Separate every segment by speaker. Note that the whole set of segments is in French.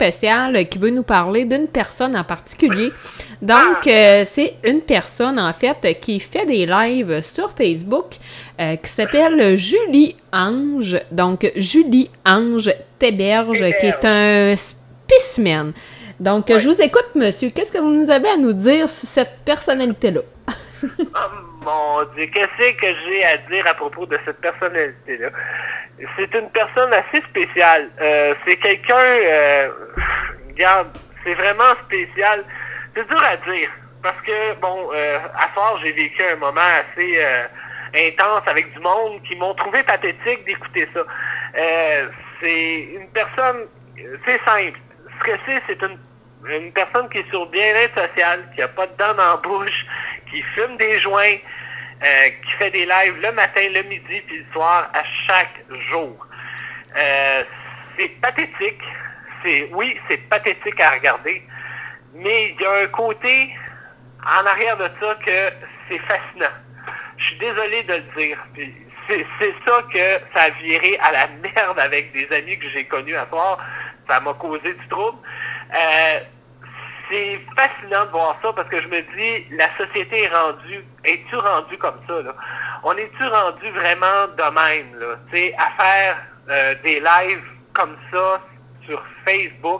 Speaker 1: spécial qui veut nous parler d'une personne en particulier. Donc, c'est une personne, en fait, qui fait des lives sur Facebook qui s'appelle Julie Ange. Donc, Julie Ange Théberge, qui est un spécimen. Donc, je vous écoute, monsieur. Qu'est-ce que vous nous avez à nous dire sur cette personnalité-là?
Speaker 2: Oh mon Dieu, qu'est-ce que j'ai à dire à propos de cette personnalité-là? C'est une personne assez spéciale. C'est quelqu'un... regarde, c'est vraiment spécial. C'est dur à dire. Parce que, bon, à soir, j'ai vécu un moment assez intense avec du monde qui m'ont trouvé pathétique d'écouter ça. C'est une personne... C'est simple. Ce que c'est une personne qui est sur bien-être social, qui n'a pas de dents dans la bouche, qui fume des joints, qui fait des lives le matin, le midi, puis le soir, à chaque jour. C'est pathétique. Oui, c'est pathétique à regarder, mais il y a un côté en arrière de ça que c'est fascinant. Je suis désolé de le dire. Puis c'est ça que ça a viré à la merde avec des amis que j'ai connus à soir. Ça m'a causé du trouble. C'est fascinant de voir ça parce que je me dis, la société es-tu rendu comme ça, là? On est-tu rendu vraiment de même, là? Tu sais, à faire des lives comme ça sur Facebook,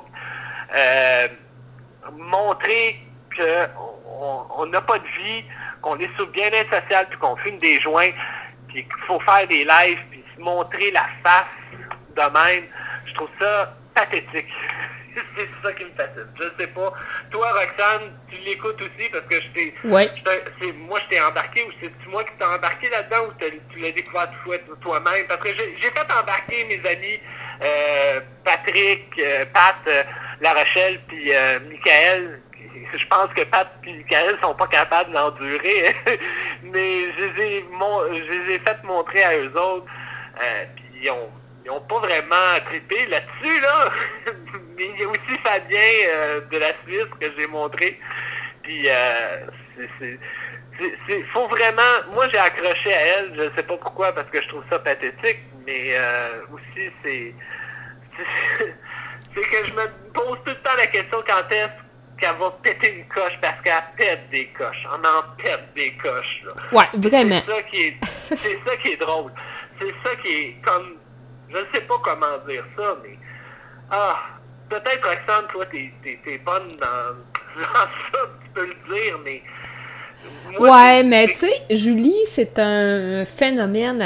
Speaker 2: montrer qu'on n'a pas de vie, qu'on est sur le bien-être social, puis qu'on fume des joints, puis qu'il faut faire des lives, puis se montrer la face de même, je trouve ça pathétique. C'est ça qui me fascine. Je sais pas. Toi, Roxane, tu l'écoutes aussi parce que moi, je t'ai embarqué ou c'est-tu moi qui t'ai embarqué là-dedans ou tu l'as découvert toi-même? Parce que j'ai fait embarquer mes amis Patrick, Pat, La Rochelle puis Michael. Je pense que Pat et Michael sont pas capables d'endurer. Mais je les ai fait montrer à eux autres. Puis ils ont pas vraiment trippé là-dessus, là. Mais il y a aussi Fabien de la Suisse que j'ai montré. Puis faut vraiment... Moi, j'ai accroché à elle. Je sais pas pourquoi, parce que je trouve ça pathétique. Mais aussi, c'est que je me pose tout le temps la question quand est-ce qu'elle va péter une coche, parce qu'elle pète des coches. On en pète des coches, là.
Speaker 1: Ouais, vraiment.
Speaker 2: C'est ça qui est drôle. C'est ça qui est comme... Je ne sais pas comment dire ça, mais... peut-être, Roxane, toi, t'es bonne dans ça, tu peux le dire, mais...
Speaker 1: Moi, mais tu sais, Julie, c'est un phénomène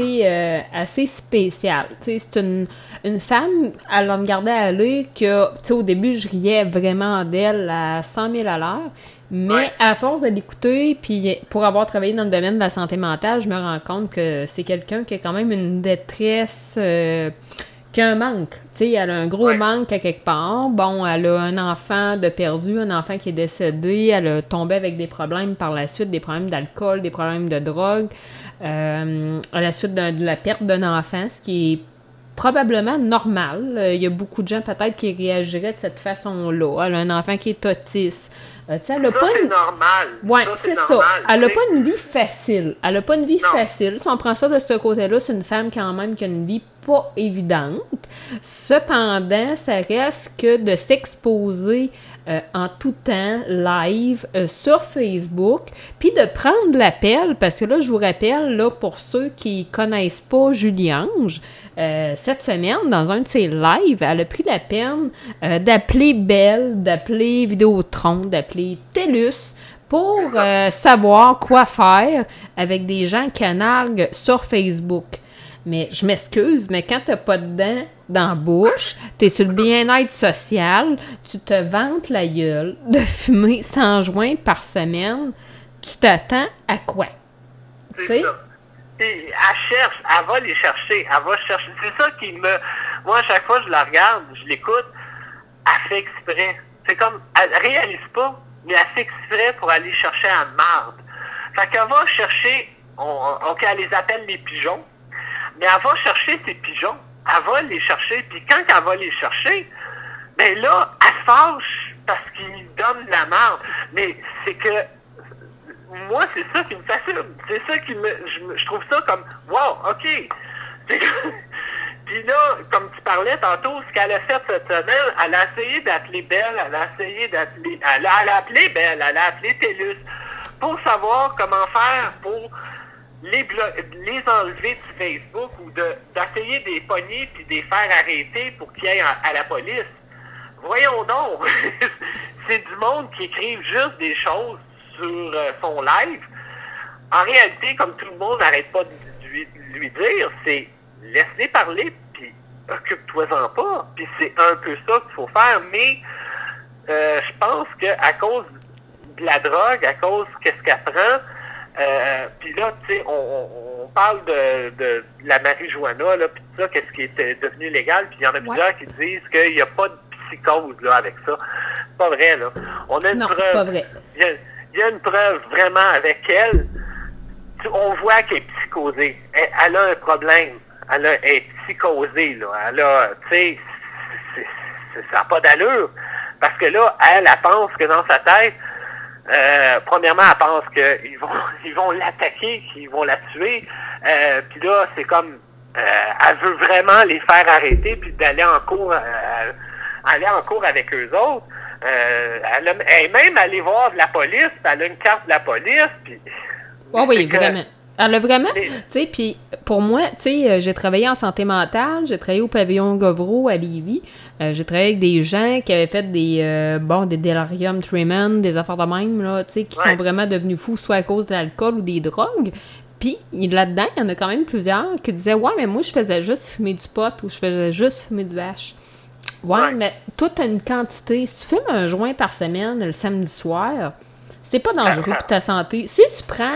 Speaker 1: assez spécial. Tu sais, c'est une femme, elle me gardait aller que, tu sais, au début, je riais vraiment d'elle à 100 000 à l'heure. Mais à force de l'écouter, puis pour avoir travaillé dans le domaine de la santé mentale, je me rends compte que c'est quelqu'un qui a quand même une détresse, qui a un manque. Tu sais, elle a un gros manque à quelque part. Bon, elle a un enfant de perdu, un enfant qui est décédé. Elle a tombé avec des problèmes par la suite, des problèmes d'alcool, des problèmes de drogue, à la suite de la perte d'un enfant, ce qui est probablement normal. Il y a beaucoup de gens peut-être qui réagiraient de cette façon-là. Elle a un enfant qui est autiste. Elle a pas
Speaker 2: c'est normal.
Speaker 1: Ouais, c'est ça. Elle n'a pas une vie facile. Elle n'a pas une vie facile. Si on prend ça de ce côté-là, c'est une femme quand même qui a une vie pas évidente. Cependant, ça reste que de s'exposer en tout temps, live, sur Facebook, puis de prendre l'appel, parce que là, je vous rappelle, là, pour ceux qui connaissent pas Julie Ange, cette semaine, dans un de ses lives, elle a pris la peine d'appeler Bell, d'appeler Vidéotron, d'appeler TELUS pour savoir quoi faire avec des gens qui narguent sur Facebook. Mais je m'excuse, mais quand t'as pas de dents dans la bouche, t'es sur le bien-être social, tu te vantes la gueule de fumer 100 joints par semaine, tu t'attends à quoi?
Speaker 2: C'est ça. Et elle cherche, elle va les chercher, elle va chercher. C'est ça qui me... Moi, à chaque fois que je la regarde, je l'écoute, elle fait exprès. C'est comme, elle réalise pas, mais elle fait exprès pour aller chercher à marde. Fait qu'elle va chercher, elle les appelle les pigeons, mais elle va chercher ces pigeons. Elle va les chercher, puis quand elle va les chercher, ben là, elle se fâche parce qu'ils donnent de la marde. Mais c'est que, moi, c'est ça qui me fascine. C'est ça qui je trouve ça comme, wow, OK. Puis là, comme tu parlais tantôt, ce qu'elle a fait cette semaine, elle a essayé d'appeler Belle, elle a appelé Belle, elle a appelé TELUS pour savoir comment faire pour les enlever du Facebook ou d'essayer de les pogner puis de les faire arrêter pour qu'ils aillent à la police. Voyons donc! C'est du monde qui écrive juste des choses sur son live. En réalité, comme tout le monde n'arrête pas de lui dire, c'est laisse-les parler, puis occupe-toi-en pas. Puis c'est un peu ça qu'il faut faire. Mais je pense qu'à cause de la drogue, à cause de ce qu'elle prend, puis là, tu sais, on parle de la marijuana, là, puis tout ça, qu'est-ce qui est devenu légal, puis il y en a plusieurs qui disent qu'il n'y a pas de psychose là, avec ça. C'est pas vrai, là. On a une preuve.
Speaker 1: C'est pas vrai.
Speaker 2: Il y a une preuve vraiment avec elle. On voit qu'elle est psychosée. Elle a un problème. Elle est psychosée, là. Elle a, tu sais, ça n'a pas d'allure. Parce que là, elle pense que dans sa tête, premièrement, elle pense qu'ils vont l'attaquer, qu'ils vont la tuer. Puis là, c'est comme, elle veut vraiment les faire arrêter, puis d'aller en cours, avec eux autres. Elle est même allée voir de la police, puis elle a une carte de la police, puis...
Speaker 1: Oui, vraiment. Elle a vraiment, tu sais, puis pour moi, tu sais, j'ai travaillé en santé mentale, j'ai travaillé au pavillon Govreau à Lévis, j'ai travaillé avec des gens qui avaient fait des delirium tremens, des affaires de même, là, tu sais, qui sont vraiment devenus fous, soit à cause de l'alcool ou des drogues. Puis là-dedans, il y en a quand même plusieurs qui disaient « Ouais, mais moi, je faisais juste fumer du pot ou je faisais juste fumer du hash. » Ouais, mais toi, t'as une quantité. Si tu fumes un joint par semaine le samedi soir, c'est pas dangereux pour ta santé. Si tu prends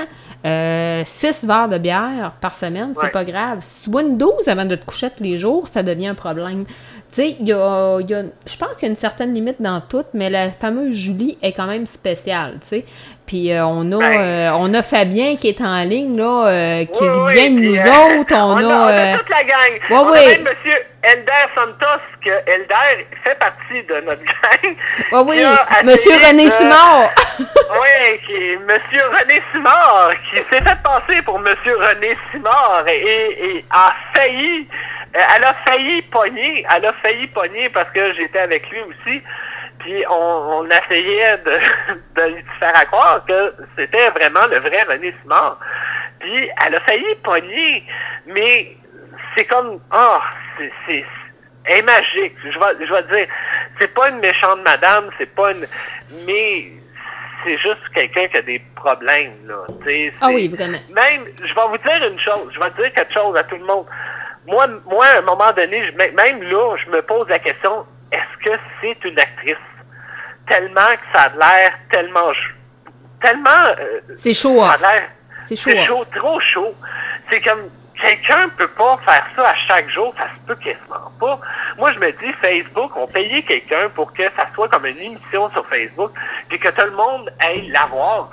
Speaker 1: 6 verres de bière par semaine, c'est pas grave. Si tu bois une dose avant de te coucher tous les jours, ça devient un problème. Tu sais, je pense qu'il y a une certaine limite dans tout, mais la fameuse Julie est quand même spéciale, tu sais. Puis on a Fabien qui est en ligne, là, qui vient de nous autres. On
Speaker 2: a toute la gang. On a même M. Elder Santos, que Elder fait partie de notre gang.
Speaker 1: Oui, M. René Simard.
Speaker 2: Oui, M. René Simard, qui s'est fait passer pour M. René Simard et a failli... Elle a failli pogner parce que j'étais avec lui aussi. Puis on essayait de lui faire croire que c'était vraiment le vrai René Simard. Puis elle a failli pogner, mais c'est comme, elle est magique. Je vais te dire, c'est pas une méchante madame, mais c'est juste quelqu'un qui a des problèmes, là.
Speaker 1: Oui, vraiment.
Speaker 2: Même, je vais vous dire une chose, je vais dire quelque chose à tout le monde. Moi, à un moment donné, même là, je me pose la question, est-ce que c'est une actrice? Tellement que ça a l'air tellement...
Speaker 1: c'est chaud,
Speaker 2: ça a l'air...
Speaker 1: C'est chaud,
Speaker 2: trop chaud. C'est comme, quelqu'un ne peut pas faire ça à chaque jour, ça se peut quasiment pas. Moi, je me dis, Facebook, on payait quelqu'un pour que ça soit comme une émission sur Facebook, puis que tout le monde aille la voir.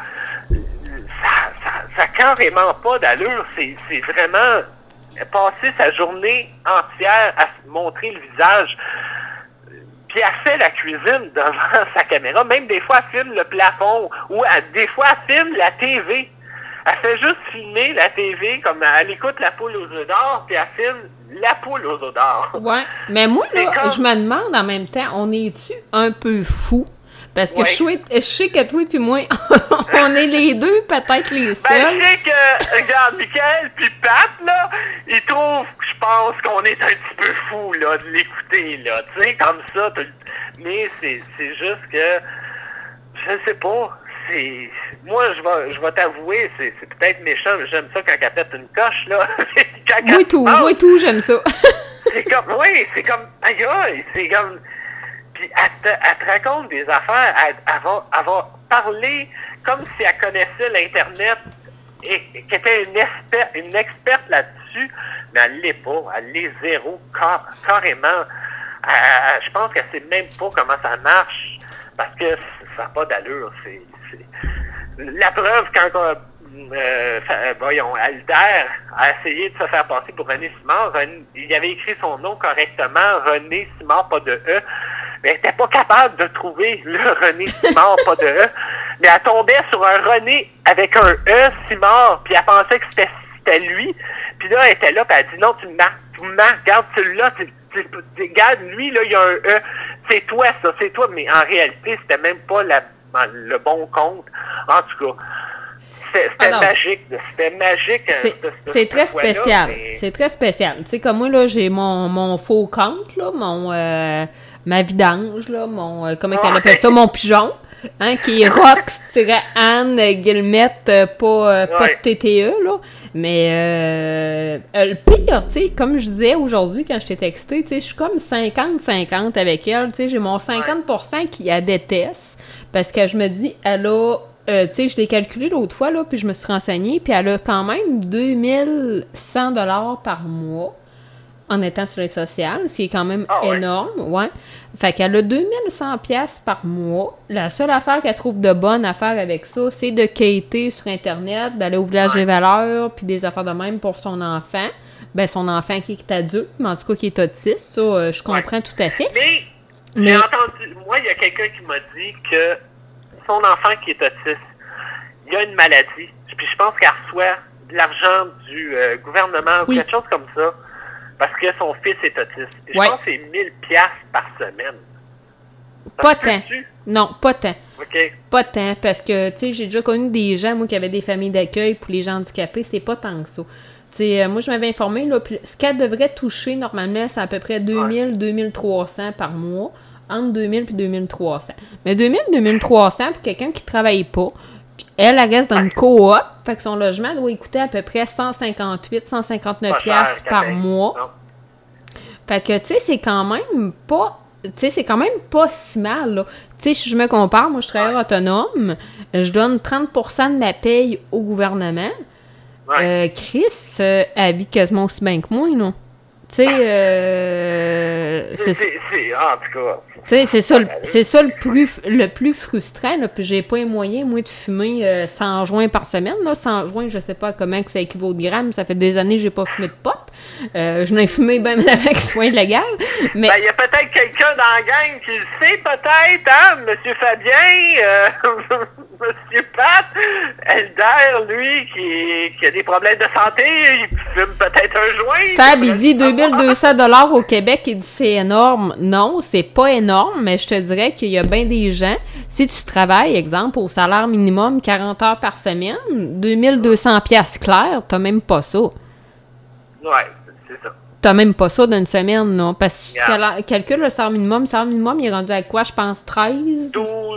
Speaker 2: Ça a carrément pas d'allure. C'est vraiment... passer sa journée entière à se montrer le visage. Puis elle fait la cuisine devant sa caméra. Même des fois, elle filme le plafond. Ou des fois, elle filme la TV. Elle fait juste filmer la TV comme elle écoute La Poule aux œufs d'or, puis elle filme La Poule aux œufs d'or.
Speaker 1: Ouais. Mais moi, là, je me demande en même temps, on est-tu un peu fou? Parce que je sais que toi et moi, on est les deux peut-être les seuls.
Speaker 2: Je sais que, regarde, Michael puis Pat, là, ils trouvent, je pense, qu'on est un petit peu fou, là, de l'écouter, là, tu sais, comme ça. Mais c'est juste que, je sais pas, moi, je vais t'avouer, c'est peut-être méchant, mais j'aime ça quand elle pète une coche, là.
Speaker 1: Moi et tout, j'aime ça.
Speaker 2: c'est comme, aïe, c'est comme... Puis elle te raconte des affaires, elle va parler comme si elle connaissait l'Internet et qu'elle était une experte là-dessus, mais elle l'est pas, elle l'est zéro, carrément. Je pense qu'elle sait même pas comment ça marche, parce que ça n'a pas d'allure. La preuve, quand Elder a essayé de se faire passer pour René Simard, il avait écrit son nom correctement, René Simard, pas de E, mais elle n'était pas capable de trouver le René Simard, pas de E. Mais elle tombait sur un René avec un E, Simard, puis elle pensait que c'était lui. Puis là, elle était là, puis elle a dit non, tu me marques regarde celui-là, regarde, lui, là, il y a un E. C'est toi, ça, c'est toi. Mais en réalité, c'était même pas le bon compte. En tout cas, c'était magique. C'était magique.
Speaker 1: C'est très spécial. Mais... C'est très spécial. Tu sais, comme moi, là, j'ai mon faux compte, là, ma vidange, là, comment elle appelle ça, mon pigeon. Hein, qui est Rox-Anne Guillemette, pas de TTE, là. Mais le pire, tu sais, comme je disais aujourd'hui quand je t'ai texté, tu sais, je suis comme 50-50 avec elle. Tu sais, j'ai mon 50% qui la déteste parce que je me dis, elle a... tu sais, je l'ai calculé l'autre fois, là, puis je me suis renseignée, puis elle a quand même 2100 $ par mois en étant sur l'aide sociale, ce qui est quand même énorme, ouais. Fait qu'elle a 2100 pièces par mois. La seule affaire qu'elle trouve de bonne à faire avec ça, c'est de quêter sur Internet, d'aller au village des valeurs, puis des affaires de même pour son enfant. Ben, son enfant qui est adulte, mais en tout cas qui est autiste, ça, je comprends tout à fait.
Speaker 2: Mais j'ai entendu, moi, il y a quelqu'un qui m'a dit que son enfant qui est autiste, il a une maladie, puis je pense qu'elle reçoit de l'argent du gouvernement ou quelque chose comme ça. Parce que son fils est autiste. Et je pense que c'est 1000 piastres par semaine.
Speaker 1: Pas tant. Non, pas tant.
Speaker 2: OK.
Speaker 1: Pas tant, parce que, tu sais, j'ai déjà connu des gens, moi, qui avaient des familles d'accueil pour les gens handicapés, c'est pas tant que ça. Tu sais, moi, je m'avais informé, là, puis ce qu'elle devrait toucher, normalement, c'est à peu près 2000-2300 par mois, entre 2000 et 2300. Mais 2000-2300, pour quelqu'un qui travaille pas, elle reste dans une coop, fait que son logement doit coûter à peu près 158-159 piastres par mois. Non. Fait que, tu sais, c'est quand même pas... Tu sais, c'est quand même pas si mal, là. Tu sais, si je me compare, moi, je suis travailleur autonome, je donne 30% de la paye au gouvernement. Chris habite quasiment aussi bien que moi, non? Tu sais,
Speaker 2: en tout cas...
Speaker 1: Tu sais, c'est ça le plus frustrant, là, puis j'ai pas les moyens, moi, de fumer 100 joints par semaine, là. 100 joints, je sais pas comment que ça équivaut de grammes, ça fait des années que j'ai pas fumé de pot. Je n'ai fumé bien avec soin légal, mais...
Speaker 2: Ben, il y a peut-être quelqu'un dans la gang qui le sait, peut-être, hein, Monsieur Fabien, Monsieur Pat, Elder, lui, qui a des problèmes de santé, il fume peut-être un joint.
Speaker 1: Fab, il dit 2200 $ au Québec, il dit c'est énorme. Non, c'est pas énorme, mais je te dirais qu'il y a bien des gens, si tu travailles, exemple, au salaire minimum, 40 heures par semaine, 2200 piastres clairs, t'as même pas ça.
Speaker 2: Ouais, c'est ça.
Speaker 1: T'as même pas ça d'une semaine, non? Parce que tu calcules le salaire minimum, il est rendu à quoi, je pense, 13?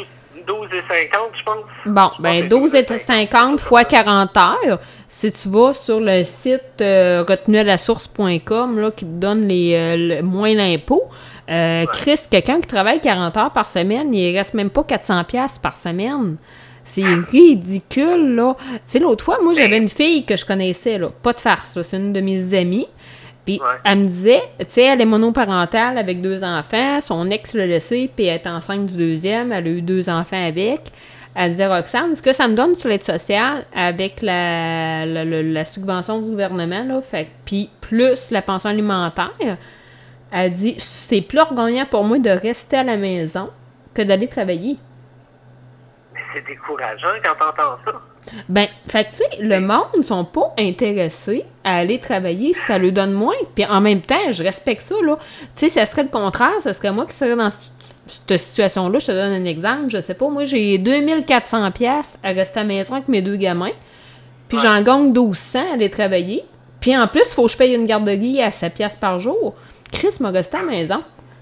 Speaker 2: 12,50, je pense.
Speaker 1: Bon, ben 12,50 fois 40 heures. Si tu vas sur le site retenuelasource.com, là, qui te donne moins l'impôt, Chris, quelqu'un qui travaille 40 heures par semaine, il reste même pas 400 piastres par semaine. C'est ridicule, là. Tu sais, l'autre fois, moi, j'avais une fille que je connaissais, là. Pas de farce, là. C'est une de mes amies. Puis, elle me disait, tu sais, elle est monoparentale avec 2 enfants. Son ex l'a laissée, puis elle est enceinte du 2e. Elle a eu 2 enfants avec. Elle disait, Roxane, ce que ça me donne sur l'aide sociale avec la subvention du gouvernement, là, fait, puis plus la pension alimentaire, elle dit, c'est plus gagnant pour moi de rester à la maison que d'aller travailler.
Speaker 2: Mais c'est décourageant quand t'entends ça.
Speaker 1: Ben, fait que, tu sais, le monde ne sont pas intéressés à aller travailler si ça leur donne moins. Puis en même temps, je respecte ça, là. Tu sais, ça serait le contraire. Ça serait moi qui serais dans cette situation-là. Je te donne un exemple. Je sais pas, moi, j'ai 2400 piastres à rester à la maison avec mes 2 gamins. Puis j'en gagne 1200 à aller travailler. Puis en plus, il faut que je paye une garderie à 7 piastres par jour. Chris m'a resté à la maison.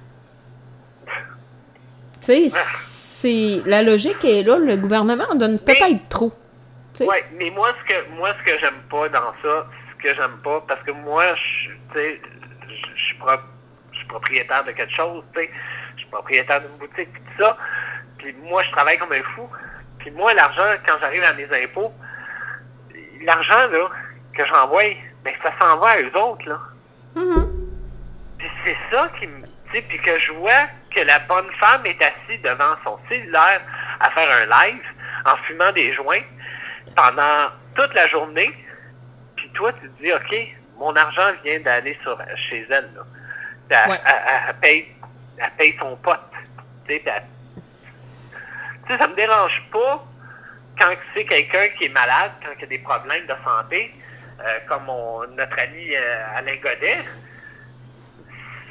Speaker 1: Tu sais, la logique est là. Le gouvernement en donne peut-être trop.
Speaker 2: Oui, mais moi, ce que j'aime pas dans ça, parce que moi, je suis propriétaire de quelque chose, tu sais, je suis propriétaire d'une boutique, puis tout ça, puis moi, je travaille comme un fou, puis moi, l'argent, quand j'arrive à mes impôts, l'argent, là, que j'envoie, ben, ça s'en va à eux autres, là.
Speaker 1: Mm-hmm.
Speaker 2: Puis c'est ça qui me, tu sais, puis que je vois que la bonne femme est assise devant son cellulaire à faire un live, en fumant des joints, pendant toute la journée, puis toi, tu te dis, OK, mon argent vient d'aller chez elle, là. Elle paye son pote. Tu sais, ça me dérange pas quand c'est quelqu'un qui est malade, quand il y a des problèmes de santé, comme notre ami Alain Godet.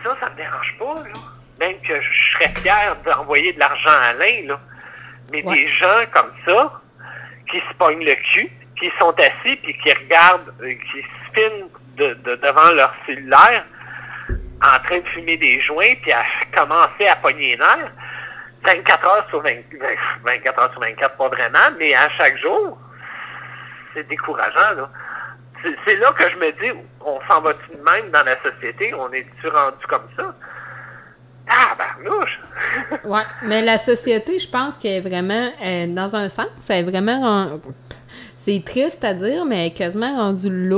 Speaker 2: ça me dérange pas, là. Même que je serais fier d'envoyer de l'argent à Alain, là. Mais des gens comme ça, qui se pognent le cul, qui sont assis, puis qui regardent, qui se filment devant leur cellulaire, en train de fumer des joints, puis à commencer à pogner les nerfs, 24 heures sur 24, pas vraiment, mais à chaque jour, c'est décourageant, là. C'est là que je me dis, on s'en va-tu de même dans la société? On est-tu rendu comme ça? Ah, barnouche!
Speaker 1: Ouais, mais la société, je pense qu'elle est vraiment, dans un sens, elle est vraiment, c'est triste à dire, mais elle est quasiment rendue là.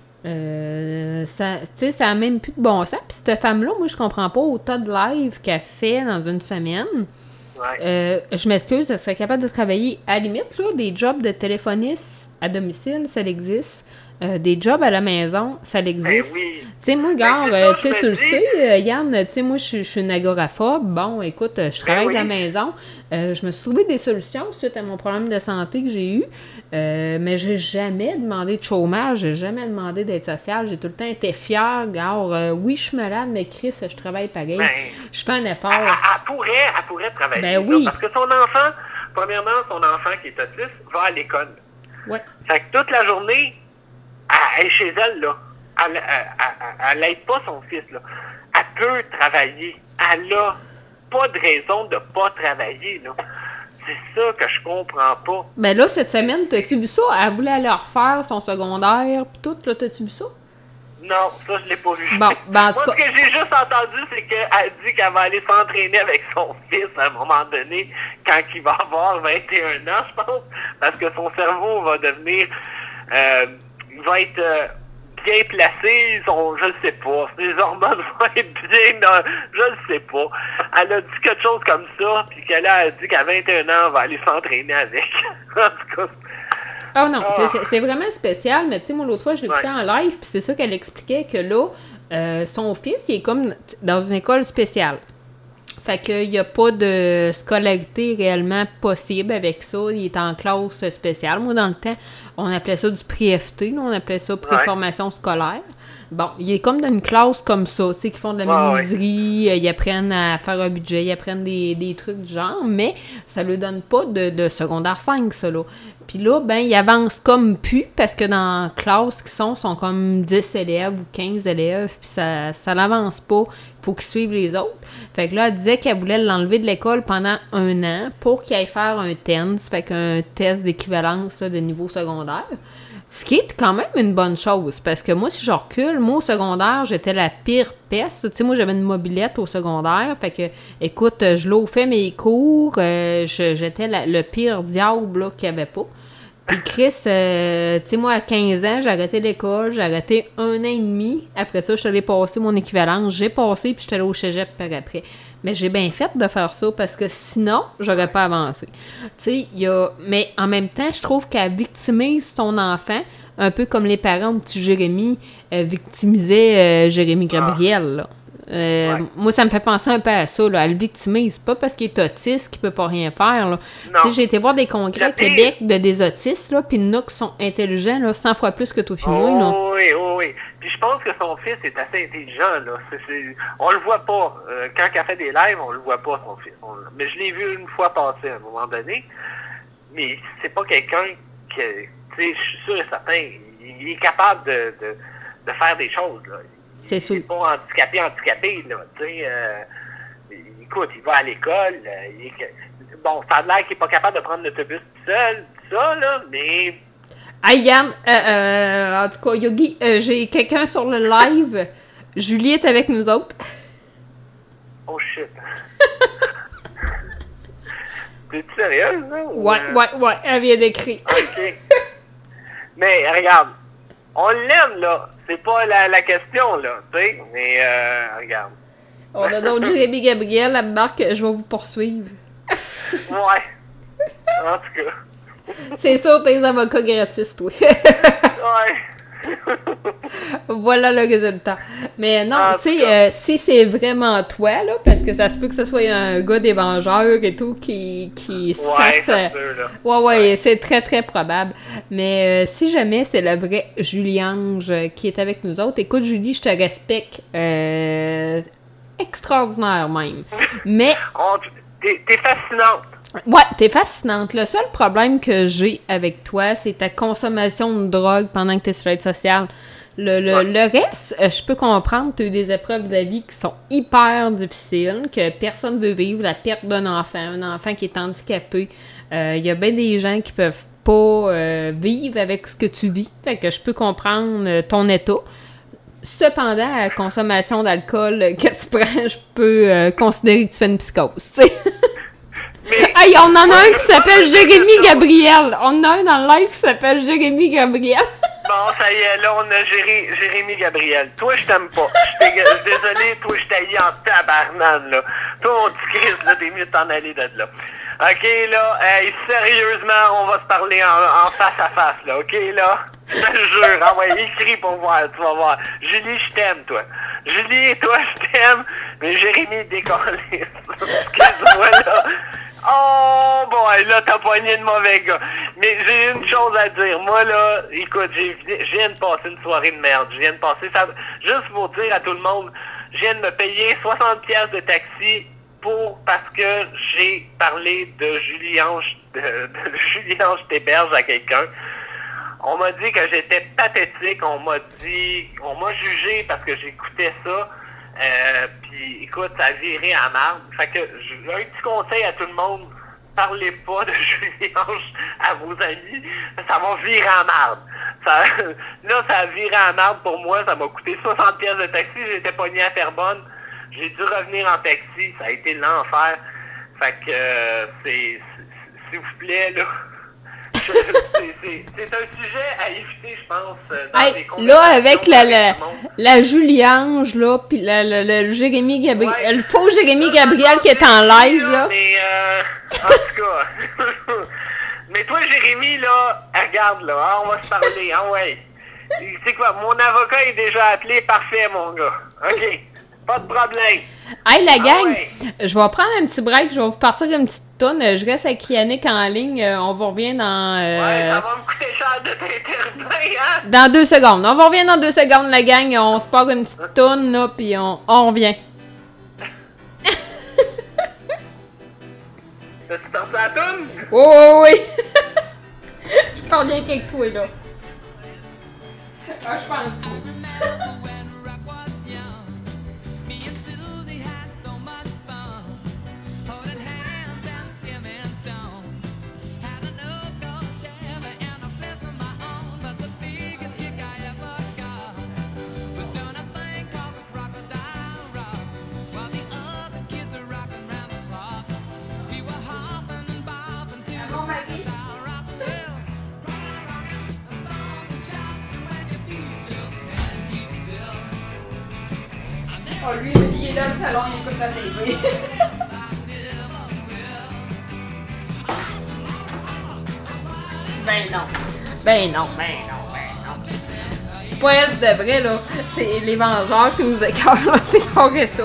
Speaker 1: Ça a même plus de bon sens. Puis cette femme-là, moi, je comprends pas autant de live qu'elle fait dans une semaine.
Speaker 2: Ouais.
Speaker 1: Je m'excuse, elle serait capable de travailler, à la limite, là, des jobs de téléphoniste à domicile, ça existe. Des jobs à la maison, ça existe.
Speaker 2: Ben oui.
Speaker 1: Tu sais, moi, regarde, tu le sais, Yann, tu sais, moi, je suis une agoraphobe. Bon, écoute, je travaille de la maison. Je me suis trouvé des solutions suite à mon problème de santé que j'ai eu. Mais j'ai jamais demandé de chômage, j'ai jamais demandé d'être sociale. J'ai tout le temps été fière. Regarde, oui, je suis malade, mais Chris, je travaille pareil. Je fais un effort.
Speaker 2: Elle pourrait travailler.
Speaker 1: Ben oui.
Speaker 2: Là, parce que son enfant, premièrement, son enfant qui est autiste, va à l'école.
Speaker 1: Ouais.
Speaker 2: Fait que toute la journée, elle est chez elle, là. Elle n'aide pas son fils, là. Elle peut travailler. Elle a pas de raison de pas travailler, là. C'est ça que je comprends pas.
Speaker 1: Ben là, cette semaine, t'as-tu vu ça? Elle voulait aller refaire son secondaire pis tout, là, t'as-tu vu ça?
Speaker 2: Non, ça, je l'ai pas vu.
Speaker 1: Bon, ben en tout
Speaker 2: Moi,
Speaker 1: cas...
Speaker 2: ce que j'ai juste entendu, c'est qu'elle dit qu'elle va aller s'entraîner avec son fils à un moment donné, quand il va avoir 21 ans, je pense, parce que son cerveau va devenir... il va être bien placé, je ne sais pas. Ses hormones vont être bien... je ne sais pas. Elle a dit quelque chose comme ça, puis qu'elle a dit qu'à 21 ans, elle va aller s'entraîner avec. En tout cas...
Speaker 1: Oh non, c'est vraiment spécial, mais tu sais, moi, l'autre fois, je l'écoutais en live, puis c'est ça qu'elle expliquait, que là, son fils, il est comme dans une école spéciale. Fait qu'il n'y a pas de scolarité réellement possible avec ça. Il est en classe spéciale. Moi, dans le temps, on appelait ça du pré-FT, on appelait ça pré-formation scolaire. Bon, il est comme dans une classe comme ça, tu sais, qui font de la menuiserie, ils apprennent à faire un budget, ils apprennent des trucs du genre, mais ça lui donne pas de secondaire 5, ça, là. Puis là, ben, ils avancent comme plus, parce que dans la classe qu'ils sont comme 10 élèves ou 15 élèves, puis ça n'avance pas, il faut qu'ils suivent les autres. Fait que là, elle disait qu'elle voulait l'enlever de l'école pendant 1 an pour qu'il aille faire un TENS, fait qu'un test d'équivalence là, de niveau secondaire. Ce qui est quand même une bonne chose, parce que moi, si je recule, moi, au secondaire, j'étais la pire peste. Tu sais, moi, j'avais une mobilette au secondaire, fait que, écoute, je l'offais mes cours, j'étais le pire diable là, qu'il n'y avait pas. Puis Chris, tu sais, moi, à 15 ans, j'ai arrêté l'école, j'ai arrêté 1 an et demi. Après ça, je suis allée passer mon équivalence, j'ai passé, puis je suis allée au cégep par après. Mais j'ai bien fait de faire ça parce que sinon, j'aurais pas avancé. Tu sais, mais en même temps, je trouve qu'elle victimise son enfant, un peu comme les parents au petit Jérémy victimisaient Jérémy Gabriel, là. Moi, ça me fait penser un peu à ça, là. Elle le victimise, pas parce qu'il est autiste qu'il peut pas rien faire, là. Tu sais, j'ai été voir des congrès à Québec de des autistes, là, puis il y en a qui sont intelligents, là, 100 fois plus que toi et moi, là.
Speaker 2: Oui. Puis je pense que son fils est assez intelligent, là. On le voit pas. Quand elle fait des lives, on le voit pas, son fils. Mais je l'ai vu une fois passer à un moment donné. Mais c'est pas quelqu'un qui... Tu sais, je suis sûr et certain, il est capable de faire des choses, là.
Speaker 1: C'est sûr.
Speaker 2: Il n'est pas handicapé, là, tu sais. Écoute, il va à l'école. Bon, ça a l'air qu'il n'est pas capable de prendre l'autobus tout seul, tout ça, là, mais...
Speaker 1: Hey Yann, en tout cas, Yogi, j'ai quelqu'un sur le live. Julie est avec nous autres.
Speaker 2: Oh shit. T'es-tu sérieuse, là?
Speaker 1: Ouais, elle vient d'écrire.
Speaker 2: OK. Mais regarde, on l'aime, là. C'est pas la question, là, tu sais, mais regarde.
Speaker 1: On a donc Jérémy Gabriel, la marque, je vais vous poursuivre.
Speaker 2: Ouais. En tout cas.
Speaker 1: C'est sûr, t'es avocats gratis, toi.
Speaker 2: Ouais.
Speaker 1: Voilà le résultat. Mais non, tu sais, si c'est vraiment toi, là, parce que ça se peut que ce soit un gars des Vengeurs et tout qui se fasse... Ouais, c'est très, très probable. Mais si jamais c'est le vrai Julie-Ange qui est avec nous autres, écoute, Julie, je te respecte. extraordinaire même. Mais...
Speaker 2: T'es fascinante.
Speaker 1: Ouais, t'es fascinante. Le seul problème que j'ai avec toi, c'est ta consommation de drogue pendant que t'es sur l'aide sociale. Le reste, je peux comprendre, tu as eu des épreuves de la vie qui sont hyper difficiles, que personne ne veut vivre, la perte d'un enfant, un enfant qui est handicapé. Il y a bien des gens qui peuvent pas vivre avec ce que tu vis, fait que je peux comprendre ton état. Cependant, à la consommation d'alcool que tu prends, je peux considérer que tu fais une psychose, tu sais. Hey, on en a un qui s'appelle Jérémy Gabriel. On en a un dans le live qui s'appelle Jérémy Gabriel.
Speaker 2: Bon, ça y est, là, on a Jérémy Gabriel. Toi, je t'aime pas. Je suis désolé, toi, je t'haïs en tabarnane, là. Toi, mon petit Christ, là, t'es mieux de t'en aller de là. OK, là, hey, sérieusement, on va se parler en face à face, là, OK, là? Je te jure, envoie, écris pour voir, tu vas voir. Julie, je t'aime, toi. Julie, toi, je t'aime, mais Jérémy, décolle. Excuse-moi, là. Oh, bon, là, t'as poigné de mauvais gars. Mais j'ai une chose à dire. Moi, là, écoute, je viens de passer une soirée de merde. Je viens de passer ça. Juste pour dire à tout le monde, je viens de me payer 60 pièces de taxi parce que j'ai parlé de Julie-Ange Théberge à quelqu'un. On m'a dit que j'étais pathétique. On m'a jugé parce que j'écoutais ça. Puis écoute, ça a viré à marde. Fait que j'ai un petit conseil à tout le monde. Parlez pas de Julie-Ange à vos amis. Ça va virer à marde. Ça a viré à marde pour moi. Ça m'a coûté 60 pièces de taxi. J'étais pogné à Terrebonne. J'ai dû revenir en taxi. Ça a été l'enfer. Fait que s'il vous plaît, là. C'est un sujet à éviter, je pense, dans les conversations.
Speaker 1: Là, avec la Julie-Ange, là, pis le Jérémy Gabriel, le faux Jérémy Gabriel qui est en live, là.
Speaker 2: Mais, en tout cas. Mais toi, Jérémy, là, regarde, là, hein, on va se parler, hein, ouais. C'est quoi, mon avocat est déjà appelé, parfait, mon gars. OK, pas de problème.
Speaker 1: Hey, la gang, je vais prendre un petit break, je vais vous partir une petite toune. Je reste avec Yannick en ligne, on vous revient dans...
Speaker 2: Ouais, ça va me coûter cher de t'intervenir, hein?
Speaker 1: Dans 2 secondes. On vous revient dans 2 secondes, la gang. On se part une petite toune, là, puis on revient.
Speaker 2: T'as-tu pensé à la toune?
Speaker 1: Oui. Je parle bien qu'avec toi, là. Ah, je pense pas. Oh, lui, il est dans le salon, il écoute la TV. Ben non. C'est pas elle de vrai, là. C'est les Vengeurs qui nous écœurent, là. C'est pas ça.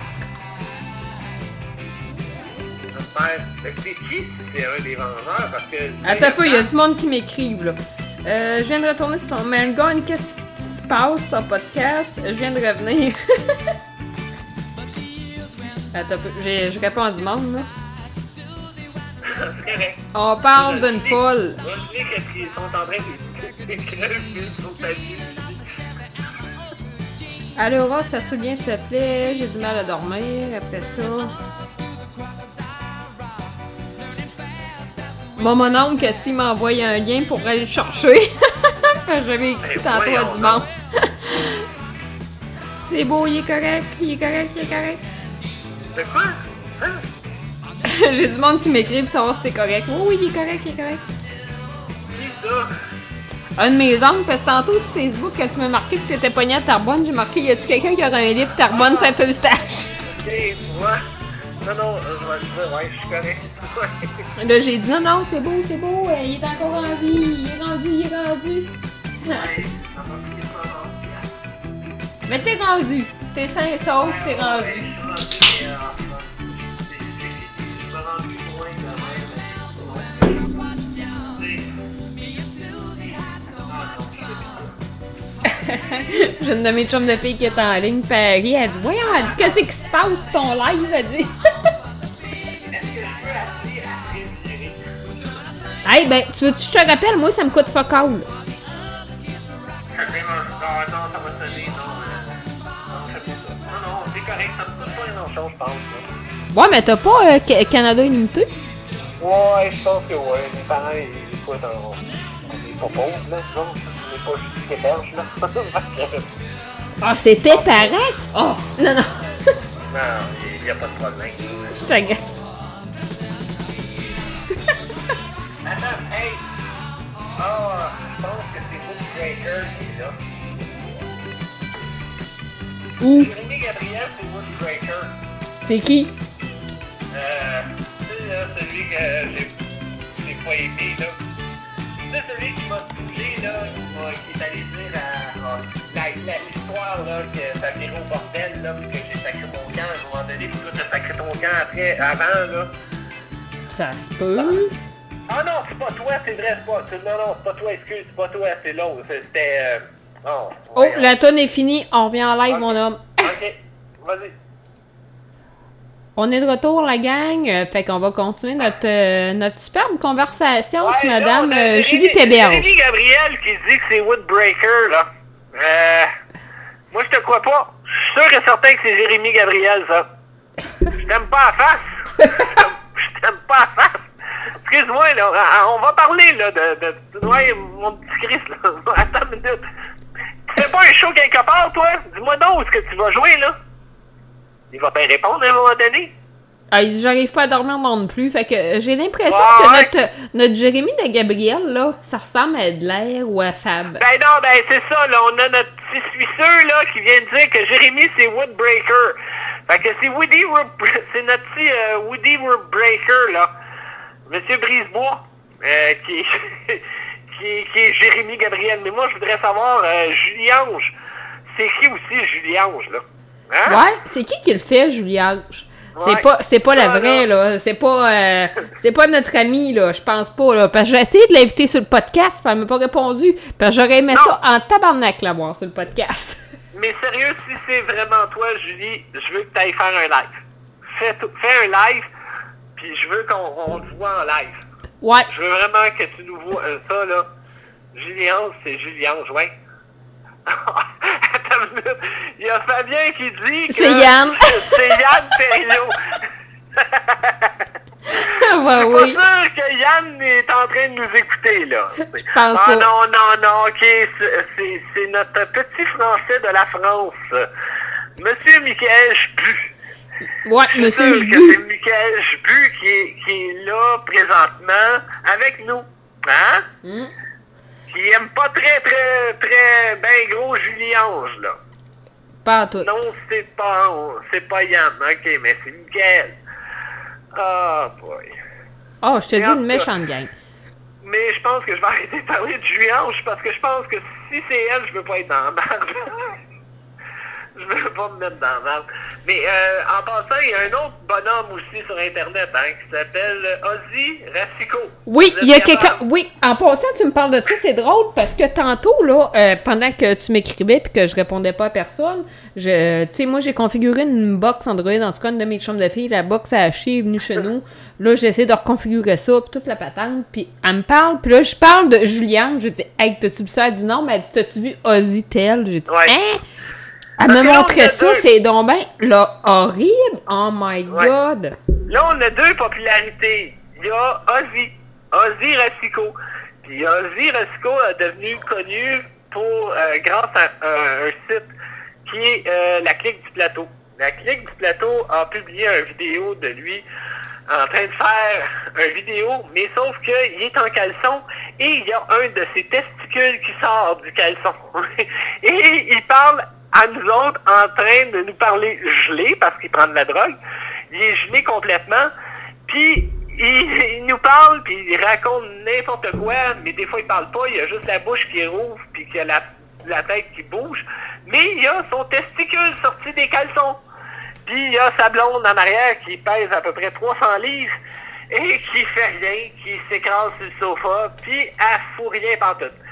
Speaker 2: C'est qui c'est un des Vengeurs? Parce que...
Speaker 1: Attends un peu, il y a du monde qui m'écrive, là. Je viens de retourner sur ton Melgon, qu'est-ce qui se passe, ton podcast? Je viens de revenir. Attends un peu, je réponds à du monde, là. On parle d'une foule.
Speaker 2: Je sais qu'ils sont en train d'écrire sur ta vie.
Speaker 1: Allô, Rock, ça se souvient, s'il te plaît? J'ai du mal à dormir après ça. Mon oncle, s'il m'envoie un lien pour aller le chercher. J'avais écrit tantôt à du monde. C'est beau, il est correct.
Speaker 2: De quoi? Hein?
Speaker 1: J'ai du monde qui m'écrit pour savoir si t'es correct. Oui, il est correct.
Speaker 2: Qui ça?
Speaker 1: Un de mes oncles, parce que tantôt sur Facebook, quand tu m'as marqué que t'étais pogné à Terrebonne, j'ai marqué, y a-tu quelqu'un qui aurait un livre Terrebonne Saint-Eustache?
Speaker 2: Ok, moi. Non, je vais le dire, ouais, je suis correct.
Speaker 1: Là, j'ai dit, non, c'est beau, il est encore en vie, il est rendu.
Speaker 2: Ouais,
Speaker 1: Mais t'es rendu, t'es sain et sauf, t'es rendu. J'ai une de mes chums de filles qui est en ligne, Paris, elle dit, voyons, elle dit, qu'est-ce qui se passe sur ton live, elle dit. Hey, ben, tu veux que je te rappelle, moi, ça me coûte fuck all.
Speaker 2: Non, ça va sonner, non, c'est pas ça. Non, c'est correct, ça me coûte pas grand-chose, je pense.
Speaker 1: Ouais, mais t'as pas Canada Illimité?
Speaker 2: Ouais, je pense que ouais, mes parents, ils écoutent des pas pauvres, là, disons. C'est pas juste des berges, là.
Speaker 1: Ah, c'est tes parents? Oh, non.
Speaker 2: Non, il n'y a pas de problème.
Speaker 1: Je t'agace.
Speaker 2: Attends, hey! Je pense que c'est Woodbreaker qui est là.
Speaker 1: Où?
Speaker 2: Jérémy Gabriel, c'est Woodbreaker.
Speaker 1: C'est qui?
Speaker 2: C'est là, celui que j'ai pas aimé, là. C'est celui qui m'a touché, là, qui est allé dire l'histoire, là, que ça virait au bordel, là, puis que j'ai sacré mon camp à un moment donné, puis toi, t'as sacré ton camp avant, là.
Speaker 1: Ça se peut.
Speaker 2: Ah non, c'est pas toi, c'est vrai, non, c'est pas toi, excuse, c'est pas toi, c'est l'autre, c'était... Oh,
Speaker 1: la tonne est finie, on revient en live, mon homme.
Speaker 2: Ok, vas-y.
Speaker 1: On est de retour, la gang, fait qu'on va continuer notre superbe conversation avec Madame Julie Théberge.
Speaker 2: C'est Jérémy Gabriel qui dit que c'est Woodbreaker, là. Moi, je te crois pas. Je suis sûr et certain que c'est Jérémy Gabriel, ça. Je t'aime pas à face. Je t'aime pas à face. Excuse-moi, là, on va parler, là, de ouais, mon petit Christ, là. Attends une minute. Tu fais pas un show quelque part, toi? Dis-moi donc où est-ce que tu vas jouer, là. Il va bien répondre à un moment donné.
Speaker 1: Ah, j'arrive pas à dormir non plus, fait que j'ai l'impression que notre Jérémy de Gabriel, là, ça ressemble à Adler ou à Fab.
Speaker 2: Ben non, ben c'est ça, là, on a notre petit Suisseux, là, qui vient de dire que Jérémy, c'est Woodbreaker. Fait que c'est c'est notre petit Woody Woodbreaker, là. Monsieur Brisebois, qui est Jérémy Gabriel. Mais moi, je voudrais savoir, Julie-Ange, c'est qui aussi Julie-Ange, là? Hein?
Speaker 1: Ouais, c'est qui le fait, Julie-Ange?
Speaker 2: Ouais.
Speaker 1: C'est pas la vraie, là. C'est pas notre amie, là. Je pense pas, là. Parce que j'ai essayé de l'inviter sur le podcast, puis elle m'a pas répondu. Parce que j'aurais aimé ça en tabarnak, la voir sur le podcast.
Speaker 2: Mais sérieux, si c'est vraiment toi, Julie, je veux que tu ailles faire un live. Fais un live, puis je veux qu'on te voit en live.
Speaker 1: Ouais.
Speaker 2: Je veux vraiment que tu nous vois ça, là. Julie-Ange, c'est Julie-Ange, ouais. Attends une minute. Il y a Fabien qui dit que...
Speaker 1: C'est Yann.
Speaker 2: C'est Yann Terriot.
Speaker 1: Ouais, oui.
Speaker 2: Je suis pas sûr que Yann est en train de nous écouter, là.
Speaker 1: Je pense pas.
Speaker 2: Non, ok, c'est notre petit français de la France. Monsieur Michael Jbu.
Speaker 1: Ouais, Monsieur
Speaker 2: Jbu. C'est Michael Jbu qui est là présentement avec nous. Hein? Qui aime pas très ben gros Julie-Ange, là.
Speaker 1: Pas à tout.
Speaker 2: Non, c'est pas Yann, ok, mais c'est Michael. Ah, boy.
Speaker 1: Oh, je te dis une méchante gang.
Speaker 2: Mais je pense que je vais arrêter de parler de Julie-Ange parce que je pense que si c'est elle, je veux pas être dans la merde. Je veux pas me mettre dans la merde. Mais en passant, il y a un autre bonhomme aussi sur Internet, hein, qui s'appelle Ozzy Racicot.
Speaker 1: Oui, il y a quelqu'un... Oui, en passant, tu me parles de ça, c'est drôle, parce que tantôt, là, pendant que tu m'écrivais puis que je répondais pas à personne, tu sais, moi, j'ai configuré une box Android, en tout cas, une de mes chambres de filles, la box à chier est venue chez nous. Là, j'ai essayé de reconfigurer ça, puis toute la patente, puis elle me parle, puis là, je parle de Juliane, je dis « Hey, t'as-tu vu ça? » Elle dit « Non, mais elle dit « T'as-tu vu Ozzy tel? » J'ai dit « Hein? » Elle me montrait ça, c'est donc ben là, horrible. Oh my God.
Speaker 2: Là, on a deux popularités. Il y a Ozzy Racicot. Puis Ozzy Racicot est devenu connu grâce à un site qui est la Clique du Plateau. La Clique du Plateau a publié une vidéo de lui en train de faire une vidéo, mais sauf qu'il est en caleçon et il y a un de ses testicules qui sort du caleçon. Et il parle à nous autres en train de nous parler gelé parce qu'il prend de la drogue. Il est gelé complètement. Puis il nous parle, puis il raconte n'importe quoi, mais des fois il parle pas, il y a juste la bouche qui rouvre, puis qu'il y a la tête qui bouge. Mais il y a son testicule sorti des caleçons. Puis il y a sa blonde en arrière qui pèse à peu près 300 livres et qui fait rien, qui s'écrase sur le sofa, puis elle fout rien pantoute.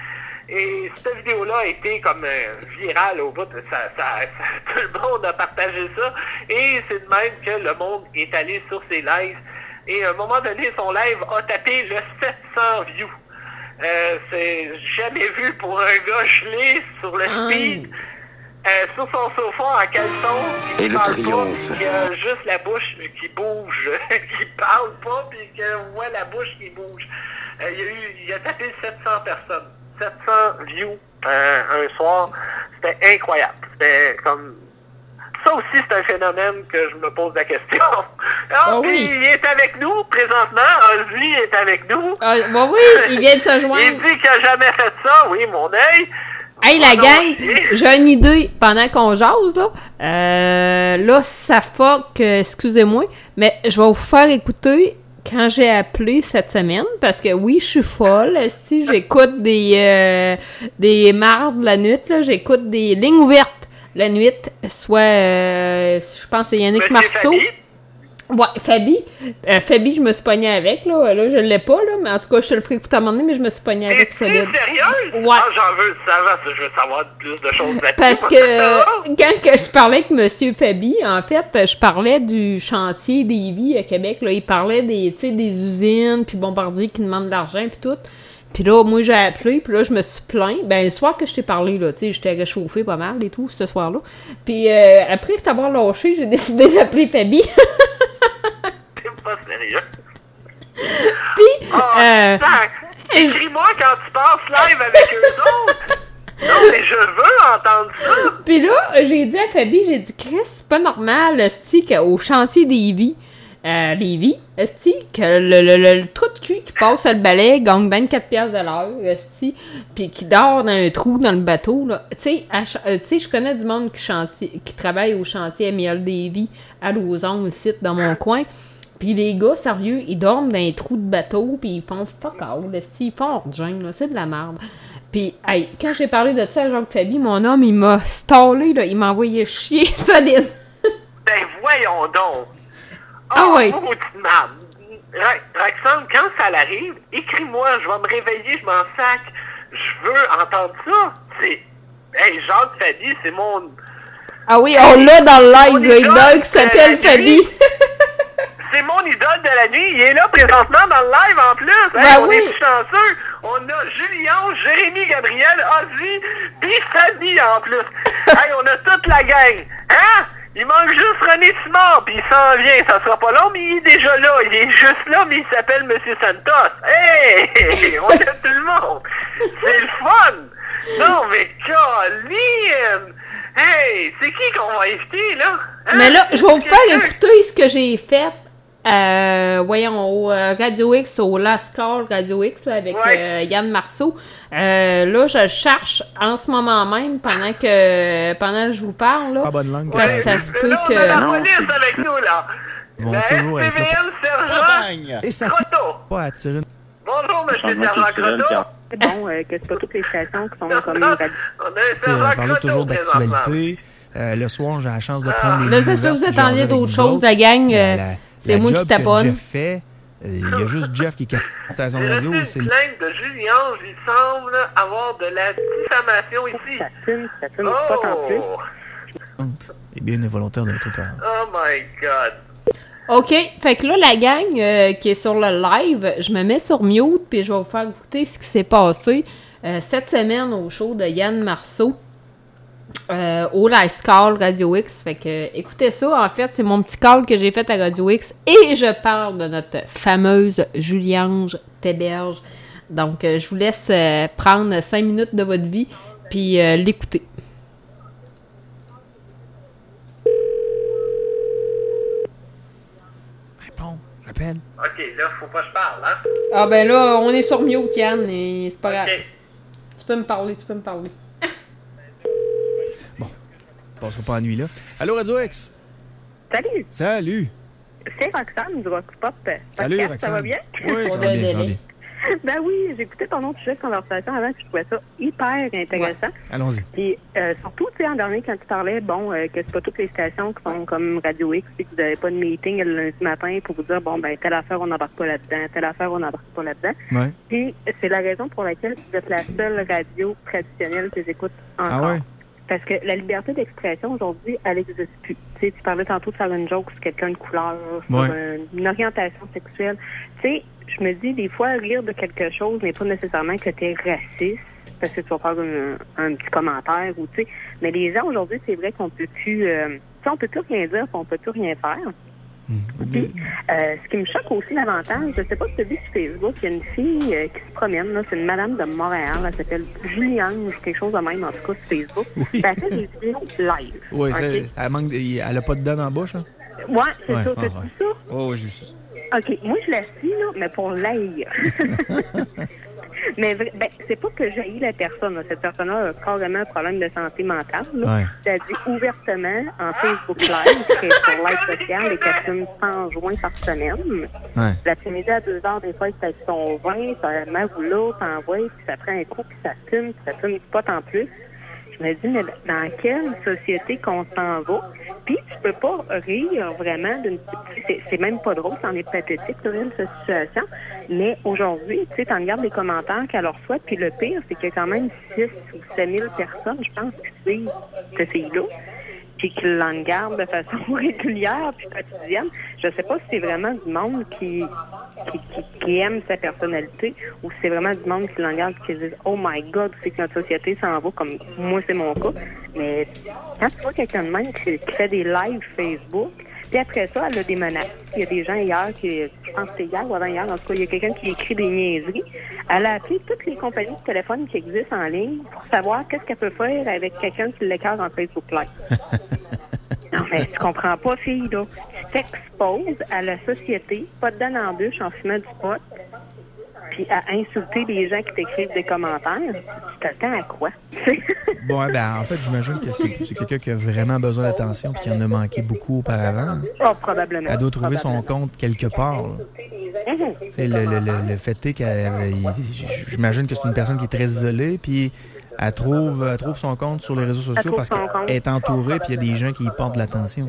Speaker 2: Et cette vidéo-là a été comme virale au bout. Tout le monde a partagé ça. Et c'est de même que le monde est allé sur ses lives. Et à un moment donné, son live a tapé le 700 views. C'est jamais vu pour un gars gelé sur le speed. Sur son sofa en caleçon, qui parle pas, puis qui a juste la bouche qui bouge, qui parle pas, puis qu'on voit la bouche qui bouge. Il a tapé 700 personnes, 700 views un soir. C'était incroyable. C'était comme... Ça aussi, c'est un phénomène que je me pose la question. Puis il est avec nous, présentement. Ozzy est avec nous.
Speaker 1: Oui, il vient de se joindre.
Speaker 2: Il dit qu'il n'a jamais fait ça. Oui, mon œil.
Speaker 1: Hey, la gang, j'ai une idée pendant qu'on jase, là. Là, ça fuck, excusez-moi, mais je vais vous faire écouter quand j'ai appelé cette semaine, parce que oui, je suis folle, si j'écoute des mardes la nuit, là, j'écoute des lignes ouvertes la nuit, soit, je pense que c'est Yannick Marceau. Ouais, Fabi, je me suis pognée avec, là, je l'ai pas, là, mais en tout cas, je te le ferai écouter à un moment donné, mais je me suis pognée avec solide.
Speaker 2: T'es sérieuse?
Speaker 1: Ouais.
Speaker 2: J'en veux savoir, je veux savoir plus de choses là-dessus.
Speaker 1: Parce que, quand que je parlais avec Monsieur Fabi, en fait, je parlais du chantier Davy à Québec, là, il parlait des usines, puis Bombardier qui demandent de l'argent, puis tout. Puis là, moi, j'ai appelé, puis là, je me suis plaint. Ben, le soir que je t'ai parlé, là, tu sais, j'étais réchauffée pas mal et tout, ce soir-là. Puis après t'avoir lâché, j'ai décidé d'appeler Fabi.
Speaker 2: Pas sérieux.
Speaker 1: Puis,
Speaker 2: écris-moi quand tu passes live avec eux autres. Non, mais je veux entendre ça.
Speaker 1: Puis là, j'ai dit à Fabi, j'ai dit, Chris, c'est pas normal, qu'au chantier Lévis, que le trou de cul qui passe le balai gagne 24$ de l'heure, puis qui dort dans un trou dans le bateau, là. Tu sais, je connais du monde qui travaille au chantier ML Lévis à Lauson, ici, dans mon coin. Puis les gars, sérieux, ils dorment dans un trou de bateau, puis ils font fuck all, ils font origine, là, c'est de la merde. Puis, hey, quand j'ai parlé de ça à Jacques Fabi, mon homme, il m'a stallé, là, il m'a envoyé chier solide.
Speaker 2: Ben voyons donc.
Speaker 1: Oui.
Speaker 2: Roxane, quand ça l'arrive, écris-moi, je vais me réveiller, je m'en sac. Je veux entendre ça. Hey, Jacques Fabi, c'est mon...
Speaker 1: Ah oui, on l'a dans le live, le idole qui s'appelle Fabi.
Speaker 2: C'est mon idole de la nuit. Il est là présentement dans le live en plus.
Speaker 1: Ben
Speaker 2: on
Speaker 1: oui.
Speaker 2: est chanceux. On a Julien, Jérémy, Gabriel, Ozzy, puis Fabi en plus. Hey, on a toute la gang. Hein? Il manque juste René Simard, puis il s'en vient. Ça sera pas long, mais il est déjà là. Il est juste là, mais il s'appelle Monsieur Santos. Hey! On a tout le monde. C'est le fun. Non, mais Colin! Hey! C'est qui qu'on va inviter, là? Hein?
Speaker 1: Mais là, je vais vous faire écouter ce que j'ai fait. Au Radio X, au Last Call Radio X, là, avec Yann Marceau. Là, je cherche en ce moment même, pendant que je vous parle, là.
Speaker 3: Pas bonne langue.
Speaker 2: Ça
Speaker 1: se peut que...
Speaker 2: On a la police avec nous, là. La SPVM Sergent Croteau.
Speaker 3: Pas attirer.
Speaker 2: Bonjour, monsieur Sergent Croteau.
Speaker 4: C'est bon que c'est pas toutes les stations qui sont comme une radio.
Speaker 2: On a un Sergent
Speaker 3: On parlait toujours
Speaker 2: Croteau présentement.
Speaker 3: d'actualité. Le soir, j'ai la chance de prendre
Speaker 1: Là,
Speaker 3: les
Speaker 1: ça se peut que vous attendiez d'autres choses, la gang. C'est moi qui taponne.
Speaker 3: Jeff fait, il y a juste Jeff qui est à la station
Speaker 2: J'ai
Speaker 3: radio.
Speaker 2: reçu une plainte de Julien. Il semble avoir de la diffamation ici.
Speaker 4: Ça fume pas tant plus.
Speaker 3: Et bien volontaire de notre part.
Speaker 2: Oh my God.
Speaker 1: OK, fait que là, la gang qui est sur le live, je me mets sur mute, puis je vais vous faire écouter ce qui s'est passé cette semaine au show de Yann Marceau. Au Live Call Radio X. Fait que écoutez ça, en fait, c'est mon petit call que j'ai fait à Radio X et je parle de notre fameuse Juliange Théberge. Donc, je vous laisse prendre 5 minutes de votre vie puis l'écouter.
Speaker 3: Réponds, j'appelle.
Speaker 2: OK, là, faut pas que je parle, hein?
Speaker 1: Ah ben là, on est sur mute, Yann, et c'est pas grave.
Speaker 2: OK.
Speaker 1: Tu peux me parler.
Speaker 3: On passera pas la nuit là. Allô, Radio X?
Speaker 4: Salut,
Speaker 3: Salut!
Speaker 4: c'est Roxane du Rock Pop.
Speaker 3: Salut,
Speaker 4: Podcast,
Speaker 3: Roxane.
Speaker 4: ça va bien?
Speaker 3: Oui, ça va bien, ça va bien.
Speaker 4: Ben oui, j'écoutais ton autre sujet de conversation avant, je trouvais ça hyper intéressant.
Speaker 3: Ouais. Allons-y.
Speaker 4: Puis surtout, tu sais, en dernier, quand tu parlais, que c'est pas toutes les stations qui sont comme Radio X, et que vous n'avez pas de meeting le lundi matin pour vous dire, telle affaire, on n'embarque pas là-dedans, telle affaire, on n'embarque pas là-dedans.
Speaker 3: Ouais.
Speaker 4: Puis c'est la raison pour laquelle vous êtes la seule radio traditionnelle que j'écoute encore.
Speaker 3: Ah ouais?
Speaker 4: Parce que la liberté d'expression, aujourd'hui, elle n'existe plus. Tu sais, tu parlais tantôt de faire une joke sur quelqu'un de couleur, sur une orientation sexuelle. Tu sais, je me dis, des fois, rire de quelque chose n'est pas nécessairement que tu es raciste, parce que tu vas faire un petit commentaire, ou tu sais. Mais les gens, aujourd'hui, c'est vrai qu'on peut plus... on peut plus rien dire, on peut plus rien faire. Puis, ce qui me choque aussi davantage, je sais pas si tu as vu sur Facebook, il y a une fille qui se promène, là, c'est une madame de Montréal, elle s'appelle Juliane, quelque chose de même, en tout cas, sur Facebook.
Speaker 3: Oui.
Speaker 4: Elle fait des vidéos live.
Speaker 3: Oui,
Speaker 4: okay?
Speaker 3: Elle a pas de dents dans la bouche, hein?
Speaker 4: Ouais, c'est ça, c'est ça.
Speaker 3: Oh, oui, juste ça.
Speaker 4: OK, moi, je la suis, là, mais pour l'haïr. Mais c'est pas que j'haïs la personne. Là. Cette personne-là a carrément un problème de santé mentale.
Speaker 3: Ouais.
Speaker 4: Elle dit ouvertement en Facebook Live, qui est sur Live social, et qu'elle fume 100 joints par semaine.
Speaker 3: Ouais.
Speaker 4: L'après-midi à 2h, des fois, elle fait son vin, ça m'avoue t'envoie, puis ça prend un coup, puis ça fume du pot en plus. Je me dis, mais dans quelle société qu'on s'en va? Puis tu peux pas rire vraiment d'une... C'est même pas drôle, c'en est pathétique, cette situation. Mais aujourd'hui, tu sais, t'en regardes les commentaires qu'elle reçoit, puis le pire, c'est qu'il y a quand même 6 ou 7 000 personnes, je pense, qui suivent cette fille-là, puis qui l'en gardent de façon régulière puis quotidienne. Je sais pas si c'est vraiment du monde qui aime sa personnalité ou si c'est vraiment du monde qui l'en garde et qui dit « Oh my God, c'est que notre société s'en va », comme moi, c'est mon cas. Mais quand tu vois quelqu'un de même qui fait des lives Facebook, puis après ça, elle a des menaces. Il y a des gens hier je pense que c'était hier ou avant-hier, en tout cas, il y a quelqu'un qui écrit des niaiseries. Elle a appelé toutes les compagnies de téléphone qui existent en ligne pour savoir qu'est-ce qu'elle peut faire avec quelqu'un qui l'écarte en Facebook Live. Non, mais tu comprends pas, fille, là. Tu t'exposes à la société, pas de dents en bûche en fumant du pot, puis à insulter les gens qui t'écrivent des commentaires. Tu t'attends à quoi?
Speaker 3: Bon, en fait, j'imagine que c'est quelqu'un qui a vraiment besoin d'attention puis qui en a manqué beaucoup auparavant.
Speaker 4: Oh, probablement.
Speaker 3: Elle doit trouver son compte quelque part. Le fait est qu'elle... J'imagine que c'est une personne qui est très isolée, puis elle trouve son compte sur les réseaux sociaux parce qu'elle est entourée, puis il y a des gens qui y portent de l'attention.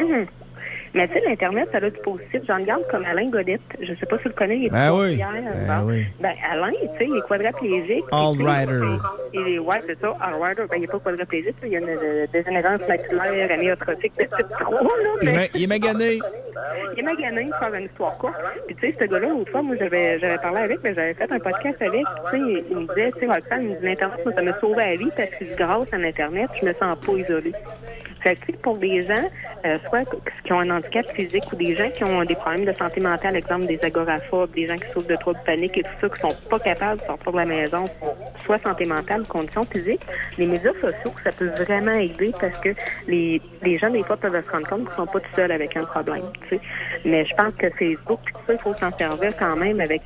Speaker 4: Mais tu sais, l'Internet, ça a du positif. J'en regarde comme Alain Godette. Je sais pas si tu le connais, il est
Speaker 3: oui.
Speaker 4: Alain, tu sais, il est quadraplégique.
Speaker 3: All-rider.
Speaker 4: Ouais, c'est ça, all-rider. Il n'est pas quadraplégique. Il y a une dégénérescence maculaire amyotrophique de type 3. Là,
Speaker 3: il est magané.
Speaker 4: Il est magané, pour faire une histoire courte. Puis tu sais, ce gars-là, l'autre fois, moi, j'avais parlé avec, mais j'avais fait un podcast avec. Tu sais, il me disait, tu sais, Roxane, l'Internet, moi, ça m'a sauvé la vie parce que grâce à l'Internet, je me sens pas isolée. Fait que pour des gens, soit qui ont un handicap physique ou des gens qui ont des problèmes de santé mentale, exemple des agoraphobes, des gens qui souffrent de troubles paniques et tout ça, qui sont pas capables de sortir de la maison pour soit santé mentale ou conditions physiques, les médias sociaux, ça peut vraiment aider parce que les gens, des fois, peuvent se rendre compte qu'ils sont pas tout seuls avec un problème, tu sais. Mais je pense que Facebook, tout ça, il faut s'en servir quand même avec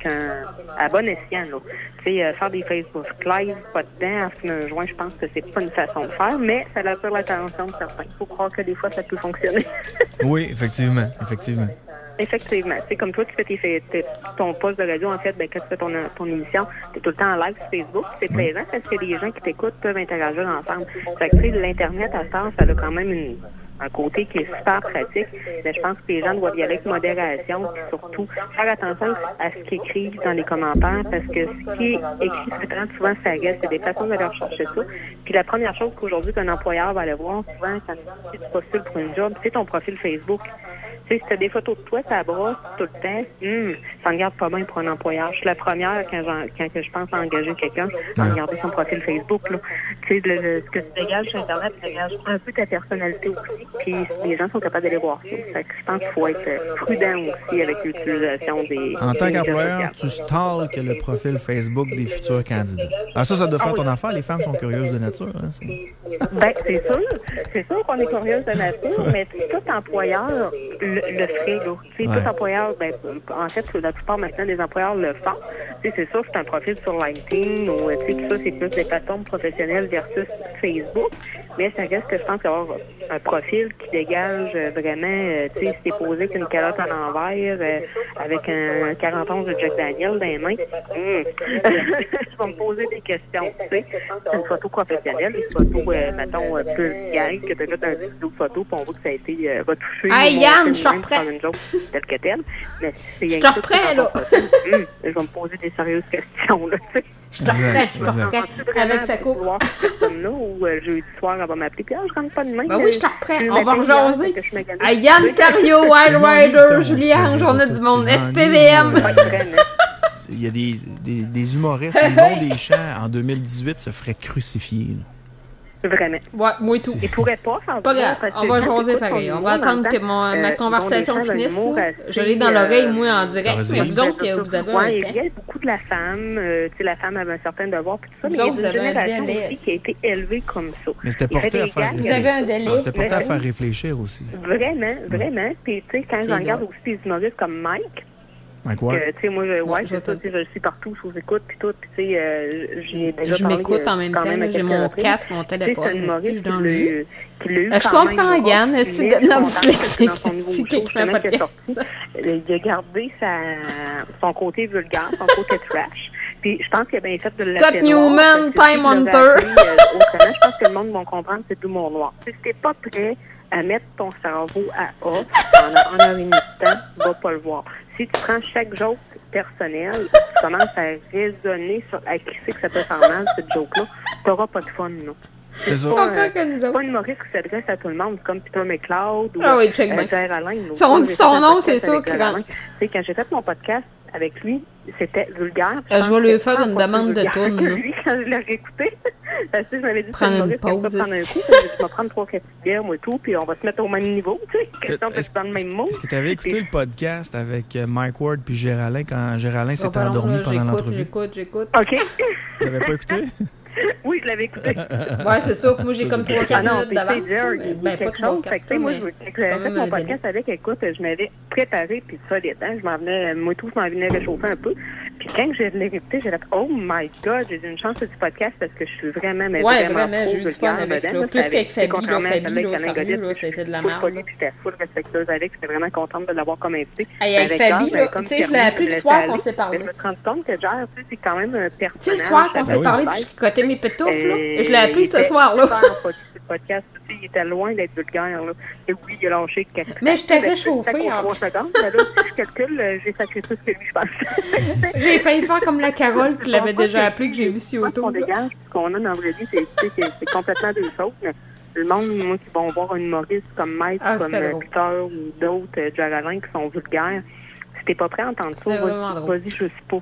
Speaker 4: à bon escient, là. Tu sais, faire des Facebook Live, pas dedans, fumer un joint, je pense que c'est pas une façon de faire, mais ça attire l'attention de certains. Il faut croire que des fois, ça peut fonctionner.
Speaker 3: Oui, effectivement.
Speaker 4: Effectivement. Tu sais, comme toi, tu fais ton poste de radio, en fait, quand tu fais ton émission, tu es tout le temps en live sur Facebook. C'est plaisant parce que les gens qui t'écoutent peuvent interagir ensemble. Fait que, tu sais, l'Internet, à ça a quand même un côté qui est super pratique, mais je pense que les gens doivent y aller avec modération et surtout faire attention à ce qu'ils écrivent dans les commentaires parce que ce qui est écrit souvent ça reste, c'est des façons d'aller rechercher ça. Puis la première chose qu'aujourd'hui qu'un employeur va aller voir souvent quand tu postules pour une job, c'est ton profil Facebook. Tu sais, si tu as des photos de toi, ça brosse tout le temps, ça ne regarde pas bien pour un employeur. Je suis la première quand je pense à engager quelqu'un, à regarder son profil Facebook. Là. Tu sais, ce que tu dégages sur Internet, tu dégages un peu ta personnalité aussi, puis les gens sont capables d'aller voir ça. Fait que je pense qu'il faut être prudent aussi avec l'utilisation des...
Speaker 3: En tant qu'employeur, tu stalkes le profil Facebook des futurs candidats. Alors ça doit faire ton affaire. Les femmes sont curieuses de nature. Hein,
Speaker 4: c'est sûr qu'on est curieuses de nature, mais tout employeur le ferait, là. Tu sais, tout employeur, ben, en fait, la plupart maintenant des employeurs le font. Tu sais, c'est sûr, c'est un profil sur LinkedIn ou, tu sais, tout ça, c'est plus des plateformes professionnelles versus Facebook. Mais ça reste que je pense qu'avoir un profil qui dégage vraiment, tu sais, si t'es posé avec une calotte à l'envers, avec un 41 de Jack Daniel dans les mains, je vais me poser des questions, tu sais. C'est une photo professionnelle, une photo, mettons, plus gang, que t'as fait un vidéo photo, puis on voit que ça a été retouché.
Speaker 1: Hey Yann, je te reprends.
Speaker 4: Une joke telle que telle. Mais c'est
Speaker 1: je te reprends, là.
Speaker 4: Je vais me poser des sérieuses questions, là, tu sais.
Speaker 1: Je te reprends avec sa coupe.
Speaker 4: Cette personne-là, ou jeudi soir, elle va m'appeler, puis je rentre pas de main.
Speaker 1: Ben oui, je te reprends. On va rejaser. Yann Terriot, Wild Rider, Julien, Journée du Monde, SPVM.
Speaker 3: Il y a des humoristes, le monde des champs, en 2018, se feraient crucifier.
Speaker 4: Vraiment.
Speaker 1: Ouais, moi et tout.
Speaker 4: Il pourrait pas faire
Speaker 1: pas grave, on va jaser pareil. On va attendre que ma conversation finisse. Je l'ai dans l'oreille, moi, en direct. Mais vous autres, vous avez un
Speaker 4: il y a beaucoup de la femme. Tu sais, la femme avait un certain devoir, puis tout ça. Mais il y a une génération aussi qui a été élevée comme ça.
Speaker 3: Mais c'était porté à faire...
Speaker 1: Vous avez un délai.
Speaker 3: C'était porté à faire réfléchir aussi.
Speaker 4: Vraiment, vraiment. Puis, tu sais, quand je regarde aussi des humoristes comme Mike, tu sais, moi, je suis partout, je vous écoute, puis tout, puis tu sais, j'ai déjà
Speaker 1: je m'écoute en même temps, j'ai mon casque, mon téléphone,
Speaker 4: c'est une humoriste qui l'a eu
Speaker 1: je comprends, Yann, c'est de dyslexique, c'est qui fait un podcast.
Speaker 4: Il a gardé son côté vulgaire, son côté trash, puis je pense qu'il a bien fait de l'appeler
Speaker 1: Scott Newman, Time Hunter.
Speaker 4: Autrement, je pense que le monde va comprendre que c'est d'humour noir. Si t'es pas prêt à mettre ton cerveau à A pendant 1 heure et demie de temps, tu vas pas le voir. Si tu prends chaque joke personnel, tu commences à raisonner sur à qui c'est que ça peut faire mal, cette joke-là, tu n'auras pas de fun, non.
Speaker 3: C'est ça.
Speaker 4: Pas une humoriste qui s'adresse à tout le monde, comme Peter McLeod ou Pierre Alain.
Speaker 1: Si on dit son nom, c'est sûr qu'il rentre.
Speaker 4: Quand j'ai fait mon podcast avec lui, c'était vulgaire.
Speaker 1: Je vais lui faire une demande de tourne.
Speaker 4: Lui, quand je l'ai réécouté, parce que je m'avais dit
Speaker 1: prendre une pause.
Speaker 4: Prendre un coup, je vais prendre 3-4 bières, moi et tout, puis on va se mettre au même niveau, tu sais, question d'être dans le même mot.
Speaker 3: Est-ce que tu avais écouté le podcast avec Mike Ward puis Géraldin quand Géraldin s'était endormi pendant l'entrevue?
Speaker 1: J'écoute.
Speaker 4: OK.
Speaker 3: Tu l'avais pas écouté?
Speaker 4: Oui, je l'avais écouté.
Speaker 1: Ouais, c'est sûr que moi, j'ai comme 3-4 minutes d'avance.
Speaker 4: Ben, pas 3-4. Moi, quand j'ai fait mon podcast avec, écoute, je m'avais préparé, puis solide, hein, je m'en venais réchauffer un peu. Puis quand je l'ai écouté, j'ai dit, oh my God, j'ai eu une chance du podcast parce que je suis vraiment,
Speaker 1: vraiment j'ai eu du fun avec là. Plus qu'avec Fabi, là, c'était de la merde.
Speaker 4: J'étais full respectueuse avec, j'étais vraiment contente de l'avoir comme invité.
Speaker 1: Avec Fabi, tu sais, je l'ai appelé le soir qu'on s'est parlé.
Speaker 4: Je me suis rendu compte que Jer, tu sais, c'est quand même un personnage.
Speaker 1: Tu sais, le soir qu'on s'est parlé, puis je cotais mes pétoufles, là. Je l'ai appelé ce soir-là.
Speaker 4: Le podcast, il était loin d'être vulgaire, là. Et oui, il a lâché 4
Speaker 1: Mais je t'ai réchauffé en
Speaker 4: 3 secondes. Là, si je calcule, j'ai sacré plus que lui, je pense.
Speaker 1: J'ai failli faire comme la Carole qui l'avait déjà appelé, que j'ai vu si auto.
Speaker 4: Ce qu'on dégage, ce qu'on a dans la vraie vie, c'est complètement deux choses. Le monde, moi, qui vont voir un humoriste comme Mike, comme Peter ou d'autres, Jaralin, qui sont vulgaires, si t'es pas prêt à entendre ça, vas-y, je sais pas.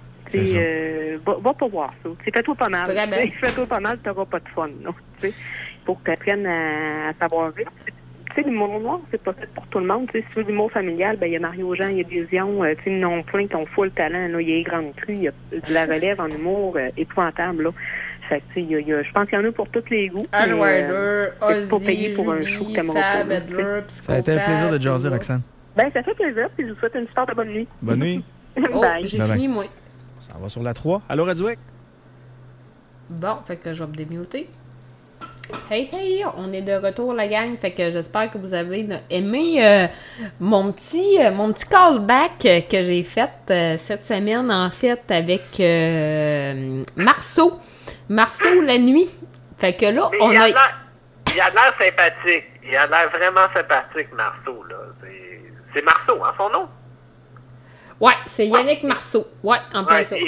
Speaker 4: Va pas voir ça. Fais-toi pas mal. Fais-toi pas mal, t'auras pas de fun. Il faut que tu apprennes à savoir rire. Tu sais, l'humour noir, c'est pas fait pour tout le monde. Si tu veux l'humour familial, ben il y a Mario Jean, il y a Vision, tu sais, ils en ont plein qui ont full talent. Là. Il y a les grandes crues, il y a de la relève en humour épouvantable. Là. Fait que, tu sais, je pense qu'il y en a pour tous les goûts.
Speaker 1: Rider,
Speaker 4: Ozzy, pas payer pour un show que
Speaker 1: Fab,
Speaker 3: ça a été un plaisir de jaser, Roxane.
Speaker 4: Ben, ça fait plaisir, puis je vous souhaite une super de bonne nuit.
Speaker 3: Bonne nuit.
Speaker 1: Bye. J'ai fini, moi.
Speaker 3: Ça va sur la 3. Allô, Radouek?
Speaker 1: Bon, fait que je vais me démuter. Hey, on est de retour, la gang. Fait que j'espère que vous avez aimé mon petit callback que j'ai fait cette semaine, en fait, avec Marceau. Marceau, la nuit. Fait que là, on a...
Speaker 2: Il a l'air sympathique. Il a l'air vraiment sympathique, Marceau, là. C'est Marceau, hein, son nom?
Speaker 1: Ouais, c'est Yannick Marceau. Ouais, en plein ça.
Speaker 2: Il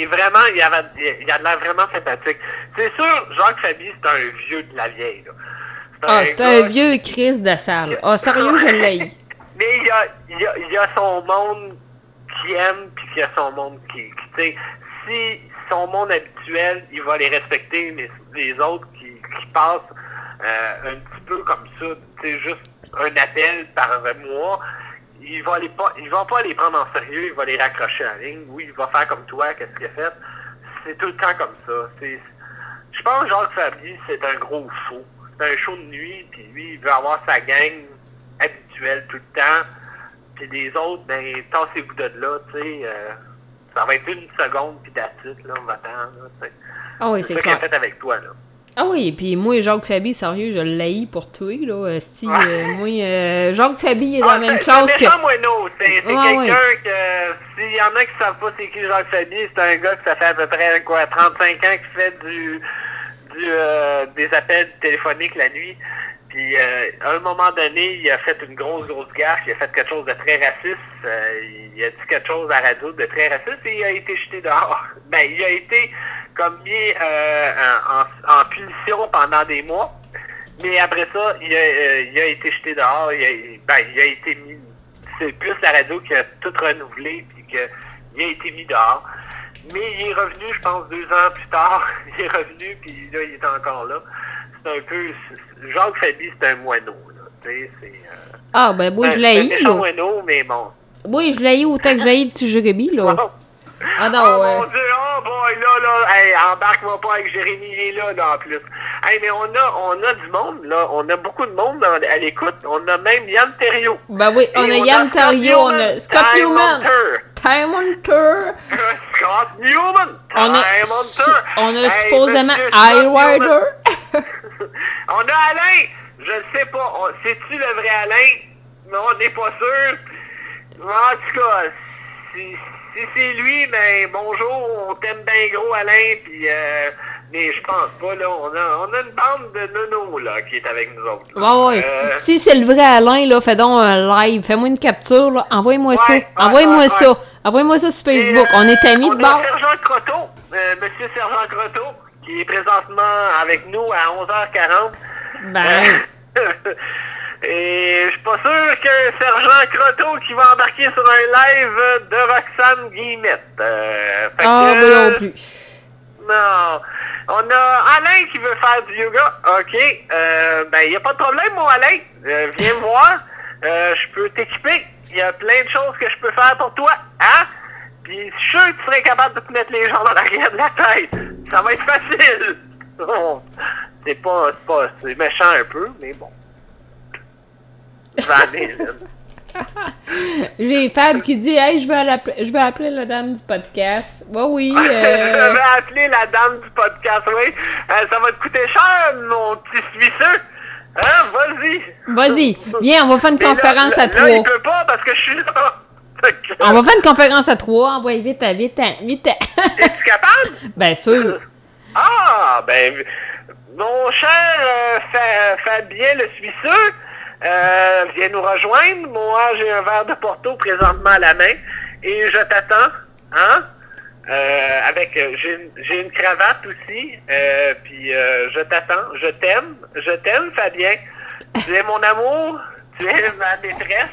Speaker 2: a l'air vraiment sympathique. C'est sûr, Jacques Fabi, c'est un vieux de la vieille, là.
Speaker 1: C'est un vieux Chris de salle. Sérieux, je l'ai.
Speaker 2: Mais il y a son monde qui aime, puis il y a son monde qui tu sais, si son monde habituel, il va les respecter, mais les autres qui passent un petit peu comme ça, tu sais, juste un appel par mois, il va pas les prendre en sérieux, il va les raccrocher en ligne. Oui, il va faire comme toi, qu'est-ce qu'il a fait. C'est tout le temps comme ça. Je pense que Jacques Fabi, c'est un gros show. C'est un show de nuit, puis lui, il veut avoir sa gang habituelle tout le temps. puis les autres, ben, tassez-vous de là, tu sais. Ça va être 1 seconde, puis d'attitude, là, on va attendre, tu sais.
Speaker 1: Ah oui, c'est clair.
Speaker 2: C'est ça qu'elle a fait avec toi, là.
Speaker 1: Ah oui, puis moi, Jacques Fabi, sérieux, je l'haïs pour toi, là. Moi, Jacques Fabi, il est dans la même classe que...
Speaker 2: C'est un moineau, c'est quelqu'un que... S'il y en a qui savent pas c'est qui Jacques Fabi, c'est un gars que ça fait à peu près, 35 ans qui fait des appels téléphoniques la nuit. Puis, à un moment donné, il a fait une grosse gaffe, il a fait quelque chose de très raciste, il a dit quelque chose à la radio de très raciste et il a été jeté dehors. Ben, il a été comme mis en punition pendant des mois, mais après ça, il a été jeté dehors, il a été mis, c'est plus la radio qui a tout renouvelé, puis qu'il a été mis dehors. Mais il est revenu, je pense, 2 ans plus tard, il est revenu, puis là, il est encore là. C'est un peu... Jacques Fabi, c'est un moineau, là. Tu sais, c'est...
Speaker 1: Ah, ben, moi, je l'haïs, là.
Speaker 2: C'est un moineau, mais bon.
Speaker 1: Oui, je l'haïs autant que j'haïs le petit Jérémy, là.
Speaker 2: Wow.
Speaker 1: Ah non,
Speaker 2: oh mon Dieu, oh boy, là, hey, embarque-moi pas avec Jérémy, il est là, en plus. Hey, mais on a du monde, là, on a beaucoup de monde à l'écoute, on a même Yann Thériault.
Speaker 1: Ben oui, on a Yann Thériault, on a Scott Newman. Time Hunter.
Speaker 2: Scott Newman.
Speaker 1: On a supposément iRider.
Speaker 2: On a Alain. Je ne sais pas. C'est-tu le vrai Alain? Mais on n'est pas sûr. En tout cas, si c'est lui, ben bonjour, on t'aime bien gros Alain, puis mais je pense pas, là, on a une bande de nonos, là, qui est avec nous autres.
Speaker 1: Ouais. Si c'est le vrai Alain, là, fais donc un live, fais-moi une capture, là, envoie-moi ça. Envoie-moi ça sur Facebook, on est amis de bord.
Speaker 2: On a Sergent Croteau, Monsieur Sergent Croteau, qui est présentement avec nous à 11h40.
Speaker 1: Ben...
Speaker 2: Et je suis pas sûr que Sergent Croteau qui va embarquer sur un live de Roxane Guillemette.
Speaker 1: Ben non plus.
Speaker 2: Non. On a Alain qui veut faire du yoga. OK. Ben, il n'y a pas de problème, mon Alain. Viens me voir. Je peux t'équiper. Il y a plein de choses que je peux faire pour toi. Hein? Puis, je suis sûr que tu serais capable de te mettre les jambes dans l'arrière de la tête. Ça va être facile. Oh. C'est méchant un peu, mais bon.
Speaker 1: J'ai Fab qui dit « Hey, je vais appeler la dame du podcast. » Oui.
Speaker 2: Je vais appeler la dame du podcast, oui. Ça va te coûter cher, mon petit Suisseux. Hein?
Speaker 1: Vas-y. Viens, on va faire une conférence à 3.
Speaker 2: Là, il peut pas parce que je suis là.
Speaker 1: On va faire une conférence à 3. Envoie vite. Es-tu
Speaker 2: capable?
Speaker 1: Bien sûr.
Speaker 2: Ah, ben, mon cher Fabien le Suisseux, viens nous rejoindre. Moi, j'ai un verre de Porto présentement à la main et je t'attends. Hein? J'ai une cravate aussi. Puis je t'attends. Je t'aime, Fabien. Tu es mon amour. Tu es ma détresse.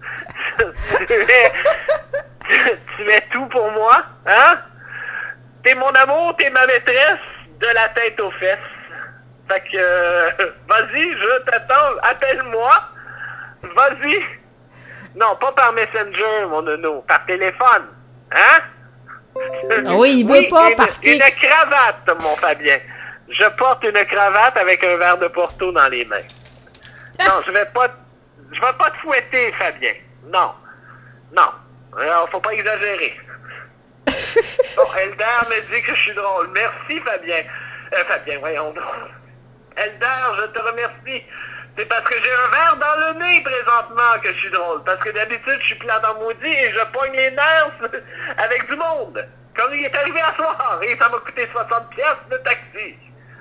Speaker 2: tu es tout pour moi. Hein? T'es mon amour, t'es ma maîtresse de la tête aux fesses. Fait que, vas-y, je t'attends, appelle-moi. Vas-y. Non, pas par Messenger, mon nono, par téléphone. Hein?
Speaker 1: Oui, il veut pas par fixe.
Speaker 2: Une cravate, mon Fabien. Je porte une cravate avec un verre de Porto dans les mains. Non, je vais pas te fouetter, Fabien. Non. Alors, faut pas exagérer. Bon, Eldar me dit que je suis drôle. Merci, Fabien. Fabien, voyons donc. Eldar, je te remercie. C'est parce que j'ai un verre dans le nez présentement que je suis drôle. Parce que d'habitude, je suis plate en maudit et je pogne les nerfs avec du monde. Comme il est arrivé à soir et ça m'a coûté 60$ de taxi.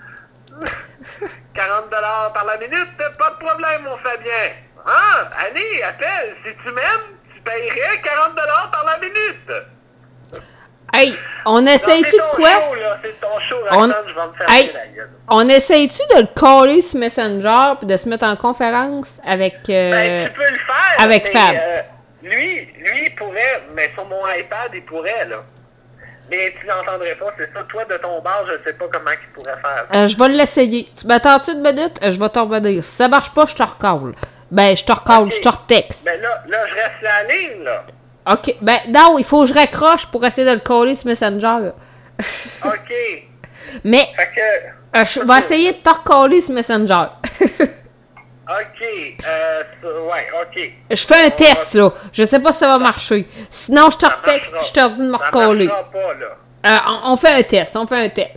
Speaker 2: 40$ par la minute, pas de problème, mon Fabien. Hein? Allez, appelle. Si tu m'aimes, tu paierais 40$ par la minute.
Speaker 1: Hey, on essaye-tu de quoi?
Speaker 2: C'est ton show, Roxane, je vais me faire la gueule.
Speaker 1: On essaye-tu de le caller sur Messenger puis de se mettre en conférence avec
Speaker 2: ben, tu peux le faire,
Speaker 1: avec Fab.
Speaker 2: Lui, il pourrait, mais sur mon iPad, il pourrait, là. Mais tu l'entendrais pas, c'est ça. Toi, de ton bar, je sais pas comment il pourrait faire. Je
Speaker 1: vais l'essayer. Tu m'attends-tu une minute? Je vais te revenir. Si ça marche pas, je te recall. Ben, je te recall, okay. Je te retexte.
Speaker 2: Ben là, je reste la ligne, là.
Speaker 1: OK. Ben, non, il faut que je raccroche pour essayer de le caller sur Messenger.
Speaker 2: OK.
Speaker 1: Mais, je vais essayer de te recaller sur Messenger.
Speaker 2: OK. Ouais, OK.
Speaker 1: Je fais un test, là. Je sais pas si ça va marcher. Sinon, je te retexte et je te dis de me recoller.
Speaker 2: Ça marchera pas, là.
Speaker 1: On fait un test. OK.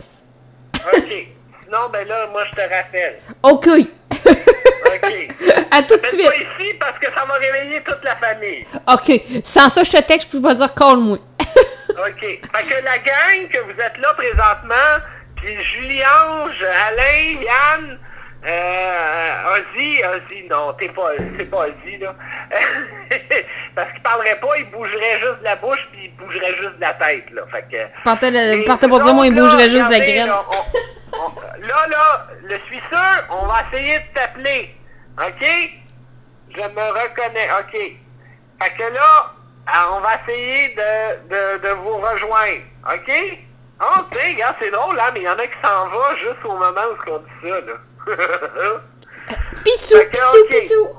Speaker 2: Sinon, ben là, moi, je te rappelle.
Speaker 1: OK.
Speaker 2: OK.
Speaker 1: À tout de suite.
Speaker 2: Pas ici parce que ça va réveiller toute la famille.
Speaker 1: OK. Sans ça, je te texte puis je vais dire call-moi.
Speaker 2: OK. Fait que la gang que vous êtes là présentement, puis Julie-Ange, Alain, Yann, Ozzy, non, c'est pas Ozzy, là. Parce qu'il parlerait pas, il bougerait juste de la bouche, puis il bougerait juste de la tête, là. Fait que...
Speaker 1: Partez pour dire, moi, il bougerait juste de la graine.
Speaker 2: Là, je suis sûr, on va essayer de t'appeler. OK? Je me reconnais. OK. Fait que là, on va essayer de vous rejoindre. OK? Oh, tu sais, regarde, c'est drôle, hein, mais il y en a qui s'en vont juste au moment où on dit ça, là.
Speaker 1: Pissou.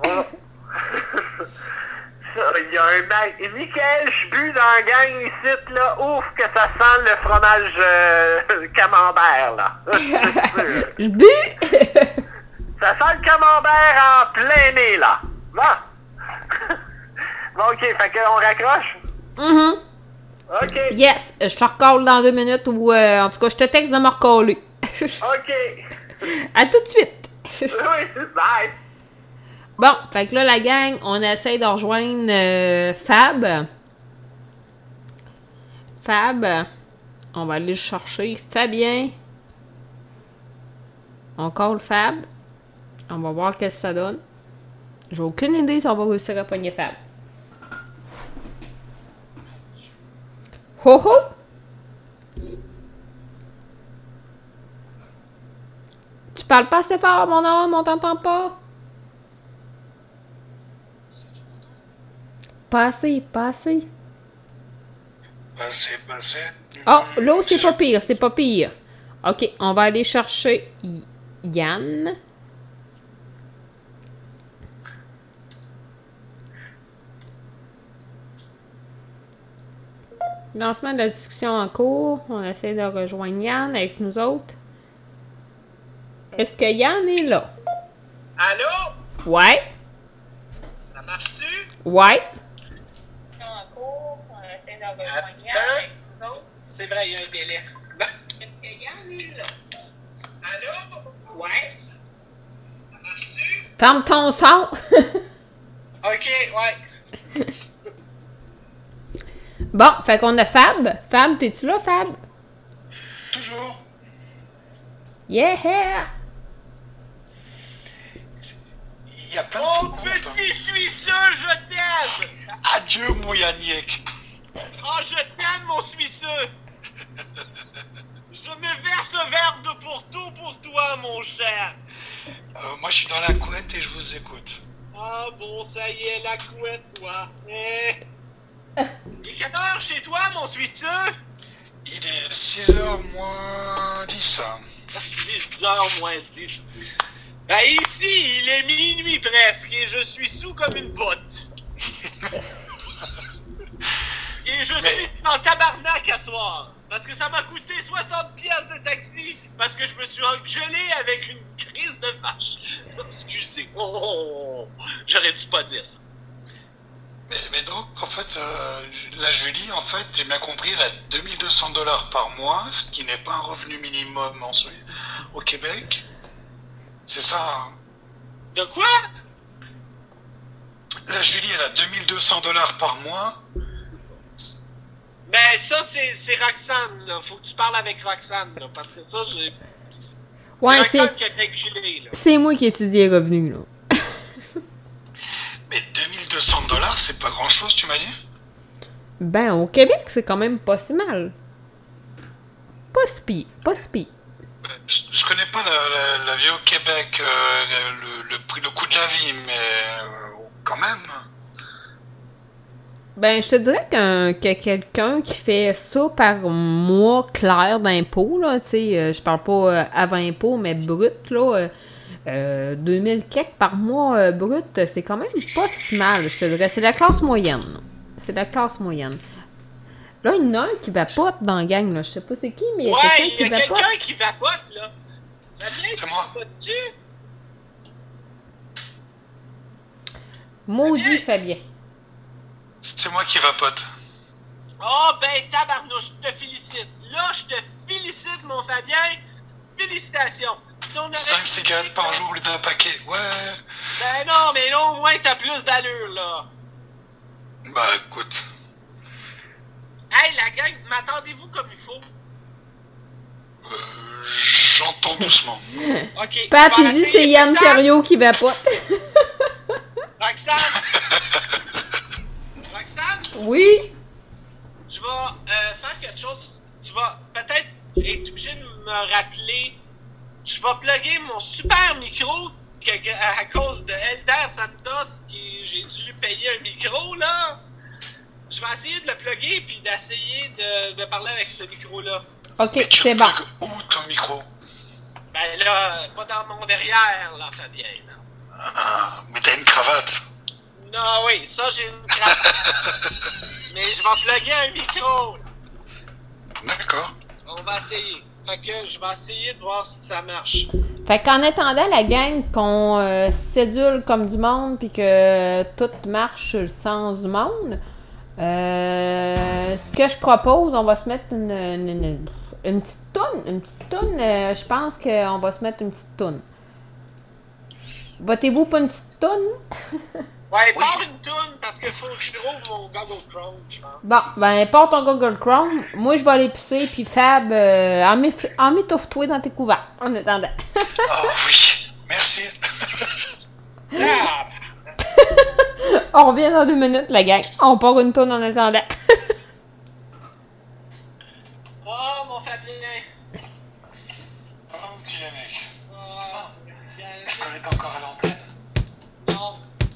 Speaker 2: Il y a un mec. Et Michael, je bu dans la gang ici, là. Ouf, que ça sent le fromage camembert, là.
Speaker 1: Je bu!
Speaker 2: Ça sent le camembert en plein nez, là. Bon. Bon, OK, fait qu'on raccroche? OK.
Speaker 1: Yes, je te recolle dans 2 minutes ou en tout cas, je te texte de me recoller.
Speaker 2: OK.
Speaker 1: À tout de suite.
Speaker 2: Oui, bye.
Speaker 1: Bon, fait que là, la gang, on essaie de rejoindre Fab. On va aller le chercher. Fabien. On call Fab. On va voir qu'est-ce que ça donne. J'ai aucune idée si on va réussir à pogner Fab. Ho ho! Tu parles pas assez fort, mon homme, on t'entend pas. Pas assez. Oh, là, c'est pas pire. OK, on va aller chercher Yann. Lancement de la discussion en cours. On essaie de rejoindre Yann avec nous autres. Est-ce que Yann est là?
Speaker 2: Allô?
Speaker 1: Ouais.
Speaker 2: Ça marche-tu?
Speaker 1: Ouais.
Speaker 2: En cours, on essaie de rejoindre Yann avec nous autres. C'est vrai, il y a un délai. Est-ce que Yann est là? Allô? Ouais. Ça marche-tu?
Speaker 1: Ferme ton son.
Speaker 2: OK, ouais.
Speaker 1: Bon, fait qu'on a Fab. Fab, t'es-tu là, Fab?
Speaker 5: Toujours.
Speaker 1: Yeah!
Speaker 5: Il y a plein de
Speaker 2: Oh,
Speaker 5: faux comptes,
Speaker 2: petit Suisseux, je t'aime!
Speaker 5: Adieu, mon Yannick.
Speaker 2: Oh, je t'aime, mon Suisseux! Je me verse un verre de Porto pour toi, mon cher!
Speaker 5: Moi, je suis dans la couette et je vous écoute.
Speaker 2: Ah bon, ça y est, la couette, toi. Il est quelle heure chez toi, mon Suisseux?
Speaker 5: Il est 6h moins 10.
Speaker 2: 6h moins 10. Ben ici, il est minuit presque et je suis sous comme une botte. Et je suis en tabarnak à soir. Parce que ça m'a coûté 60 pièces de taxi. Parce que je me suis engueulé avec une crise de vache. Excusez. J'aurais dû pas dire ça.
Speaker 5: Mais donc, en fait, la Julie, en fait, j'ai bien compris, elle a $2200 par mois, ce qui n'est pas un revenu minimum au Québec. C'est ça, hein?
Speaker 2: De quoi?
Speaker 5: La Julie, elle a $2200 par mois.
Speaker 2: Ben, ça, c'est Roxane, là. Faut que tu parles avec Roxane, là. Parce que ça, j'ai...
Speaker 1: Ouais,
Speaker 2: Roxane qui a calculé, là.
Speaker 1: C'est moi qui étudie les revenus, là.
Speaker 5: Mais $2200, c'est pas grand-chose, tu m'as dit?
Speaker 1: Ben, au Québec, c'est quand même pas si mal. Pas si pire.
Speaker 5: Je connais pas la vie au Québec, le coût de la vie, mais quand même.
Speaker 1: Ben, je te dirais que quelqu'un qui fait ça par mois clair d'impôt, là, tu sais, je parle pas avant impôt, mais brut, là, 2000 quelques par mois brut, c'est quand même pas si mal, je te dirais. C'est la classe moyenne. C'est la classe moyenne. Là, il y en a un qui vapote dans la gang, là. Je sais pas c'est qui, mais il y a quelqu'un qui vapote.
Speaker 2: Ouais, il y a quelqu'un qui vapote, là. Ça vient
Speaker 5: c'est moi.
Speaker 2: Vapote-tu?
Speaker 1: Maudit Fabien.
Speaker 5: C'est moi qui vapote.
Speaker 6: Oh, ben, tabarnouche, je te félicite. Là, je te félicite, mon Fabien. Félicitations. Si
Speaker 5: 5 cigarettes par jour au lieu d'un paquet, ouais.
Speaker 6: Ben non, mais là, au moins, t'as plus d'allure, là.
Speaker 5: Bah, écoute.
Speaker 6: Hey, la gang, m'attendez-vous comme il faut?
Speaker 5: J'entends doucement.
Speaker 6: OK.
Speaker 1: Pat, il dit c'est Yann Terriot qui vapote.
Speaker 6: Roxane? Roxane?
Speaker 1: Oui?
Speaker 6: Je vais faire quelque chose. Tu vas peut-être être obligé de me rappeler. Je vais plugger mon super micro à cause de Elder Santos j'ai dû payer un micro, là. Je vais essayer de le plugger puis d'essayer de parler avec ce micro-là.
Speaker 1: OK, c'est bon.
Speaker 5: Où ton micro?
Speaker 6: Ben là, pas dans mon derrière, là, Fabien.
Speaker 5: Ah, mais t'as une cravate.
Speaker 6: Non, oui, ça, j'ai une cravate. Mais je vais plugger un micro.
Speaker 5: D'accord.
Speaker 6: On va essayer. Fait que je vais essayer de voir si ça marche.
Speaker 1: Fait qu'en attendant la gang qu'on sédule comme du monde puis que tout marche sur le sens du monde, ce que je propose, on va se mettre une petite toune. Une petite toune, je pense qu'on va se mettre une petite toune. Votez-vous pour une petite toune?
Speaker 6: Ouais, part une toune parce qu'il faut que je trouve mon Google Chrome, je pense.
Speaker 1: Bon, ben, porte ton Google Chrome. Moi, je vais aller pisser, puis Fab, emmitouffe-toi dans tes couverts, en attendant.
Speaker 5: Oh oui, merci.
Speaker 1: On revient dans 2 minutes, la gang. On part une toune en attendant.
Speaker 6: Oh, mon Fabien.
Speaker 5: Oh, mon petit Yannick.
Speaker 6: Oh,
Speaker 5: Est-ce qu'on est encore à l'antenne?
Speaker 6: non.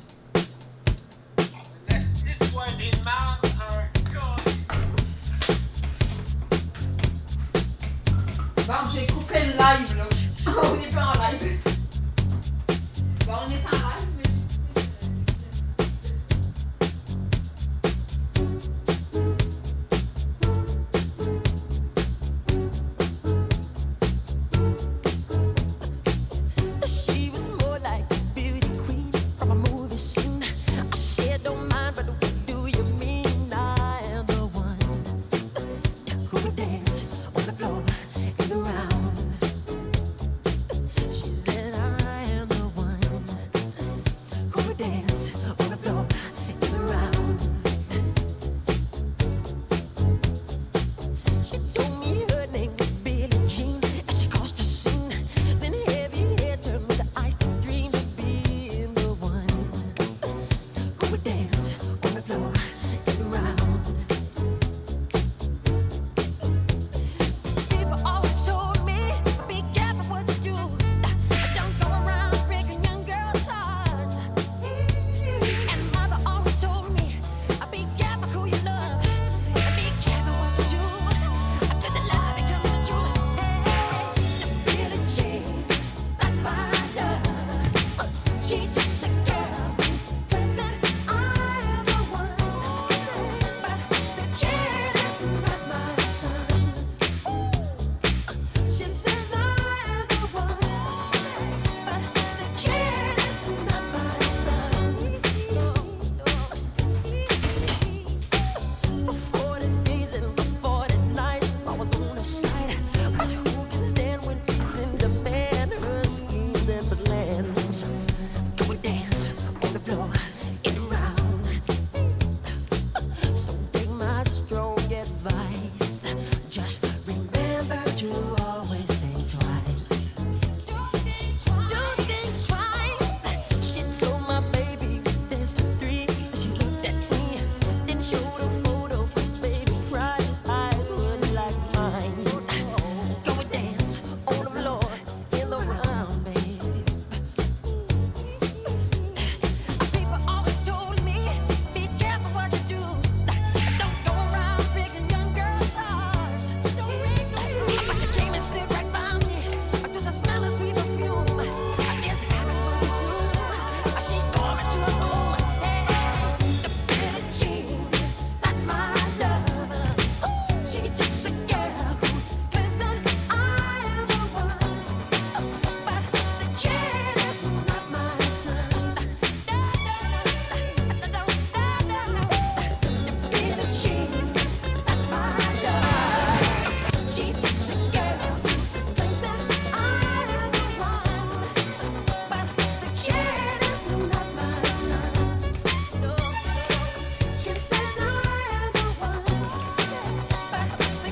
Speaker 6: Est-ce que tu vois une marde, un colis?
Speaker 1: Bon, j'ai coupé le live, là. On n'est pas en live. Bon, on est en live, mais...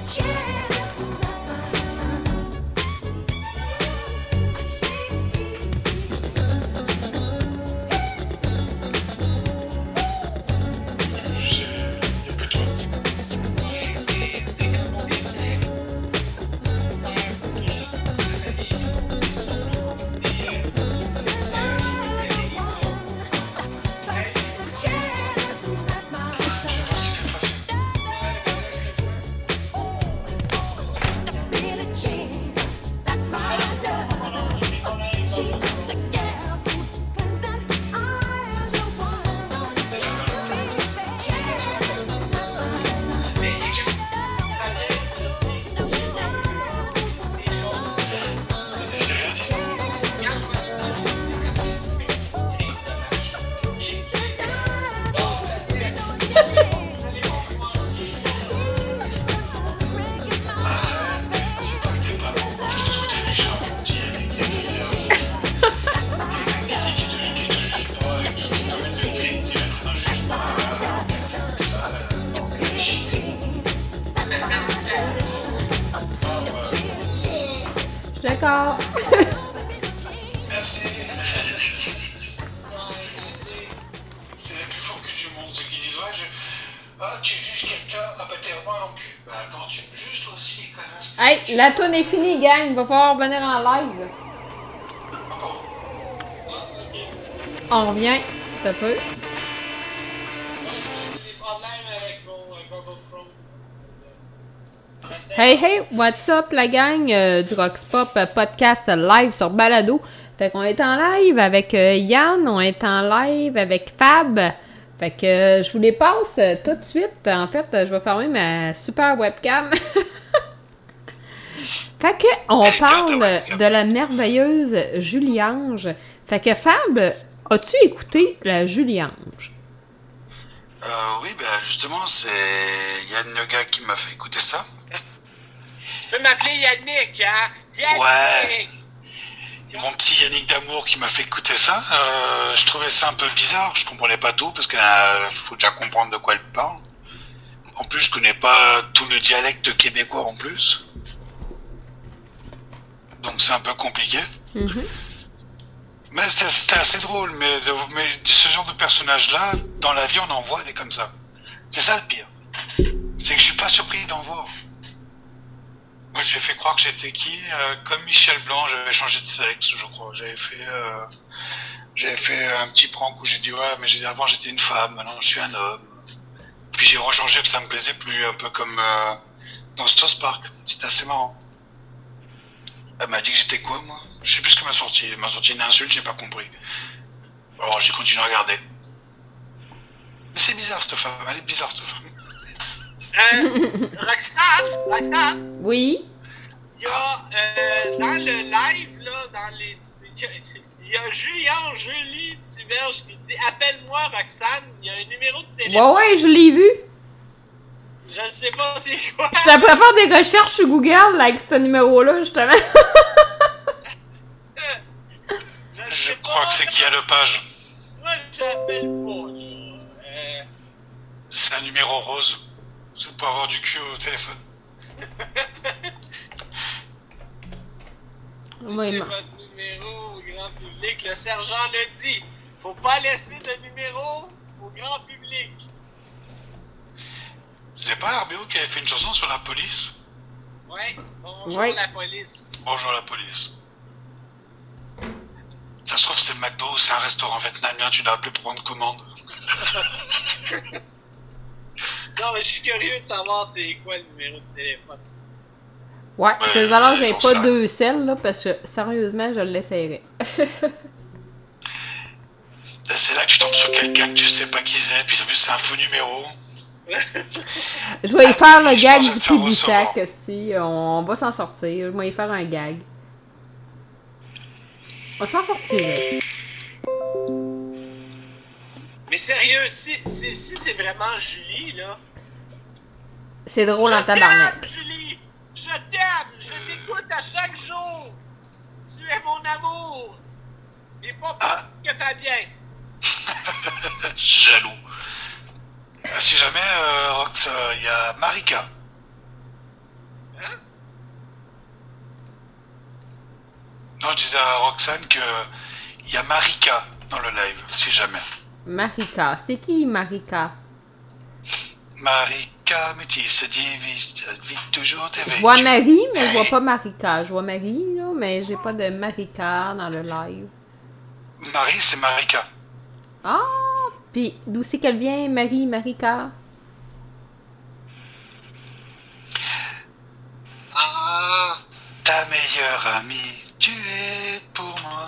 Speaker 1: D'accord.
Speaker 5: Merci. C'est le plus fort que du monde, ce qui dit ouais, ah, tu juges quelqu'un, ah bah t'es vraiment un cul. Bah attends, tu me juges toi aussi, quand même.
Speaker 1: Hey, la tourne est finie, gang. Il va falloir venir en live.
Speaker 5: Encore.
Speaker 1: On revient. T'as peu. Hey, hey, what's up, la gang du Rox Pop podcast live sur Balado. Fait qu'on est en live avec Yann, on est en live avec Fab. Fait que je vous les passe tout de suite. En fait, je vais fermer ma super webcam. Fait que on parle de la merveilleuse Julie-Ange. Fait que Fab, as-tu écouté la Julie-Ange?
Speaker 5: Oui, ben justement, c'est Yann le gars qui m'a fait écouter ça.
Speaker 6: Tu peux m'appeler Yannick, hein? Yannick!
Speaker 5: Ouais. Et mon petit Yannick d'amour qui m'a fait écouter ça. Je trouvais ça un peu bizarre. Je comprenais pas tout parce qu'il faut déjà comprendre de quoi elle parle. En plus, je connais pas tout le dialecte québécois en plus. Donc c'est un peu compliqué.
Speaker 1: Mm-hmm.
Speaker 5: Mais c'était assez drôle. Mais ce genre de personnage-là, dans la vie, on en voit des comme ça. C'est ça le pire. C'est que je suis pas surpris d'en voir. Moi, j'ai fait croire que j'étais qui comme Michel Blanc, j'avais changé de sexe, je crois. J'avais fait un petit prank où j'ai dit ouais, mais avant j'étais une femme, maintenant je suis un homme. Puis j'ai rechangé parce que ça me plaisait plus, un peu comme dans South Park. C'était assez marrant. Elle m'a dit que j'étais quoi, moi? Je sais plus ce qu'elle m'a sorti. Elle m'a sorti une insulte, j'ai pas compris. Alors j'ai continué à regarder. Mais c'est bizarre cette femme, elle est bizarre cette femme.
Speaker 6: Roxane?
Speaker 1: Oui?
Speaker 6: Il y a, dans le live, là, il y a Julie Diverge qui dit « Appelle-moi, Roxane, il y a un numéro de téléphone. »
Speaker 1: Ouais, je l'ai vu.
Speaker 6: Je ne sais pas c'est quoi.
Speaker 1: Je pourrais faire des recherches sur Google avec ce numéro-là, justement.
Speaker 5: Je crois que c'est Guy Lepage.
Speaker 6: Moi, j'appelle pas, là.
Speaker 5: C'est un numéro rose. C'est pour avoir du cul au téléphone.
Speaker 6: C'est votre numéro au grand public. Le sergent le dit. Faut pas laisser de numéro au grand public.
Speaker 5: C'est pas RBO qui avait fait une chanson sur la police?
Speaker 6: Ouais. Bonjour
Speaker 1: Ouais.
Speaker 6: la police.
Speaker 5: Bonjour la police. Ça se trouve c'est McDo, c'est un restaurant vietnamien, tu dois appeler pour prendre commande.
Speaker 6: Non, mais je suis curieux de savoir c'est quoi le numéro de téléphone.
Speaker 1: Ouais, c'est valeur, j'ai
Speaker 5: j'en
Speaker 1: pas
Speaker 5: sais.
Speaker 1: 2 selles, là, parce que sérieusement, je l'essayerais.
Speaker 5: C'est là que tu tombes sur quelqu'un que tu sais pas qui c'est, puis en plus c'est un faux numéro.
Speaker 1: Je vais y faire le
Speaker 5: Je
Speaker 1: gag
Speaker 5: pense
Speaker 1: du
Speaker 5: te faire
Speaker 1: Publisac,
Speaker 5: recevoir.
Speaker 1: si on va s'en sortir. Je vais y faire un gag. On va s'en sortir.
Speaker 6: Mais sérieux, si c'est vraiment Julie, là.
Speaker 1: C'est drôle en
Speaker 6: Je
Speaker 1: tabarnak.
Speaker 6: t'aime, Julie! Je t'aime! Je t'écoute à chaque jour! Tu es mon amour! Et pas plus que Fabien!
Speaker 5: Jaloux. Si jamais, Rox, il y a Marika. Non, je disais à Roxane qu'il y a Marika dans le live, si jamais.
Speaker 1: Marika. C'est qui, Marika?
Speaker 5: Marika, mais tu se divise, vite toujours tes
Speaker 1: Je vois Marie, mais je vois pas Marika. Je vois Marie, là, mais j'ai pas de Marika dans le live.
Speaker 5: Marie, c'est Marika.
Speaker 1: Ah! Puis, d'où c'est qu'elle vient, Marie, Marika?
Speaker 5: Ah! Ta meilleure amie, tu es pour moi.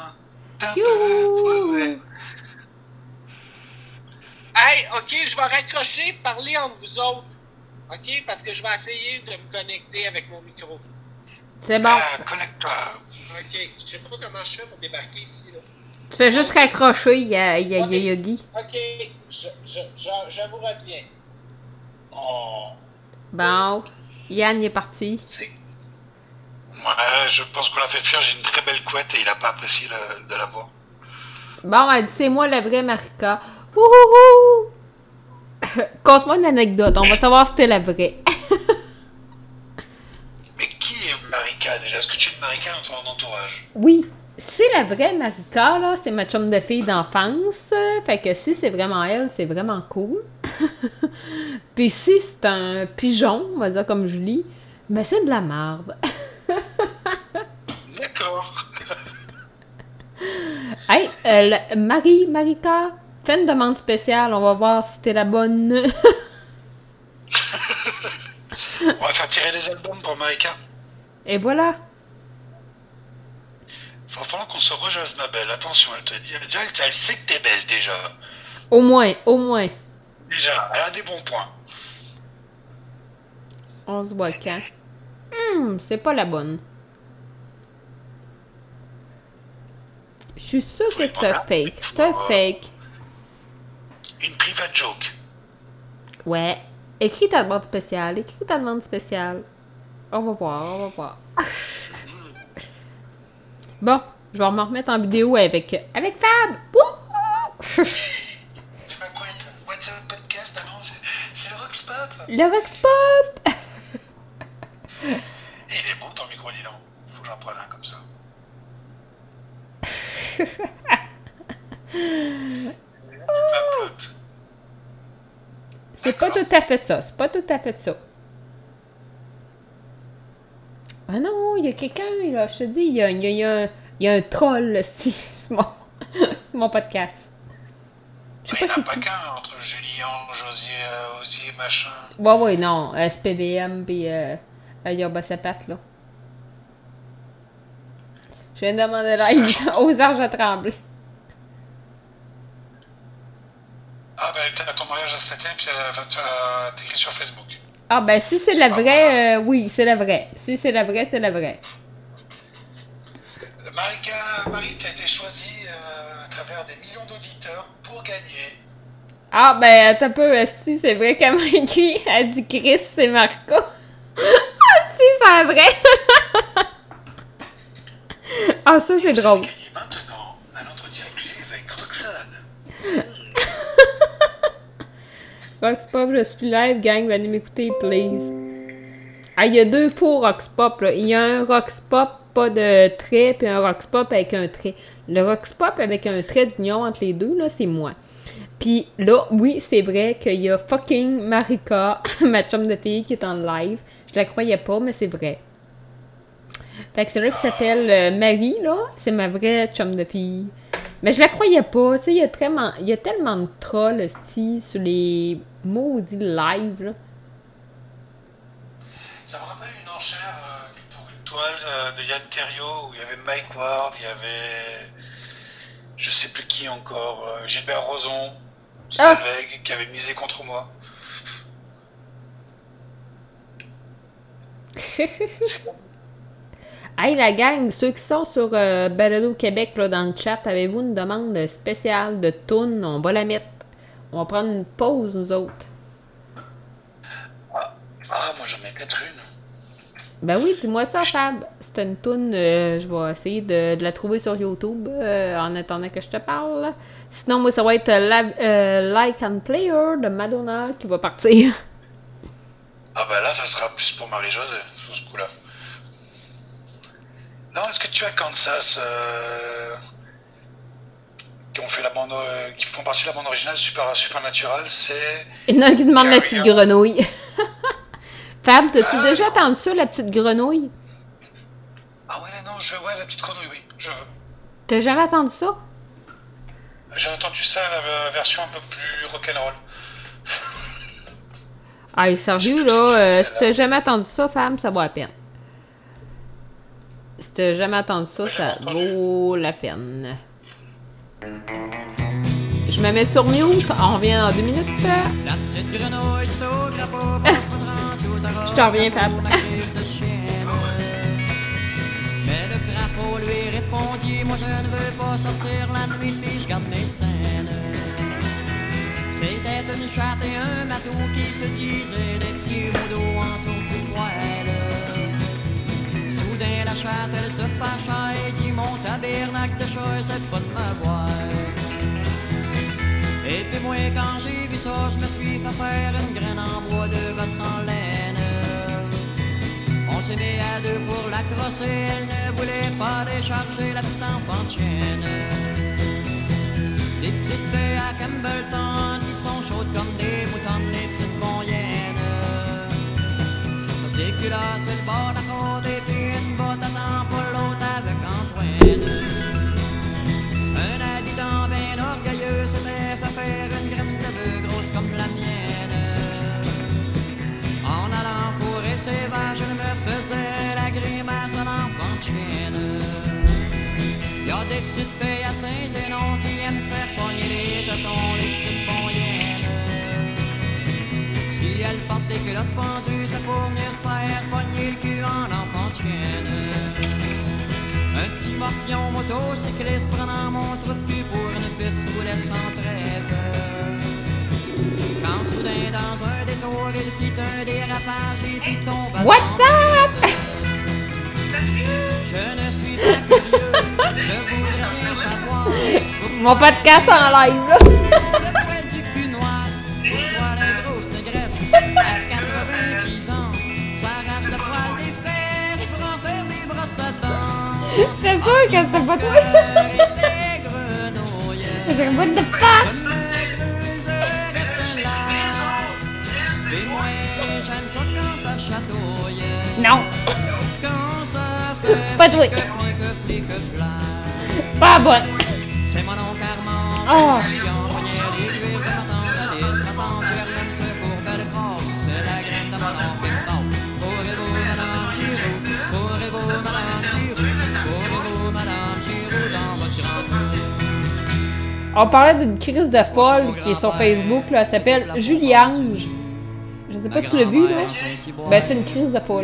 Speaker 6: Hey, ok, je vais raccrocher, parler entre vous autres. Ok, parce que je vais essayer de me connecter avec mon micro.
Speaker 1: C'est bon.
Speaker 5: Connecte-toi.
Speaker 6: Ok, je sais pas comment je fais pour débarquer ici, là.
Speaker 1: Tu fais juste raccrocher, il y a Yogi.
Speaker 6: Ok, je vous reviens.
Speaker 5: Oh.
Speaker 1: Bon, Yann il est parti.
Speaker 5: Ouais, je pense qu'on l'a fait fuir. J'ai une très belle couette et il a pas apprécié de la voir.
Speaker 1: Bon, elle dit c'est moi la vraie Marika. Wouhouhou! Conte-moi une anecdote, on va savoir si t'es la vraie.
Speaker 5: Mais qui est Marika déjà? Est-ce que tu es une Marika dans ton entourage?
Speaker 1: Oui, c'est la vraie Marika, là, c'est ma chum de fille d'enfance. Fait que si c'est vraiment elle, c'est vraiment cool. Puis si c'est un pigeon, on va dire comme Julie, mais c'est de la merde.
Speaker 5: D'accord.
Speaker 1: Hey, Marika, fais une demande spéciale, on va voir si t'es la bonne.
Speaker 5: On va faire tirer des albums pour Marika.
Speaker 1: Et voilà.
Speaker 5: Il va falloir qu'on se rejase, ma belle. Attention, elle te dit. Elle sait que t'es belle déjà.
Speaker 1: Au moins.
Speaker 5: Déjà, elle a des bons points.
Speaker 1: On se voit quand? C'est pas la bonne. Je suis sûre que c'est un fake. C'est un fake.
Speaker 5: Une private joke.
Speaker 1: Ouais. Écris ta demande spéciale. On va voir. Bon, je vais me remettre en vidéo avec Fab. Wouhou!
Speaker 5: C'est ma couette. WhatsApp podcast. Ah non, c'est le Rox Pop.
Speaker 1: Le Rox Pop!
Speaker 5: Il est beau ton micro, dis donc. Faut que j'en prenne un comme ça.
Speaker 1: C'est pas tout à fait ça. Ah non, il y a quelqu'un, là, je te dis, il y a un troll, c'est mon podcast.
Speaker 5: Je sais pas, il n'y en a pas qu'un entre Julien, Osier, machin.
Speaker 1: Ouais, non, SPBM pis Yoba Sapat, là. Je viens de demander live aux Arges à Trembler.
Speaker 5: Ah ben t'as ton mariage à 7 ans puis t'es écrit sur Facebook.
Speaker 1: Ah ben si c'est la vraie, oui, c'est la vraie. Si c'est la vraie, c'est la vraie.
Speaker 5: Marie, t'as été choisie à travers des millions d'auditeurs pour gagner.
Speaker 1: Ah ben attends un peu, si c'est vrai qu'elle m'a écrit, elle dit Chris, c'est Marco. Ah si, c'est vrai. Ah ça c'est drôle.
Speaker 5: Et maintenant, un entretien exclusif avec Roxane.
Speaker 1: Rox Pop, je suis live, gang, venez m'écouter, please. Ah, il y a deux faux Rox Pop, là. Il y a un Rox Pop pas de trait, puis un Rox Pop avec un trait. Le Rox Pop avec un trait d'union entre les deux, là, c'est moi. Puis là, oui, c'est vrai qu'il y a fucking Marika, ma chum de fille, qui est en live. Je la croyais pas, mais c'est vrai. Fait que c'est vrai qu'il s'appelle Marie, là. C'est ma vraie chum de fille. Mais je la croyais pas, tu sais, il y a tellement de trolls aussi sur les maudits lives, là.
Speaker 5: Ça me rappelle une enchère pour une toile de Yann Terriot où il y avait Mike Ward, il y avait je sais plus qui encore, Gilbert Rozon, Salveg, qui avait misé contre moi.
Speaker 1: Hey la gang, ceux qui sont sur Balado Québec là, dans le chat, avez-vous une demande spéciale de toune? On va la mettre. On va prendre une pause, nous autres.
Speaker 5: Moi j'en ai peut-être une.
Speaker 1: Ben oui, dis-moi ça, Fab. C'est une toune, je vais essayer de la trouver sur YouTube en attendant que je te parle. Sinon, moi, ça va être Like and Player de Madonna qui va partir.
Speaker 5: Ah ben là, ça sera plus pour Marie-Josée, sur ce coup-là. Non, est-ce que tu as Kansas qui font partie de la bande originale Supernatural, c'est...
Speaker 1: Il y en a un qui demande la petite grenouille. Fab, t'as-tu déjà entendu ça, la petite grenouille?
Speaker 5: Ah ouais, non, la petite grenouille, oui, je veux.
Speaker 1: T'as jamais entendu ça?
Speaker 5: J'ai entendu ça, la version un peu plus rock'n'roll.
Speaker 1: Ah, sérieux, là, si t'as jamais entendu ça, femme, ça vaut la peine. Si t'as jamais entendu ça, ça vaut la peine. Je me mets sur mute, on revient dans 2 minutes.
Speaker 7: La petite grenouille,
Speaker 1: je t'en reviens, Fab.
Speaker 7: Mais le crapaud lui répondit, moi je ne veux pas sortir la nuit, puis je garde mes scènes. C'était une chatte et un matou qui se disaient des petits mots d'eau autour du poêle. Soudain la chatte elle se fâcha et dit, mon tabernacle de chat, c'est pas de me voir. Et puis moi quand j'ai vu ça, je me suis fait faire une graine en bois de gosse en laine. On s'est mis à deux pour la crosser, elle ne voulait pas décharger la petite enfant de chienne. Les petites filles à Campbellton qui sont chaudes comme des moutons, les petites bonyennes. Parce des culottes sur le bord de la côte et puis une botte à temps pour l'autre avec Antoine. Un habitant bien orgueilleux s'était fait faire une graine de bœuf grosse comme la mienne. En allant fourrer ses vaches, je me faisais la grimace à l'enfant de chienne. Y'a des petites filles à Saint-Zénon qui aiment se faire pogner les totons, les petites bonyennes. Si elles portent des culottes fendues, c'est pour mieux se faire pogner le cul en enfant de chienne. Un petit morpion motocycliste prenant mon trou de cul pour une piste roulait sans trêve. Quand soudain dans un détour il fit un dérapage et puis tombe à
Speaker 1: What's up?
Speaker 7: Je ne suis pas curieux, je voudrais rien savoir.
Speaker 1: Mon podcast en live, là.
Speaker 7: Le poil du cul noir, pourquoi la grosse négresse à 90 ans s'arrache le poil des fesses pour en faire des brosses à dents.
Speaker 1: C'est sûr que c'était pas toi. J'ai un bout de face.
Speaker 7: Et moi, j'aime ça quand ça chatouille.
Speaker 1: Non.
Speaker 7: Quand ça fait
Speaker 1: Pas toi. Pas bonne.
Speaker 7: C'est mon oncle Armand.
Speaker 1: Oh.
Speaker 7: Qui empoignait les cuisses de ma tante Alice. Ma tante Germaine se courbait le crosse. C'est la graine de mon oncle Picton. Pourrez-vous, madame Giroux? Pourrez-vous, madame Giroux? Pourrez-vous, madame Giroux, dans votre grand trou?
Speaker 1: On parlait d'une crise de folle qui est sur Facebook, là. Elle s'appelle Julie Ange. Je sais pas si tu l'as vu, là. Ben, c'est une crise de folle.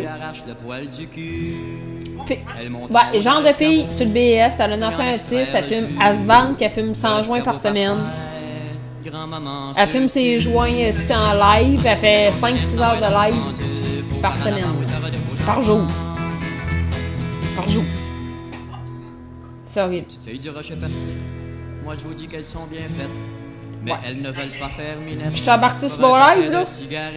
Speaker 1: Genre de fille sur le BS, elle a un enfant autiste, elle fume, elle se vante qu'elle fume 100 joints par semaine. Elle fume ses joints en live, elle fait 5-6 heures de live par semaine. Par jour. Par jour. C'est horrible.
Speaker 7: Feuilles du rocher percé. Moi je vous dis qu'elles sont bien faites. Mais elles ne veulent pas faire minette.
Speaker 1: Je suis embarqué sur mon live, là.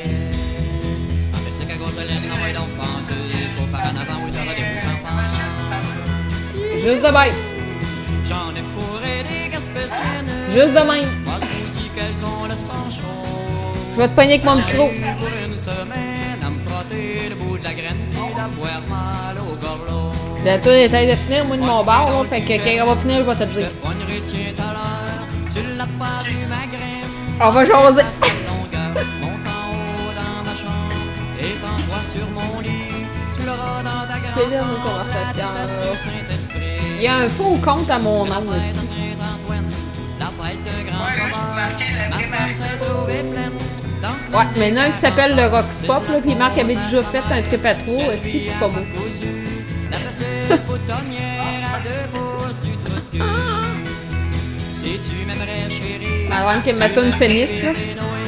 Speaker 1: Juste de même.
Speaker 7: J'en ai fourré des gaspésiennes.
Speaker 1: Juste de même.
Speaker 7: Moi je vous dis qu'elles ont le sang chaud.
Speaker 1: Je vais te pogner avec mon micro.
Speaker 7: Pour une semaine à me frotter le bout de la graine et d'avoir mal au gorlot.
Speaker 1: La tour est de finir, moi de mon bar, là. Fait que quand elle va finir, je vais te le dire.
Speaker 7: Tu l'as pas vu ma graine.
Speaker 1: On va jaser. C'est là une conversation. Il y a un faux compte à mon nom aussi. Ouais, mais il y en a un qui s'appelle le Rox Pop, là, puis Marc avait déjà fait un trip à trop, aussi, c'est pas beau. Avant que ma toune finisse, là.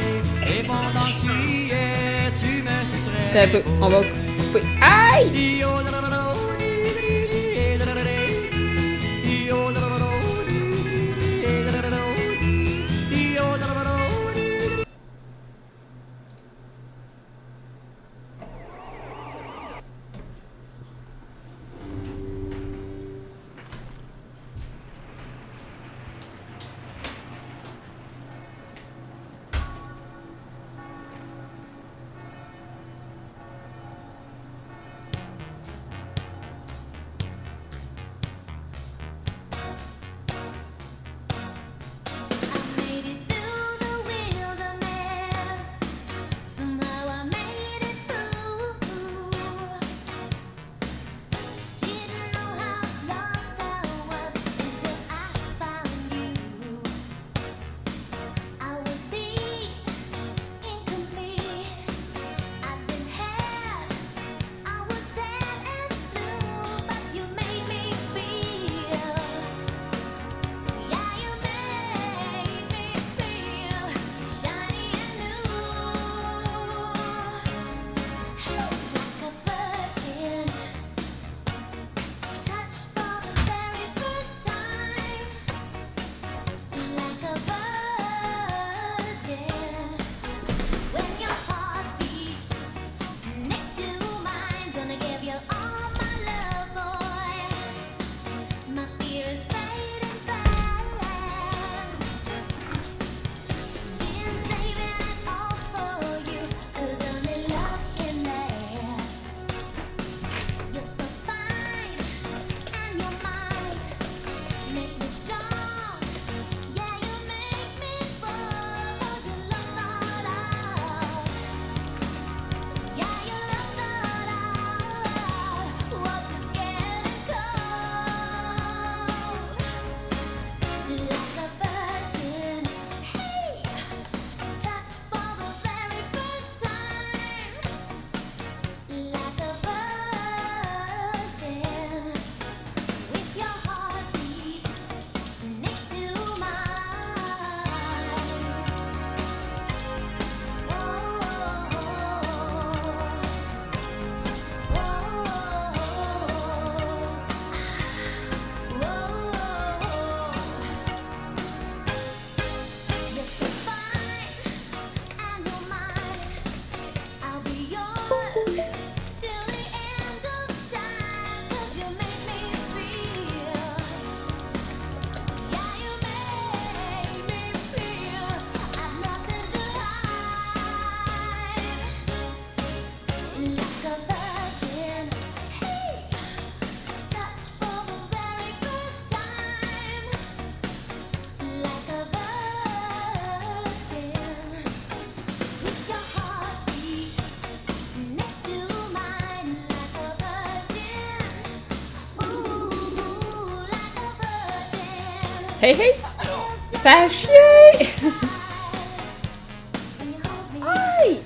Speaker 1: T'as un peu, on va couper. Aïe! Hey, hey! Ça a chié! Aïe!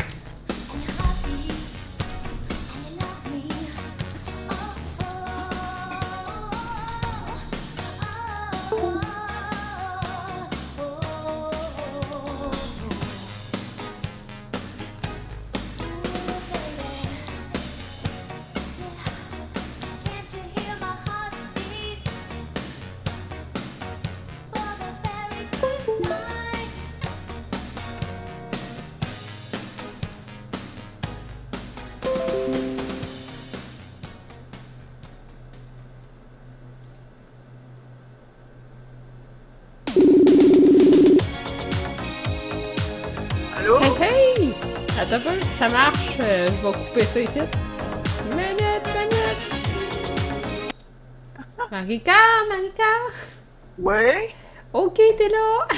Speaker 1: Hey! Attends un peu, ça marche. Je vais couper ça ici. Minute! Marika!
Speaker 8: Ouais?
Speaker 1: Ok, t'es là!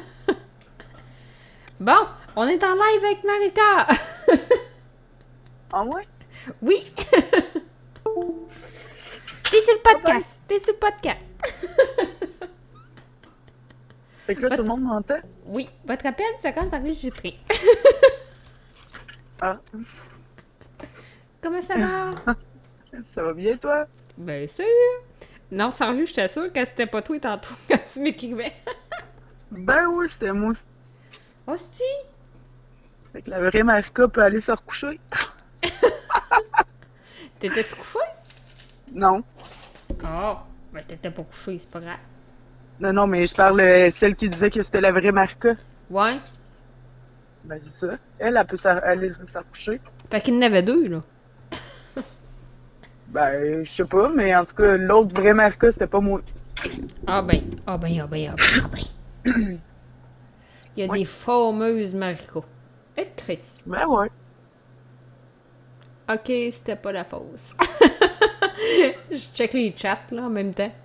Speaker 1: Bon, on est en live avec Marika!
Speaker 8: Ah ouais?
Speaker 1: Oui! T'es sur le podcast!
Speaker 8: Fait que là, tout le monde m'entend?
Speaker 1: Oui, votre appel, c'est quand enregistré.
Speaker 8: Ah.
Speaker 1: Comment ça va?
Speaker 8: Ça va bien, toi?
Speaker 1: Ben sûr! Non, sérieux, j'étais sûre que c'était pas toi tantôt quand tu m'écrivais.
Speaker 8: Ben oui, c'était moi.
Speaker 1: Hostie!
Speaker 8: Fait que la vraie Marika peut aller se recoucher.
Speaker 1: T'étais-tu couché?
Speaker 8: Non.
Speaker 1: Oh, ben t'étais pas couché, c'est pas grave.
Speaker 8: Non, mais je parle celle qui disait que c'était la vraie Marika.
Speaker 1: Ouais.
Speaker 8: Ben c'est ça. Elle peut aller se recoucher.
Speaker 1: Fait qu'il y en avait deux, là.
Speaker 8: Ben, je sais pas, mais en tout cas, l'autre vraie Marika, c'était pas moi.
Speaker 1: Ah ben. Il y a des fameuses Marika. Et Chris.
Speaker 8: Ben ouais.
Speaker 1: Ok, c'était pas la fausse. Je check les chats, là, en même temps.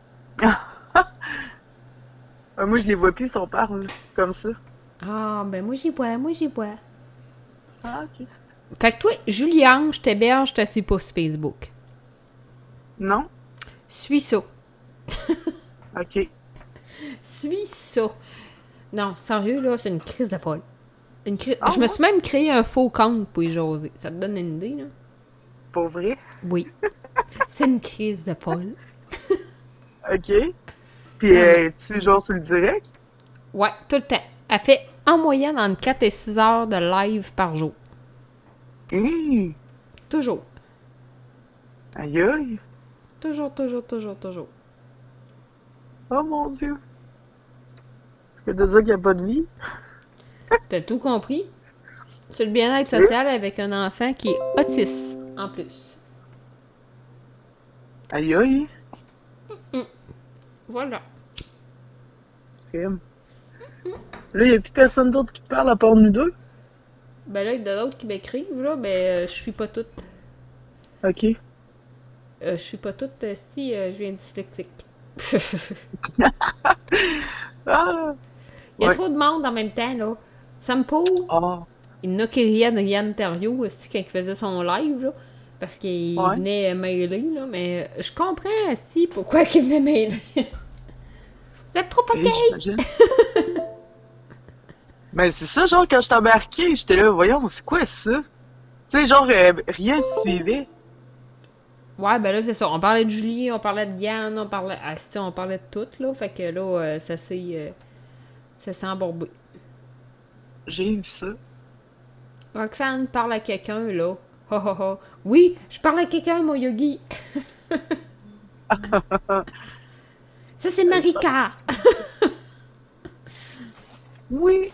Speaker 8: Moi, je les vois plus, si on parle, comme ça.
Speaker 1: Ah, ben moi j'y vois.
Speaker 8: Ah, ok.
Speaker 1: Fait que toi, Juliane, je t'héberge, je te suis pas sur Facebook.
Speaker 8: Non?
Speaker 1: Suis ça.
Speaker 8: Ok.
Speaker 1: Suis ça. Non, sérieux, là, c'est une crise de folle.
Speaker 8: Ah,
Speaker 1: je me suis même créé un faux compte pour y jaser. Ça te donne une idée, là?
Speaker 8: Pour vrai?
Speaker 1: Oui. C'est une crise de folle.
Speaker 8: Ok. Puis, tu genre sur le direct?
Speaker 1: Ouais, tout le temps. Elle fait en moyenne entre 4 et 6 heures de live par jour. Toujours.
Speaker 8: Aïe aïe.
Speaker 1: Toujours.
Speaker 8: Oh mon Dieu. Est-ce que tu dis qu'il n'y a pas de vie?
Speaker 1: T'as tout compris? C'est le bien-être social avec un enfant qui est autiste, en plus.
Speaker 8: Aïe aïe.
Speaker 1: Voilà.
Speaker 8: Là, il n'y a plus personne d'autre qui parle à part nous deux?
Speaker 1: Ben là, il y a d'autres qui m'écrivent, là, ben je suis pas toute.
Speaker 8: Ok.
Speaker 1: Je suis pas toute si je viens dyslexique.
Speaker 8: Ah!
Speaker 1: Il y a trop de monde en même temps, là. Ça me pose.
Speaker 8: Oh.
Speaker 1: Il y en a qui riaient de Yann Terriot aussi, quand il faisait son live, là. Parce qu'il venait mêler, là. Mais je comprends, si, pourquoi il venait mêler. Vous êtes trop pareil!
Speaker 8: Ben, c'est ça, genre, quand je t'ai embarqué, j'étais là, voyons, c'est quoi ça? Tu sais, genre, rien se suivait.
Speaker 1: Ouais, ben là, c'est ça. On parlait de Julie, on parlait de Yann, on parlait de tout, là. Fait que là, ça s'est embourbé.
Speaker 8: J'ai vu ça.
Speaker 1: Roxane parle à quelqu'un, là. Ha ha ha. Oui, je parle à quelqu'un, mon yogi. Ça, c'est Marika.
Speaker 8: Oui.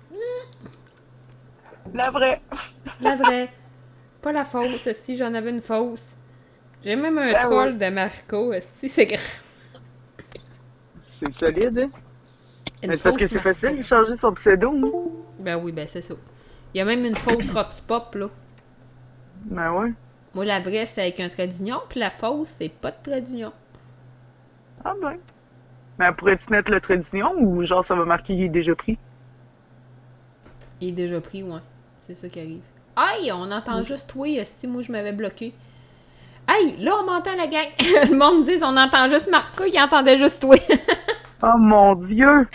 Speaker 8: La vraie.
Speaker 1: La vraie. Pas la fausse, si j'en avais une fausse. J'ai même un troll de Marco, si c'est grave.
Speaker 8: C'est solide, hein? Mais c'est parce que c'est facile de changer son pseudo, hein?
Speaker 1: Ben oui, ben c'est ça. Il y a même une fausse Roxpop, là.
Speaker 8: Ben ouais.
Speaker 1: Moi, la vraie, c'est avec un trait d'union, puis la fausse, c'est pas de trait d'union.
Speaker 8: Ah ben. Mais pourrais-tu mettre le trait d'union ou genre ça va marquer qu'il est déjà pris?
Speaker 1: Il est déjà pris, ouais. C'est ça qui arrive. Aïe, on entend juste oui, si moi je m'avais bloqué. Aïe, là on m'entend la gang. Le monde me dit on entend juste Marco, il entendait juste oui.
Speaker 8: Oh mon Dieu!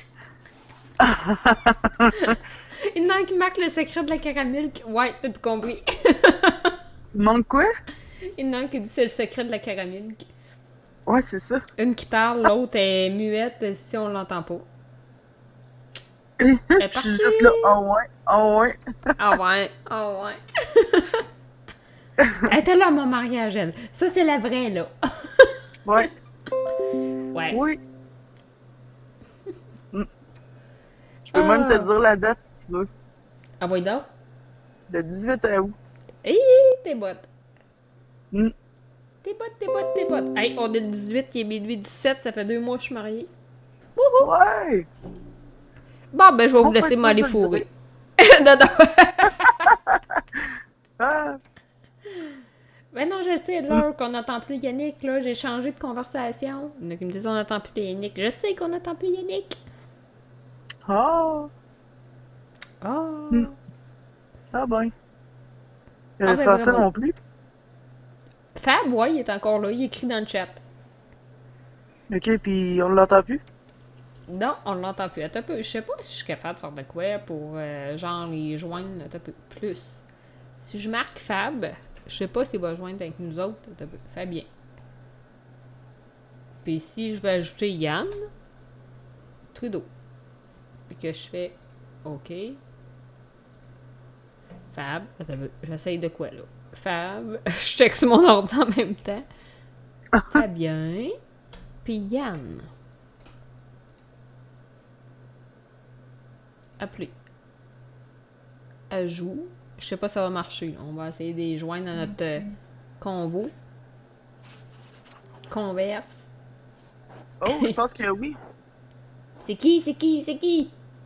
Speaker 1: Il y en a un qui marque le secret de la caramilk. Ouais, t'as tout compris.
Speaker 8: Il manque quoi?
Speaker 1: Il y en a un qui dit c'est le secret de la caramilk.
Speaker 8: Ouais, c'est ça.
Speaker 1: Une qui parle, l'autre est muette si on l'entend pas.
Speaker 8: Je
Speaker 1: Elle est
Speaker 8: suis juste là. Oh ouais, oh ouais.
Speaker 1: Ah ouais, ah ouais. Elle était là à mon mariage, elle. Ça, c'est la vraie, là.
Speaker 8: Ouais.
Speaker 1: Ouais.
Speaker 8: Oui. Je peux même te dire la date si tu veux.
Speaker 1: Ah, ouais, donc.
Speaker 8: C'est le 18 août.
Speaker 1: Hé, tes bottes.
Speaker 8: Mm.
Speaker 1: Tes bottes, tes bottes, tes bottes. Hey, on est le 18, il est minuit 17, ça fait 2 mois que je suis mariée. Wouhou!
Speaker 8: Ouais!
Speaker 1: Bon, ben, je vais vous
Speaker 8: On
Speaker 1: laisser
Speaker 8: fait
Speaker 1: m'aller
Speaker 8: ça, je
Speaker 1: fourrer. Non, non.
Speaker 8: Ah!
Speaker 1: Ben non, je sais, là, qu'on n'entend plus Yannick, là. J'ai changé de conversation. Il y en a qui me disent on n'entend plus Yannick. Je sais qu'on n'entend plus Yannick.
Speaker 8: Ah!
Speaker 1: Oh!
Speaker 8: Ah ben.
Speaker 1: Ah ben,
Speaker 8: Français
Speaker 1: bravo.
Speaker 8: non plus.
Speaker 1: Fab, ouais, il est encore là. Il écrit dans le chat.
Speaker 8: Ok, puis on l'entend plus?
Speaker 1: Non, on l'entend plus. Attends un peu. Je sais pas si je suis capable de faire de quoi pour, genre, les joindre un peu plus. Si je marque Fab, je sais pas s'il va joindre avec nous autres. Attends un peu. Fabien. Puis si je vais ajouter Yann, Trudeau. Puis que je fais OK. Fab. Attends un peu. J'essaye de quoi, là? Fab. Je check sur mon ordi en même temps. Fabien. Puis Yann. Appeler. Ajout. Je sais pas si ça va marcher. On va essayer de les joindre dans notre convo. Converse.
Speaker 8: Oh, je pense que oui.
Speaker 1: C'est qui? C'est qui? C'est qui?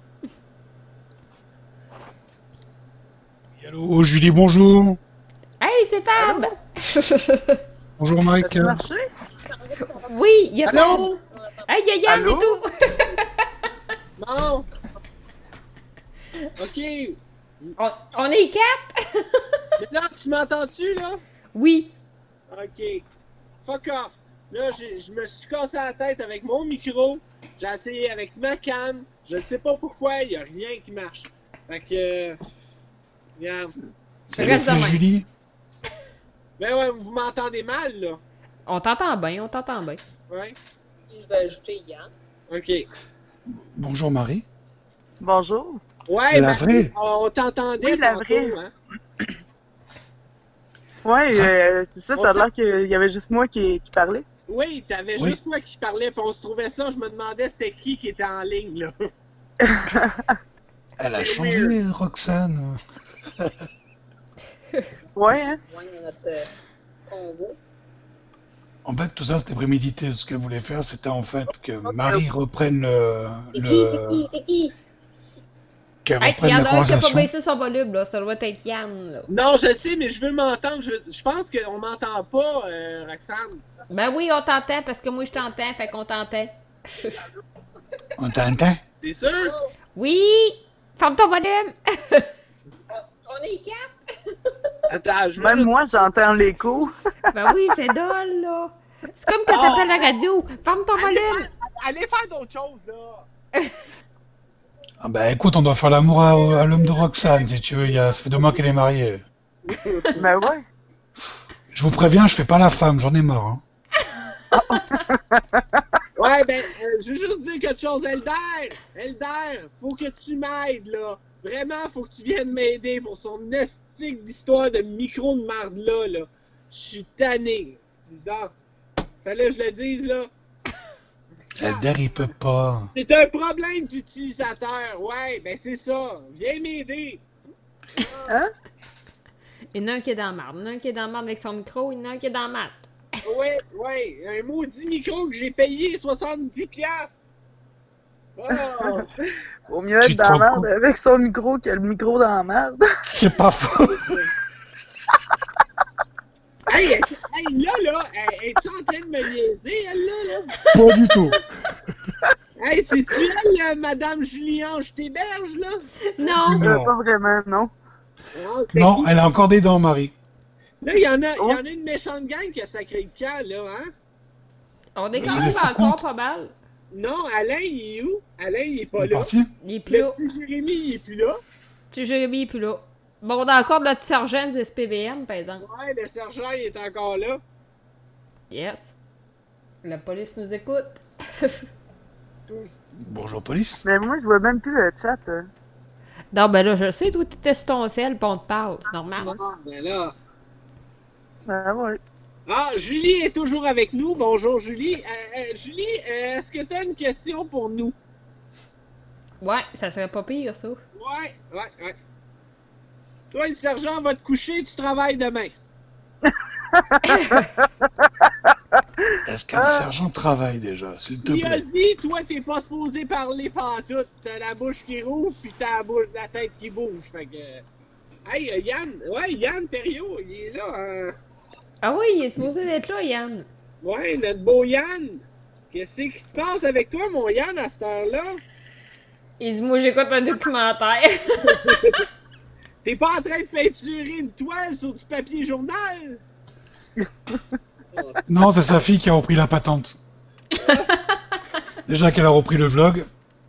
Speaker 9: Allô, Julie, bonjour.
Speaker 1: Hey, c'est Fab!
Speaker 9: Bonjour, Mike.
Speaker 8: Ça a marché?
Speaker 1: Oui, il y a Fab.
Speaker 6: Allô?
Speaker 1: Hey, il y a Yann
Speaker 8: Allô?
Speaker 1: et tout!
Speaker 6: Non! Ok!
Speaker 1: On est quatre?
Speaker 6: Mais là, tu m'entends-tu, là?
Speaker 1: Oui.
Speaker 6: Ok. Fuck off! Là, je me suis cassé la tête avec mon micro. J'ai essayé avec ma cam. Je sais pas pourquoi, il y a rien qui marche. Fait que... regarde.
Speaker 9: C'est
Speaker 1: Reste de
Speaker 9: l'effet
Speaker 1: même.
Speaker 9: Julie.
Speaker 6: Ben ouais, vous m'entendez mal, là?
Speaker 1: On t'entend bien, on t'entend bien.
Speaker 6: Ouais?
Speaker 1: Je vais ajouter Yann.
Speaker 6: Ok.
Speaker 9: Bonjour, Marie.
Speaker 8: Bonjour.
Speaker 6: Ouais,
Speaker 9: La
Speaker 6: ben,
Speaker 9: vraie?
Speaker 6: on t'entendait
Speaker 8: Oui, la
Speaker 6: tantôt,
Speaker 8: vraie.
Speaker 6: hein?
Speaker 8: Ouais, c'est ça, ça a l'air qu'il y avait juste moi qui parlais.
Speaker 6: Oui, t'avais
Speaker 9: Oui.
Speaker 6: juste moi qui parlais, puis on se trouvait ça, je me demandais c'était qui était en ligne, là.
Speaker 9: Elle a
Speaker 6: C'est
Speaker 9: changé,
Speaker 6: weird.
Speaker 9: Roxane.
Speaker 8: Ouais, hein?
Speaker 9: En fait, tout ça, c'était prémédité. Ce qu'elle voulait faire, c'était en fait que Marie reprenne
Speaker 1: C'est qui?
Speaker 9: qu'elle
Speaker 1: Hey, il
Speaker 9: reprenne
Speaker 1: y en
Speaker 9: la
Speaker 1: a un qui a pas
Speaker 9: conversation.
Speaker 1: baissé son volume, là. Ça doit être Yann, là.
Speaker 6: Non, je sais, mais je veux m'entendre. Je pense qu'on m'entend pas, Roxane.
Speaker 1: Ben oui, on t'entend parce que moi je t'entends, fait qu'on t'entend.
Speaker 9: On t'entend?
Speaker 6: T'es sûr?
Speaker 1: Oui! Ferme ton volume! On est quatre?
Speaker 6: Attends, je veux
Speaker 8: Même
Speaker 6: juste-
Speaker 8: moi, j'entends l'écho.
Speaker 1: Ben oui, c'est dole, là. C'est comme quand t'appelles la radio. Ferme ton volume!
Speaker 6: Allez faire d'autres choses, là.
Speaker 9: Ah ben écoute, on doit faire l'amour à l'homme de Roxane, si tu veux. Ça fait 2 mois qu'elle est mariée.
Speaker 8: Ben ouais.
Speaker 9: Je vous préviens, je fais pas la femme, j'en ai marre. Hein.
Speaker 6: Ouais, ben, je veux juste dire quelque chose, Elder! Elder, faut que tu m'aides, là. Vraiment, faut que tu viennes m'aider pour son estique d'histoire de micro de marde là. Je suis tanné. Fallait que je le dise, là.
Speaker 9: Elder, il peut pas.
Speaker 6: C'est un problème d'utilisateur. Ouais, ben c'est ça. Viens m'aider.
Speaker 8: Hein?
Speaker 1: Il y en a un qui est dans la marde. Il y en a un qui est dans la marde avec son micro. Il y en a un qui est dans la marde.
Speaker 6: Ouais, ouais. Un maudit micro que j'ai payé 70$. Oh.
Speaker 8: Vaut mieux
Speaker 9: Tu
Speaker 8: être
Speaker 9: te
Speaker 8: dans la
Speaker 9: rends
Speaker 8: merde
Speaker 9: compte?
Speaker 8: avec son micro que le micro dans la merde.
Speaker 9: C'est pas faux.
Speaker 6: Hey, là, es-tu en train de me niaiser, elle, là?
Speaker 9: Pas du tout.
Speaker 6: Hey, c'est-tu elle, là, Madame Julie-Ange Théberge, là?
Speaker 1: Non!
Speaker 9: Non.
Speaker 8: Pas vraiment, non.
Speaker 6: C'est
Speaker 9: Non,
Speaker 6: qui?
Speaker 9: elle a encore des dents, Marie.
Speaker 6: Là, il y en a une méchante gang qui a sacré le camp, là, hein?
Speaker 1: On est
Speaker 9: Mais
Speaker 1: quand
Speaker 9: c'est
Speaker 1: même
Speaker 9: des faux
Speaker 1: encore
Speaker 9: comptes.
Speaker 1: pas mal.
Speaker 10: Non, Alain, il est où? Alain, il est pas
Speaker 9: Il est
Speaker 10: là.
Speaker 9: parti?
Speaker 1: Il est plus
Speaker 10: Le
Speaker 1: là.
Speaker 10: petit Jérémy, il est plus là.
Speaker 1: Petit Jérémy, il est plus là. Bon, on a encore notre sergent du SPVM, par exemple.
Speaker 10: Ouais, le sergent, il est encore là.
Speaker 1: Yes. La police nous écoute.
Speaker 9: Bonjour, police.
Speaker 8: Mais moi, je vois même plus le chat.
Speaker 1: Non, ben là, je sais, toi, t'étais sur ton sel, pis on te parle. C'est normal.
Speaker 10: Ah, ben là.
Speaker 8: Ah ouais.
Speaker 10: Ah, Julie est toujours avec nous. Bonjour, Julie. Julie, est-ce que tu as une question pour nous?
Speaker 1: Ouais, ça serait pas pire, ça.
Speaker 10: Ouais. Toi, le sergent va te coucher, tu travailles demain.
Speaker 9: Est-ce qu'un sergent travaille déjà, s'il te
Speaker 10: Puis
Speaker 9: plaît?
Speaker 10: Ozzy, toi, t'es pas supposé parler pantoute. T'as la bouche qui rouvre, pis t'as la tête qui bouge. Fait que... Hey, Yann. Ouais, Yann Thériault, il est là. Hein?
Speaker 1: Ah oui, il est supposé d'être là, Yann.
Speaker 10: Ouais, notre beau Yann. Qu'est-ce qui se passe avec toi, mon Yann, à cette heure-là?
Speaker 1: Il dit, moi, j'écoute un documentaire.
Speaker 10: T'es pas en train de peinturer une toile sur du papier journal?
Speaker 9: Non, c'est sa fille qui a repris la patente. Déjà qu'elle a repris le vlog.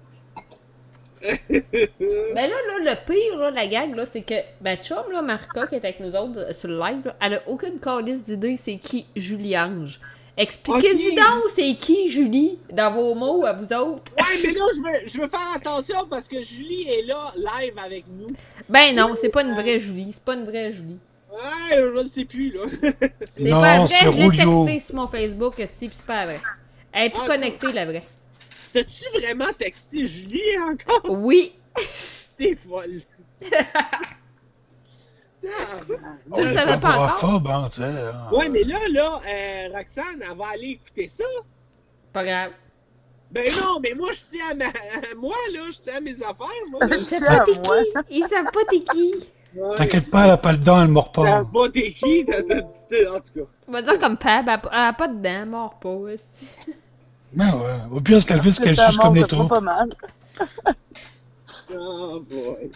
Speaker 1: Ben là, le pire, là, la gag, là, c'est que ma chum, là, Marika, qui est avec nous autres sur le live, là, elle a aucune calice d'idée c'est qui Julie-Ange. Expliquez-y donc c'est qui Julie, dans vos mots, à vous autres.
Speaker 10: Ouais, mais là, je veux faire attention parce que Julie est là, live avec nous.
Speaker 1: Ben non, c'est pas une vraie Julie, c'est pas une vraie Julie.
Speaker 10: Ouais, je ne sais plus, là.
Speaker 1: C'est pas vrai, je l'ai texté sur mon Facebook, c'est pas vrai. Elle est plus
Speaker 10: Ah,
Speaker 1: connectée, la vraie.
Speaker 10: T'as-tu vraiment texté Julie encore?
Speaker 1: Oui.
Speaker 10: T'es folle.
Speaker 1: Tu le savais pas encore?
Speaker 9: Hein, tu sais, hein.
Speaker 10: Ouais, mais là, Roxane, elle va aller écouter ça.
Speaker 1: Pas grave.
Speaker 10: Ben non, mais moi, je tiens à moi, là, je tiens à mes affaires, moi.
Speaker 1: Ils savent pas t'es qui. Ils savent pas t'es qui.
Speaker 10: Ouais.
Speaker 9: T'inquiète pas, elle a pas le dent, elle mord pas.
Speaker 10: T'as pas t'es qui, en tout cas.
Speaker 1: On va dire comme Pab, elle a pas de dents, mord pas. aussi.
Speaker 9: Mais ouais, au pire, ce qu'elle fait, c'est qu'elle suce comme les taupes.
Speaker 8: Pas mal.
Speaker 10: Oh boy.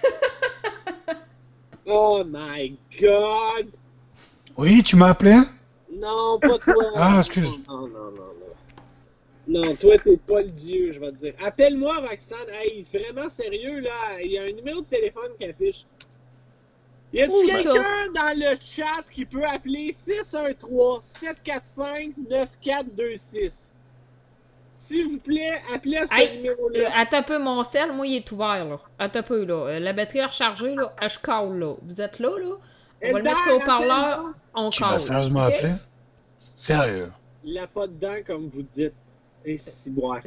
Speaker 10: Oh my god.
Speaker 9: Oui, tu m'as appelé?
Speaker 10: Non, pas toi.
Speaker 9: Ah, excuse.
Speaker 10: Non. Non, toi, t'es pas le dieu, je vais te dire. Appelle-moi, Roxane. Hey, vraiment sérieux, là. Il y a un numéro de téléphone qui affiche. Y a-tu quelqu'un dans le chat qui peut appeler 613-745-9426? S'il vous plaît, appelez à ce numéro-là.
Speaker 1: Attends un peu, mon sel, moi, il est ouvert, là. Attends un peu, là. La batterie est rechargée, là. Je call, là. Vous êtes là, là? On va le mettre sur haut-parleur. On
Speaker 9: Tu vas
Speaker 1: call.
Speaker 9: sérieusement appeler? Sérieux?
Speaker 10: Il a pas de dents, comme vous dites. Et si boire.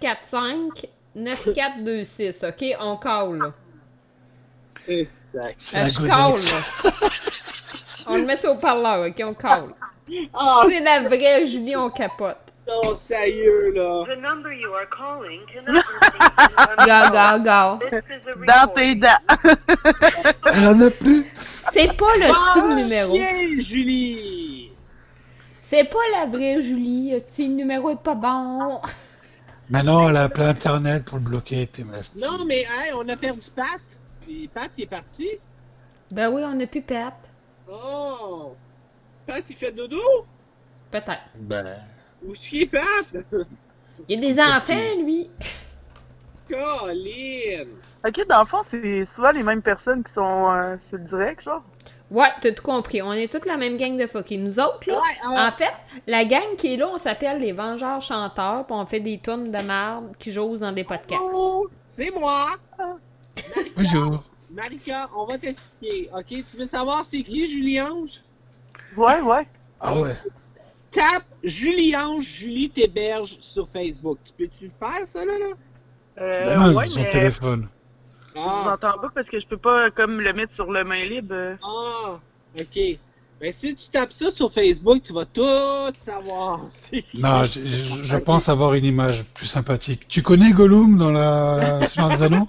Speaker 1: 745-9426, OK? On call, là.
Speaker 10: Exact.
Speaker 1: Je call, là. On le met sur haut-parleur, OK? On call.
Speaker 10: Oh,
Speaker 1: c'est la vraie Julie, on capote.
Speaker 10: Non, sérieux, là.
Speaker 4: The number you are calling cannot
Speaker 1: Go.
Speaker 8: Dans tes dents.
Speaker 9: Elle en a plus.
Speaker 1: C'est pas le style numéro.
Speaker 10: Chien, Julie.
Speaker 1: C'est pas la vraie Julie. Si le numéro est pas bon.
Speaker 9: Maintenant, elle a appelé Internet pour le bloquer, t'es masqué.
Speaker 10: Non, mais hey, on a perdu Pat. Puis Pat, il est parti.
Speaker 1: Ben oui, on a plus Pat.
Speaker 10: Oh. Pat, il fait dodo?
Speaker 1: Peut-être.
Speaker 9: Ben...
Speaker 10: Où est-ce qu'il est, Pat?
Speaker 1: Il y a des enfants, lui.
Speaker 10: Colin.
Speaker 8: Ok, dans le fond, c'est souvent les mêmes personnes qui sont sur le direct, genre?
Speaker 1: Ouais, t'as tout compris. On est toute la même gang de fuckés. Nous autres, là, en fait, la gang qui est là, on s'appelle les Vengeurs Chanteurs, puis on fait des tonnes de merde qui jouent dans des podcasts.
Speaker 10: Oh, c'est moi. Marika,
Speaker 9: bonjour.
Speaker 10: Marika, on va t'expliquer, ok? Tu veux savoir c'est qui Julie-Ange?
Speaker 8: Ouais.
Speaker 9: Ah ouais.
Speaker 10: Tape Julie-Ange, Julie Théberge sur Facebook. Tu peux-tu le faire, ça, là?
Speaker 9: Demande
Speaker 8: Ouais,
Speaker 9: son
Speaker 8: mais
Speaker 9: téléphone.
Speaker 8: je vous entends pas parce que je peux pas comme le mettre sur le main libre.
Speaker 10: Ah, ok. Ben, si tu tapes ça sur Facebook, tu vas tout savoir.
Speaker 9: Non, je pense avoir une image plus sympathique. Tu connais Gollum dans la Seigneur des Anneaux?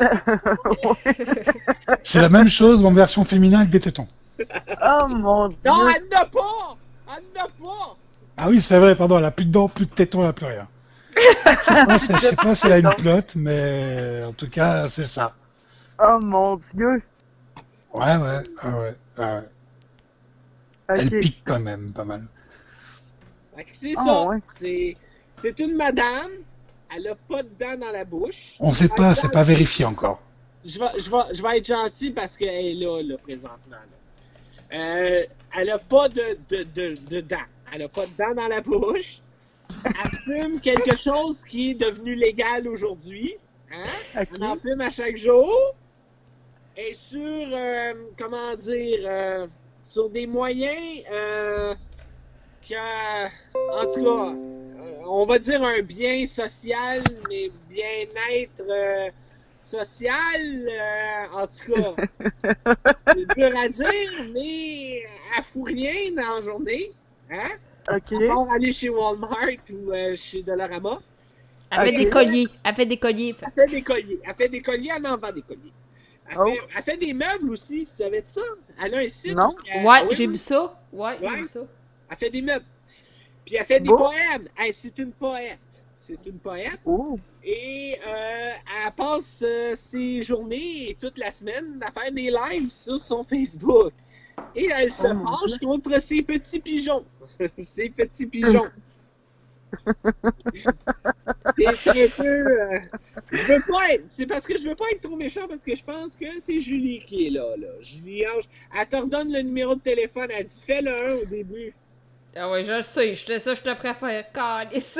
Speaker 9: C'est la même chose, mais en version féminin avec des tétons.
Speaker 8: Oh mon dieu!
Speaker 10: Non, elle n'a pas! Elle n'a pas!
Speaker 9: Ah oui, c'est vrai, pardon, elle a plus de dents, plus de tétons, elle a plus rien. Je sais pas si elle a une plotte, mais en tout cas, c'est ça.
Speaker 8: Oh mon dieu!
Speaker 9: Ouais. Elle
Speaker 8: Ok.
Speaker 9: pique quand même, pas mal.
Speaker 10: Fait que c'est
Speaker 8: Ah,
Speaker 10: ça.
Speaker 8: ouais.
Speaker 10: C'est une madame Elle a pas de dents dans la bouche.
Speaker 9: On sait pas, c'est pas vérifié encore.
Speaker 10: Je vais être gentil parce qu'elle est là, présentement. Là. Elle a pas de dents. Elle a pas de dents dans la bouche. Elle fume quelque chose qui est devenu légal aujourd'hui. Hein? Okay. Elle en fume à chaque jour. Et sur, sur des moyens en tout cas, on va dire un bien social, mais bien-être social, en tout cas, c'est dur à dire, mais elle fout rien dans la journée. Hein?
Speaker 8: OK.
Speaker 10: À part aller chez Walmart ou chez Dollarama.
Speaker 1: Elle fait des colliers. Elle fait des colliers.
Speaker 10: Elle fait des colliers. Elle fait des colliers, elle en vend des colliers. Elle fait des meubles aussi, tu savais de ça? Elle a un site.
Speaker 8: Non.
Speaker 1: J'ai vu ça. J'ai vu ça.
Speaker 10: Elle fait des meubles. Puis elle fait des poèmes. Hey, c'est une poète. C'est une poète.
Speaker 8: Oh.
Speaker 10: Et elle passe ses journées et toute la semaine à faire des lives sur son Facebook. Et elle se penche contre ses petits pigeons. Ses petits pigeons. C'est un peu. Je veux pas être. C'est parce que je veux pas être trop méchant parce que je pense que c'est Julie qui est là. Julie Ange. Elle te redonne le numéro de téléphone. Elle dit fais le 1 au début.
Speaker 1: Ah ouais, je le sais. Je te préfère. Calice.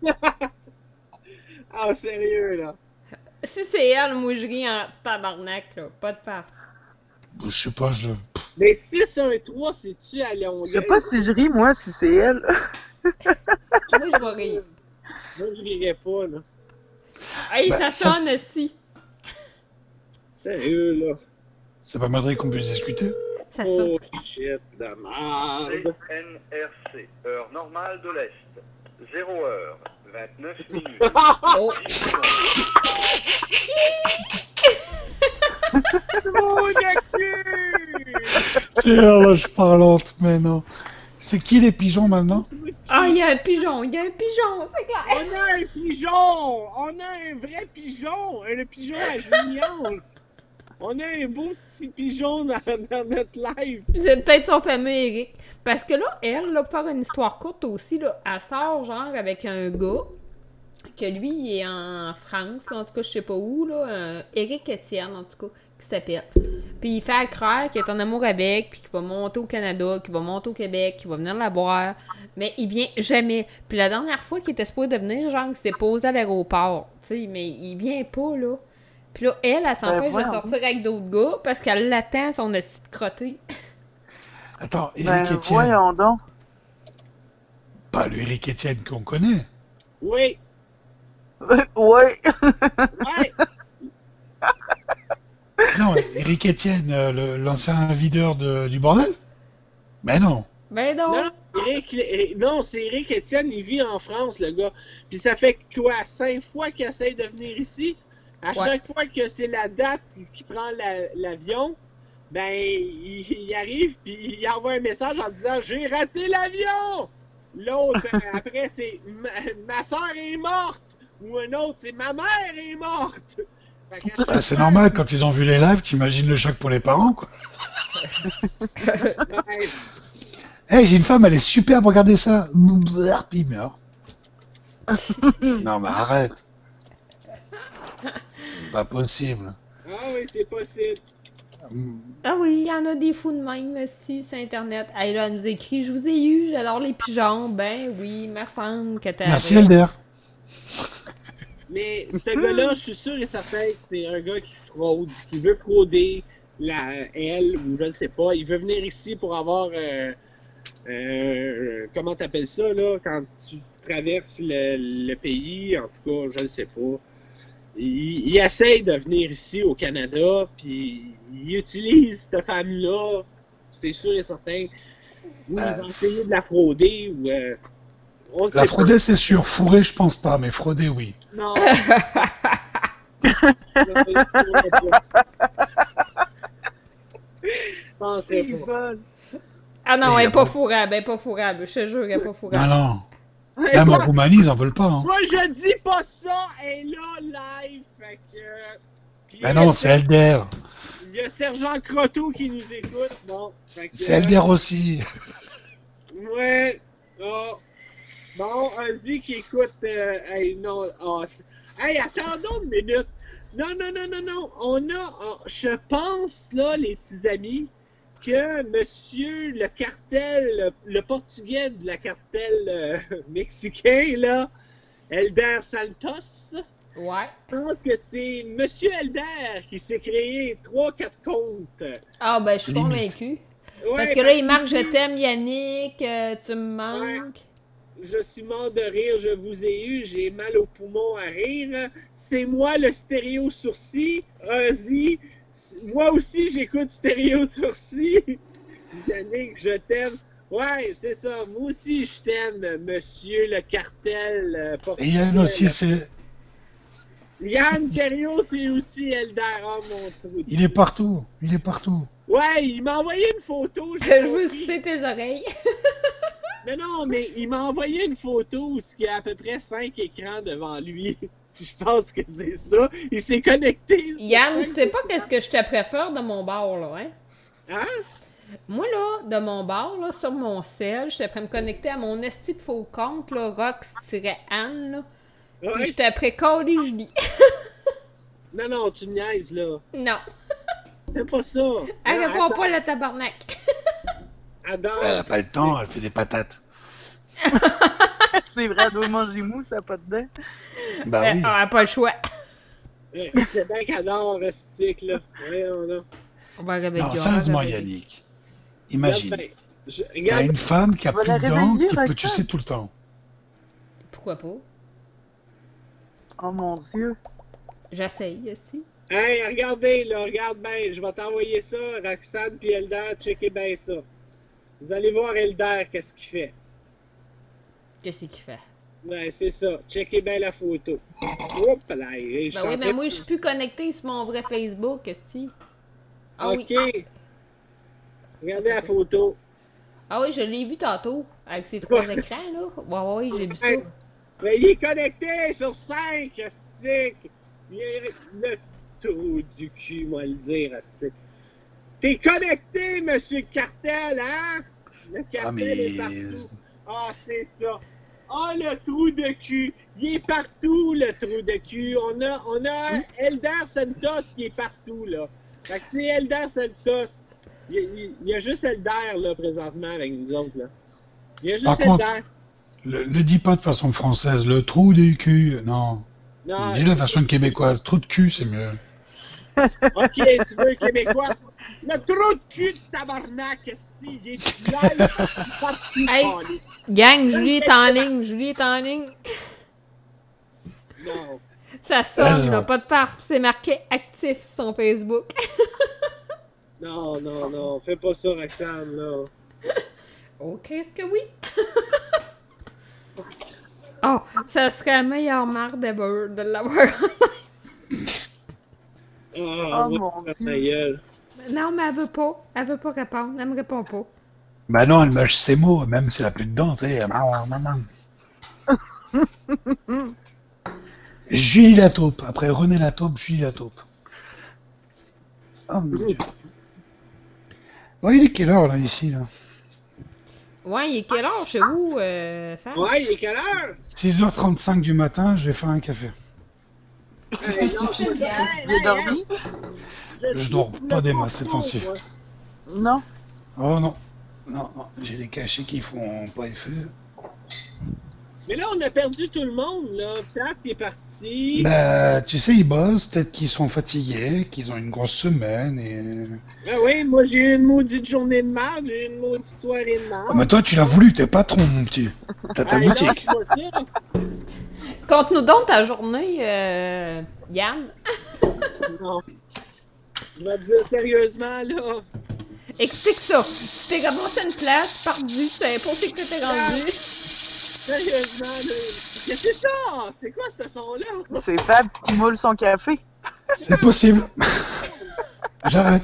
Speaker 10: Ah, sérieux, là.
Speaker 1: Si c'est elle, moi je ris en tabarnak, là. Pas de farce.
Speaker 9: Je sais pas,
Speaker 10: Mais 613, c'est-tu à Léon?
Speaker 8: Je sais pas si je ris, moi, si c'est elle.
Speaker 1: Moi, je vais rire.
Speaker 10: Moi, je rirais pas, là.
Speaker 1: Hey, ça sonne aussi.
Speaker 10: Sérieux, là.
Speaker 9: Ça permettrait qu'on puisse discuter.
Speaker 1: Ça sonne.
Speaker 10: Oh, shit, la merde.
Speaker 11: NRC, heure normale de l'Est. 0h, 29 minutes.
Speaker 1: Oh.
Speaker 10: Mon actu!
Speaker 9: C'est là, je parlante, mais non. C'est qui les pigeons maintenant?
Speaker 1: Ah, il y a un pigeon, c'est clair.
Speaker 10: On a un pigeon! On a un vrai pigeon! Un pigeon à Julien! On a un beau petit pigeon dans notre live!
Speaker 1: C'est peut-être son fameux Eric. Parce que là, elle, là, pour faire une histoire courte aussi, là, elle sort genre avec un gars que lui, il est en France, là, en tout cas, je sais pas où, là, Eric Etienne, en tout cas, qui s'appelle. Puis il fait croire qu'il est en amour avec, puis qu'il va monter au Canada, qu'il va monter au Québec, qu'il va venir la boire, mais il vient jamais. Puis la dernière fois qu'il était supposé de venir, genre, il s'est posé à l'aéroport, tu sais, mais il vient pas, là. Puis là, elle s'empêche de sortir avec d'autres gars parce qu'elle l'attend son assis de crotté.
Speaker 9: Attends, Éric Etienne.
Speaker 8: Voyons donc.
Speaker 9: Pas le Éric Etienne qu'on connaît.
Speaker 10: Oui.
Speaker 8: Ouais.
Speaker 10: Ouais.
Speaker 9: Non, Éric Etienne, l'ancien videur du bordel? Mais non.
Speaker 1: Ben non.
Speaker 10: Non, c'est Éric Etienne, il vit en France, le gars. Puis ça fait quoi, 5 fois qu'il essaye de venir ici? À chaque fois que c'est la date qu'il prend l'avion, ben, il arrive puis il envoie un message en disant « J'ai raté l'avion! » L'autre, après, c'est « Ma soeur est morte! » Ou un autre, c'est « Ma mère est morte! »
Speaker 9: C'est normal, quand ils ont vu les lives, t'imagines le choc pour les parents, quoi. Hey, j'ai une femme, elle est superbe, regardez ça. Puis il meurt. Non, mais arrête. C'est pas possible.
Speaker 10: Ah oui, c'est possible.
Speaker 1: Ah oui, il y en a des fous de même aussi sur Internet. Elle là, nous écrit « Je vous ai eu, j'adore les pigeons. » Ben oui, me semble que t'as...
Speaker 9: Merci, Elder.
Speaker 10: Mais ce gars-là, je suis sûr et certain que c'est un gars qui fraude, qui veut frauder elle, ou je ne sais pas. Il veut venir ici pour avoir... comment t'appelles ça, là, quand tu traverses le pays, en tout cas, je ne sais pas. Il essaye de venir ici au Canada, puis il utilise cette femme-là, c'est sûr et certain. Ou il va essayer de la frauder, ou...
Speaker 9: la frauder, c'est sûr. Fourrer, je pense pas, mais frauder, oui.
Speaker 10: Non. Pensez pas.
Speaker 1: Ah non, elle est pas fourrable, je te jure, elle est pas fourrable.
Speaker 9: Non. Même en Roumanie, ils en veulent pas. Hein.
Speaker 10: Moi, je dis pas ça, elle est là, live, fait que...
Speaker 9: Ben non, c'est Elder.
Speaker 10: Il y a Sergent Croteau qui nous écoute, bon.
Speaker 9: C'est Elder aussi.
Speaker 10: Ouais. Oh. Bon, Ozzy qui écoute... hey, non, hey, attendons une minute. Non. Je pense, là, les petits amis, que monsieur le cartel, le portugais de la cartel mexicain, là, Elder Santos...
Speaker 1: Ouais.
Speaker 10: Je pense que c'est monsieur Elder qui s'est créé 3-4 comptes.
Speaker 1: Ah, ben, je suis convaincu.
Speaker 10: Ouais,
Speaker 1: parce que là, il marque « Je t'aime, Yannick, tu me manques.
Speaker 10: Ouais. Je suis mort de rire, je vous ai eu, j'ai mal au poumon à rire. C'est moi le stéréo sourcil. Ozzy, moi aussi j'écoute stéréo sourcil. Yannick, je t'aime. Ouais, c'est ça. Moi aussi je t'aime, monsieur le cartel portugais.
Speaker 9: Et Yann aussi, c'est...
Speaker 10: Yann Terrio, c'est aussi Elder. Oh mon trou.
Speaker 9: Il est partout.
Speaker 10: Ouais, il m'a envoyé une photo.
Speaker 1: Je veux sucer tes oreilles.
Speaker 10: Non, mais il m'a envoyé une photo où il y a à peu près 5 écrans devant lui. Je pense que c'est ça. Il s'est connecté.
Speaker 1: Yann, tu sais pas qu'est-ce que je te préfère de mon bar, là, hein?
Speaker 10: Hein?
Speaker 1: Moi, là, de mon bar, là, sur mon cell, j'étais prêt à me connecter à mon esti de faux compte, là, Rox-Anne, là.
Speaker 10: Ouais.
Speaker 1: Puis j'étais après Cody Julie.
Speaker 10: Non, tu me niaises, là.
Speaker 1: Non.
Speaker 10: C'est pas ça.
Speaker 1: Elle répond pas, la tabarnak.
Speaker 10: Adore.
Speaker 9: Elle a pas le temps, elle fait des patates.
Speaker 8: C'est vrai, elle doit manger mou, ça n'a pas de dents.
Speaker 9: Bah oui.
Speaker 1: Elle a pas le choix.
Speaker 10: C'est bien qu'elle adore, Rustique, là. Voyons, là.
Speaker 1: On va réveiller.
Speaker 9: Non, sérieusement, Yannick. Imagine. T'as
Speaker 10: Regarde.
Speaker 9: une femme qui a
Speaker 8: On va
Speaker 9: plus
Speaker 8: la
Speaker 9: de dents,
Speaker 8: réveiller,
Speaker 9: qui peut
Speaker 8: Roxane.
Speaker 9: tuer tout le temps.
Speaker 1: Pourquoi pas?
Speaker 8: Oh mon Dieu.
Speaker 1: J'essaye aussi.
Speaker 10: Hey, regardez, là, regarde bien. Je vais t'envoyer ça, Roxane puis Elder. Checkez bien ça. Vous allez voir Elder, qu'est-ce qu'il fait.
Speaker 1: Qu'est-ce qu'il fait?
Speaker 10: Ouais, c'est ça. Checkez bien la photo. Oups, là.
Speaker 1: Ben oui, mais moi, je suis plus connectée sur mon vrai Facebook, qu'est-ce que Ah
Speaker 10: OK.
Speaker 1: oui.
Speaker 10: Regardez la photo.
Speaker 1: Ah oui, je l'ai vu tantôt, avec ces 3 écrans, là. Ouais, j'ai vu ça.
Speaker 10: Mais il est connecté sur 5, Astic. Il est le trou du cul, moi le dire, Astic. T'es connecté, monsieur Cartel, hein? Le cartel est partout. Ah, c'est ça. Ah, le trou de cul. Il est partout, le trou de cul. On a Elder Santos qui est partout, là. Fait que c'est Elder Santos. Il y a juste Elder, là, présentement, avec nous autres, là. Il y a juste
Speaker 9: Par contre,
Speaker 10: Elder.
Speaker 9: le dis pas de façon française, le trou du cul, non.
Speaker 10: Non.
Speaker 9: Dis la version québécoise, trou de cul, c'est mieux.
Speaker 10: Ok, tu veux le québécois? Le trou de cul de tabarnak, esti, il est live partout.
Speaker 1: Hey, gang, Julie est en ligne,
Speaker 10: Non.
Speaker 1: Ça sonne, là, pas de farce, puis c'est marqué actif sur son Facebook.
Speaker 10: Non, fais pas ça, Roxane, là.
Speaker 1: Oh, qu'est-ce que oui? Oh, ça serait la meilleure marque d'ever de l'avoir
Speaker 10: Oh
Speaker 8: mon Dieu.
Speaker 10: Ma gueule.
Speaker 1: Non, mais elle veut pas répondre, elle me répond pas.
Speaker 9: Bah non, elle mâche ses mots, même si elle a plus de dents, tu sais. Julie la taupe, après René la taupe, Julie la taupe. Oh mon Dieu. Bon, il est quelle heure, là, ici, là?
Speaker 1: Ouais, il est quelle heure chez vous, Fab?
Speaker 10: Ouais, il est quelle heure?
Speaker 9: 6h35 du matin, je vais faire un café.
Speaker 10: Hey, non,
Speaker 8: J'ai dormi?
Speaker 9: Je dors pas des masses, ces temps-ci.
Speaker 8: Non.
Speaker 9: Oh non. Non, j'ai des cachets qui font pas effet.
Speaker 10: Mais là, on a perdu tout le monde, là. Pat est parti.
Speaker 9: Bah, tu sais, ils bossent, peut-être qu'ils sont fatigués, qu'ils ont une grosse semaine et...
Speaker 10: Ben oui, moi j'ai eu une maudite journée de marde, j'ai eu une maudite soirée de marde.
Speaker 9: Oh, mais toi, tu l'as voulu, t'es patron, mon petit. T'as ta boutique.
Speaker 10: Non, c'est pas ça.
Speaker 1: Conte-nous donc ta journée, Yann.
Speaker 10: Non. Je vais te dire sérieusement, là.
Speaker 1: Explique ça. Tu t'es ramassé une place, perdu, tu savais pas où c'est que t'étais rendu.
Speaker 10: Sérieusement, là. Qu'est-ce que c'est ça? C'est quoi ce son-là?
Speaker 8: C'est Fab qui moule son café.
Speaker 9: C'est possible. J'arrête.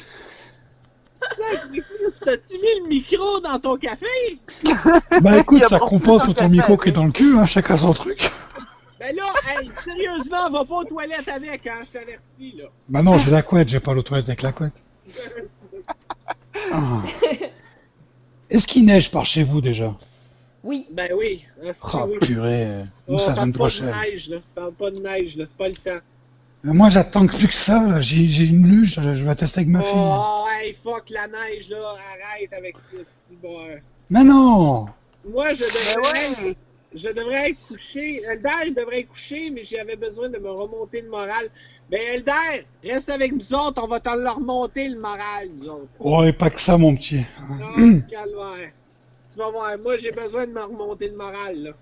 Speaker 10: T'as-tu mis le micro dans ton café?
Speaker 9: Bah écoute,
Speaker 8: Il a
Speaker 9: ça
Speaker 8: pas
Speaker 9: compense
Speaker 8: pris
Speaker 9: sur
Speaker 8: son
Speaker 9: ton micro
Speaker 8: café.
Speaker 9: qui est dans le cul, hein, chacun son truc.
Speaker 10: Ben là, hey, sérieusement, va pas aux toilettes avec, hein, je t'avertis, là.
Speaker 9: Bah non, j'ai la couette, j'ai pas l'autoilette avec la couette. Ah. Est-ce qu'il neige par chez vous déjà?
Speaker 1: Oui.
Speaker 10: Ben oui.
Speaker 9: Oh, purée. Nous, ça la semaine prochaine.
Speaker 10: Parle pas de neige, là. C'est pas le temps.
Speaker 9: Moi, j'attends que plus que ça. Là. J'ai une luge, je vais tester avec ma fille.
Speaker 10: Oh, hey, fuck la neige, là. Arrête avec ça, c'est bon.
Speaker 9: Mais non!
Speaker 10: Moi, je devrais être couché. Elder, il devrait être couché, mais j'avais besoin de me remonter le moral. Ben, Elder, reste avec nous autres, on va t'en leur remonter le moral, nous autres.
Speaker 9: Oh, et pas que ça, mon petit.
Speaker 10: Non, calvaire. Tu vas voir, moi, j'ai besoin de me remonter le moral, là.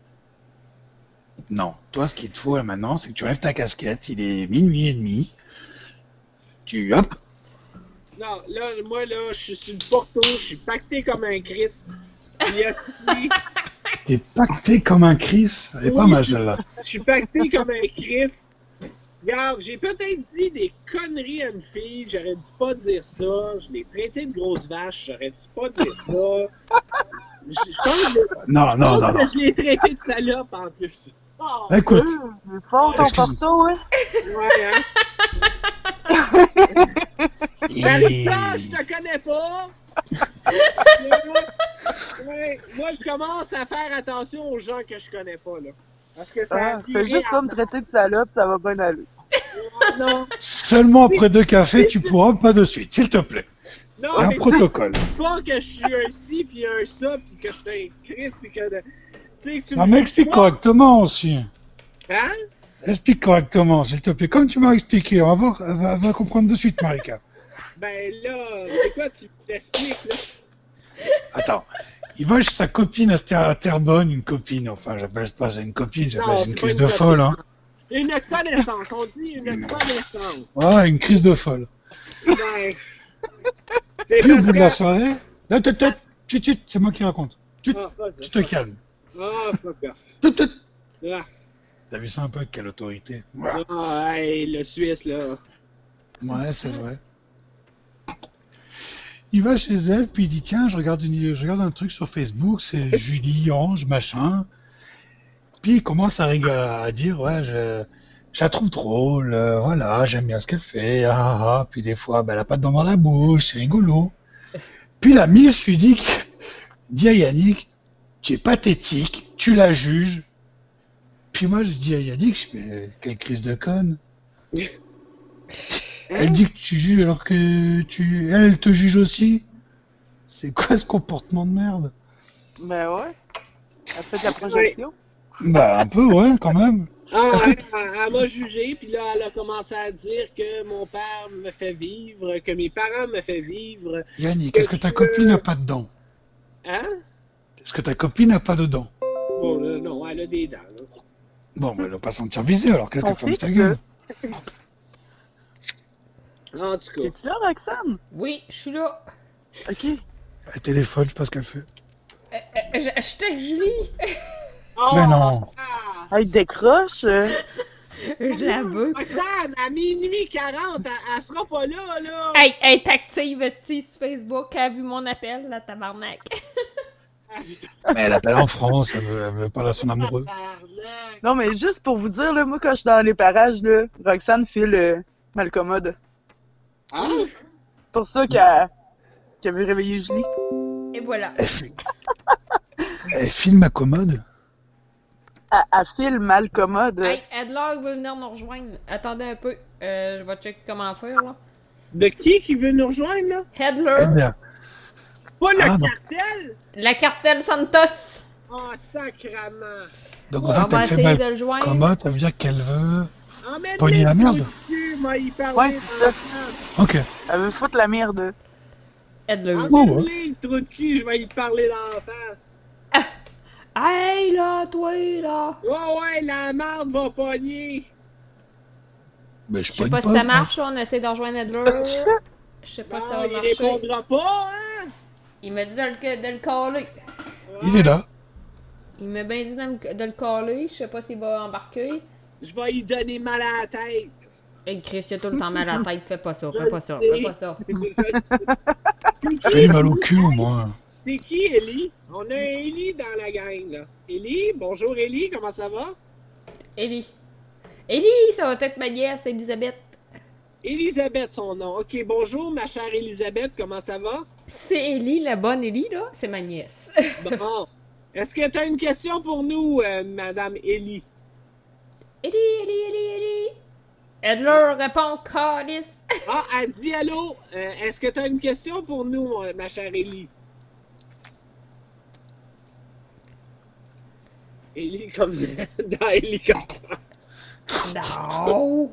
Speaker 9: Non, toi, ce qu'il te faut là maintenant, c'est que tu enlèves ta casquette, il est 00h30. Tu hop.
Speaker 10: Non, là, moi, là, je suis sur le porto, je suis pacté comme un Christ. Puis, esti,
Speaker 9: T'es pacté comme un Chris. Elle est pas mal, celle-là.
Speaker 10: je suis pacté comme un Christ. Regarde, j'ai peut-être dit des conneries à une fille, j'aurais dû pas dire ça. Je l'ai traité de grosse vache, j'aurais dû pas dire ça. Je pense que je l'ai traité de salope en plus. Oh,
Speaker 9: écoute.
Speaker 8: C'est fort ton porto, hein?
Speaker 10: Ouais, hein? Marie-Claude, je te connais pas! Ouais, moi, je commence à faire attention aux gens que je connais pas, là. Parce que ça
Speaker 8: fais juste pas me traiter de salope, ça va bien aller.
Speaker 10: Non.
Speaker 9: Seulement après 2 cafés, tu pourras pas de suite, s'il te plaît.
Speaker 10: Non,
Speaker 9: un protocole.
Speaker 10: C'est pas que je suis un ci, puis un ça, puis que je suis un Christ, puis que... Tu
Speaker 9: Non, mais explique correctement aussi.
Speaker 10: Hein?
Speaker 9: Explique correctement, s'il te plaît. Comme tu m'as expliqué, on va voir, elle va comprendre de suite, Marika.
Speaker 10: Ben là, c'est quoi tu t'expliques, là?
Speaker 9: Attends, il va chez sa copine à Terrebonne, une copine, enfin, j'appelle pas ça une copine, j'appelle ça une crise de folle, hein.
Speaker 10: Une connaissance, on dit une connaissance.
Speaker 9: Ouais, une crise de folle.
Speaker 10: Ben...
Speaker 9: Puis au bout de la soirée, c'est moi qui raconte. Tu te calmes.
Speaker 10: Ah, fuck off.
Speaker 9: T'as vu ça un peu avec quelle autorité?
Speaker 10: Ah, hey, le Suisse, là.
Speaker 9: Ouais, c'est vrai. Il va chez elle, puis il dit, tiens, je regarde un truc sur Facebook, c'est Julie, Ange, machin. Puis il commence à dire, ouais, je la trouve drôle, voilà, j'aime bien ce qu'elle fait, Puis des fois, elle a pas de dents dans la bouche, c'est rigolo. Puis la Miss lui dit à Yannick, tu es pathétique, tu la juges. Puis moi, je dis à Yannick, mais quelle crise de conne. Elle dit que tu juges alors que elle te juge aussi. C'est quoi ce comportement de merde?
Speaker 8: Ben ouais. Elle fait de la projection.
Speaker 9: Bah un peu, ouais, quand même.
Speaker 10: Elle m'a jugé, puis là, elle a commencé à dire que mon père me fait vivre, que mes parents me font vivre.
Speaker 9: Yannick, est-ce que ta copine n'a pas de dents?
Speaker 10: Hein?
Speaker 9: Est-ce que ta copine n'a pas de dents?
Speaker 10: Bon, là, non, elle a des dents, là.
Speaker 9: Bon, elle va pas s'en sentir visée, alors qu'est-ce qu'elle ferme ta gueule?
Speaker 10: En tout cas.
Speaker 8: Es-tu là, Roxane?
Speaker 1: Oui, je suis là.
Speaker 8: Ok.
Speaker 9: Elle téléphone, je sais pas ce qu'elle fait.
Speaker 1: Je texte Julie.
Speaker 9: Mais non.
Speaker 8: Elle décroche.
Speaker 1: Je la veux.
Speaker 10: Roxane, à minuit 40, elle sera pas là, là.
Speaker 1: Hey, elle est active, sur Facebook. Elle a vu mon appel, la tabarnak.
Speaker 9: Mais elle appelle en France, elle veut parler à son amoureux.
Speaker 8: Non, mais juste pour vous dire, là, moi, quand je suis dans les parages, là, Roxane file mal commode.
Speaker 10: Ah?
Speaker 8: Pour ça qu'elle veut réveiller Julie.
Speaker 1: Et voilà.
Speaker 9: Elle file ma commode?
Speaker 8: Elle file mal commode.
Speaker 1: Hey, Adler veut venir nous rejoindre. Attendez un peu. Je vais checker comment faire, là.
Speaker 10: De qui veut nous rejoindre, là?
Speaker 1: Headler.
Speaker 10: Pas le cartel?
Speaker 1: La cartel Santos.
Speaker 10: Oh, sacrament.
Speaker 9: Donc en fait, elle fait mal commode, ça veut dire qu'elle veut pogner la merde?
Speaker 8: Ouais, c'est ça.
Speaker 9: Ok.
Speaker 8: Elle veut foutre la merde.
Speaker 1: Headler.
Speaker 10: Emmène-les, le trou de cul, je vais y parler dans la face.
Speaker 1: Hey, là, toi, là.
Speaker 10: Ouais, la merde va pogner.
Speaker 9: Ben,
Speaker 1: je sais pas si ça marche, on essaie de rejoindre Adler. Je sais pas si ça va marcher.
Speaker 10: Il répondra pas, hein?
Speaker 1: Il m'a dit de le caller.
Speaker 9: Il est là.
Speaker 1: Il m'a bien dit de le caller. Je sais pas s'il va embarquer.
Speaker 10: Je vais lui donner mal à la tête.
Speaker 1: Hey, Chris, il a tout le temps mal à la tête. Fais pas ça, fais pas ça, fais pas ça.
Speaker 9: Fais mal au cul, moi.
Speaker 10: C'est qui, Ellie? On a Ellie dans la gang, là. Ellie, bonjour Ellie, comment ça va?
Speaker 1: Ellie, ça va être ma nièce, Elisabeth.
Speaker 10: Elisabeth, son nom. Ok, bonjour ma chère Elisabeth, comment ça va?
Speaker 1: C'est Ellie, la bonne Ellie, là. C'est ma nièce.
Speaker 10: Bon. Est-ce que t'as une question pour nous, Madame Ellie?
Speaker 1: Ellie. Edler répond Calice.
Speaker 10: Ah, elle dit allô. Est-ce que t'as une question pour nous, ma chère Ellie? Ellie comme dans Hélicoptère.
Speaker 1: Non.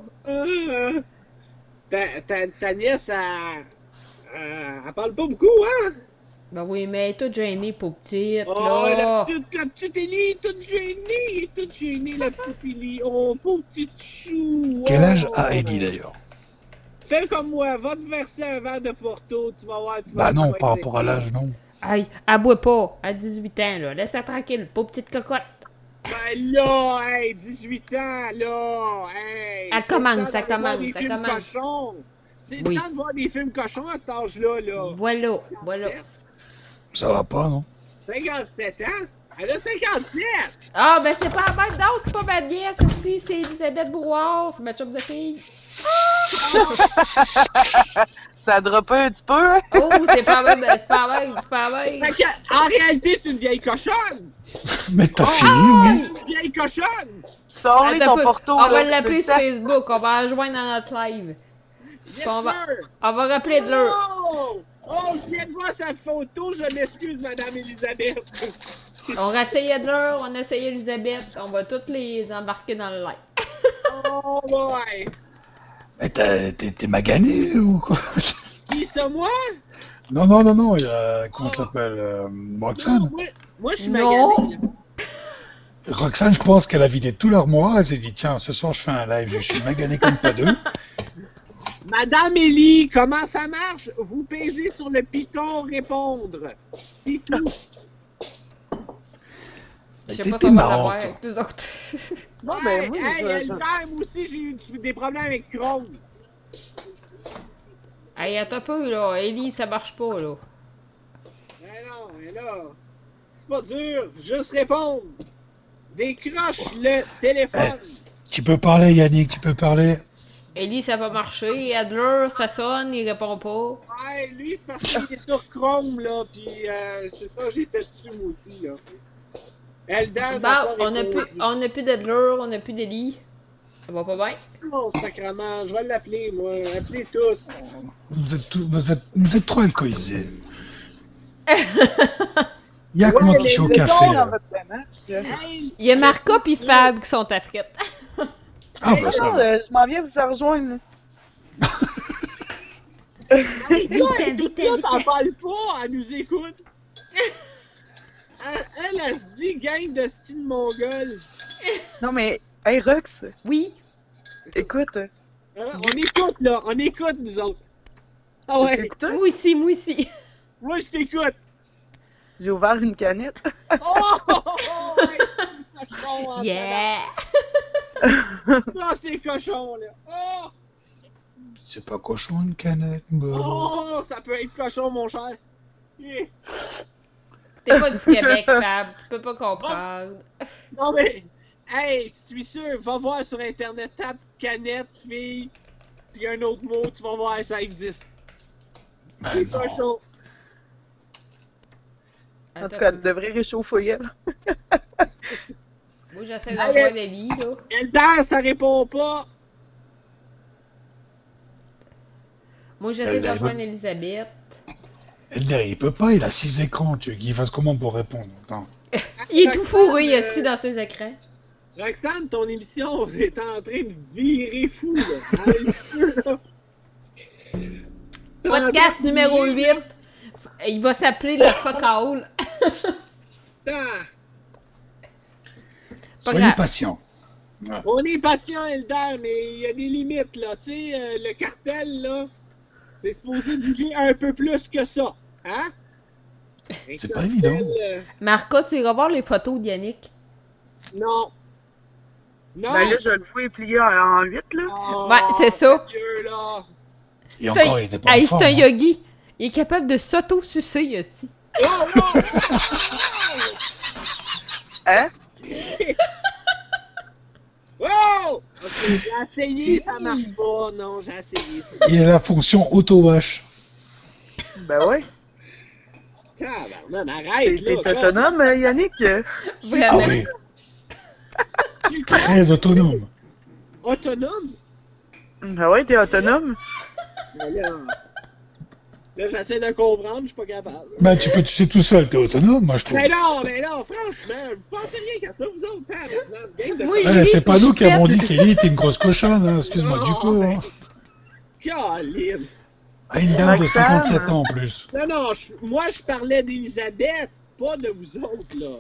Speaker 10: Ta nièce, elle parle pas beaucoup, hein?
Speaker 1: Ben oui, mais elle est toute gênée pour petite,
Speaker 10: Oh,
Speaker 1: là.
Speaker 10: la petite Ellie, toute gênée, la petite Ellie. Oh, pauvre petite chou.
Speaker 9: Quel âge a Ellie d'ailleurs?
Speaker 10: Fais comme moi, va te verser un verre de Porto, tu vas voir.
Speaker 9: Bah non, par rapport à l'âge, non.
Speaker 1: Aïe, elle boit pas, à 18 ans, là. Laisse-la tranquille, pauvre petite cocotte.
Speaker 10: Ben là, hey, 18 ans, là, hey.
Speaker 1: Elle commence.
Speaker 10: C'est le temps de voir des films cochons à cet âge-là, là.
Speaker 1: Voilà.
Speaker 9: Ça va pas, non?
Speaker 10: 57 ans? Elle a 57!
Speaker 1: Ah, ben c'est pas la même. Non, c'est pas ma nièce, c'est Elisabeth Brouard, c'est ma chum de fille.
Speaker 8: Ça a droppé un petit peu, hein?
Speaker 1: Oh, c'est pas même.
Speaker 10: En réalité, c'est une vieille cochonne!
Speaker 9: Mais t'as fini, oui?
Speaker 10: Une vieille cochonne!
Speaker 8: Sors-les ton Porto,
Speaker 1: on va
Speaker 8: là,
Speaker 1: l'appeler sur Facebook, on va la rejoindre dans notre live.
Speaker 10: Yes,
Speaker 1: on va
Speaker 10: sir.
Speaker 1: rappeler de l'heure.
Speaker 10: Oh, je viens de voir sa photo, je m'excuse, Madame Elisabeth.
Speaker 1: On rasseyait de l'heure, on essayait Elisabeth, on va toutes les embarquer dans le live.
Speaker 10: Oh, ouais.
Speaker 9: Mais t'es magané ou quoi?
Speaker 10: Qui, ça, moi?
Speaker 9: Non, il y a... Comment ça s'appelle? Roxane?
Speaker 10: Moi, je suis magané.
Speaker 9: Roxane, je pense qu'elle a vidé tout l'armoire, elle s'est dit, tiens, ce soir, je fais un live, je suis magané comme pas deux.
Speaker 10: Madame Ellie, comment ça marche? Vous pesez sur le piton répondre. C'est tout.
Speaker 1: Je sais pas si on va l'avoir avec nous autres.
Speaker 10: Non, mais oui, moi aussi, j'ai eu des problèmes avec Chrome.
Speaker 1: Hey, attends pas, là. Ellie, ça marche pas, là.
Speaker 10: Mais là, c'est pas dur. Juste répondre. Décroche le téléphone.
Speaker 9: Tu peux parler, Yannick, tu peux parler.
Speaker 1: Ellie, ça va marcher. Adler, ça sonne, il répond pas.
Speaker 10: Ouais, lui, c'est parce qu'il est sur Chrome, là. Puis, c'est ça, j'ai fait dessus, moi aussi, là.
Speaker 1: On n'a plus d'Adler, on n'a plus d'Ellie. Ça va pas bien?
Speaker 10: Non, sacrément, je vais l'appeler, moi. Appelez tous.
Speaker 9: Vous êtes trop alcoolisés. Il y a que moi qui suis au café, là.
Speaker 1: Il y a Marco pis Fab qui sont à frites.
Speaker 8: Ah, ben ça va. Je m'en viens vous rejoindre.
Speaker 10: Vite, t'en parles pas, elle nous écoute. Elle se dit gang de style mongol.
Speaker 8: Non, mais, hey, Rox.
Speaker 1: Oui.
Speaker 8: Écoute.
Speaker 10: On écoute, là. On écoute, nous autres. Ah ouais.
Speaker 1: Moi aussi.
Speaker 10: Moi, je t'écoute.
Speaker 8: J'ai ouvert une canette.
Speaker 10: Cochon,
Speaker 1: yeah!
Speaker 10: Ça, c'est cochon, là. Oh!
Speaker 9: C'est pas cochon, une canette.
Speaker 10: Oh, ça peut être cochon, mon cher. Yeah.
Speaker 1: T'es pas du Québec, Fab. Tu peux pas comprendre.
Speaker 10: Non, mais... Hey, je suis sûr, va voir sur Internet, tape canette, fille, puis un autre mot, tu vas voir, ça existe. C'est cochon.
Speaker 8: En tout cas, elle devrait réchauffer, elle.
Speaker 1: Moi, j'essaie de rejoindre Ellie, là.
Speaker 10: Eldar, ça répond pas.
Speaker 1: Moi, j'essaie de rejoindre Elisabeth.
Speaker 9: Eldar, il peut pas, il a 6 écrans, tu veux qu'il fasse comment pour répondre? Attends.
Speaker 1: Il est tout fourré, il est dans ses écrans.
Speaker 10: Roxane, ton émission est en train de virer fou, là.
Speaker 1: Podcast numéro 8. Il va s'appeler le fuck all.
Speaker 9: Soyez patient.
Speaker 10: Ouais. On est patient, Eldar, mais il y a des limites, là. Tu sais, le cartel, là, c'est supposé bouger un peu plus que ça. Hein?
Speaker 9: C'est pas évident.
Speaker 1: Marco, tu iras voir les photos d'Yannick?
Speaker 10: Non.
Speaker 8: Ben là, je le vois plié en 8, là.
Speaker 10: Oh,
Speaker 1: ouais, c'est ça.
Speaker 10: Dieu, là.
Speaker 9: Et encore, il était pas en forme,
Speaker 1: c'est un yogi. Il est capable de s'auto-sucer aussi.
Speaker 8: Hein?
Speaker 10: Wow! Ok, j'ai essayé, ça marche pas. Non, j'ai essayé.
Speaker 9: Il a la fonction auto-wash.
Speaker 8: Ben ouais.
Speaker 10: Tabarnak, arrête, là.
Speaker 8: T'es autonome, Yannick?
Speaker 9: Ah oui. Très autonome.
Speaker 10: Autonome?
Speaker 8: Ah ouais, t'es autonome?
Speaker 10: Ben là, j'essaie de comprendre, je suis pas capable.
Speaker 9: Ben, tu peux toucher tout seul, t'es autonome, moi, je trouve.
Speaker 10: Mais non, franchement, vous pensez rien qu'à ça, vous autres, tabarnak.
Speaker 1: Oui,
Speaker 9: c'est pas nous qui avons dit qu'Ellie était une grosse cochonne, hein. Excuse-moi du coup. Hein.
Speaker 10: Caline.
Speaker 9: Ah, une dame de 57 ans en plus.
Speaker 10: Non, moi je parlais d'Elisabeth, pas de vous autres, là.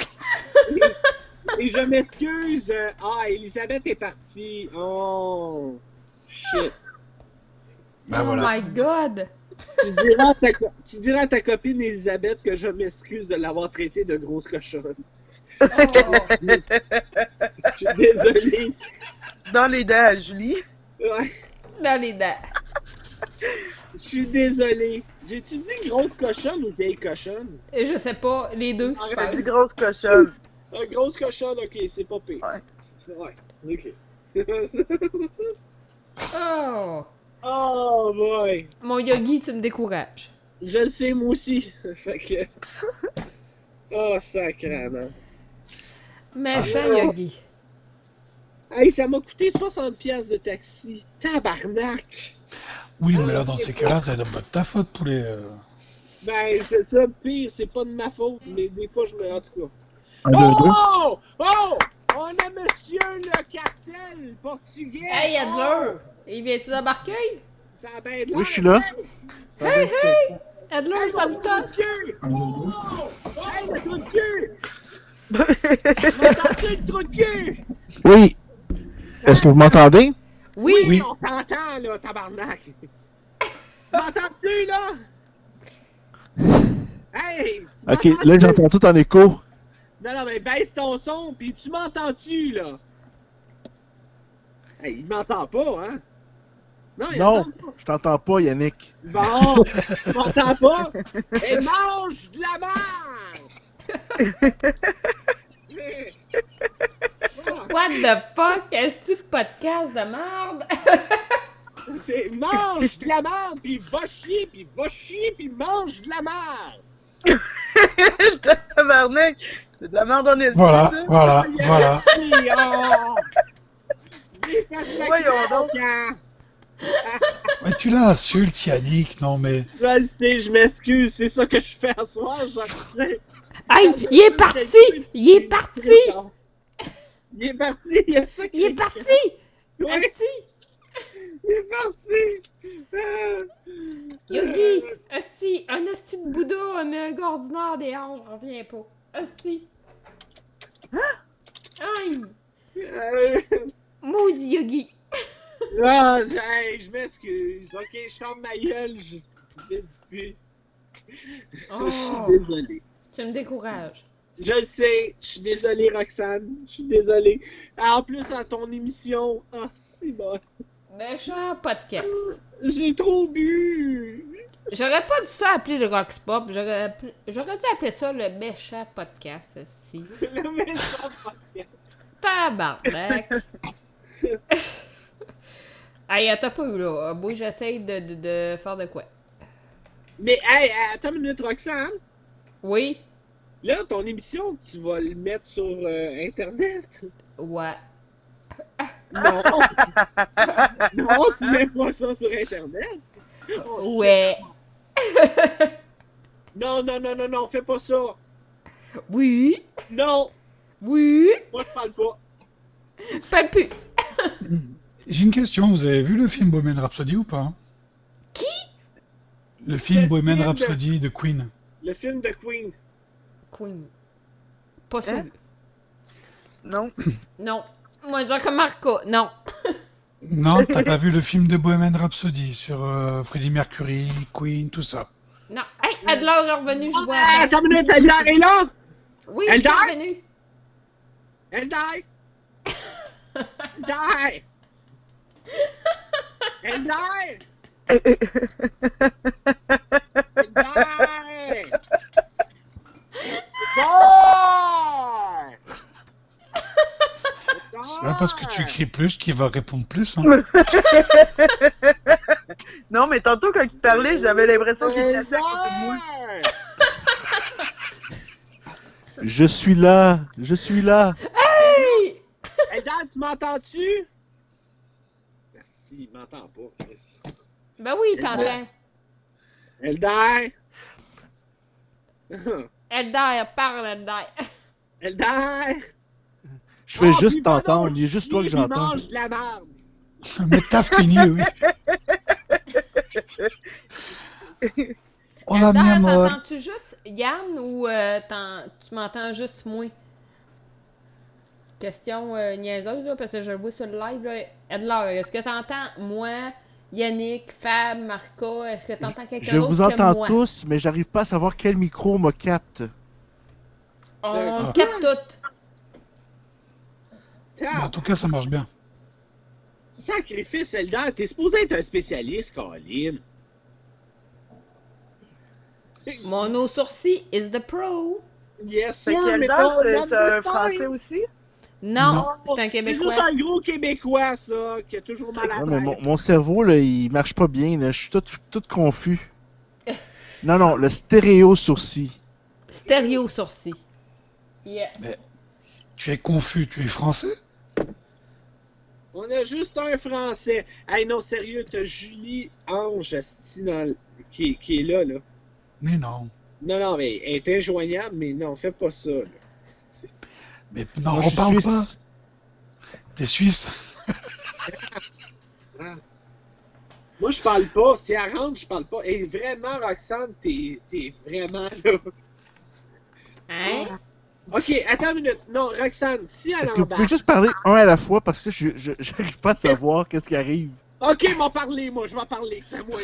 Speaker 10: et je m'excuse. Elisabeth est partie. Oh, shit.
Speaker 9: Ben,
Speaker 1: oh
Speaker 9: voilà.
Speaker 1: my God!
Speaker 10: Tu diras à ta copine Elisabeth que je m'excuse de l'avoir traitée de grosse cochonne.
Speaker 1: Oh.
Speaker 10: Je suis désolé.
Speaker 8: Dans les dents, Julie.
Speaker 10: Ouais.
Speaker 1: Dans les dents.
Speaker 10: Je suis désolé. J'ai-tu dit grosse cochonne ou vieille cochonne?
Speaker 1: Et je sais pas, les deux.
Speaker 8: T'as dit grosse cochonne.
Speaker 10: Grosse cochonne, ok, c'est pas pire. Ouais, ok.
Speaker 1: Oh!
Speaker 10: Oh boy!
Speaker 1: Mon Yogi, tu me décourages.
Speaker 10: Je le sais, moi aussi. Fait que... Oh, sacrément.
Speaker 1: Méchant Yogi.
Speaker 10: Hey, ça m'a coûté 60$ de taxi. Tabarnak!
Speaker 9: Oui, mais là, dans ces cas-là, ça doit pas de ta faute, poulet.
Speaker 10: Ben, c'est ça, pire, c'est pas de ma faute, mais des fois, je me... En tout cas...
Speaker 9: Oh!
Speaker 10: On a monsieur le cartel portugais!
Speaker 1: Hey, Adler! Il vient-tu d'embarquer?
Speaker 10: Ça a bien de l'air!
Speaker 12: Oui, je suis là.
Speaker 1: Hey! Adler, ça me tosse!
Speaker 10: Hey, le trou de cul! M'entends-tu, le trou de cul?
Speaker 12: Oui. Est-ce que vous m'entendez?
Speaker 1: Oui!
Speaker 10: On t'entend, là, tabarnak! M'entends-tu, là? Hey!
Speaker 12: Ok, là, j'entends tout en écho.
Speaker 10: Non, mais baisse ton son, pis tu m'entends-tu, là? Hey, il m'entend pas, hein?
Speaker 12: Non, je t'entends pas, Yannick.
Speaker 10: Bon, tu m'entends pas? Et mange de la merde!
Speaker 1: What the fuck? Est-ce que podcast de merde?
Speaker 10: C'est mange de la merde, pis va chier, pis mange de la merde!
Speaker 8: Tabarnak! C'est de la merde en esprit,
Speaker 9: Voilà,
Speaker 8: ça.
Speaker 9: voilà.
Speaker 8: Voyons donc.
Speaker 9: Ouais, tu l'insultes, Yannick, non mais...
Speaker 10: Je le sais, je m'excuse, c'est ça que je fais à soir, j'en sais.
Speaker 1: Hey, il est parti! Il est parti!
Speaker 10: Il est parti, il a fait
Speaker 1: Il est parti!
Speaker 10: Ouais. Il est parti!
Speaker 1: Yogi! Hostie, un hostie de Bouddha, mais un gars ordinaire des hanches, j'en reviens pas. Hostie! Aïe! Maudit Yogi!
Speaker 10: Ah, hey, je m'excuse. Ok, je ferme ma gueule, je ne dis plus. Je suis désolé.
Speaker 1: Tu me décourages.
Speaker 10: Je le sais, je suis désolé, Roxane. Je suis désolé. En plus, à ton émission, c'est bon.
Speaker 1: Méchant podcast.
Speaker 10: J'ai trop bu.
Speaker 1: J'aurais pas dû ça appeler le Rox Pop. J'aurais dû appeler ça le méchant podcast, hostie.
Speaker 10: Le méchant podcast.
Speaker 1: Tabarnak. Hey, t'as pas eu là. Moi, j'essaye de faire de quoi.
Speaker 10: Mais, hey, attends une minute, Roxane.
Speaker 1: Oui?
Speaker 10: Là, ton émission, tu vas le mettre sur Internet?
Speaker 1: Ouais.
Speaker 10: Non! Non, tu mets pas ça sur Internet?
Speaker 1: Ouais.
Speaker 10: Non, fais pas ça!
Speaker 1: Oui?
Speaker 10: Non!
Speaker 1: Oui?
Speaker 10: Moi, je parle pas.
Speaker 1: Parle plus.
Speaker 9: J'ai une question, vous avez vu le film Bohemian Rhapsody ou pas?
Speaker 1: Qui?
Speaker 9: Le film Bohemian Rhapsody de Queen.
Speaker 10: Le film de Queen.
Speaker 1: Queen. Pas ça.
Speaker 8: Non.
Speaker 1: Non. Moi, dire comme Marco, non.
Speaker 9: Non, t'as pas vu le film de Bohemian Rhapsody sur Freddie Mercury, Queen, tout ça?
Speaker 1: Non. Hey, Adler est revenu, je vois.
Speaker 10: Attends une minute, Adler est là?
Speaker 1: Oui,
Speaker 10: elle
Speaker 1: est revenu.
Speaker 10: Elle die! Die! Elle die! Elle die!
Speaker 9: C'est pas parce que tu cries plus qu'il va répondre plus, hein.
Speaker 8: Non, mais tantôt, quand il parlait, j'avais l'impression qu'il était assis à côté de moi.
Speaker 12: Je suis là! Je suis là!
Speaker 1: Hey!
Speaker 10: Eldar, tu m'entends-tu? Merci, il m'entend pas, Chris.
Speaker 1: Ben oui, il t'entend.
Speaker 10: Eldar!
Speaker 1: Eldar, parle, Eldar.
Speaker 10: Eldar!
Speaker 12: Je fais juste t'entendre, il y a juste toi que j'entends.
Speaker 10: Mange de la merde!
Speaker 9: Mais t'as fini, oui. On a mis à mort.
Speaker 1: T'entends-tu juste Yann ou tu m'entends juste moi? Question niaiseuse, là, parce que je le vois sur le live. Là. Edlar, est-ce que t'entends moi, Yannick, Fab, Marca? Est-ce que t'entends quelqu'un d'autre
Speaker 12: Je vous entends
Speaker 1: que moi?
Speaker 12: tous, mais j'arrive pas à savoir quel micro me capte.
Speaker 1: On capte tout.
Speaker 9: En tout cas, ça marche bien.
Speaker 10: Sacrifice, Eldar, t'es supposé être un spécialiste, Colin.
Speaker 1: Mon eau sourcil is the pro.
Speaker 10: Yes,
Speaker 8: C'est
Speaker 10: sir, mais
Speaker 8: Eldar,
Speaker 10: pas
Speaker 8: c'est un français aussi?
Speaker 1: Non, c'est un Québécois.
Speaker 10: C'est juste un gros Québécois, ça, qui a toujours mal à la
Speaker 12: Ouais, mais
Speaker 10: tête.
Speaker 12: mon cerveau, là, il marche pas bien. Là. Je suis tout confus. Non, le stéréo sourcil.
Speaker 1: Stéréo sourcil. Yes.
Speaker 9: Mais tu es confus, tu es français?
Speaker 10: On a juste un Français. Hey, non, sérieux, t'as Julie Ange qui est là, là.
Speaker 9: Mais non.
Speaker 10: Non, mais elle est injoignable, mais non, fais pas ça, là.
Speaker 9: Mais non,
Speaker 12: Moi,
Speaker 9: on
Speaker 12: je
Speaker 9: parle
Speaker 12: suis
Speaker 9: pas.
Speaker 12: suisse.
Speaker 9: T'es suisse?
Speaker 10: Moi, je parle pas. Si elle rentre, je parle pas. Et vraiment, Roxane, t'es vraiment là.
Speaker 1: Hein?
Speaker 10: Ok, attends une minute. Non, Roxane, si elle
Speaker 12: Est-ce que vous pouvez
Speaker 10: embarque.
Speaker 12: juste parler un à la fois parce que j'arrive pas à savoir qu'est-ce qui arrive.
Speaker 10: Ok, m'en parler, moi, je vais parler, c'est à moi.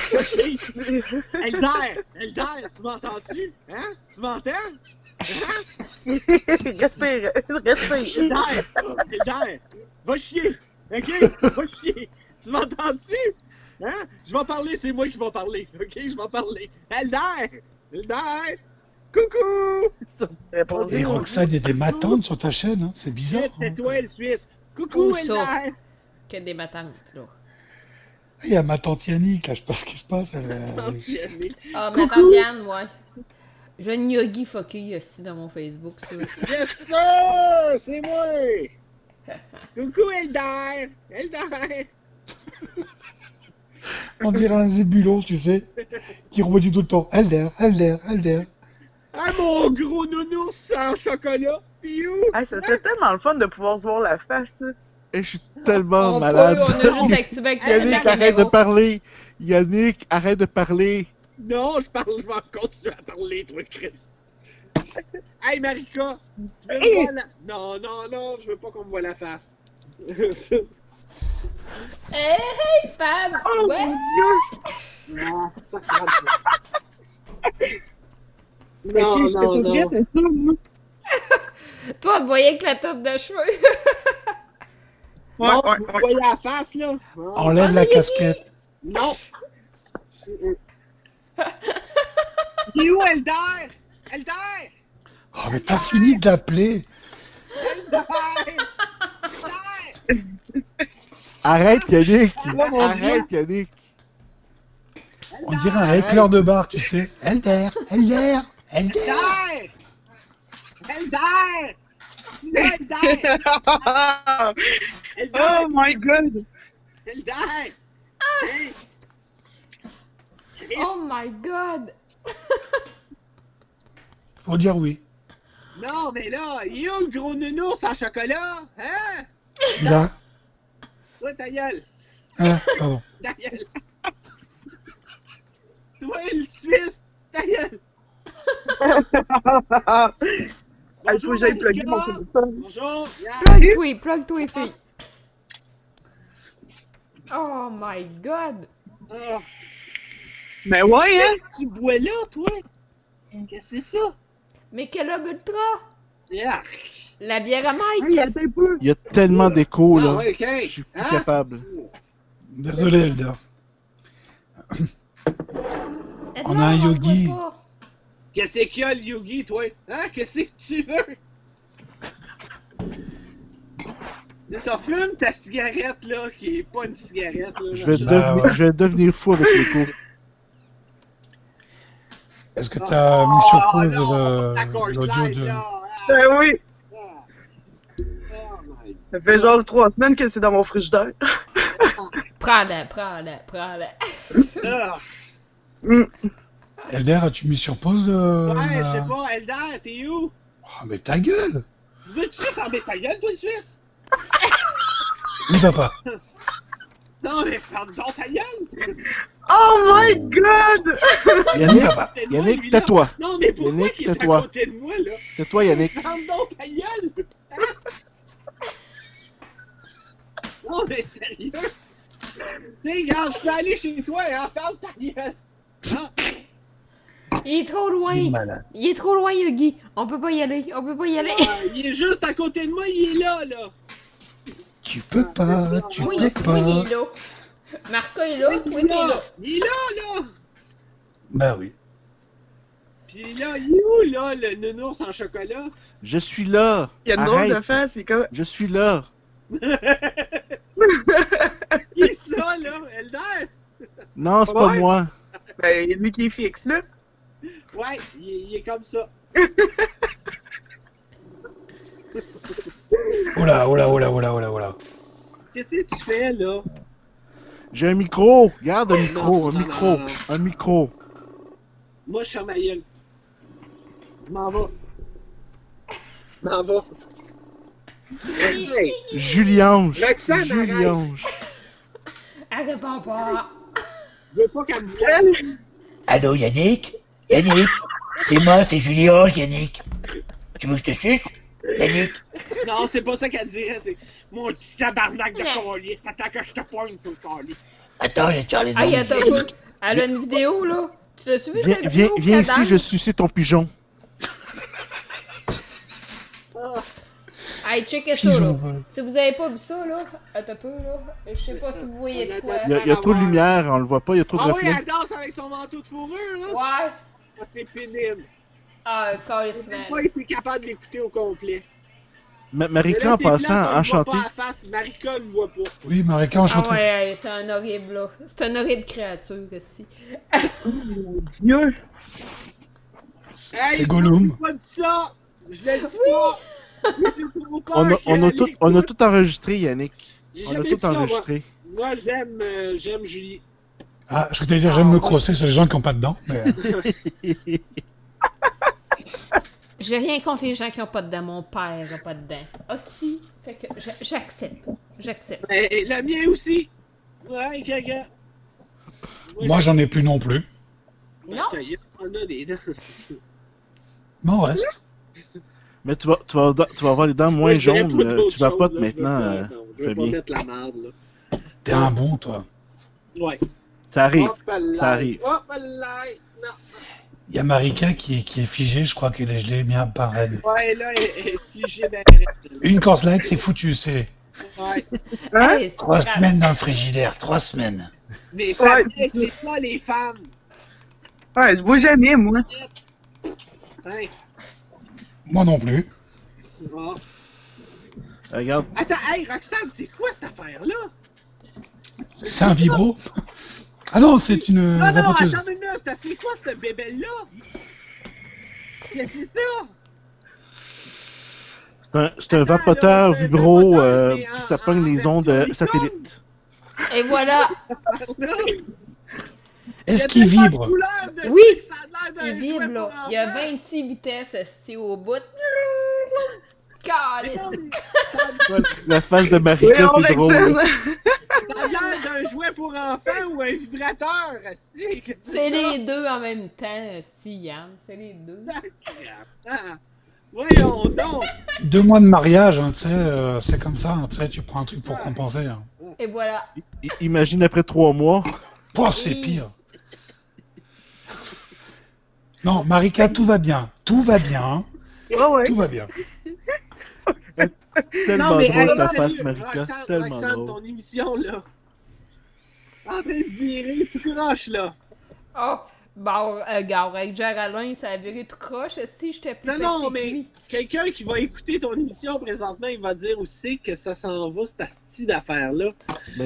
Speaker 10: Eldar, tu m'entends-tu? Hein? Tu m'entends? Hein?
Speaker 8: Respire.
Speaker 10: Eldar, va chier, ok? Va chier. Tu m'entends-tu? Hein? Je vais parler, c'est moi qui vais parler, ok? Je vais parler. Eldar, coucou!
Speaker 9: Et Roxane, il y a des matantes sur ta chaîne, hein? C'est bizarre.
Speaker 10: Tais-toi, le Suisse. Coucou,
Speaker 1: Où ça?
Speaker 10: Eldar!
Speaker 1: Que des matantes, là.
Speaker 9: Il y a ma tante Yannick, là, je sais pas ce qui se passe.
Speaker 1: Ah, ma tante Yann, ouais. J'ai une yogi fucky aussi dans mon Facebook, ça.
Speaker 10: Yes, sir! C'est moi! Coucou, Eldar!
Speaker 9: On dirait un zébulon, tu sais, qui rebondit tout le temps. Eldar.
Speaker 10: Ah, mon gros nounours en chocolat! T'es où?
Speaker 8: Ah, ça serait tellement le fun de pouvoir se voir la face.
Speaker 12: Et je suis tellement
Speaker 1: On
Speaker 12: malade.
Speaker 1: a juste activé avec
Speaker 12: Yannick, arrête de parler. Yannick, arrête de parler.
Speaker 10: Non, je vais continuer à parler, toi, Chris. Hey, Marika, tu veux me voir la... Non, je veux pas qu'on me voit la face.
Speaker 1: Hey, Fab!
Speaker 8: Oh
Speaker 1: Ouais!
Speaker 8: mon Dieu!
Speaker 10: Non, ça Non.
Speaker 1: Toi, tu voyais avec la top de cheveux.
Speaker 10: Vous voyez la face, là?
Speaker 9: Enlève la casquette.
Speaker 10: Non! Il est où, Eldar?
Speaker 9: Oh, mais t'as fini de l'appeler.
Speaker 12: Arrête, Yannick. Arrête, Yannick.
Speaker 9: On dirait un éclair de bar, tu sais. Eldar.
Speaker 8: Oh my god!
Speaker 10: Eldar! Hey!
Speaker 1: Oh my god!
Speaker 9: Faut dire oui.
Speaker 10: Non, mais là, il est où le gros nounours en chocolat? Hein?
Speaker 9: Je suis là.
Speaker 10: Toi, ta gueule!
Speaker 9: Hein, pardon.
Speaker 10: Ta gueule! Toi, le Suisse! Ta gueule!
Speaker 8: Il faut que j'aille plugger mon téléphone.
Speaker 10: Bonjour!
Speaker 1: Plug-toi, fille. Oh my god!
Speaker 10: Ah.
Speaker 8: Mais ouais, hein?
Speaker 10: Qu'est-ce que tu bois là, toi? Qu'est-ce que c'est ça?
Speaker 1: Mais quel homme ultra!
Speaker 10: Yeah.
Speaker 1: La bière à Mike!
Speaker 8: Hey, attends un peu.
Speaker 12: Il y a tellement d'écho, là.
Speaker 10: Ah ouais, ok.
Speaker 12: Je suis plus capable.
Speaker 9: Désolé, Eldar. On a un yogi.
Speaker 10: Qu'est-ce qu'il y a, le yogi, toi? Hein? Qu'est-ce que tu veux? C'est ça, fume ta cigarette, là, qui est pas une cigarette, là.
Speaker 12: Je vais devenir fou avec l'écho.
Speaker 9: Est-ce que t'as mis sur pause l'audio de...
Speaker 8: Ben oui! Ça fait genre 3 semaines que c'est dans mon frigidaire.
Speaker 1: Prends-le.
Speaker 9: Elder, as-tu mis sur pause
Speaker 10: Ouais, je sais pas, Elder, t'es où?
Speaker 9: Oh, mais ta gueule!
Speaker 10: Veux-tu fermer ta gueule, toi, Suisse?
Speaker 9: Oui, papa.
Speaker 10: Non, mais ferme donc ta gueule!
Speaker 8: Oh my god!
Speaker 12: Yannick, tais-toi.
Speaker 10: Non, mais pourquoi
Speaker 12: Yannick,
Speaker 10: il est à
Speaker 12: tais-toi.
Speaker 10: côté de moi, là?
Speaker 12: Tais-toi, Yannick.
Speaker 10: Ferme donc ta gueule! Non, mais sérieux? Tu sais, regarde, je peux aller chez toi, hein, ferme ta gueule! Ah.
Speaker 1: Il est trop loin. Il est trop loin, Yogi. On peut pas y aller.
Speaker 10: Ah, il est juste à côté de moi, il est là, là!
Speaker 9: Tu peux pas, tu peux pas.
Speaker 1: Oui, il est là. Marco est là, toi t'es là.
Speaker 10: Il est là, là!
Speaker 9: Ben oui.
Speaker 10: Pis là, il est où, là, le nounours en chocolat?
Speaker 12: Je suis là.
Speaker 8: Il y a une drôle de face, c'est comme...
Speaker 12: Je suis là.
Speaker 10: Qui est ça, là? Elder?
Speaker 12: Non, c'est pas moi.
Speaker 8: Ben, il y a lui qui est fixe, là.
Speaker 10: Ouais, il est comme ça.
Speaker 9: Oh là.
Speaker 10: Qu'est-ce que tu fais, là?
Speaker 12: J'ai un micro. Regarde un micro,
Speaker 10: non.
Speaker 12: un micro.
Speaker 10: Moi, je suis à ma gueule. Je m'en vais. Hey.
Speaker 12: Juliange.
Speaker 10: Roxane,
Speaker 12: Juliange.
Speaker 1: Elle répond pas.
Speaker 10: Je veux pas qu'elle me voie.
Speaker 13: Allô, Yannick? Yannick? C'est moi, c'est Juliange, Yannick. Tu veux que je te suce? Yannick?
Speaker 10: Non, c'est pas ça qu'elle dirait, c'est mon petit tabarnak de colis. C'est attends que je te poigne sur le colis.
Speaker 13: Attends, j'ai Charlie.
Speaker 1: Ah, attends, elle a une vidéo, là. Tu l'as-tu vu, cette vidéo?
Speaker 12: Viens ici, je sucer ton pigeon.
Speaker 1: Hey, checkez ça, là. Si vous avez pas vu ça, là, attends un peu, là. Je sais pas si vous voyez de quoi.
Speaker 12: Il y a trop de lumière, on le voit pas, il y a trop de
Speaker 10: oui,
Speaker 12: reflets.
Speaker 10: elle danse avec son manteau de fourrure, là.
Speaker 1: Ouais.
Speaker 10: Ah, c'est pénible.
Speaker 1: Ah, Carlis,
Speaker 10: J'ai pas été capable d'écouter au complet.
Speaker 12: Marika, en passant, enchantée.
Speaker 10: Marika ne voit pas.
Speaker 9: Oui, Marika, enchantée.
Speaker 1: Ah ouais, c'est un horrible, là. C'est une horrible créature, aussi.
Speaker 8: Mon Dieu!
Speaker 9: C'est Gollum.
Speaker 10: Je pas dit ça! Je l'ai dit pas!
Speaker 12: On a tout enregistré, Yannick. On a
Speaker 10: jamais
Speaker 12: tout
Speaker 10: dit ça,
Speaker 12: enregistré.
Speaker 10: Moi, j'aime Julie.
Speaker 9: Ah, je crois que t'allais dire j'aime me crosser sur les gens qui n'ont pas de dents. Mais...
Speaker 1: J'ai rien contre les gens qui n'ont pas de dents. Mon père n'a pas de dents. Hostie. Fait que j'accepte. J'accepte.
Speaker 10: Et la mienne aussi. Ouais, gaga.
Speaker 9: Moi, j'en ai plus non plus.
Speaker 1: Non.
Speaker 10: On a des dents.
Speaker 9: M'en reste.
Speaker 12: Mais tu vas avoir les dents moins jaunes. Tu vas pas maintenant.
Speaker 10: Je vais pas mettre la merde, là.
Speaker 9: T'es un bon, toi.
Speaker 10: Ouais.
Speaker 12: Ça arrive. Ça arrive.
Speaker 9: Il y a Marika qui est figée, je crois que je l'ai mis par elle.
Speaker 10: Ouais, là, elle est figée, ben.
Speaker 9: Une course like, c'est foutu, c'est.
Speaker 10: Ouais.
Speaker 8: Hein?
Speaker 9: 3 semaines dans le frigidaire, 3 semaines.
Speaker 10: Les femmes, c'est ça, les femmes.
Speaker 8: Ouais, je vois jamais, moi.
Speaker 10: Hein?
Speaker 9: Moi non plus.
Speaker 10: Oh.
Speaker 12: Regarde.
Speaker 10: Attends, hey, Roxane, c'est quoi cette affaire-là?
Speaker 9: C'est un vibro? Ah non, c'est une.
Speaker 10: Non,
Speaker 9: vapoteuse.
Speaker 10: attends une minute, c'est quoi cette bébelle-là? Qu'est-ce que c'est ça?
Speaker 12: C'est un vapoteur vibro qui s'appogne les ondes satellites.
Speaker 1: Et voilà!
Speaker 9: Est-ce qu'il vibre?
Speaker 1: Oui! Il vibre, là. Il y a 26 vitesses assis au bout.
Speaker 12: La face de Marika, c'est drôle.
Speaker 10: Ça a l'air d'un jouet pour enfants ou un vibrateur, asti.
Speaker 1: C'est les deux en même temps, asti, Yann. C'est les deux.
Speaker 10: Voyons donc!
Speaker 9: 2 mois de mariage, hein, tu sais, c'est comme ça, hein, tu sais, tu prends un truc pour compenser. Hein.
Speaker 1: Et voilà.
Speaker 12: Imagine après 3 mois.
Speaker 9: Oh, c'est pire. Non, Marika, tout va bien. Tout va bien.
Speaker 8: Oh, ouais.
Speaker 9: Tout va bien.
Speaker 12: Tellement drôle ta face, Marika. Tellement
Speaker 10: Roxane,
Speaker 12: drôle.
Speaker 10: ton émission, là. En train de virer tout croche, là.
Speaker 1: Oh, bon, regarde, avec Géraldin, ça a viré tout croche. Si j'étais plus
Speaker 10: Non, mais quelqu'un qui va écouter ton émission présentement, il va dire aussi que ça s'en va, cette asti d'affaire-là.
Speaker 12: Ben,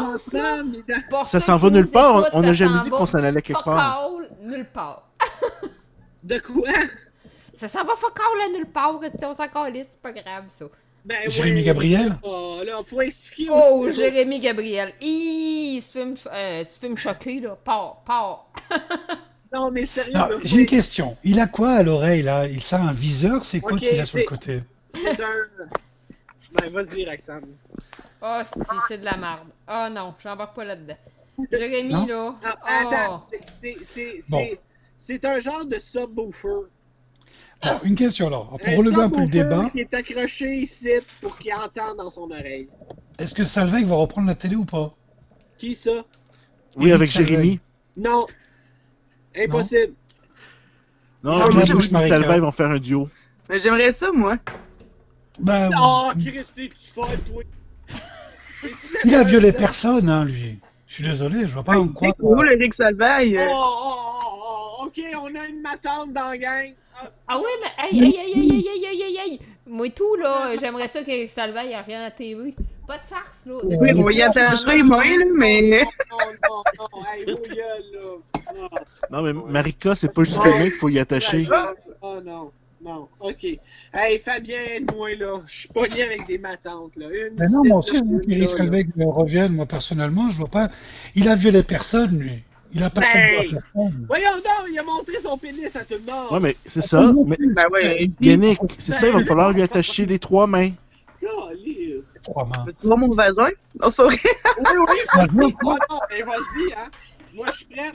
Speaker 10: Là,
Speaker 12: ça s'en va nulle part. On n'a jamais dit qu'on s'en allait quelque part.
Speaker 1: Nulle part.
Speaker 10: De quoi?
Speaker 1: Ça s'en va fuck all à nulle part, on s'en calisse, c'est pas grave, ça.
Speaker 10: Ben
Speaker 9: Jérémy Gabriel?
Speaker 10: Oh, là, faut expliquer
Speaker 1: Oh,
Speaker 10: aussi.
Speaker 1: Jérémy Gabriel. Tu fais me choquer, là. Pars.
Speaker 10: Non, mais sérieux.
Speaker 9: Non,
Speaker 10: là,
Speaker 9: j'ai une question. Il a quoi à l'oreille, là? Il sent un viseur? C'est quoi
Speaker 10: Ok,
Speaker 9: qu'il a sur le
Speaker 10: c'est-
Speaker 9: côté?
Speaker 10: C'est un... Ben, vas-y, Roxane.
Speaker 1: Oh, c'est de la merde. Oh non, j'embarque pas là-dedans. Jérémy,
Speaker 9: Non?
Speaker 1: là.
Speaker 10: Ah,
Speaker 1: Oh.
Speaker 10: attends,
Speaker 9: Bon.
Speaker 10: c'est un genre de subwoofer.
Speaker 9: Bon, une question alors. Pour
Speaker 10: Un
Speaker 9: relever un peu le
Speaker 10: subwoofer
Speaker 9: débat,
Speaker 10: qui est accroché ici pour qu'il entende dans son oreille.
Speaker 9: est-ce que Salveig va reprendre la télé ou pas?
Speaker 10: Qui ça?
Speaker 12: Oui,
Speaker 9: Éric
Speaker 12: avec
Speaker 9: Salveig.
Speaker 12: Jérémy.
Speaker 10: Non. Impossible.
Speaker 12: Non,
Speaker 9: Ah,
Speaker 12: moi,
Speaker 9: la
Speaker 12: j'ai
Speaker 9: bouche,
Speaker 12: dit
Speaker 9: Marika.
Speaker 12: Salveig vont faire un duo.
Speaker 8: Mais j'aimerais ça, moi.
Speaker 9: Ben,
Speaker 10: Oh, Christy, tu fais, toi.
Speaker 9: il a violé personne, hein, lui. Je suis désolé, je vois pas en quoi.
Speaker 8: C'est cool, Eric Salveig.
Speaker 10: Ok, on a une matante dans la gang.
Speaker 1: Ah ouais, mais aïe. Moi tout, là, j'aimerais ça que Salveig revienne à la TV. Pas de farce, là.
Speaker 8: Oui, on va y attacher les mains, là, mais...
Speaker 10: Non, hey, vos gueules, là.
Speaker 12: Non, mais Marika, c'est pas juste les mains qu'il faut y attacher.
Speaker 10: Oh non, ok. Hey, Fabien, aide-moi, là. Je suis pogné avec des matantes, là.
Speaker 9: Ben non, moi aussi, je veux qu'Éric Salveig revienne, moi, personnellement, je vois pas. Il a violé personne, lui. Il a pas fait de personne.
Speaker 10: Voyons donc, il a montré son pénis à tout le monde.
Speaker 12: Ouais, mais c'est ça. Mais...
Speaker 8: Ben ouais.
Speaker 12: Yannick, c'est ça, il va falloir lui attacher les 3 mains.
Speaker 10: Calisse.
Speaker 8: Tu vois mon vagin? Non, c'est vrai.
Speaker 10: Oui. Ah non, mais vas-y, hein. Moi, je suis prête.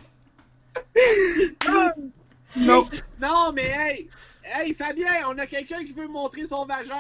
Speaker 8: Non.
Speaker 10: Non, mais hey, Fabien, on a quelqu'un qui veut montrer son vagin.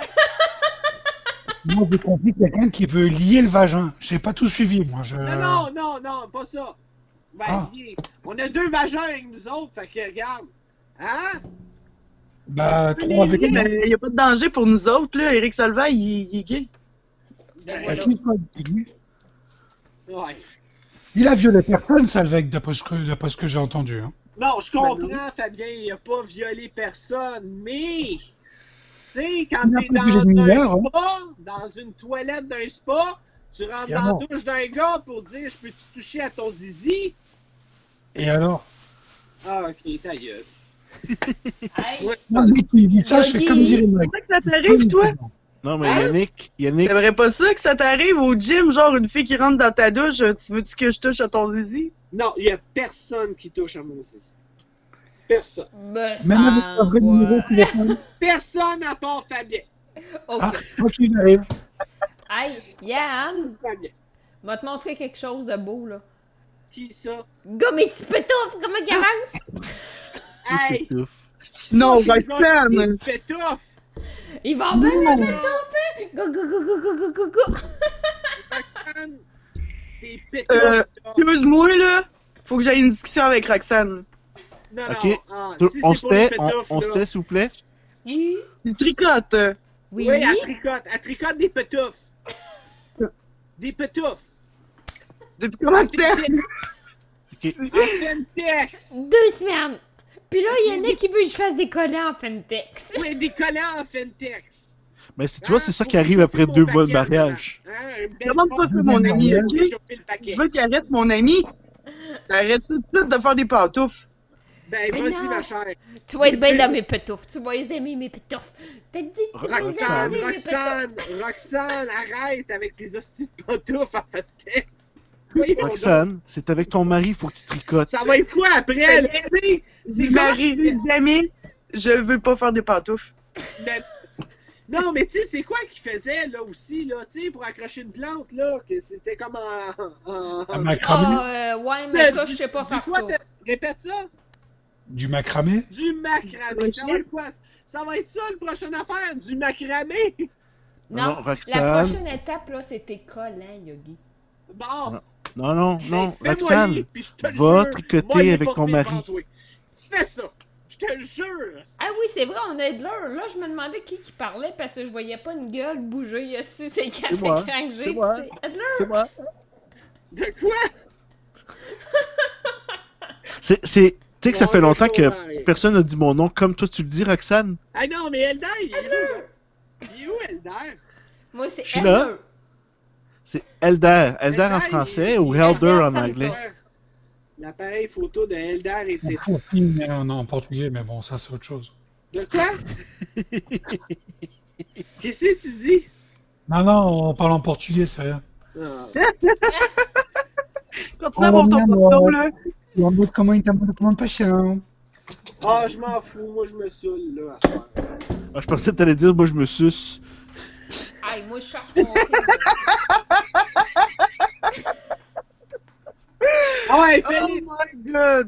Speaker 9: Moi, j'ai compris quelqu'un qui veut lier le vagin. J'ai pas tout suivi, moi.
Speaker 10: Non, pas ça. Ben, on a 2 vagins avec nous autres, fait que regarde. Hein?
Speaker 9: Bah, 3 avec
Speaker 8: Il
Speaker 9: moi.
Speaker 8: n'y a pas de danger pour nous autres, là. Eric Salveig, il est gay.
Speaker 10: Ben,
Speaker 9: Qui soit avec lui?
Speaker 10: Ouais.
Speaker 9: Il a violé personne, Salveig, d'après ce que j'ai entendu. Hein.
Speaker 10: Non, je comprends, Fabien, il a pas violé personne, mais... Tu sais, quand
Speaker 9: Il a
Speaker 10: t'es
Speaker 9: pas
Speaker 10: dans
Speaker 9: violé de
Speaker 10: un
Speaker 9: mineur,
Speaker 10: spa, dans une toilette d'un spa, tu rentres
Speaker 9: Et
Speaker 10: dans
Speaker 9: alors?
Speaker 10: la douche d'un gars pour dire « Je peux-tu toucher à ton zizi?
Speaker 9: Et alors? »
Speaker 10: Ah, ok, ta gueule.
Speaker 9: Non, mais tu dis ça, je fais comme dirait Mike.
Speaker 8: C'est ça que ça t'arrive, toi?
Speaker 12: Non, mais Yannick,
Speaker 8: T'aimerais pas ça que ça t'arrive au gym, genre une fille qui rentre dans ta douche, tu veux-tu que je touche à ton zizi?
Speaker 10: Non, il y a personne qui touche à mon zizi. Personne.
Speaker 9: Même avec un vrai numéro de téléphone.
Speaker 10: Personne à part Fabien.
Speaker 1: Ok.
Speaker 9: Ah, moi qui arrive.
Speaker 1: Hey, Yann,
Speaker 10: Fabien.
Speaker 1: va te montrer quelque chose de beau, là.
Speaker 10: Qui ça?
Speaker 1: Gomme et petit pétouf, comment il avance?
Speaker 10: Hey!
Speaker 8: Non,
Speaker 10: J'ai
Speaker 8: Roxane!
Speaker 10: pétouf!
Speaker 1: Il va bien le pétouf, hein? Go.
Speaker 10: Roxane, t'es pétouf!
Speaker 8: Excuse-moi, là. Faut que j'aille une discussion avec Roxane.
Speaker 10: Non,
Speaker 12: Ok.
Speaker 10: non, si
Speaker 12: On
Speaker 10: c'est
Speaker 12: se
Speaker 10: pour les
Speaker 12: tait,
Speaker 10: pétoufs,
Speaker 12: on se
Speaker 10: là.
Speaker 12: tait, s'il vous plaît.
Speaker 1: Oui.
Speaker 8: Tu tricotes.
Speaker 10: Oui, elle tricote des pétoufs. Des pétoufs.
Speaker 8: Depuis combien de temps?
Speaker 10: En Fentex.
Speaker 1: 2 semaines. Puis là, Yannick, il veut que je fasse des collants en Fentex.
Speaker 10: Oui, des collants en Fentex.
Speaker 12: Mais tu vois, c'est ça qui arrive après 2 mois de mariage.
Speaker 8: Demande pas ça, mon ami, ok? Je veux qu'il arrête, mon ami. Arrête tout de suite de faire des pantoufles.
Speaker 10: Ben,
Speaker 1: Mais
Speaker 10: vas-y,
Speaker 1: non.
Speaker 10: ma chère.
Speaker 1: Tu vas être bien dans mes pétoufs. Tu vas les aimer, mes pétoufs. T'as dit que tu vas les
Speaker 10: Roxane,
Speaker 1: aimer, mes pétoufs.
Speaker 10: Roxane, arrête avec tes hosties de pantoufles en Fentex.
Speaker 12: Roxane, c'est avec ton mari, faut que tu tricotes.
Speaker 10: Ça va être quoi après, là? C'est
Speaker 8: Si
Speaker 10: quoi?
Speaker 8: m'arrive jamais, je veux pas faire des pantoufles.
Speaker 10: Mais- Non, mais tu sais, c'est quoi qu'il faisait, là, aussi, là, tu sais, pour accrocher une plante, là, que c'était comme
Speaker 9: Un macramé?
Speaker 1: Ah, ouais, mais ça, je sais pas faire ça.
Speaker 10: Répète ça.
Speaker 9: Du macramé?
Speaker 10: Du macramé. Ça va être quoi? Ça va être ça, le prochaine affaire, du macramé.
Speaker 1: Non,
Speaker 12: Roxane.
Speaker 1: la prochaine étape, là, c'est tes collants, Yogi.
Speaker 10: Bon.
Speaker 12: Non,
Speaker 10: Fais-moi
Speaker 12: Roxane,
Speaker 10: lire, puis je te le
Speaker 12: va
Speaker 10: jure,
Speaker 12: tricoter
Speaker 10: moi, il est
Speaker 12: avec ton
Speaker 10: porté
Speaker 12: mari.
Speaker 10: devant toi. Fais ça. Je te le jure.
Speaker 1: Ah oui, c'est vrai, on a de l'heure. Là, je me demandais qui parlait parce que je voyais pas une gueule bouger. Si c'est café
Speaker 12: moi,
Speaker 1: écran que j'ai,
Speaker 12: c'est moi.
Speaker 1: puis c'est Adler.
Speaker 12: C'est moi.
Speaker 10: De quoi?
Speaker 12: Tu sais que ça
Speaker 10: Non,
Speaker 12: fait
Speaker 10: mais
Speaker 12: longtemps
Speaker 10: faut
Speaker 12: que
Speaker 10: arrêter.
Speaker 12: personne n'a dit mon nom comme toi tu le dis, Roxane.
Speaker 10: Ah non, mais Elder, il est où, là? Il est où, Elder?
Speaker 1: Moi, c'est
Speaker 12: Je suis là.
Speaker 1: Adler.
Speaker 12: C'est Elder. Elder en français ou Elder en anglais.
Speaker 10: L'appareil photo de Eldar était...
Speaker 9: En portugais, mais bon, ça c'est autre chose.
Speaker 10: De quoi? Qu'est-ce que tu dis?
Speaker 9: Non, on parle en portugais, c'est rien.
Speaker 10: Ah.
Speaker 8: Continue à mon ton photo, là.
Speaker 9: Comment il t'amène paixão?
Speaker 10: Ah, je m'en fous, moi je me saoule, là, à ce moment.
Speaker 12: Ah, je pensais que t'allais dire, moi je me suce.
Speaker 1: Aïe, moi je cherche mon
Speaker 10: Ah ouais, Félix!
Speaker 8: Oh my god!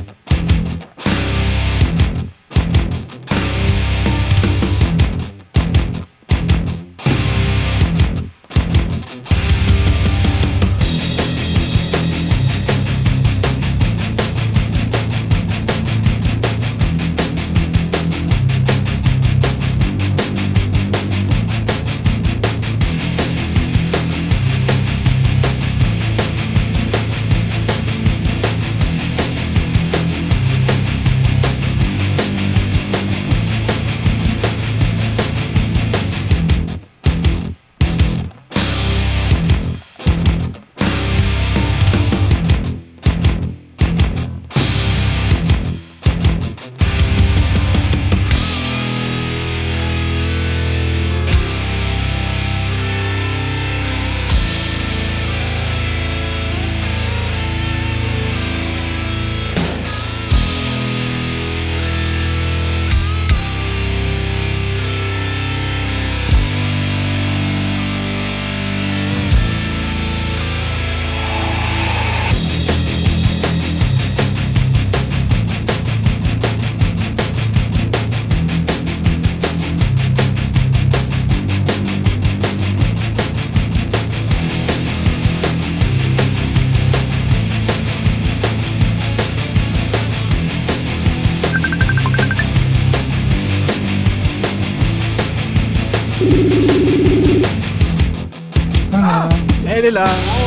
Speaker 12: Elle est là.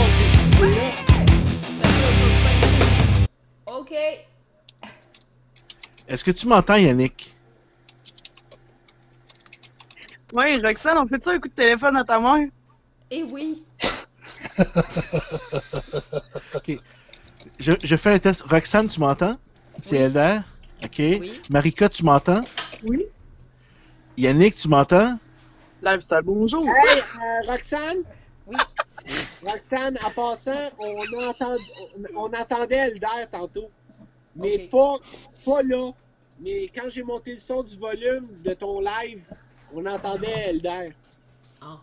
Speaker 1: OK.
Speaker 12: Est-ce que tu m'entends, Yannick?
Speaker 8: Ouais, Roxane, on fait ça un coup de téléphone à ta mère?
Speaker 1: Eh oui.
Speaker 12: OK. Je fais un test. Roxane, tu m'entends? C'est Eldar? OK.
Speaker 1: Oui.
Speaker 12: Marika, tu m'entends?
Speaker 8: Oui.
Speaker 12: Yannick, tu m'entends?
Speaker 8: Lifestyle, bonjour.
Speaker 10: Hey, Roxane?
Speaker 1: Oui.
Speaker 10: Roxane, en passant, on entendait Eldar tantôt. Mais pas là. Mais quand j'ai monté le son du volume de ton live, on entendait Eldar.
Speaker 1: Ah.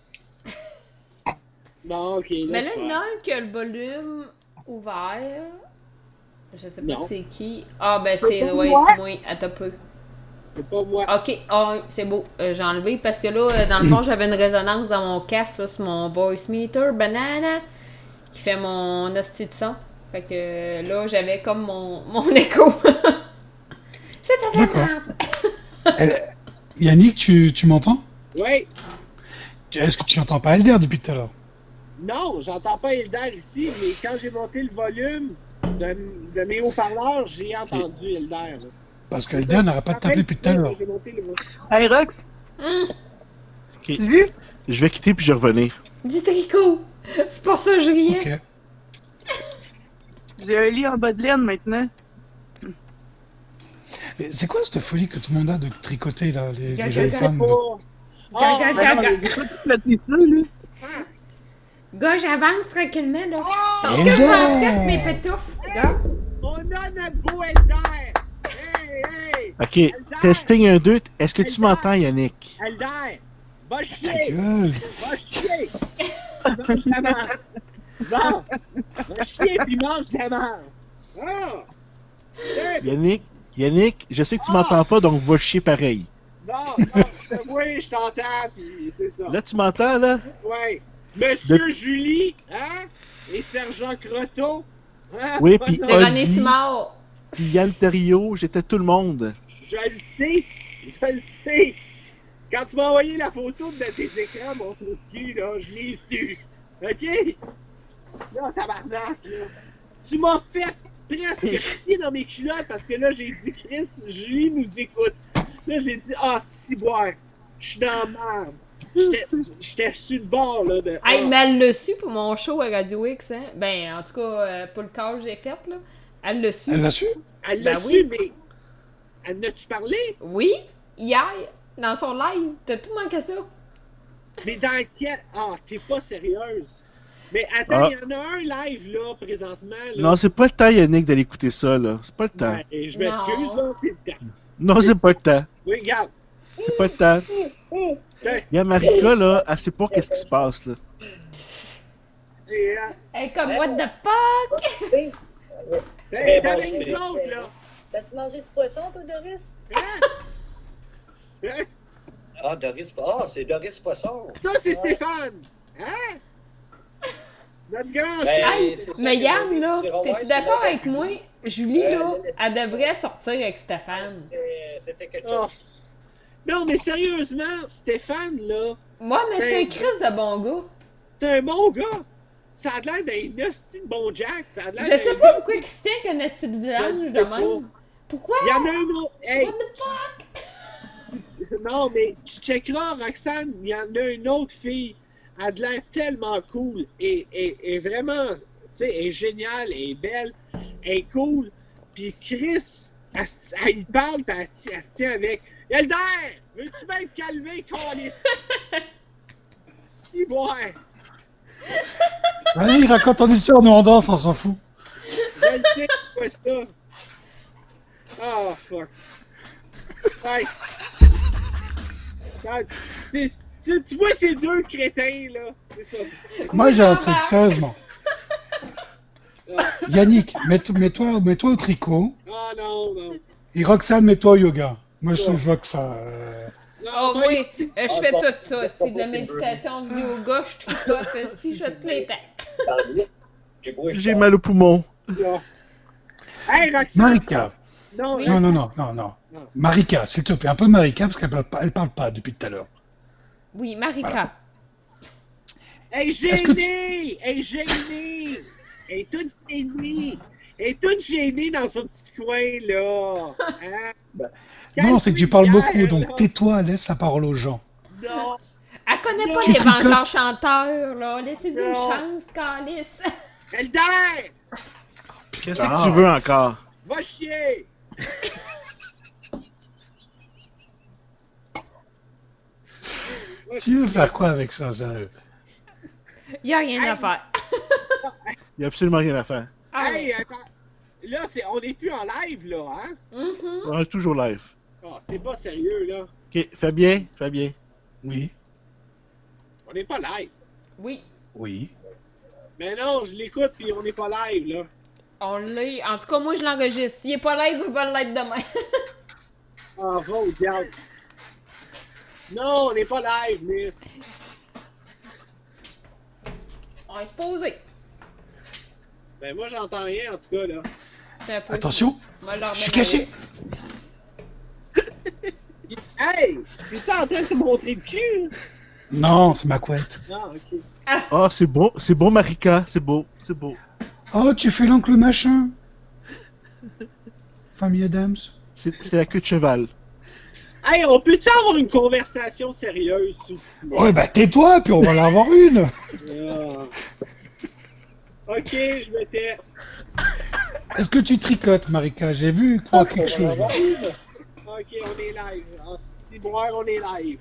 Speaker 10: Bon, ok.
Speaker 1: Mais là, il y en a un qui a le volume ouvert. Je sais pas
Speaker 10: Non.
Speaker 1: c'est qui. Ah, ben c'est. Ouais, moi, attends un peu.
Speaker 10: C'est pas moi.
Speaker 1: Ok, c'est beau. J'ai enlevé parce que là, dans le fond, j'avais une résonance dans mon casque, là, sur mon voice meter, banana, qui fait mon hostie de son. Fait que là, j'avais comme mon écho. C'était de la merde.
Speaker 9: Yannick, tu m'entends?
Speaker 10: Oui.
Speaker 9: Est-ce que tu n'entends pas Eldar depuis tout à l'heure?
Speaker 10: Non, j'entends pas Eldar ici, mais quand j'ai monté le volume de mes haut-parleurs, j'ai entendu Eldar. Là.
Speaker 9: Parce que Eldar n'aurait pas de t'appeler depuis tout à l'heure.
Speaker 8: Hey, Rox!
Speaker 12: OK. Je vais quitter puis je vais revenir.
Speaker 1: Du tricot! C'est pour ça que je riais.
Speaker 9: OK.
Speaker 8: J'ai un lit en bas de laine maintenant.
Speaker 9: Mais c'est quoi cette folie que tout le monde a de tricoter, là, les
Speaker 1: Gaga,
Speaker 9: jeunes femmes?
Speaker 1: Gars, j'avance tranquillement, là. Ils sont
Speaker 9: Eldar!
Speaker 1: tellement prêtes, mes pétoufles. Gars.
Speaker 10: On a notre beau Eldar! Hey, hey!
Speaker 12: OK.
Speaker 10: Eldar!
Speaker 12: Testing 1, 2. Est-ce que tu m'entends, Yannick?
Speaker 10: Eldar! Va
Speaker 9: Ta
Speaker 10: chier!
Speaker 9: gueule!
Speaker 10: Va chier! Mange la merde! Non! Va chier pis mange la merde! Ah!
Speaker 12: Yannick, je sais que tu m'entends pas, donc va chier pareil.
Speaker 10: Non, je te vois, je t'entends, pis c'est ça.
Speaker 12: Là, tu m'entends, là?
Speaker 10: Ouais. Monsieur Julie, hein? Et Sergent Croteau, hein?
Speaker 12: Oui, puis
Speaker 1: C'est René
Speaker 12: Ozzy,
Speaker 1: Simard.
Speaker 12: puis Yann Terriot, j'étais tout le monde.
Speaker 10: Je le sais. Quand tu m'as envoyé la photo de tes écrans, mon trou de cul, là, je l'ai su. OK? Là, tabarnak, là. Tu m'as fait presque chier dans mes culottes parce que là, j'ai dit, Chris, Julie nous écoute. Là, j'ai dit, ah, ciboire. Je suis dans la merde. J'étais sur le bord, là, de...
Speaker 1: Hey, mais elle l'a su pour mon show à Radio X, hein? Ben, en tout cas, pour le cas que j'ai fait, là. Elle l'a su.
Speaker 9: Elle l'a su?
Speaker 10: Elle l'a su, mais... Elle n'a-tu parlé?
Speaker 1: Oui, hier, dans son live. T'as tout manqué ça.
Speaker 10: Mais dans quel... Ah, t'es pas sérieuse. Mais attends, il y en a un live, là, présentement, là.
Speaker 12: Non, c'est pas le temps, Yannick, d'aller écouter ça, là. C'est pas le temps.
Speaker 10: Ouais, et je m'excuse, là, c'est le temps.
Speaker 12: Non, c'est pas le temps.
Speaker 10: Oui, regarde.
Speaker 12: C'est pas le temps. Il y a Marika, là, elle sait pas qu'est-ce qui se passe, là.
Speaker 1: Elle est comme, what the fuck?
Speaker 10: Hey, t'es avec nous autres, là.
Speaker 14: T'as-tu mangé du poisson, toi, Doris?
Speaker 15: Ah, Doris... Ah, c'est Doris Poisson.
Speaker 10: Ça, c'est Stéphane. Hein? Notre gars,
Speaker 1: Hey, mais Yann, là, t'es-tu d'accord avec moi? Julie, là, elle devrait sortir avec Stéphane.
Speaker 15: C'était quelque chose.
Speaker 10: Non, mais sérieusement, Stéphane, là...
Speaker 1: Moi, mais c'est un Chris de bon gars.
Speaker 10: C'est un bon gars. Ça a l'air d'un hostie de bon Jack. Ça a l'air
Speaker 1: Je sais pas pourquoi il se tient qu'un hostie de village de même. Pourquoi?
Speaker 10: Il y en a un autre. Hey,
Speaker 1: what the fuck?
Speaker 10: Non, mais tu checkeras, Roxane, il y en a une autre fille. Elle a l'air tellement cool et vraiment, tu sais, elle est géniale, elle est belle, elle est cool. Puis Chris, elle y parle, puis elle se tient avec. Elder, veux-tu bien te calmer, câlisse? Si, ouais.
Speaker 9: Vas-y, raconte ton histoire, nous on danse, on s'en fout.
Speaker 10: Je le sais, quoi ça? Oh, fuck. Ouais. Tu vois ces deux crétins, là, c'est ça.
Speaker 9: Moi, j'ai un truc, sérieusement. Yannick, mets-toi au tricot.
Speaker 10: Ah non, non.
Speaker 9: Et Roxane, mets-toi au yoga. Moi, je vois que ça...
Speaker 1: Oh oui, je fais tout ça. C'est de la méditation, du yoga, je tricote, je fais tous les temps.
Speaker 12: J'ai mal au poumon.
Speaker 10: Hey, Roxane!
Speaker 9: Marika.
Speaker 10: Non.
Speaker 9: Marika, s'il te plaît, un peu Marika, parce qu'elle parle pas depuis tout à l'heure.
Speaker 1: Oui, Marika.
Speaker 9: Voilà.
Speaker 10: Elle est gênée! Elle est gênée! Elle est toute gênée! Elle est toute gênée dans son petit coin, là! Hein?
Speaker 9: Non, c'est que tu parles beaucoup, donc tais-toi, laisse la parole aux gens.
Speaker 10: Non!
Speaker 1: Elle connaît pas les vengeurs chanteurs, là. Laissez-y une chance, Calice.
Speaker 10: Elder!
Speaker 12: Qu'est-ce que tu veux encore?
Speaker 10: Va chier!
Speaker 9: Tu veux faire quoi avec ça, sérieux?
Speaker 1: Il y a rien à faire.
Speaker 12: Il y a absolument rien à faire.
Speaker 10: Hey, attends! Là, on est plus en live, là, hein?
Speaker 12: On est toujours live.
Speaker 10: Oh, c'est pas sérieux, là.
Speaker 12: Ok, Fabien.
Speaker 9: Oui.
Speaker 10: On n'est pas live.
Speaker 1: Oui.
Speaker 9: Oui.
Speaker 10: Mais non, je l'écoute, puis on n'est pas live, là.
Speaker 1: On l'est. En tout cas, moi, je l'enregistre. S'il est pas live, il va l'être demain.
Speaker 10: Ah, va au diable. Non, on n'est pas live, miss.
Speaker 1: On est supposé.
Speaker 10: Ben, moi, j'entends rien, en tout cas, là.
Speaker 9: Attention, je suis caché.
Speaker 10: Hey! T'es-tu en train de te montrer le cul?
Speaker 9: Non, c'est ma couette.
Speaker 10: Non, ok.
Speaker 12: Oh, c'est beau, Marika, c'est beau.
Speaker 9: Oh, tu fais l'oncle machin. Famille Adams.
Speaker 12: C'est la queue de cheval.
Speaker 10: Hey, on peut-tu avoir une conversation sérieuse?
Speaker 9: Ouais, bah tais-toi, puis on va en avoir une.
Speaker 10: Ok, je me tais.
Speaker 9: Est-ce que tu tricotes, Marika? J'ai vu quoi quelque chose.
Speaker 10: Ok, on est live. En ciboire, on est live.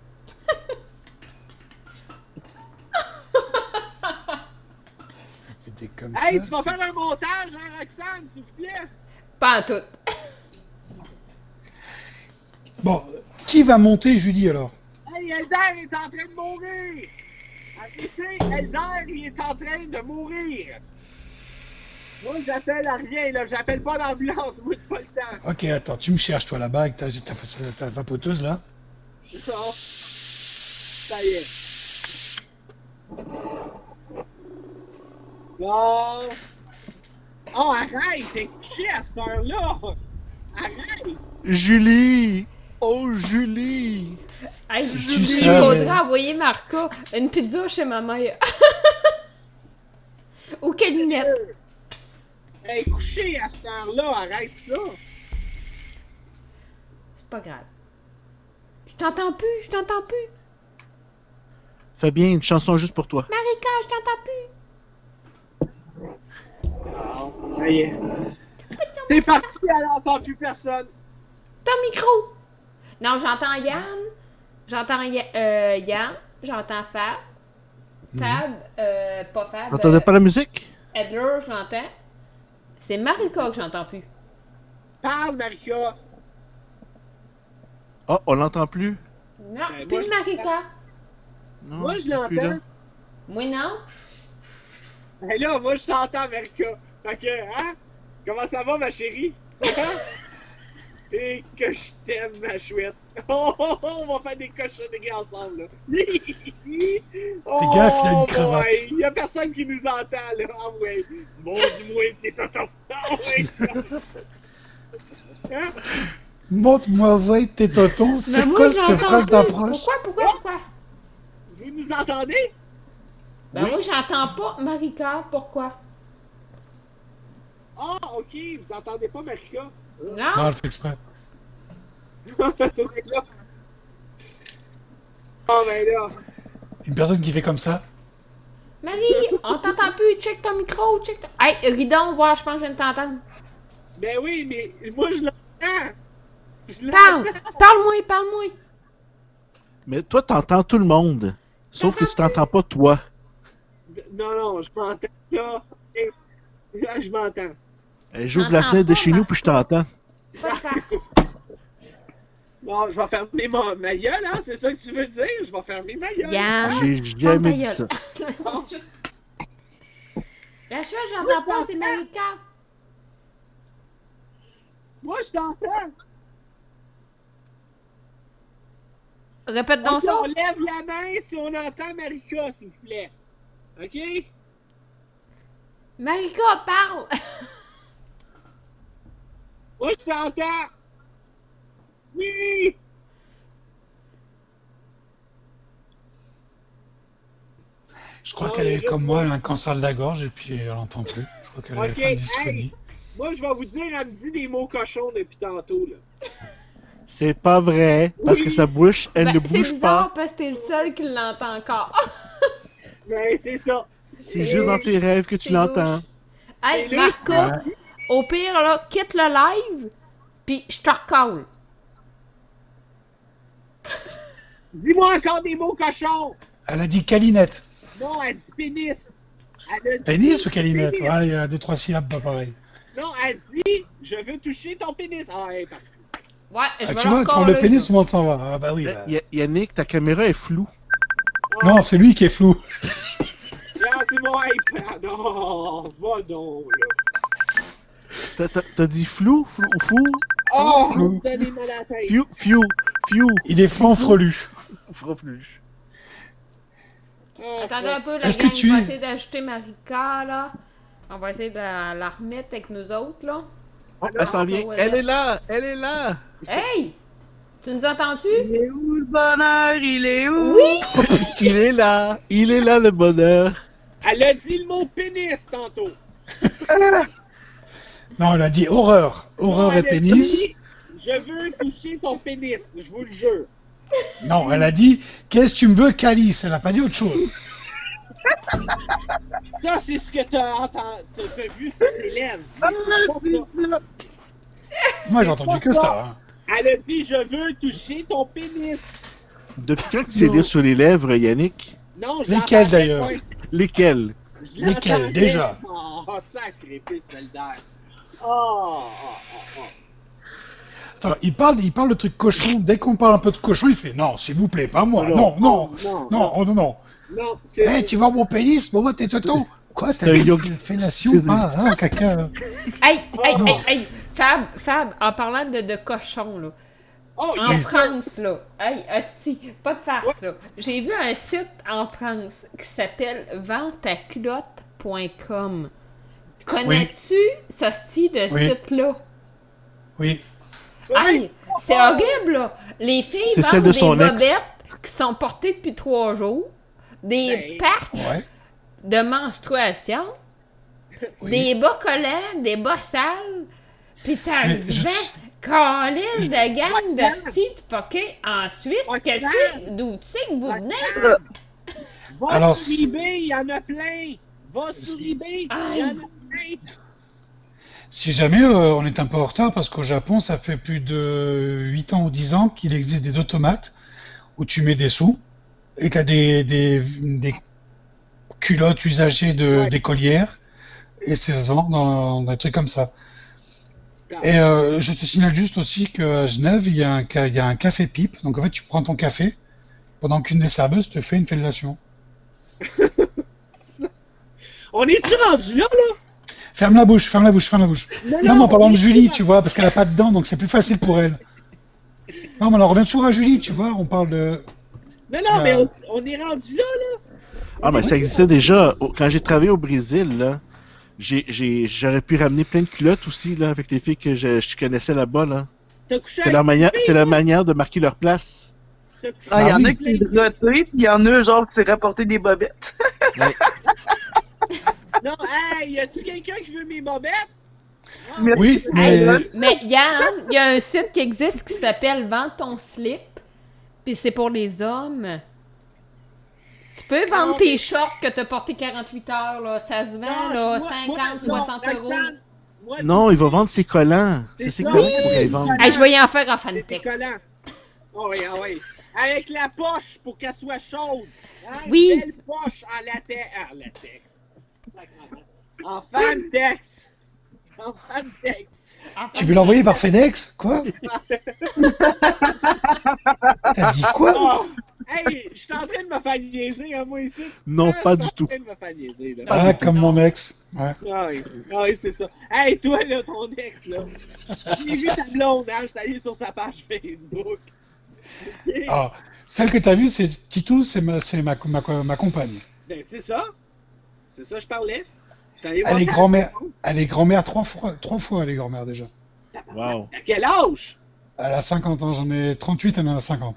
Speaker 10: Hey, tu vas faire un montage, hein, Roxane, s'il vous plaît?
Speaker 1: Pas en tout.
Speaker 9: Bon, qui va monter Julie alors?
Speaker 10: Hey, Elder est en train de mourir! Arrêtez, Elder, il est en train de mourir! Moi, j'appelle à rien, là, j'appelle pas l'ambulance, moi, c'est pas le temps.
Speaker 9: Ok, attends, tu me cherches, toi, là-bas, avec ta vapoteuse, là?
Speaker 10: Non. Ça y est. Non. Oh, arrête, t'es couché à cette heure-là! Arrête!
Speaker 12: Julie! Oh, Julie!
Speaker 1: Hey, il faudrait envoyer Marca une pizza chez ma mère. Ou Calinette.
Speaker 10: Hey, couché à cette heure-là, arrête ça!
Speaker 1: C'est pas grave. Je t'entends plus, je t'entends plus.
Speaker 12: Fabien, une chanson juste pour toi.
Speaker 1: Marika, je t'entends plus.
Speaker 10: Ah, ça y est. C'est parti, elle n'entend plus personne.
Speaker 1: Ton micro. Non, j'entends Yann. J'entends Yann. J'entends Fab. Fab, pas Fab.
Speaker 12: T'entendais pas la musique?
Speaker 1: Edler, je l'entends. C'est Marika que j'entends plus.
Speaker 10: Parle, Marika.
Speaker 12: Oh, on l'entend plus.
Speaker 1: Non, plus Marika.
Speaker 12: Non,
Speaker 10: moi, je
Speaker 12: plus là.
Speaker 10: l'entends.
Speaker 1: Moi, non.
Speaker 10: Mais là, moi, je t'entends, Marika. Fait que, hein? Comment ça va, ma chérie? Et que je t'aime, ma chouette. On va faire des cochonneries ensemble, là.
Speaker 9: Fais gaffe, il y a une cravate.
Speaker 10: Ouais, il y a personne qui nous entend, là. Ah ouais. Bon, dis-moi, t'es tonton. Ah ouais. Hein?
Speaker 9: Montre-moi, ouais, tes totons. C'est quoi cette phrase d'approche?
Speaker 1: Pourquoi?
Speaker 10: Vous nous entendez?
Speaker 1: Ben moi, j'entends pas Marika. Pourquoi?
Speaker 10: Ah, ok. Vous entendez pas, Marika?
Speaker 1: Non.
Speaker 9: Non, elle fait exprès.
Speaker 10: Oh, ben là.
Speaker 9: Une personne qui fait comme ça.
Speaker 1: Marie, on t'entend plus. Check ton micro. Hey, Ridon, voir, je pense que je viens de t'entendre.
Speaker 10: Ben oui, mais moi, je l'entends.
Speaker 1: Parle-moi.
Speaker 12: Mais toi, t'entends tout le monde. Sauf que tu t'entends pas toi.
Speaker 10: Non, je m'entends. Là, je m'entends.
Speaker 12: J'ouvre la fenêtre de chez nous puis je t'entends.
Speaker 10: Bon, je vais fermer ma gueule, hein? C'est ça que tu veux dire? Je vais fermer ma gueule.
Speaker 12: J'ai jamais dit ça.
Speaker 1: La chose, j'entends pas, c'est Marika.
Speaker 10: Moi, je t'entends.
Speaker 1: Répète donc ça.
Speaker 10: On lève la main si on entend Marika, s'il vous plaît. OK?
Speaker 1: Marika, parle.
Speaker 10: Moi, je t'entends. Oui!
Speaker 9: Je crois qu'elle est comme moi, elle a un cancer de la gorge et puis elle n'entend plus. Je crois qu'elle est fin dysphonie.
Speaker 10: Moi, je vais vous dire, elle me dit des mots cochons depuis tantôt, là.
Speaker 12: C'est pas vrai, parce que sa bouche, elle ne bouge
Speaker 1: C'est bizarre
Speaker 12: pas.
Speaker 1: parce que t'es le seul qui l'entend encore.
Speaker 10: Ben, c'est ça.
Speaker 12: C'est juste dans tes rêves que tu l'entends.
Speaker 1: Hey, Marca, au pire, là, quitte le live, puis je te recolle.
Speaker 10: Dis-moi encore des mots cochons.
Speaker 9: Elle a dit câlinette.
Speaker 10: Non, elle dit pénis.
Speaker 9: Pénis ou câlinette? Ouais, il y a 2-3 syllabes pas pareil.
Speaker 10: Non, elle dit je veux toucher ton pénis. Ah, elle est partie.
Speaker 1: Ouais, je vais
Speaker 9: tu vois, quand le pénis, tout le monde s'en va. Ah bah oui. Bah.
Speaker 12: Yannick, ta caméra est floue.
Speaker 9: Non, c'est lui qui est flou.
Speaker 10: Regarde, c'est mon iPad. Oh, va donc, là.
Speaker 12: T'as dit flou? Fou?
Speaker 10: Oh,
Speaker 9: flou.
Speaker 10: donnez-moi la tête.
Speaker 12: Fiu.
Speaker 9: Il est fanfrelu.
Speaker 12: Froflu.
Speaker 1: Attendez un peu, la gang, on va essayer d'ajouter Marika, là. On va essayer de la remettre avec nous autres, là.
Speaker 12: Oh, elle s'en vient. Elle est là!
Speaker 1: Hey! Tu nous entends-tu?
Speaker 8: Il est où le bonheur? Il est où?
Speaker 1: Oui!
Speaker 12: Il est là, le bonheur.
Speaker 10: Elle a dit le mot pénis tantôt.
Speaker 9: Non, elle a dit horreur. Horreur et pénis.
Speaker 10: Dit, je veux toucher ton pénis, je vous le jure.
Speaker 9: Non, elle a dit qu'est-ce que tu me veux, calice? Elle a pas dit autre chose.
Speaker 10: Ça, c'est ce que t'as vu sur ses lèvres. C'est pas ça.
Speaker 9: Moi, j'ai entendu que ça. Hein.
Speaker 10: Elle a dit je veux toucher ton pénis.
Speaker 12: Depuis quand tu sais lire sur les lèvres, Yannick?
Speaker 10: Non, je
Speaker 9: lesquels d'ailleurs?
Speaker 12: Lesquels?
Speaker 9: Lesquels déjà?
Speaker 10: Oh, sacré pisse soldat. Oh.
Speaker 9: Attends, il parle de trucs cochons. Dès qu'on parle un peu de cochon, il fait non, s'il vous plaît, pas moi. Non.
Speaker 10: Non,
Speaker 9: tu vois mon pénis? Bon, t'es tonton. Quoi, t'as une fellation? Ah, caca.
Speaker 1: Hey, Fab, en parlant de cochon, là.
Speaker 10: Oh,
Speaker 1: en France, là. Hey, hostie, pas de farce, là. J'ai vu un site en France qui s'appelle ventaculotte.com. Connais-tu ce style de site-là?
Speaker 9: Oui.
Speaker 1: Hey, c'est horrible, là. Les filles vendent des bobettes qui sont portées depuis 3 jours, des patchs de menstruation, des bas collants, des bas sales, puis ça se vend Calice de gang de petites fuckés en Suisse. D'où tu sais que vous venez?
Speaker 10: Va sur eBay, il y en a plein. Va sur eBay, il y en a plein.
Speaker 9: Si jamais on est un peu en retard, parce qu'au Japon, ça fait plus de 8 ans ou 10 ans qu'il existe des automates où tu mets des sous et tu as des culottes usagées d'écolières et c'est dans des trucs comme ça. Et je te signale juste aussi qu'à Genève, il y a un café pipe. Donc en fait, tu prends ton café pendant qu'une des serveuses te fait une fellation.
Speaker 10: On est-tu rendu là?
Speaker 9: Ferme la bouche. Non, mais en parlant de Julie, tu vois, parce qu'elle a pas de dents, donc c'est plus facile pour elle. Non, mais on revient toujours à Julie, tu vois, on parle de...
Speaker 10: Mais on est rendu là.
Speaker 12: Ah, mais ça existait déjà. Quand j'ai travaillé au Brésil, là, j'aurais pu ramener plein de culottes aussi, là, avec les filles que je connaissais là-bas, là. C'était la manière de marquer leur place.
Speaker 8: Il y en a qui sont rotés, puis il y en a, genre, qui s'est rapporté des bobettes.
Speaker 12: Ouais.
Speaker 10: Non, hey, y a-tu quelqu'un qui veut mes bobettes?
Speaker 9: Oui,
Speaker 1: mais Yann, il y a un site qui existe qui s'appelle Vends ton slip, puis c'est pour les hommes. Tu peux vendre tes shorts que t'as porté 48 heures, là. Ça se vend, là, 50, 60 euros.
Speaker 12: Non, il va vendre ses collants. C'est ses collants qu'il pourrait vendre.
Speaker 1: Je vais y en faire en fantex.
Speaker 10: Oui. Avec la poche pour qu'elle soit chaude. Hein?
Speaker 1: Oui.
Speaker 10: Une belle poche en latex. En fantex.
Speaker 9: Tu veux l'envoyer par FedEx? Quoi? T'as dit quoi?
Speaker 10: Oh. Hey, je suis en train de me faire niaiser, hein, moi, ici.
Speaker 12: Non, pas du tout.
Speaker 10: Je suis en train de me faire niaiser, là.
Speaker 9: Ah, comme mon ex. Ouais.
Speaker 10: Oui, c'est ça. Hey, toi, là, ton ex, là. J'ai vu ta blonde, hein, je suis allé sur sa page Facebook. Okay.
Speaker 9: Ah, celle que t'as vue, c'est Titou, c'est ma compagne.
Speaker 10: Ben, c'est ça. C'est ça, je parlais.
Speaker 9: Elle est grand-mère 3 fois, elle est grand-mère déjà.
Speaker 12: Wow.
Speaker 10: À quel âge?
Speaker 9: Elle a 50 ans, j'en ai 38, elle en a 50.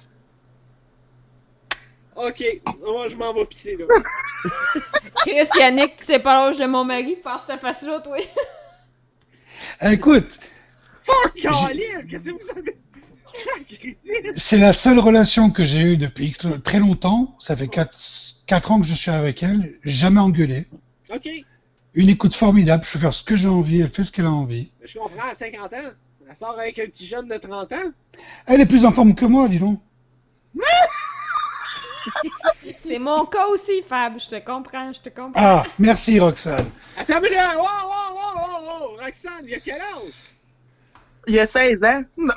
Speaker 10: Ok, moi je m'en vais pisser là.
Speaker 1: Chris, Yannick, tu sais pas l'âge de mon mari, faire cette face-là, toi.
Speaker 9: Écoute.
Speaker 10: Fuck, Caroline, qu'est-ce que vous avez?
Speaker 9: C'est la seule relation que j'ai eue depuis très longtemps. Ça fait 4 ans que je suis avec elle. Jamais engueulé.
Speaker 10: Ok.
Speaker 9: Une écoute formidable. Je peux faire ce que j'ai envie. Elle fait ce qu'elle a envie.
Speaker 10: Je comprends, à 50 ans. Elle sort avec un petit jeune de 30 ans.
Speaker 9: Elle est plus en forme que moi, dis donc.
Speaker 1: C'est mon cas aussi, Fab. Je te comprends.
Speaker 9: Ah, merci, Roxane.
Speaker 10: Attends, mais là, oh, Roxane, il y a quel âge?
Speaker 8: Il y a 16 ans? Non.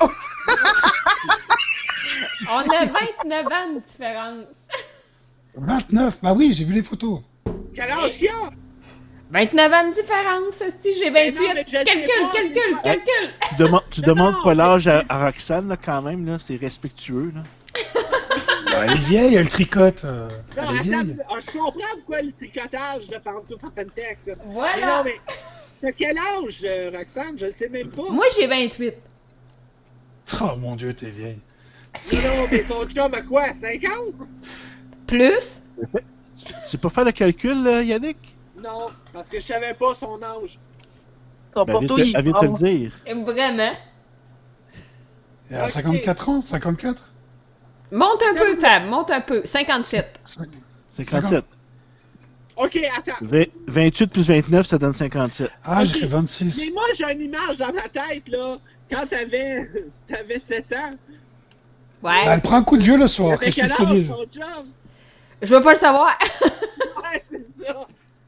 Speaker 1: On a 29 ans de différence.
Speaker 9: 29? Bah oui, j'ai vu les photos.
Speaker 10: Quel âge qu'il y a?
Speaker 1: 29 ans de différence, si j'ai 28. Calcul.
Speaker 12: Tu demandes pas l'âge à Roxane, là, quand même, là. C'est respectueux, là.
Speaker 9: Elle est vieille, elle tricote.
Speaker 10: Non,
Speaker 9: elle est vieille.
Speaker 10: Je comprends pourquoi le tricotage de Fantex.
Speaker 1: Voilà.
Speaker 10: Mais non, mais t'as quel âge, Roxane? Je le sais même pas.
Speaker 1: Moi, j'ai 28.
Speaker 9: Oh mon Dieu, t'es vieille.
Speaker 10: Non, mais son chum a quoi? 50?
Speaker 1: Plus?
Speaker 12: C'est pas faire le calcul, Yannick?
Speaker 10: Non, parce que je savais pas son âge.
Speaker 8: Son porto, il
Speaker 12: vient de te le dire.
Speaker 1: Vraiment?
Speaker 9: Elle a 54 ans, 54?
Speaker 1: Monte un peu, Fab, monte un peu. 57.
Speaker 12: 57.
Speaker 10: Ok, attends.
Speaker 12: 28 plus 29, ça donne 57.
Speaker 9: Ah, j'ai fait 26.
Speaker 10: Mais moi, j'ai une image dans ma tête, là. Quand t'avais 7 ans.
Speaker 1: Ouais.
Speaker 9: Elle prend un coup de vieux le soir, qu'est-ce que je te dis?
Speaker 1: Je veux pas le savoir.
Speaker 10: Ouais, c'est ça.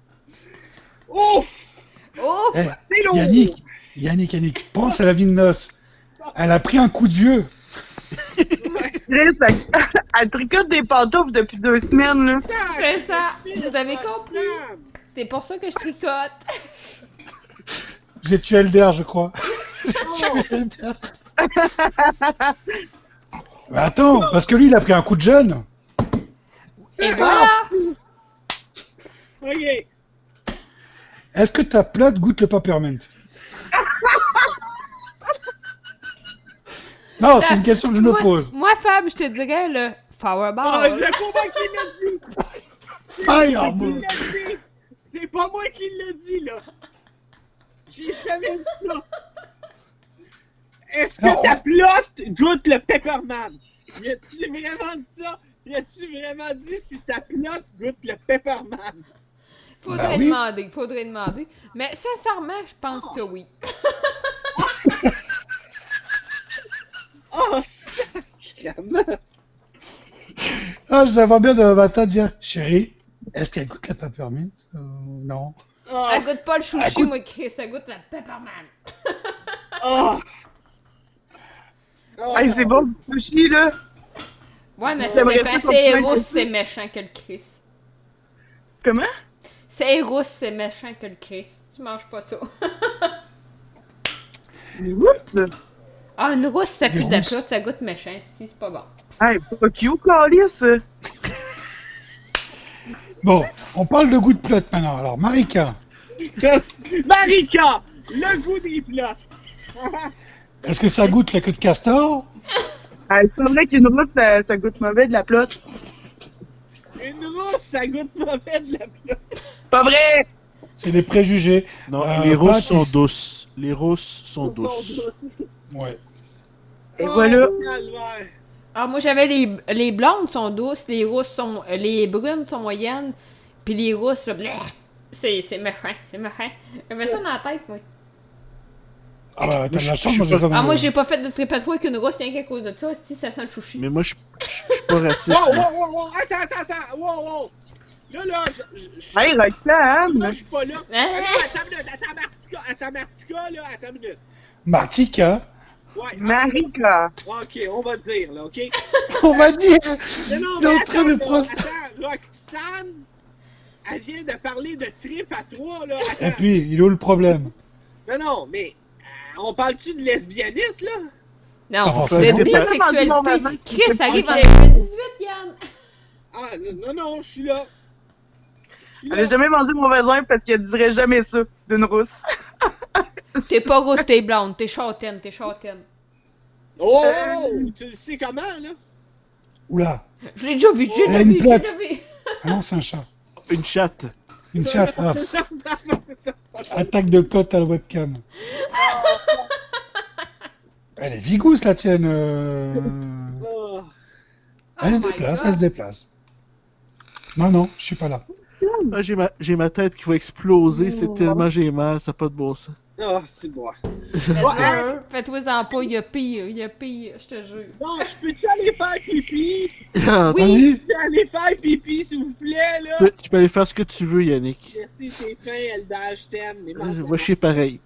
Speaker 10: Ouf!
Speaker 9: C'est lourd! Yannick, pense à la vie de noces. Elle a pris un coup de vieux.
Speaker 8: Elle tricote des pantoufles depuis 2 semaines, là.
Speaker 1: C'est ça. Vous avez compris. C'est pour ça que je tricote.
Speaker 9: J'ai tué Elder, je crois. J'ai tué Elder. Mais attends, parce que lui, il a pris un coup de jeune.
Speaker 1: Et voilà.
Speaker 10: Ok.
Speaker 9: Est-ce que ta plate goûte le peppermint? Non, c'est une question que je me pose.
Speaker 1: Moi, Fab, je te dirais le Powerball.
Speaker 10: Oh, c'est pas moi qui l'ai dit!
Speaker 9: Fireball!
Speaker 10: C'est pas moi qui l'ai dit, là! J'ai jamais dit ça! Est-ce que ta plotte goûte le pepperman? Y a-tu vraiment dit ça? Y a-tu vraiment dit si ta plotte goûte le pepperman?
Speaker 1: Faudrait demander. Mais sincèrement, je pense que oui.
Speaker 10: Oh, sacrément!
Speaker 9: Ah, je la vois bien de matin dire, chérie, est-ce qu'elle goûte la peppermint? Non.
Speaker 10: Oh.
Speaker 1: Elle goûte pas le chouchi, moi, Chris. Elle goûte la pepperman.
Speaker 10: Oh!
Speaker 8: Hey, c'est bon du sushi, là!
Speaker 1: Ouais, mais ça dépend. C'est rousse, c'est méchant que le Chris.
Speaker 8: Comment?
Speaker 1: C'est rousse, c'est méchant que le Chris. Tu manges pas ça.
Speaker 8: Une rousse?
Speaker 1: Ah, une rousse, ça pue de la plotte, ça goûte méchant. Si, c'est pas bon.
Speaker 8: Hey, fuck you, Calice!
Speaker 9: Bon, on parle de goût de plotte maintenant. Alors, Marika.
Speaker 10: Marika! Le goût des plottes!
Speaker 9: Est-ce que ça goûte la queue de castor?
Speaker 8: C'est vrai qu'une rousse, ça goûte mauvais de la plotte.
Speaker 10: Une rousse, ça goûte mauvais de la plotte.
Speaker 8: Pas vrai!
Speaker 9: C'est des préjugés.
Speaker 12: Non, les rousses sont douces. Les rousses sont douces.
Speaker 9: Ouais.
Speaker 8: Et voilà.
Speaker 1: Ah, moi, j'avais les blondes sont douces, les rousses sont... les brunes sont moyennes, puis les rousses, c'est méchant, c'est méchant. J'avais ça dans la tête, moi.
Speaker 9: Ah bah, t'as de la chance, moi j'ai ça dans
Speaker 1: moi, j'ai pas fait de trépatois avec une rousse rien qu'à cause de ça, si ça sent le chouchi.
Speaker 12: Mais moi, je suis pas raciste.
Speaker 10: Wow! Attends! Wow! Là,
Speaker 8: hey, Roxane!
Speaker 10: Là, je suis pas là. Attends, Martika, là, attends une minute.
Speaker 9: Martika?
Speaker 10: Ouais,
Speaker 8: Marika!
Speaker 10: Ok, on va dire, là, ok?
Speaker 9: On va dire!
Speaker 10: Non, mais attends, Roxane, elle vient de parler de trip à trois, là. Attends.
Speaker 9: Et puis, il est où le problème?
Speaker 10: Non, mais on parle-tu de lesbianisme, là?
Speaker 1: Non,
Speaker 9: c'est
Speaker 1: de bisexualité. Chris arrive en 2018, Yann!
Speaker 10: Ah, non, je suis là.
Speaker 8: Elle a jamais mangé mon voisin parce qu'elle dirait jamais ça d'une rousse.
Speaker 1: T'es pas rousse, t'es blonde, t'es châtaine.
Speaker 10: Oh! Tu le sais comment, là?
Speaker 9: Oula!
Speaker 1: Je l'ai déjà vu,
Speaker 9: Elle a une plotte. Ah non, c'est un chat.
Speaker 12: Une chatte.
Speaker 9: Une chatte, ah. Attaque de plotte à la webcam. Elle est vigousse, la tienne. Elle se déplace. Non, je suis pas là.
Speaker 12: Ah, j'ai ma tête qui va exploser, c'est tellement j'ai mal, ça n'a pas de bon sens.
Speaker 10: Ah, c'est bon.
Speaker 1: Fais-toi-en pas, il y a pire, je te jure.
Speaker 10: Non, je peux-tu aller faire pipi?
Speaker 1: Oui!
Speaker 10: Je peux aller faire pipi, s'il vous plaît, là?
Speaker 12: Tu peux aller faire ce que tu veux, Yannick.
Speaker 10: Merci, t'es fin, Elda, je t'aime.
Speaker 12: Va chier pareil.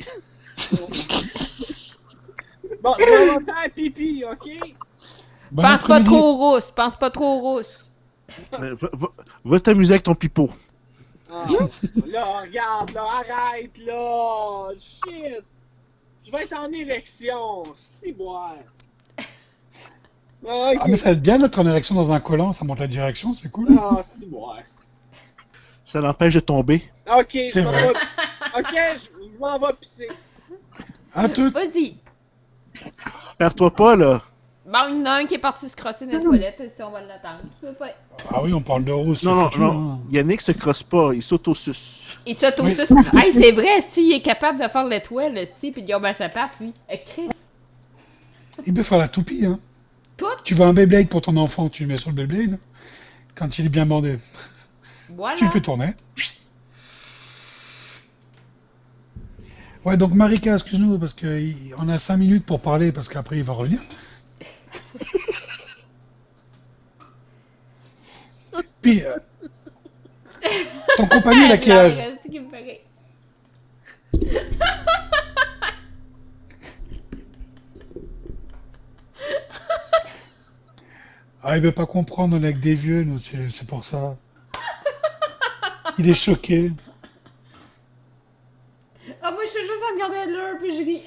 Speaker 10: Bon, je vais faire pipi, ok?
Speaker 1: Pense pas trop rousse.
Speaker 12: Va t'amuser avec ton pipeau.
Speaker 10: Ah, là, regarde, là, arrête, là! Shit! Je vais être en érection, si boire. Okay.
Speaker 9: Ah, mais ça va être bien d'être en érection dans un collant, ça monte la direction, c'est cool.
Speaker 10: Ah, si boire.
Speaker 12: Ça l'empêche de tomber.
Speaker 10: Ok, je m'en vais pisser.
Speaker 9: À tout.
Speaker 1: Vas-y.
Speaker 12: Perds-toi pas, là.
Speaker 1: Bon, il y en a un qui est parti se crosser dans les toilettes, si on va l'attendre.
Speaker 9: Ah oui, on parle de rousse.
Speaker 12: Non. Yannick se crosse pas, il s'auto-suce.
Speaker 1: Il s'auto-suce. Hey, c'est vrai, s'il est capable de faire l'étoile, puis il garde sa patte, lui. Chris.
Speaker 9: Il peut faire la toupie, hein.
Speaker 1: Tout?
Speaker 9: Tu veux un Beyblade pour ton enfant, tu le mets sur le Beyblade. Quand il est bien bandé.
Speaker 1: Voilà.
Speaker 9: Tu le fais tourner. Ouais, donc Marika, excuse-nous, parce qu'on a 5 minutes pour parler, parce qu'après il va revenir. Puis, ton compagnon, il a quel âge? Ah, il veut pas comprendre, on est avec des vieux, nous, c'est pour ça. Il est choqué.
Speaker 1: Ah, moi, je suis juste en regarder l'heure, puis je ris.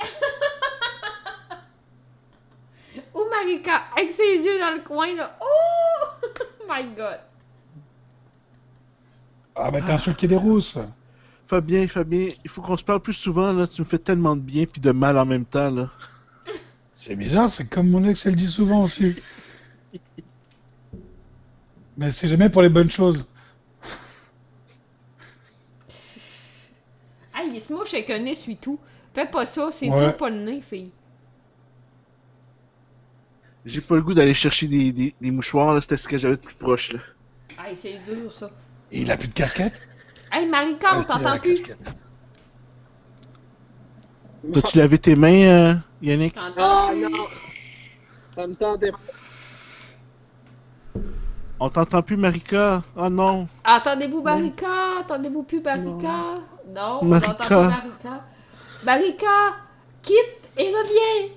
Speaker 1: Ou Marika, avec ses yeux dans le coin, là. Oh! My God.
Speaker 9: Ah, mais t'as insulté des rousses.
Speaker 12: Fabien, il faut qu'on se parle plus souvent, là. Tu me fais tellement de bien puis de mal en même temps, là.
Speaker 9: C'est bizarre, c'est comme mon ex, elle dit souvent aussi. Mais c'est jamais pour les bonnes choses.
Speaker 1: Ah, il se mouche avec un essuie-tout. Fais pas ça, c'est
Speaker 9: Ouais.
Speaker 1: dur pas le nez, fille.
Speaker 12: J'ai pas le goût d'aller chercher des mouchoirs, là. C'était ce que j'avais de plus proche, là.
Speaker 1: Hey, c'est dur, ça.
Speaker 9: Et il a plus de casquette?
Speaker 1: Hey, Marika, on t'entend plus.
Speaker 12: T'as-tu lavé tes mains, Yannick?
Speaker 10: Ah non! Ça me tentait pas.
Speaker 12: On t'entend plus, Marika? Oh non!
Speaker 1: Entendez-vous Marika? Entendez-vous plus Marika? Non, on
Speaker 12: Marika.
Speaker 1: n'entend plus Marika. Marika, quitte et reviens!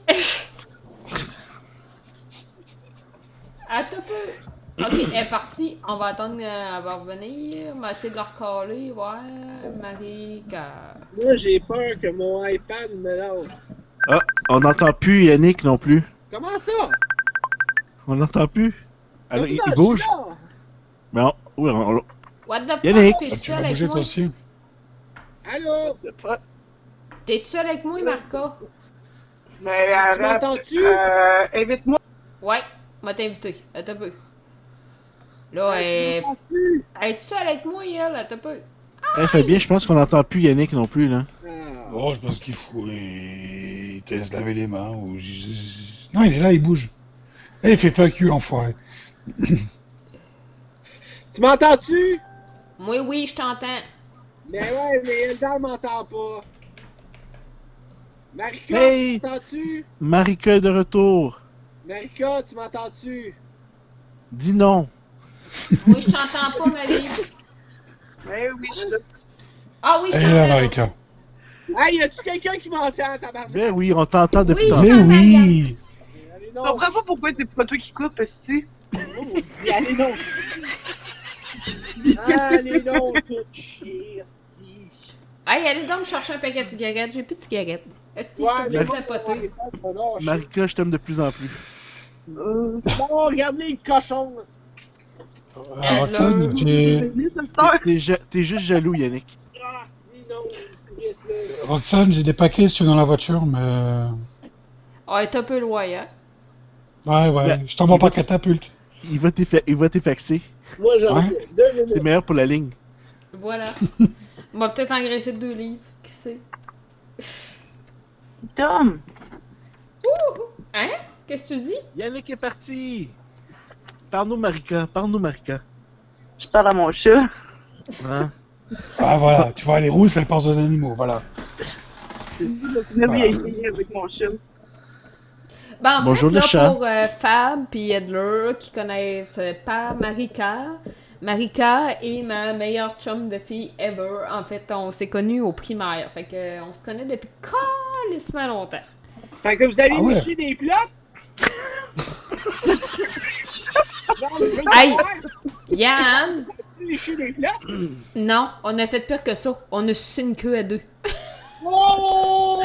Speaker 1: Attends un peu. Ok, elle est partie. On va attendre qu'elle va revenir. On va essayer de la recaler. Ouais, Marika.
Speaker 10: Moi, j'ai peur que mon iPad me lâche.
Speaker 12: Ah, on n'entend plus Yannick non plus.
Speaker 10: Comment ça?
Speaker 12: On n'entend plus. Alors,
Speaker 10: Comment
Speaker 12: il
Speaker 10: ça,
Speaker 12: bouge.
Speaker 10: je suis là?
Speaker 12: Mais oui, on...
Speaker 1: What the fuck?
Speaker 12: Yannick!
Speaker 1: T'es-tu
Speaker 9: Tu
Speaker 1: seul
Speaker 9: vas
Speaker 1: avec
Speaker 9: bouger
Speaker 1: moi?
Speaker 9: toi aussi.
Speaker 10: Allô?
Speaker 1: T'es-tu seul avec moi, Marika?
Speaker 8: Mais
Speaker 10: Tu m'entends-tu?
Speaker 8: Invite-moi.
Speaker 1: Ouais, m'a t'invité. Attends un peu. Là,
Speaker 10: Tu
Speaker 1: elle...
Speaker 10: m'entends-tu?
Speaker 1: Es-tu seul avec moi, elle? Attends un peu.
Speaker 12: Eh, Fabien, je pense qu'on n'entend plus Yannick non plus, là.
Speaker 9: Oh, je pense qu'il faut. Il te laisse laver les mains. Ou... Non, il est là, il bouge. Eh, il fait fuck you, l'enfoiré.
Speaker 10: Tu m'entends-tu?
Speaker 1: Moi, oui, je t'entends.
Speaker 10: Mais ouais, mais Eldar m'entend pas. Marika,
Speaker 12: Hey!
Speaker 10: tu m'entends-tu?
Speaker 12: Marika est de retour.
Speaker 10: Marika, tu m'entends-tu?
Speaker 12: Dis non.
Speaker 1: Moi, je t'entends pas, Marie.
Speaker 8: Mais oui, je...
Speaker 1: Ah oui, je
Speaker 9: Elle est là,
Speaker 1: t'entends.
Speaker 9: Marika.
Speaker 10: Hey, y a-tu quelqu'un qui m'entend, tabarnak?
Speaker 12: Ben oui, on t'entend depuis
Speaker 1: Oui.
Speaker 12: tantôt.
Speaker 9: Mais oui!
Speaker 10: Allez,
Speaker 8: Je
Speaker 10: non.
Speaker 8: comprends pas pourquoi c'est pas toi qui coupe, si.
Speaker 10: Allez, non. Allez, non, tout chier, esti.
Speaker 1: Hey, allez donc me chercher un paquet de cigarettes. J'ai plus de cigarettes. Est-ce que
Speaker 10: Ouais,
Speaker 1: je
Speaker 10: mais
Speaker 1: peux tapoter?
Speaker 12: Marika, je t'aime de plus en plus.
Speaker 10: Non, regardez le cochon.
Speaker 9: Roxane, j'ai...
Speaker 12: T'es juste jaloux, Yannick.
Speaker 10: Ah, dis non, laisse-le.
Speaker 9: Roxane, j'ai des paquets si tu es dans la voiture, mais...
Speaker 1: Oh, elle est un peu loin, hein?
Speaker 9: Ouais, je t'envoie pas catapulte.
Speaker 12: Il va t'effaxer.
Speaker 10: Moi, j'en ai 2 minutes.
Speaker 12: C'est meilleur pour la ligne.
Speaker 1: Voilà. On va peut-être engraisser 2 livres. Qui sait?
Speaker 8: Tom!
Speaker 1: Ouh! Hein? Qu'est-ce que tu dis?
Speaker 12: Yannick est parti. Parle-nous, Marika.
Speaker 8: Je parle à mon chat.
Speaker 12: Hein?
Speaker 9: Ah, voilà, tu vois, les rousses, elles pensent aux animaux, voilà.
Speaker 8: Je vais avec mon chat.
Speaker 1: Ben, en
Speaker 12: Bonjour,
Speaker 1: fait,
Speaker 12: le
Speaker 1: là,
Speaker 12: chat.
Speaker 1: pour Fab et Edler, qui connaissent pas Marika, Marika est ma meilleure chum de fille ever. En fait, on s'est connus au primaire. Fait que on se connaît depuis calissement longtemps.
Speaker 10: Fait que vous allez
Speaker 9: Ah ouais.
Speaker 10: lécher des plots? Non, mais je veux
Speaker 1: Hey!
Speaker 10: savoir,
Speaker 1: Yann!
Speaker 10: as-tu léché des plots?
Speaker 1: Non, on a fait pire que ça. On a sucé une queue à 2.
Speaker 10: Oh!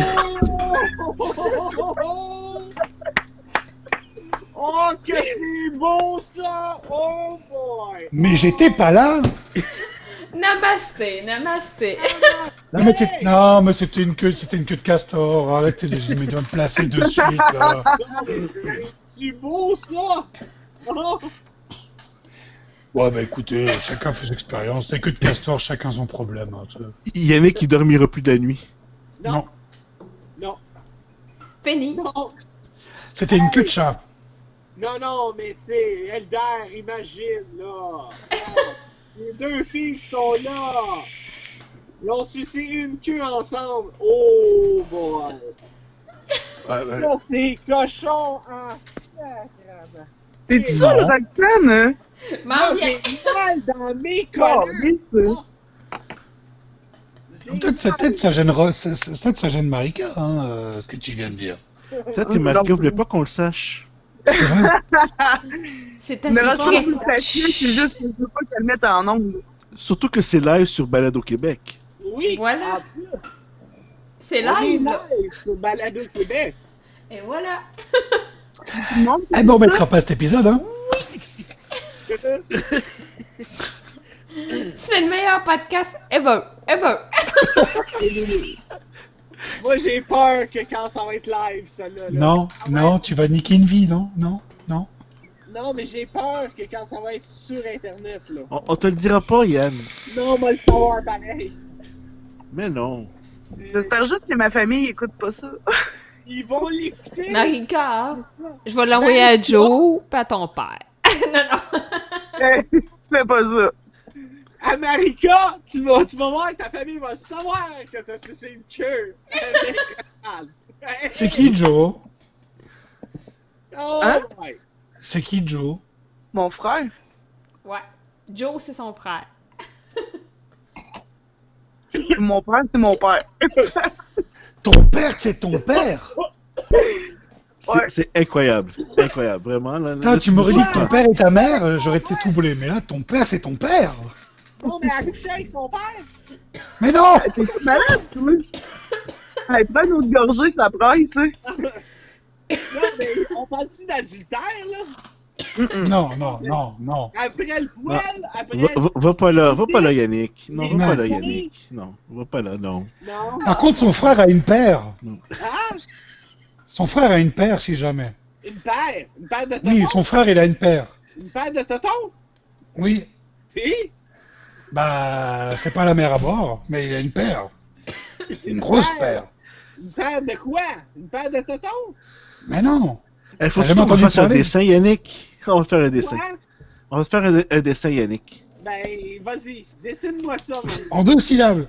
Speaker 10: Oh, que c'est beau ça! Oh boy!
Speaker 9: Mais j'étais pas là!
Speaker 1: Namasté, namasté.
Speaker 9: Non, mais c'était une queue de castor. Arrête de me placer de suite, là.
Speaker 10: C'est beau ça! Oh!
Speaker 9: Ouais, bah écoutez, chacun fait ses expériences. Les queues de castor, chacun son problème. Hein,
Speaker 12: Yannick, il dormira plus de la nuit.
Speaker 9: Non.
Speaker 10: Non.
Speaker 1: Fini.
Speaker 10: Non.
Speaker 9: C'était une queue de chat.
Speaker 10: Non, mais tu sais, Eldar, imagine, là. Les 2 filles qui sont là. Ils ont sucé une queue ensemble. Oh boy!
Speaker 9: Ouais.
Speaker 10: Ça, c'est cochon en sacrament.
Speaker 8: T'es-tu ça, le Roxane? Hein?
Speaker 10: Moi, j'ai mal dans mes collègues.
Speaker 9: Peut-être ça gêne Marika, hein, ce que tu viens de dire.
Speaker 12: Peut-être que Marika voulait pas qu'on le sache.
Speaker 1: C'est un
Speaker 8: Mais
Speaker 1: secret.
Speaker 8: Roxane, vous le sachiez, c'est juste que je veux pas qu'elle le mette en ongle.
Speaker 12: Surtout que c'est live sur Balado Québec.
Speaker 10: Oui,
Speaker 1: Voilà.
Speaker 10: en plus.
Speaker 1: C'est
Speaker 10: On est
Speaker 1: live. là.
Speaker 10: live sur Balado Québec.
Speaker 1: Et voilà.
Speaker 9: Eh ben, on mettra pas cet épisode, hein.
Speaker 1: C'est le meilleur podcast ever. Ever.
Speaker 10: Moi, j'ai peur que quand ça va être live, ça là.
Speaker 9: Non, tu vas niquer une vie, non.
Speaker 10: Non, mais j'ai peur que quand ça va être sur Internet, là.
Speaker 12: On te le dira pas, Yann.
Speaker 10: Non, on va le savoir pareil.
Speaker 12: Mais non.
Speaker 8: J'espère juste que ma famille écoute pas ça.
Speaker 10: Ils vont l'écouter.
Speaker 1: Marika, je vais l'envoyer à Joe pis à ton père. Non.
Speaker 8: Fais pas ça.
Speaker 10: À Marika, tu vas voir que ta famille va savoir que t'as sucé une queue.
Speaker 9: C'est qui, Joe?
Speaker 10: Oh,
Speaker 8: Hein?
Speaker 10: ouais.
Speaker 9: C'est qui, Joe?
Speaker 8: Mon frère.
Speaker 1: Ouais. Joe, c'est son frère.
Speaker 8: Mon père, c'est mon père.
Speaker 9: Ton père, c'est ton père?
Speaker 12: C'est incroyable. Incroyable, vraiment.
Speaker 9: Putain, tu m'aurais dit que ton père et ta mère, j'aurais été troublé. Mais là, ton père, c'est ton père.
Speaker 10: Non, mais accoucher avec son père.
Speaker 9: Mais non!
Speaker 8: T'es malade, toi. Elle prend une autre gorgée, ça presse, tu sais.
Speaker 10: Non, mais on parle-tu d'adultère, là?
Speaker 9: Non.
Speaker 10: Après le poil, après...
Speaker 12: Va pas là, Yannick. Non, va pas là, Yannick. Non, va pas là, non.
Speaker 10: Non.
Speaker 9: Par contre, son frère a une paire.
Speaker 10: Ah,
Speaker 9: Son frère a une paire, si jamais.
Speaker 10: une paire de totons?
Speaker 9: Oui, son frère, il a une paire.
Speaker 10: Une paire de totons?
Speaker 9: Oui.
Speaker 10: Si?
Speaker 9: Bah, c'est pas la mère à bord, mais il a une paire. Une grosse paire.
Speaker 10: Une paire de quoi? Une paire de totons?
Speaker 9: Mais non.
Speaker 12: Il faut
Speaker 9: T'as
Speaker 12: que
Speaker 9: jamais
Speaker 12: on
Speaker 9: entendu
Speaker 12: fasse un
Speaker 9: parler?
Speaker 12: dessin, Yannick. On va faire un dessin.
Speaker 10: Quoi?
Speaker 12: On va faire un dessin, Yannick.
Speaker 10: Ben, vas-y, dessine-moi ça, man.
Speaker 9: En 2 syllabes.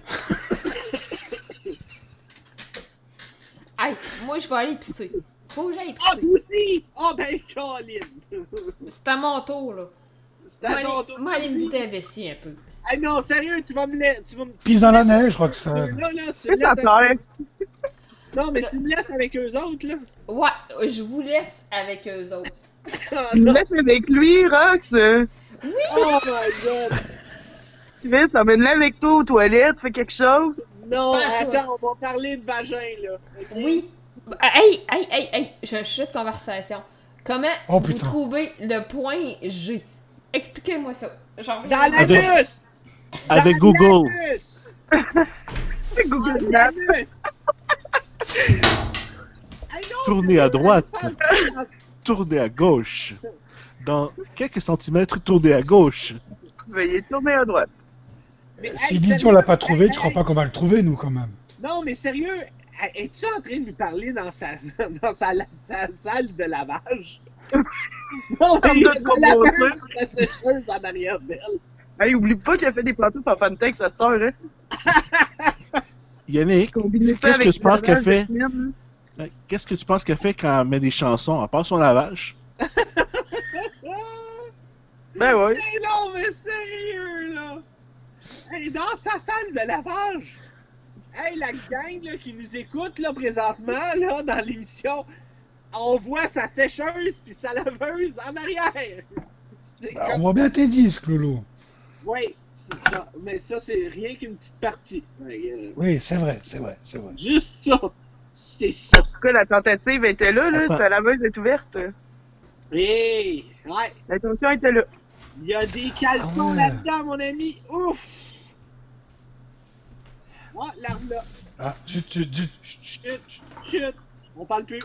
Speaker 1: Hey, moi, je vais aller pisser. Faut que j'aille
Speaker 10: Ah,
Speaker 1: pisser.
Speaker 10: toi aussi! Ah, ben, Colin!
Speaker 1: C'est à mon tour, là.
Speaker 10: C'est à ton tour.
Speaker 1: Moi, aller me vider la vessie un peu.
Speaker 10: Ah non, sérieux, tu vas me laisser...
Speaker 9: Pisse dans la neige, Roxane.
Speaker 10: Là, tu
Speaker 8: C'est
Speaker 10: me
Speaker 8: ta
Speaker 10: laisses
Speaker 8: peur.
Speaker 10: avec... Non, mais tu me laisses avec eux autres, là.
Speaker 1: Ouais, je vous laisse avec eux autres.
Speaker 10: Ah,
Speaker 8: Tu me
Speaker 10: non.
Speaker 8: laisses avec lui, Rox.
Speaker 10: Oh my god!
Speaker 8: Vite, emmène-le avec toi aux toilettes, fais quelque chose.
Speaker 10: Non,
Speaker 1: Pas à toi.
Speaker 10: attends, on va parler de vagin, là. ok?
Speaker 1: Oui. Hey, je chute conversation. Comment
Speaker 9: Oh,
Speaker 1: vous
Speaker 9: putain.
Speaker 1: trouvez le point G? Expliquez-moi ça. Genre,
Speaker 10: Dans la
Speaker 12: Avec-
Speaker 10: bus!
Speaker 12: Avec
Speaker 10: Dans
Speaker 12: Google.
Speaker 10: la bus!
Speaker 8: C'est Google
Speaker 10: Dans la
Speaker 8: Maps.
Speaker 10: bus! Hey, non,
Speaker 12: Tournez à droite.
Speaker 10: c'est-
Speaker 12: Tournez à gauche. Dans quelques centimètres, tournez à gauche.
Speaker 8: Veuillez tourner à droite.
Speaker 10: Mais, hey,
Speaker 9: Si
Speaker 10: sérieux,
Speaker 9: Didier, on l'a pas trouvé,
Speaker 10: hey,
Speaker 9: tu crois pas qu'on va le trouver, nous, quand même.
Speaker 10: Non, mais sérieux, es-tu en train de lui parler dans sa salle de lavage? Non, mais
Speaker 8: Comme de son
Speaker 10: la
Speaker 8: côté.
Speaker 10: laveuse, la sécheuse en arrière d'elle.
Speaker 8: Hey, oublie pas qu'il a fait des pantoufles en Fantex à cette heure, hein.
Speaker 12: Yannick,
Speaker 8: Combiné ça
Speaker 12: qu'est-ce que
Speaker 8: avec
Speaker 12: tu penses
Speaker 8: le
Speaker 12: qu'elle
Speaker 8: lavage
Speaker 12: fait?
Speaker 8: de semaine,
Speaker 12: Qu'est-ce que tu penses qu'elle fait quand elle met des chansons? À part son lavage?
Speaker 8: Ben ouais.
Speaker 10: Hey, non, mais sérieux, là! Hey, dans sa salle de lavage! Hey, la gang là, qui nous écoute là, présentement là, dans l'émission, on voit sa sécheuse puis sa laveuse en arrière! C'est
Speaker 9: Bah,
Speaker 10: comme...
Speaker 9: on voit bien tes disques, Loulou.
Speaker 10: Oui, c'est ça. Mais ça, c'est rien qu'une petite partie.
Speaker 9: Oui, c'est vrai.
Speaker 10: Juste ça! C'est ça!
Speaker 8: En tout cas, la tentative était là,
Speaker 12: Attends.
Speaker 8: la laveuse est ouverte.
Speaker 10: Hey! Ouais!
Speaker 8: L'intention était là.
Speaker 10: Il y a des caleçons
Speaker 9: Ah ouais.
Speaker 10: là-dedans, mon ami! Ouf! Ouais, l'arme là!
Speaker 9: Ah,
Speaker 10: Chut! On parle plus!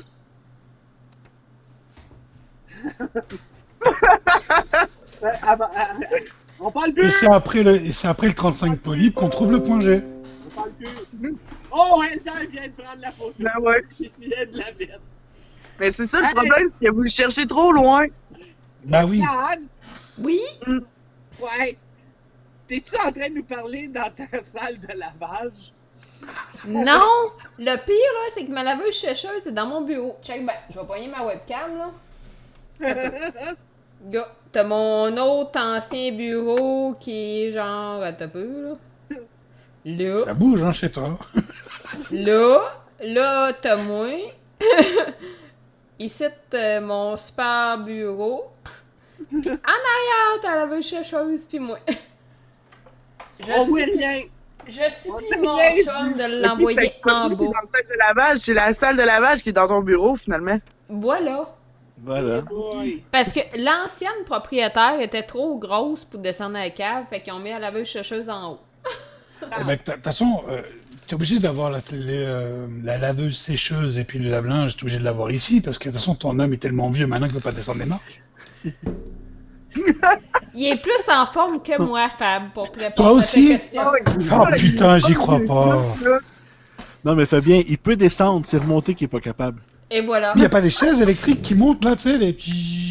Speaker 10: On parle
Speaker 9: Et
Speaker 10: plus!
Speaker 9: c'est après le 35 polype qu'on trouve le point G.
Speaker 10: On parle plus! Oh, Elder vient de prendre la photo!
Speaker 8: Ben ouais.
Speaker 10: Il vient de la mettre!
Speaker 8: Mais c'est ça le problème, c'est que vous le cherchez trop loin.
Speaker 9: Bah oui.
Speaker 10: Roxane,
Speaker 1: Oui?
Speaker 10: ouais! T'es-tu en train de nous parler dans ta salle de lavage?
Speaker 1: Non! Le pire, là, c'est que ma laveuse sécheuse est dans mon bureau. Check, ben, je vais pogner ma webcam, là. Gars, t'as mon autre ancien bureau qui est genre... Attends un peu, là. Là,
Speaker 9: Ça bouge, hein, chez toi.
Speaker 1: là, t'as moi. Ici, t'as mon super bureau. Puis en arrière, t'as la laveuse sécheuse, puis moi.
Speaker 10: On voit rien!
Speaker 1: Je supplie
Speaker 10: On
Speaker 1: mon
Speaker 10: rien
Speaker 1: chum de
Speaker 8: Ok,
Speaker 1: l'envoyer
Speaker 8: fait que
Speaker 1: en
Speaker 8: c'est
Speaker 1: bas.
Speaker 8: dans le sac de lavage, c'est la salle de lavage qui est dans ton bureau, finalement.
Speaker 1: Voilà.
Speaker 12: Voilà.
Speaker 10: Oui.
Speaker 1: Parce que l'ancienne propriétaire était trop grosse pour descendre à la cave, fait qu'ils ont mis la laveuse sécheuse en haut.
Speaker 9: Eh ben, de toute façon, t'es obligé d'avoir la laveuse sécheuse et puis le lave-linge, t'es obligé de l'avoir ici, parce que de toute façon, ton homme est tellement vieux maintenant qu'il peut pas descendre les marches.
Speaker 1: Il est plus en forme que moi, Fab, pour te répondre
Speaker 9: Toi
Speaker 1: à ta
Speaker 9: aussi?
Speaker 1: question.
Speaker 9: Oh putain, j'y crois pas.
Speaker 12: Non, mais Fabien, il peut descendre, c'est remonter qu'il est pas capable.
Speaker 1: Et voilà.
Speaker 9: Il n'y a pas des chaises électriques qui montent là, tu sais, les...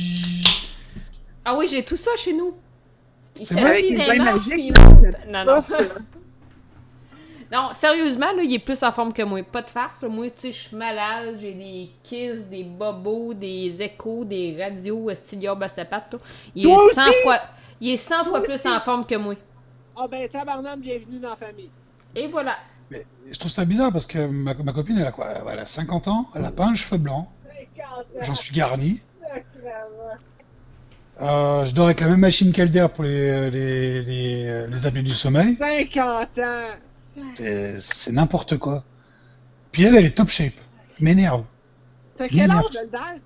Speaker 1: Ah oui, j'ai tout ça chez nous. Il
Speaker 9: C'est vrai?
Speaker 1: s'assit
Speaker 8: Avec
Speaker 1: des
Speaker 8: une bain
Speaker 1: marches,
Speaker 8: magique,
Speaker 1: puis il monte. Non.
Speaker 8: Ça,
Speaker 1: Non, sérieusement, là, il est plus en forme que moi. Pas de farce, là. Moi, tu sais, je suis malade, j'ai des kisses, des bobos, des échos, des radios, Stylia Bassapat, là. Il est 100 fois plus en forme que moi.
Speaker 10: Ah ben, tabarnak, bienvenue dans la famille.
Speaker 1: Et voilà.
Speaker 9: Mais je trouve ça bizarre parce que ma copine, elle a quoi? Elle a 50 ans, elle a pas un cheveu blanc. J'en suis garni. Je dors avec la même machine Calder pour les apnées du sommeil.
Speaker 10: 50 ans!
Speaker 9: C'est n'importe quoi. Puis elle est top shape. M'énerve.
Speaker 10: T'as quel âge, Elder?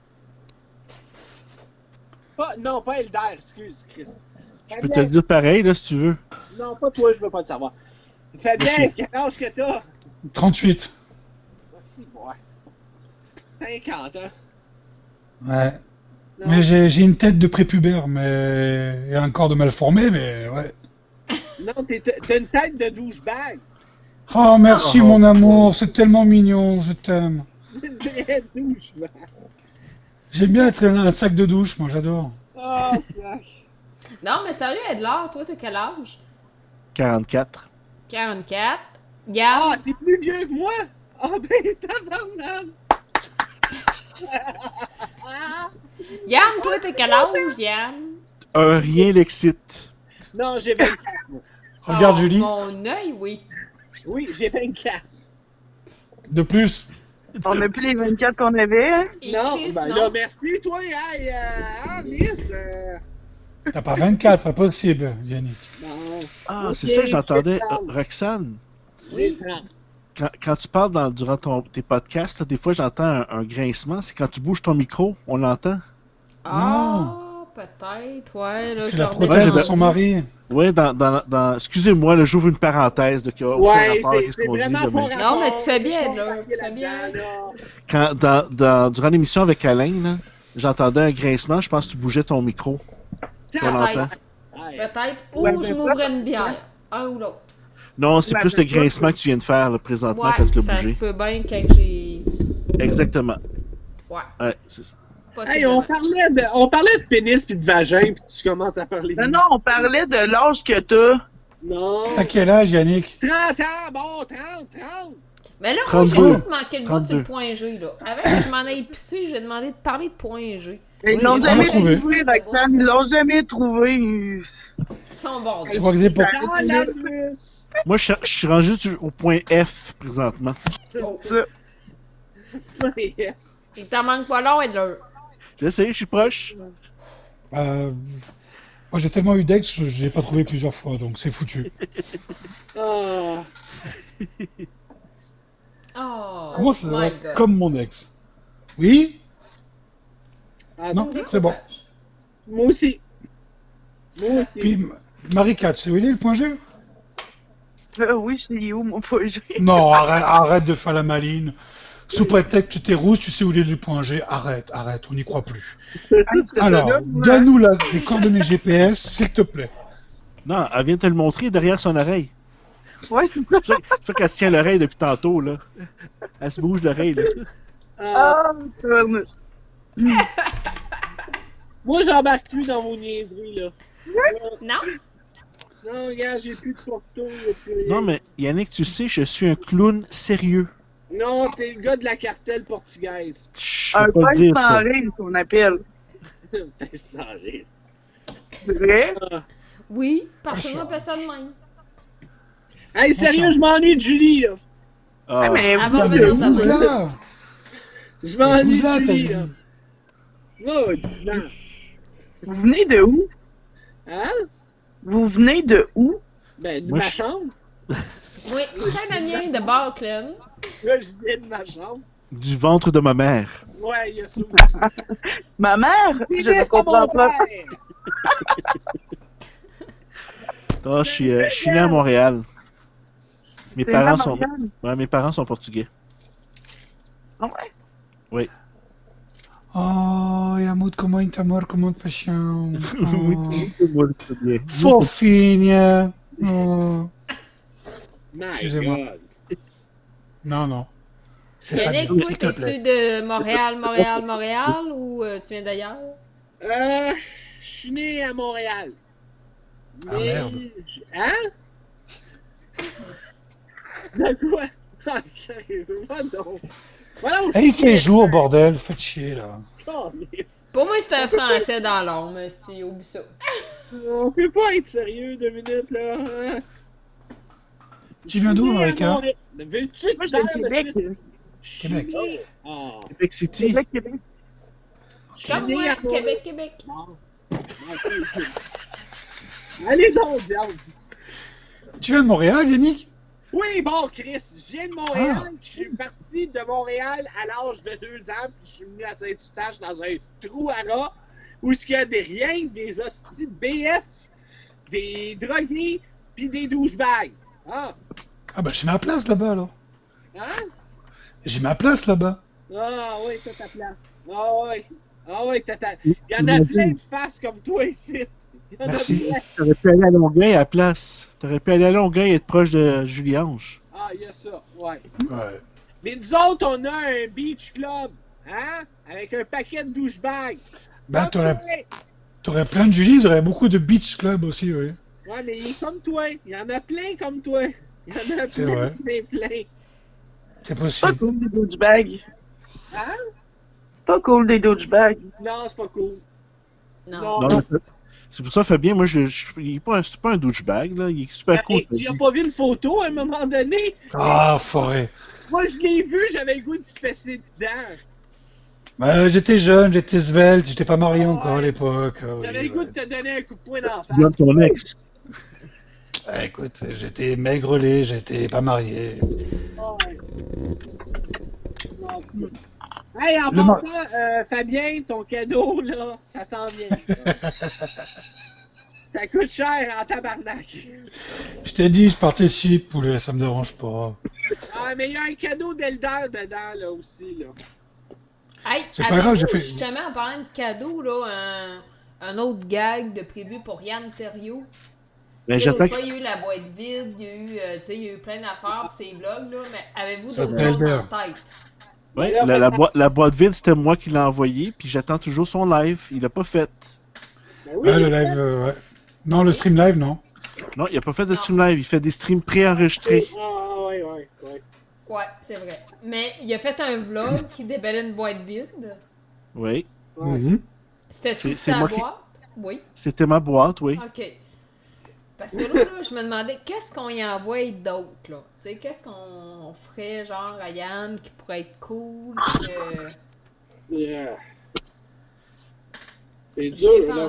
Speaker 10: Non, pas Elder, excuse, Chris.
Speaker 12: Je peux te le dire pareil, là, si tu veux.
Speaker 10: Non, pas toi, je veux pas le savoir. Fabien, quel âge que t'as?
Speaker 9: 38.
Speaker 10: Si, ouais. 50 ans.
Speaker 9: Ouais.
Speaker 10: Non.
Speaker 9: Mais j'ai une tête de prépubère, mais... et un corps de mal formé, mais ouais.
Speaker 10: Non, t'as une tête de douchebag.
Speaker 9: Oh, merci mon amour, c'est tellement mignon, je t'aime.
Speaker 10: C'est une vraie douchebag.
Speaker 9: J'aime bien être un sac de douche, moi j'adore.
Speaker 10: Oh, sac.
Speaker 1: Non, mais sérieux, Edlard, toi, t'as quel âge?
Speaker 12: 44.
Speaker 1: 44. Yann?
Speaker 10: Ah, t'es plus vieux que moi? Ah ben, tabarnak!
Speaker 1: Yann, toi, t'as quel âge, Yann?
Speaker 12: Rien l'excite.
Speaker 10: Non, j'ai 24.
Speaker 9: Regarde, Julie.
Speaker 1: Mon œil, oui.
Speaker 10: Oui, j'ai 24.
Speaker 9: De plus.
Speaker 8: On n'a plus les 24 qu'on avait, hein?
Speaker 10: Non,
Speaker 1: Chris,
Speaker 10: ben
Speaker 1: non.
Speaker 10: là, merci, toi, hey, Miss.
Speaker 9: T'as pas 24, impossible, Yannick.
Speaker 10: Non.
Speaker 12: Ah,
Speaker 10: Ok,
Speaker 12: c'est ça que j'entendais.
Speaker 10: j'ai 30.
Speaker 12: Roxane,
Speaker 10: J'ai 30.
Speaker 12: quand tu parles durant tes podcasts, là, des fois j'entends un grincement. C'est quand tu bouges ton micro, on l'entend.
Speaker 1: Ah, peut-être, ouais. Là,
Speaker 9: C'est
Speaker 1: je
Speaker 9: la
Speaker 1: leur remets
Speaker 9: prothèse
Speaker 1: dans-
Speaker 9: de son mari.
Speaker 12: Oui, excusez-moi, là, j'ouvre une parenthèse de qui a aucun
Speaker 10: Ouais,
Speaker 12: rapport avec ce
Speaker 10: c'est
Speaker 12: qu'on dit.
Speaker 10: vraiment
Speaker 12: là,
Speaker 10: pas
Speaker 12: mais
Speaker 1: Non, mais tu fais
Speaker 10: rapport.
Speaker 1: bien,
Speaker 10: Faut
Speaker 1: là.
Speaker 10: embarquer
Speaker 1: Tu fais bien.
Speaker 10: là-dedans, là.
Speaker 12: durant l'émission avec Alain, là, j'entendais un grincement. Je pense que tu bougeais ton micro. On l'entend.
Speaker 1: Peut-être. Ou
Speaker 8: Ouais,
Speaker 1: je
Speaker 8: ben,
Speaker 1: m'ouvrais une bière. Un ou l'autre.
Speaker 12: Non, c'est
Speaker 8: Ouais,
Speaker 12: plus
Speaker 8: ben,
Speaker 12: le grincement que tu viens de faire là, présentement
Speaker 1: Ouais,
Speaker 12: quand tu l'as
Speaker 1: ça se
Speaker 12: bougé.
Speaker 1: peut bien quand j'ai...
Speaker 12: Exactement.
Speaker 1: Ouais.
Speaker 12: Ouais, c'est ça.
Speaker 10: Hey, on parlait de pénis puis de vagin, puis tu commences à parler de...
Speaker 8: Non, on parlait de l'âge que t'as.
Speaker 10: Non.
Speaker 9: T'as quel âge, Yannick?
Speaker 10: 30 ans, bon, 30.
Speaker 1: Mais là, moi, j'ai
Speaker 12: 32.
Speaker 1: tout manqué le bout sur
Speaker 12: 32.
Speaker 1: le point G, là. Avant que je m'en aille pisser, j'ai demandé de parler de point G.
Speaker 8: Ils l'ont
Speaker 1: j'ai
Speaker 8: jamais
Speaker 1: pas
Speaker 9: trouvé.
Speaker 8: trouvé, Roxane. Ils l'ont jamais trouvé.
Speaker 1: Ils sont bons.
Speaker 9: Tu crois que c'est pour...
Speaker 10: Ah, la plus.
Speaker 12: Moi, je suis rendu au point F présentement.
Speaker 1: Oh. Il t'en manque pas long, Edler.
Speaker 12: J'essaie, je suis proche.
Speaker 9: Moi j'ai tellement eu d'ex, je l'ai pas trouvé plusieurs fois, donc c'est foutu.
Speaker 10: Ah.
Speaker 1: Oh,
Speaker 9: Comment ça
Speaker 1: my
Speaker 9: va
Speaker 1: God.
Speaker 9: comme mon ex? Oui?
Speaker 10: Ah,
Speaker 9: Non, c'est bon.
Speaker 10: Moi aussi. Moi aussi.
Speaker 9: Puis, Marika, tu sais où il est le point G?
Speaker 8: Oui, c'est où mon point G?
Speaker 9: Non, arrête de faire la maline. Sous prétexte que tu es rousse, tu sais où il est le point G. Arrête, on n'y croit plus. Alors, donne-nous les coordonnées GPS, s'il te plaît.
Speaker 12: Non, elle vient de te le montrer derrière son oreille.
Speaker 8: Ouais, c'est ça.
Speaker 12: C'est ça qu'elle se tient l'oreille depuis tantôt, là. Elle se bouge l'oreille, là.
Speaker 8: Ah,
Speaker 10: Moi, j'embarque plus dans vos niaiseries, là.
Speaker 1: Non?
Speaker 10: Non, regarde, j'ai plus de porto, y'a plus rien.
Speaker 12: Non, mais Yannick, tu sais, je suis un clown sérieux.
Speaker 10: Non, t'es le gars de la cartelle portugaise.
Speaker 12: Je
Speaker 8: un
Speaker 12: peux pas
Speaker 8: pêche
Speaker 12: dire
Speaker 8: sans
Speaker 12: ça.
Speaker 8: rire, qu'on appelle.
Speaker 10: T'es sans rire.
Speaker 8: C'est vrai?
Speaker 1: Oui, personne n'a fait ça de même.
Speaker 10: Hey, sérieux, je m'ennuie de Julie, là.
Speaker 12: Ah.
Speaker 8: Mais
Speaker 1: Ah,
Speaker 8: vous
Speaker 1: bon,
Speaker 8: venez
Speaker 1: ben,
Speaker 8: de
Speaker 1: non,
Speaker 8: où,
Speaker 1: t'as-
Speaker 8: là?
Speaker 10: Je m'ennuie de
Speaker 9: Épouse-la,
Speaker 10: Julie,
Speaker 9: t'as
Speaker 10: là.
Speaker 9: dit.
Speaker 10: Oh, dis donc.
Speaker 8: Vous venez de où?
Speaker 10: Hein?
Speaker 8: Vous venez de où?
Speaker 10: Ben, de
Speaker 12: Moi,
Speaker 10: ma
Speaker 12: je-
Speaker 10: chambre.
Speaker 1: Oui, Saint-Damien de Barclay.
Speaker 10: Là, je viens de ma chambre.
Speaker 12: Du ventre de ma mère.
Speaker 10: Ouais, il y a ça aussi.
Speaker 8: Ma mère?
Speaker 10: Puis
Speaker 8: Je ne
Speaker 10: laisse
Speaker 8: comprends
Speaker 10: mon
Speaker 8: pas.
Speaker 10: père.
Speaker 12: Ah, je suis né à Montréal. Mes
Speaker 8: C'est
Speaker 12: parents
Speaker 8: à
Speaker 12: sont...
Speaker 8: Montréal?
Speaker 12: Ouais, mes parents sont portugais.
Speaker 8: Ah ouais?
Speaker 12: Oui.
Speaker 9: Oh, Yamut, como amor, como paixão.
Speaker 12: Muito bom, portugais.
Speaker 9: Fofinha. Oh.
Speaker 10: My
Speaker 9: Excusez-moi.
Speaker 10: God.
Speaker 9: Non. C'est
Speaker 1: Yannick,
Speaker 9: Fabien,
Speaker 1: toi,
Speaker 9: s'il te plaît.
Speaker 1: t'es-tu de Montréal, ou tu viens d'ailleurs?
Speaker 10: Je suis né à Montréal.
Speaker 9: Ah, merde.
Speaker 10: Hein? De quoi? Ah, moi non.
Speaker 9: Il fait jour, bordel. Faites chier, là.
Speaker 1: Pour moi, c'est un français dans l'ombre, c'est oublie ça.
Speaker 10: On peut pas être sérieux 2 minutes, là. Hein?
Speaker 9: Tu viens d'où, Marika?
Speaker 10: Veux-tu te taire,
Speaker 8: Québec.
Speaker 9: Québec.
Speaker 12: Québec City.
Speaker 8: Québec.
Speaker 1: Comme moi, Québec.
Speaker 10: Allez donc, diable.
Speaker 9: Tu viens de Montréal, Yannick?
Speaker 10: Oui, bon, Chris, je viens de Montréal, je suis parti de Montréal à l'âge de 2 ans, puis je suis venu à Saint-Eustache dans un trou à rats, où il y a des hosties de BS, des drogués, puis des douchebags. Ah
Speaker 9: ben j'ai ma place là-bas, là.
Speaker 10: Hein?
Speaker 9: J'ai ma place là-bas.
Speaker 10: Ah oui, t'as ta place. Ah oui, t'as ta... Il y en a plein de faces comme toi ici.
Speaker 9: Merci.
Speaker 12: T'aurais pu aller à Longueuil à la place. T'aurais pu aller à Longueuil et être proche de Julie-Ange.
Speaker 10: Ah, il y a ça, ouais. Mais nous autres, on a un beach club, hein? Avec un paquet de douchebags.
Speaker 9: Ben, t'aurais plein de Julie, t'aurais beaucoup de beach club aussi, oui.
Speaker 10: Ouais, mais il est comme toi. Il y en a plein comme toi. Il y en a
Speaker 9: C'est vrai.
Speaker 10: plein.
Speaker 9: C'est
Speaker 8: C'est
Speaker 9: possible.
Speaker 8: pas cool des douchebags.
Speaker 10: Hein?
Speaker 8: C'est pas cool des douchebags.
Speaker 10: Non, c'est pas cool.
Speaker 1: Non.
Speaker 12: Non, c'est pour ça, Fabien, moi, il est pas un douchebag, là. Il est super cool.
Speaker 10: Hey, tu as pas vu une photo à un moment donné?
Speaker 9: Ah, forêt.
Speaker 10: Moi, je l'ai vu, j'avais le goût de se fesser dedans.
Speaker 9: Ben, j'étais jeune, j'étais svelte, j'étais pas marié encore à l'époque.
Speaker 10: J'avais le goût de te donner un coup de poing dans la face.
Speaker 12: Comme ton ex.
Speaker 9: Écoute, j'étais maigrelet, j'étais pas marié.
Speaker 10: Hey, en passant, Fabien, ton cadeau, là, ça s'en vient. Ça coûte cher en tabarnak.
Speaker 9: Je t'ai dit, je participe, poulet, ça me dérange pas.
Speaker 10: Ah, mais il y a un cadeau d'Eldar dedans, là, aussi, là.
Speaker 1: Hey,
Speaker 9: C'est pas grave, j'ai fait...
Speaker 1: justement, en parlant de cadeaux, là, un autre gag de prévu pour Yann Terriot.
Speaker 12: Ben,
Speaker 1: L'autre fois, il y a eu la boîte vide, il y a eu, il y a eu plein d'affaires pour ses blogs, là, mais avez-vous d'autres choses en tête?
Speaker 12: Oui, la boîte vide, c'était moi qui l'ai envoyé, puis j'attends toujours son live. Il l'a pas fait.
Speaker 9: Ah, le live, ouais. Non, le stream live, non.
Speaker 12: Non, il a pas fait de stream live, il fait des streams préenregistrés.
Speaker 10: Ah, ouais.
Speaker 1: Ouais, c'est vrai. Mais il a fait un vlog qui déballait une boîte vide.
Speaker 12: Oui.
Speaker 1: C'était-tu ta boîte? Oui.
Speaker 12: C'était ma boîte, oui.
Speaker 1: OK. Parce que là, je me demandais, qu'est-ce qu'on y envoie d'autre, là? Tu sais, qu'est-ce qu'on ferait, genre, à Yann, qui pourrait être cool, que...
Speaker 10: Yeah. C'est dur, là.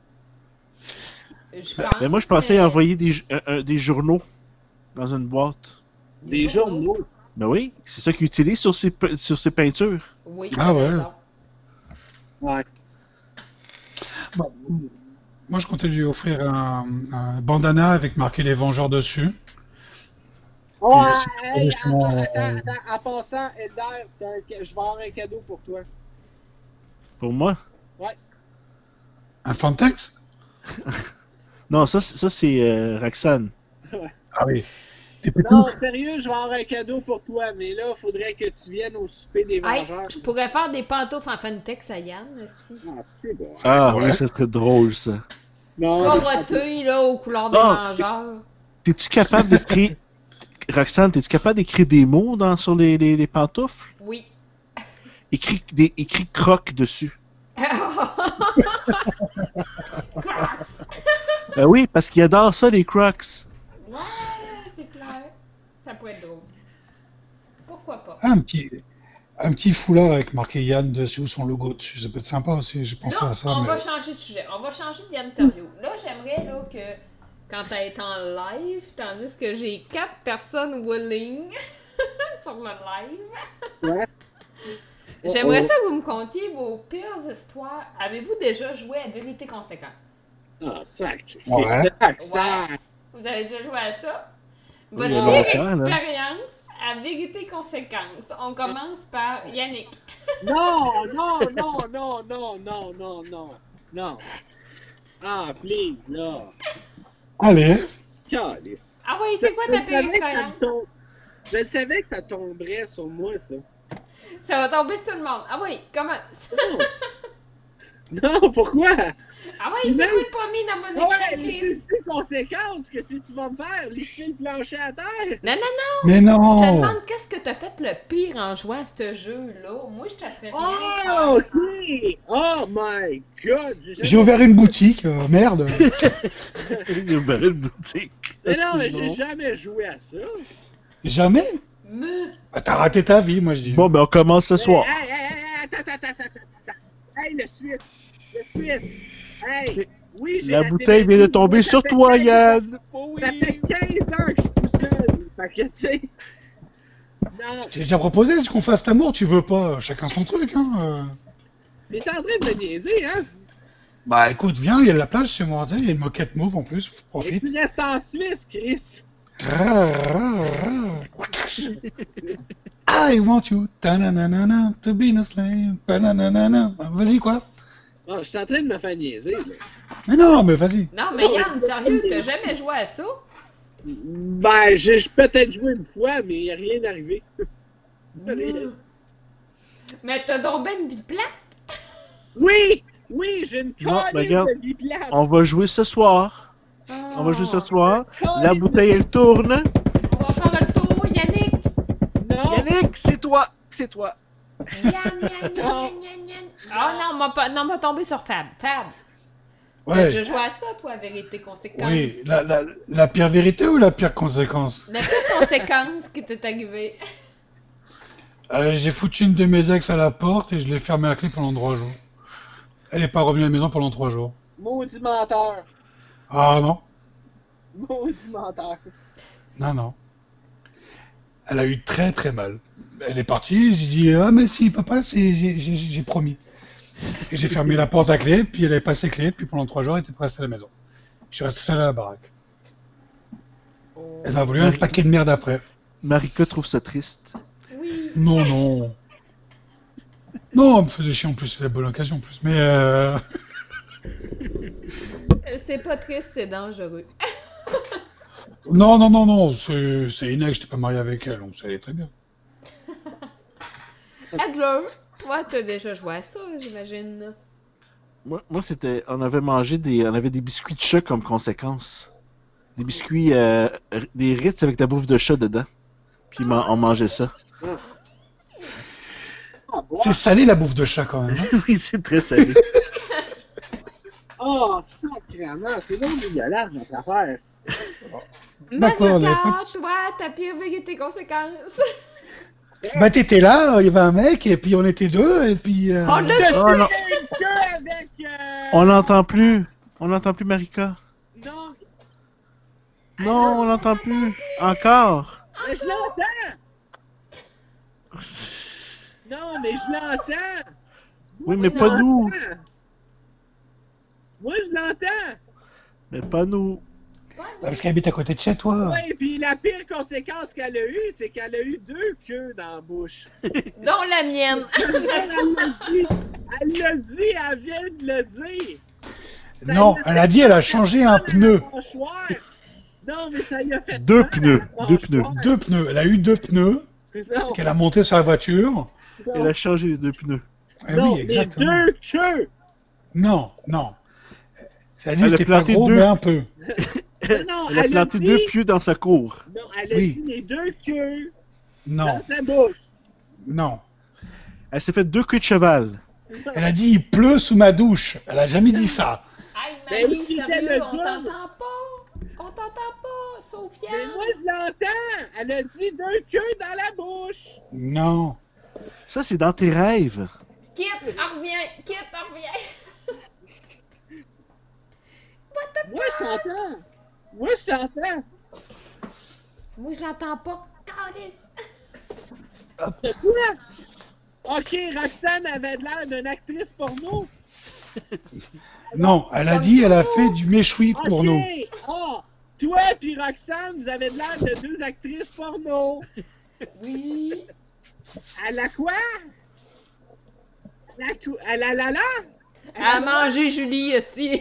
Speaker 12: Mais moi, je pensais envoyer des journaux dans une boîte.
Speaker 10: Des journaux?
Speaker 12: Ben oui, c'est ça qu'il utilise sur ses peintures.
Speaker 1: Oui.
Speaker 9: Ah ouais.
Speaker 10: Ouais.
Speaker 9: Bon, moi, je comptais lui offrir un bandana avec marqué les Vengeurs dessus.
Speaker 10: Oh, hey, attends, en passant, Eldar, je vais avoir un cadeau pour toi.
Speaker 12: Pour moi?
Speaker 10: Ouais.
Speaker 9: Un Fantex?
Speaker 12: Non, ça c'est Roxane.
Speaker 9: Ah oui.
Speaker 10: Non, sérieux, je vais avoir un cadeau pour toi, mais là, il faudrait que tu viennes au souper des Vengeurs.
Speaker 1: Hey, je pourrais faire des pantoufles en Fantex à Yann, aussi.
Speaker 10: Ah, c'est bon.
Speaker 12: Ah, ouais, ça serait drôle, ça.
Speaker 1: Coroteuil, là, aux couleurs des Vengeurs.
Speaker 12: T'es-tu capable d'écrire... Roxane, t'es-tu capable d'écrire des mots sur les pantoufles?
Speaker 1: Oui.
Speaker 12: Écris croque dessus.
Speaker 1: Crocs!
Speaker 12: Oui, parce qu'il adore ça, les crocs.
Speaker 1: Ouais, c'est clair. Ça pourrait être drôle. Pourquoi pas?
Speaker 9: Un petit foulard avec marqué Yann dessus ou son logo dessus, ça peut être sympa aussi, j'ai pensé à ça.
Speaker 1: On va changer de sujet. On va changer de Yann Terriot. Là, j'aimerais là, que quand elle est en live, tandis que j'ai 4 personnes willing sur le live.
Speaker 10: Ouais.
Speaker 1: J'aimerais ça que vous me contiez vos pires histoires. Avez-vous déjà joué à Vérité-Conséquence?
Speaker 10: Ah, sac.
Speaker 9: Ouais.
Speaker 10: Sac.
Speaker 1: Vous avez déjà joué à ça?
Speaker 12: Oui,
Speaker 1: Votre
Speaker 12: il y a
Speaker 1: pire
Speaker 12: longtemps, là.
Speaker 1: expérience à Vérité-Conséquence. On commence par Yannick.
Speaker 10: Non. Ah, please, là.
Speaker 9: Allez.
Speaker 10: Calice.
Speaker 1: Ah oui, c'est quoi ta pire expérience?
Speaker 10: Je savais que ça tomberait sur moi, ça.
Speaker 1: Ça va tomber sur tout le monde. Ah oui, comment?
Speaker 10: Non, pourquoi?
Speaker 1: Ah oui, c'est quoi le pommier dans mon écran?
Speaker 10: Ouais, mais c'est les conséquences que si tu vas me faire, licher le plancher à terre.
Speaker 1: Non, non, non!
Speaker 9: Mais non!
Speaker 1: Je te demande qu'est-ce que t'as fait le pire en jouant à ce jeu-là. Moi, je t'ai fait rien.
Speaker 10: Oh, ok! Oh my god!
Speaker 9: J'ai ouvert une boutique, merde!
Speaker 12: J'ai ouvert une boutique.
Speaker 10: Mais non, mais j'ai jamais joué à ça.
Speaker 9: Jamais? Bah, t'as raté ta vie, moi je dis.
Speaker 12: Bon, ben on commence ce soir.
Speaker 10: Hey, attends. Hey, le Suisse! Le Suisse! Hey! Oui, j'ai
Speaker 12: la bouteille vient de tomber sur toi, Yann!
Speaker 10: Ça fait 15 ans que je suis tout seul! Fait que, tu sais... Non!
Speaker 9: Je t'ai déjà proposé qu'on fasse l'amour, tu veux pas, chacun son truc, hein.
Speaker 10: T'es en train de me niaiser, hein?
Speaker 9: Bah écoute, viens, il y a de la plage chez moi, il y a une moquette mauve en plus, profite.
Speaker 10: Et tu restes en Suisse, Chris!
Speaker 9: I want you, ta-na-na-na-na, to be no slave, ta-na-na-na-na. Vas-y, quoi?
Speaker 10: Oh, je suis en train de me faire niaiser, là.
Speaker 9: Mais non, mais vas-y.
Speaker 1: Non, mais Yann, sérieux, t'as jamais joué à ça?
Speaker 10: Ben, j'ai peut-être joué une fois, mais il n'y a rien arrivé.
Speaker 1: Mais t'as donc ben une vie plate?
Speaker 10: Oui! Oui, j'ai une
Speaker 12: Non, mais
Speaker 10: colline
Speaker 12: regarde,
Speaker 10: de vie plate!
Speaker 12: on va jouer ce soir. On va jouer ce soir. La bouteille, elle tourne.
Speaker 1: On va faire le tour, Yannick!
Speaker 10: Non!
Speaker 12: Yannick, c'est toi! C'est toi!
Speaker 1: Yann. Ah non, on va tomber sur Fab. Fab!
Speaker 9: Ouais.
Speaker 1: T'as déjà joué à ça, toi, vérité conséquence?
Speaker 9: Oui, la pire vérité ou la pire conséquence?
Speaker 1: La pire conséquence qui t'est arrivée.
Speaker 9: J'ai foutu une de mes ex à la porte et je l'ai fermée à clé pendant 3 jours. Elle est pas revenue à la maison pendant 3 jours.
Speaker 10: Maudit menteur!
Speaker 9: Ah non.
Speaker 10: Maudit menteur!
Speaker 9: Non. Elle a eu très très mal. Elle est partie, j'ai dit ah mais si papa, j'ai promis. Et j'ai fermé la porte à clé, puis elle avait pas ses clés, puis pendant 3 jours elle était pas restée à la maison. Je suis resté seul à la baraque. Elle m'a voulu un paquet de merde après.
Speaker 12: Marika trouve ça triste.
Speaker 1: Oui.
Speaker 9: Non. Non, elle me faisait chier en plus, c'est la bonne occasion en plus. Mais
Speaker 1: C'est pas triste, c'est dangereux.
Speaker 9: Non, c'est Ina que j'étais pas marié avec elle, donc ça allait très bien.
Speaker 1: Adler, toi, t'as déjà joué à ça, j'imagine.
Speaker 12: Moi, c'était... On avait des biscuits de chat comme conséquence. Des biscuits... des Ritz avec de la bouffe de chat dedans. Puis on mangeait ça.
Speaker 9: C'est salé la bouffe de chat quand même. Hein?
Speaker 12: Oui, c'est très salé.
Speaker 10: Oh, sacrément, c'est donc dégueulasse, notre affaire.
Speaker 9: D'accord,
Speaker 1: Marika, toi, ta pire vérité conséquence.
Speaker 9: Bah t'étais là, il y avait un mec, et puis on était deux, et puis...
Speaker 1: On l'a
Speaker 10: avec...
Speaker 12: On l'entend plus. On n'entend plus Marika.
Speaker 10: Non.
Speaker 12: Non, on l'entend plus. Encore.
Speaker 10: Mais je l'entends! Non, mais je l'entends!
Speaker 12: Oui, mais pas nous.
Speaker 10: Moi, je l'entends!
Speaker 12: Mais pas nous.
Speaker 9: Parce qu'elle habite à côté de chez toi.
Speaker 10: Oui, puis la pire conséquence qu'elle a eue, c'est qu'elle a eu 2 queues dans la bouche.
Speaker 1: Dont la mienne.
Speaker 10: Elle l'a dit, elle vient de le dire.
Speaker 9: Non, elle a dit elle a changé un pneu.
Speaker 10: Non, mais ça lui a fait
Speaker 12: 2 pneus. 2 pneus.
Speaker 9: 2 pneus. Elle a eu 2 pneus qu'elle a monté sur la voiture.
Speaker 12: Elle a changé les 2 pneus.
Speaker 10: Non,
Speaker 9: oui, exactement.
Speaker 10: Mais 2 queues.
Speaker 9: Non. Ça dit c'était pas gros, mais un peu.
Speaker 10: Non,
Speaker 12: elle a planté 2 pieux dans sa cour.
Speaker 10: Non, elle a dit les 2 queues
Speaker 9: dans
Speaker 10: sa bouche.
Speaker 9: Non.
Speaker 12: Elle s'est fait 2 queues de cheval.
Speaker 9: Elle a dit il pleut sous ma douche. Elle a jamais dit ça.
Speaker 1: Hey, Marie, sérieux, on t'entend pas, Sophia.
Speaker 10: Mais moi, je l'entends. Elle a dit 2 queues dans la bouche.
Speaker 9: Non.
Speaker 12: Ça, c'est dans tes rêves.
Speaker 1: Quitte, reviens.
Speaker 10: Moi, je t'entends. Moi, je
Speaker 1: l'entends pas. Calice.
Speaker 10: C'est quoi? Ok, Roxane avait l'air d'une actrice porno.
Speaker 9: Non, elle a dit elle a fait du méchoui porno.
Speaker 10: Oh, toi puis Roxane, vous avez l'air de 2 actrices porno.
Speaker 1: Oui.
Speaker 10: Elle a quoi? Elle a la.
Speaker 1: Elle a mangé Julie aussi.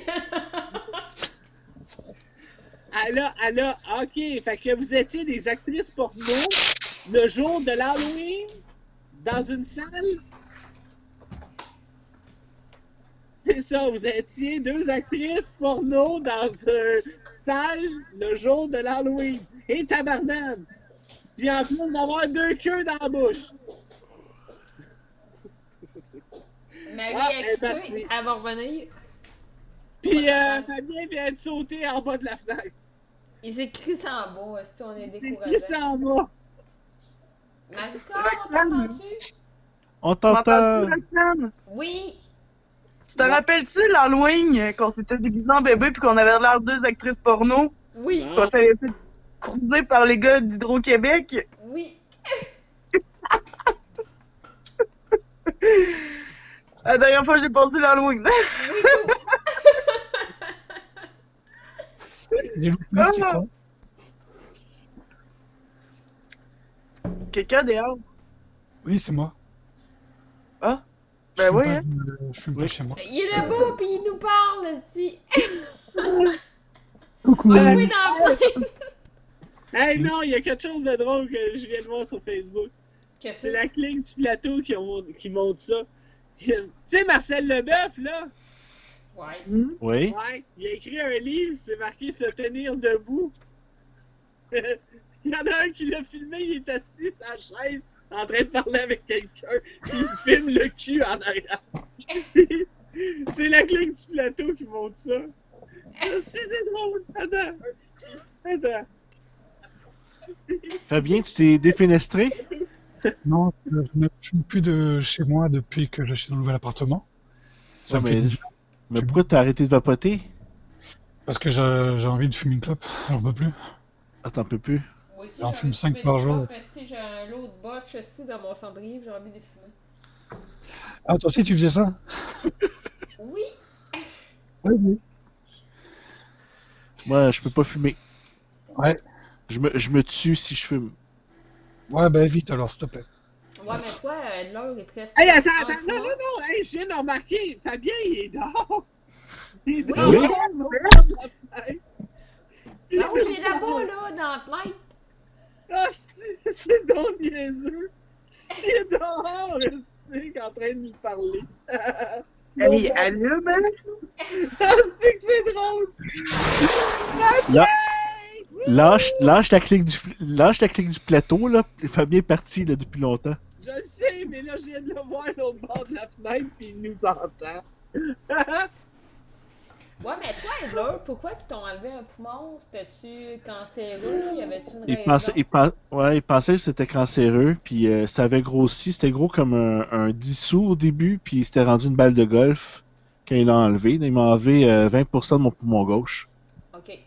Speaker 10: Elle a, ok, fait que vous étiez des actrices porno, le jour de l'Halloween dans une salle. C'est ça, vous étiez 2 actrices porno dans une salle le jour de l'Halloween. Et tabarnane! Puis en plus d'avoir 2 queues dans la bouche.
Speaker 1: Marie excitée, elle va revenir.
Speaker 10: Puis Fabien vient de sauter en bas de la fenêtre.
Speaker 1: Il s'est crissé en bas, si on est découragé.
Speaker 10: Il s'est crissé en bas.
Speaker 1: Marika, on t'entend-tu?
Speaker 12: On t'entend.
Speaker 1: Oui.
Speaker 8: Tu te rappelles-tu l'Halloween, qu'on s'était déguisé en bébé puis qu'on avait l'air 2 actrices porno?
Speaker 1: Oui.
Speaker 8: Qu'on s'avait fait cruiser par les gars d'Hydro-Québec?
Speaker 1: Oui.
Speaker 8: La dernière fois que j'ai passé l'Halloween. Quelqu'un dehors?
Speaker 9: Oui, c'est moi.
Speaker 8: Ah? Ben oui, hein?
Speaker 9: Je fume pas chez moi.
Speaker 1: Il est là-bas, puis il nous parle, aussi.
Speaker 9: Coucou.
Speaker 1: Oui, dans la fenêtre.
Speaker 10: Hey, non, il y a quelque chose de drôle que je viens de voir sur Facebook. C'est la clique du plateau qui montre ça. Tu sais, Marcel Leboeuf, là?
Speaker 1: Ouais.
Speaker 12: Oui.
Speaker 10: Ouais, il a écrit un livre, c'est marqué « Se tenir debout ». Il y en a un qui l'a filmé, il est assis sur la chaise, en train de parler avec quelqu'un, puis il filme le cul en arrière. C'est la clique du plateau qui montre ça. C'est drôle. Attends.
Speaker 12: Fabien, tu t'es défenestré?
Speaker 9: Non, je ne fume plus de chez moi depuis que je suis dans le nouvel appartement. Ça me fait du bien.
Speaker 12: Mais pourquoi t'as arrêté de vapoter?
Speaker 9: Parce que j'ai envie de fumer une clope, j'en peux plus.
Speaker 12: Ah, t'en peux plus?
Speaker 1: Moi aussi,
Speaker 9: j'en fume 5 par jour.
Speaker 1: J'ai un lot de botch aussi dans mon cendrier, j'ai envie de fumer.
Speaker 9: Ah, toi aussi tu faisais ça?
Speaker 1: Oui.
Speaker 9: Oui.
Speaker 12: Moi, je peux pas fumer.
Speaker 9: Ouais.
Speaker 12: Je me tue si je fume.
Speaker 9: Ouais, ben vite alors, s'il te plaît.
Speaker 1: Ouais, mais toi, l'heure est très...
Speaker 10: Hey, attends, non, hey, je viens de remarquer, Fabien, il est dehors. Il est dehors.
Speaker 12: Oui.
Speaker 1: Ah oui, il est là-bas, là, dans la fenêtre.
Speaker 10: Ah, c'est donc niaiseux. Il est dehors, c'est en train de nous parler.
Speaker 8: Hey, allume, hein?
Speaker 10: Ah, c'est que c'est drôle.
Speaker 12: Lâche la clique du plateau, là. Fabien est parti, là, depuis longtemps.
Speaker 10: Je le sais, mais là, je viens de le voir à l'autre bord de la fenêtre, puis il nous entend.
Speaker 1: Ouais, mais toi, Edler, pourquoi ils t'ont enlevé un poumon? C'était-tu cancéreux? Y avait-tu une raison?
Speaker 12: Il pensait que c'était cancéreux, puis ça avait grossi. C'était gros comme un 10 sous au début, puis c'était rendu une balle de golf quand il l'a enlevé. Il m'a enlevé 20% de mon poumon gauche.
Speaker 1: OK.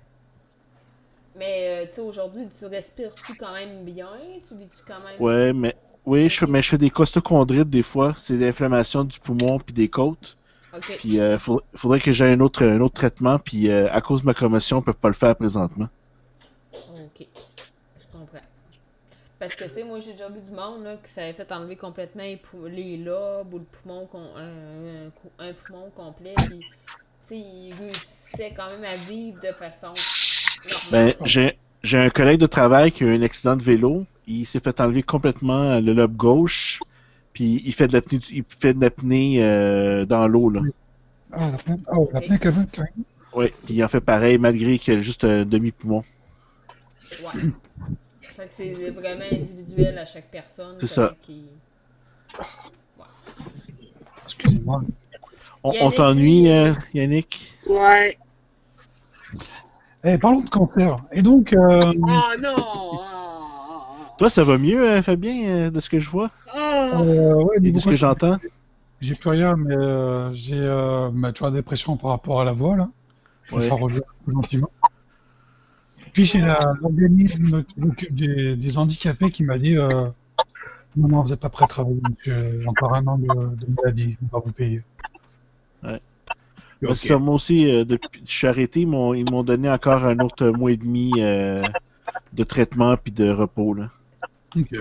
Speaker 1: Mais, tu sais, aujourd'hui, tu respires-tu quand même bien? Tu vis-tu quand même...
Speaker 12: Ouais, mais... Oui, je fais des costochondrites des fois. C'est l'inflammation du poumon puis des côtes.
Speaker 1: Okay.
Speaker 12: Puis faudrait que j'aie un autre traitement, puis à cause de ma commotion, on peut pas le faire présentement.
Speaker 1: OK. Je comprends. Parce que, tu sais, moi, j'ai déjà vu du monde là, qui s'avait fait enlever complètement les lobes ou le poumon, un poumon complet, puis, tu sais, il réussissait quand même à vivre de façon normale.
Speaker 12: Ben, j'ai un collègue de travail qui a eu un accident de vélo. Il s'est fait enlever complètement le lobe gauche. Puis il fait de l'apnée dans l'eau, là.
Speaker 9: Ah, l'apnée quand même.
Speaker 12: Oui, puis il en fait pareil malgré qu'il a juste un demi-poumon.
Speaker 1: Ouais. Fait que c'est vraiment individuel à chaque personne.
Speaker 12: C'est ça.
Speaker 1: Ouais.
Speaker 9: Excusez-moi.
Speaker 12: On t'ennuie, Yannick?
Speaker 10: Ouais.
Speaker 9: Eh, parlons de cancer. Et donc...
Speaker 10: Ah non!
Speaker 12: Toi, ça va mieux, Fabien, de ce que je vois?
Speaker 9: Ouais,
Speaker 12: de ce que j'entends?
Speaker 9: J'ai plus rien, mais j'ai tu vois, dépression par rapport à la voix, là. Ouais. Ça revient gentiment. Puis j'ai l'organisme qui s'occupe des handicapés qui m'a dit non, vous n'êtes pas prêt à travailler, donc encore un an de maladie, on va vous payer.
Speaker 12: Ouais. Okay. Ça, moi aussi, depuis je suis arrêté, ils m'ont donné encore un autre mois et demi de traitement puis de repos, là.
Speaker 9: Ok.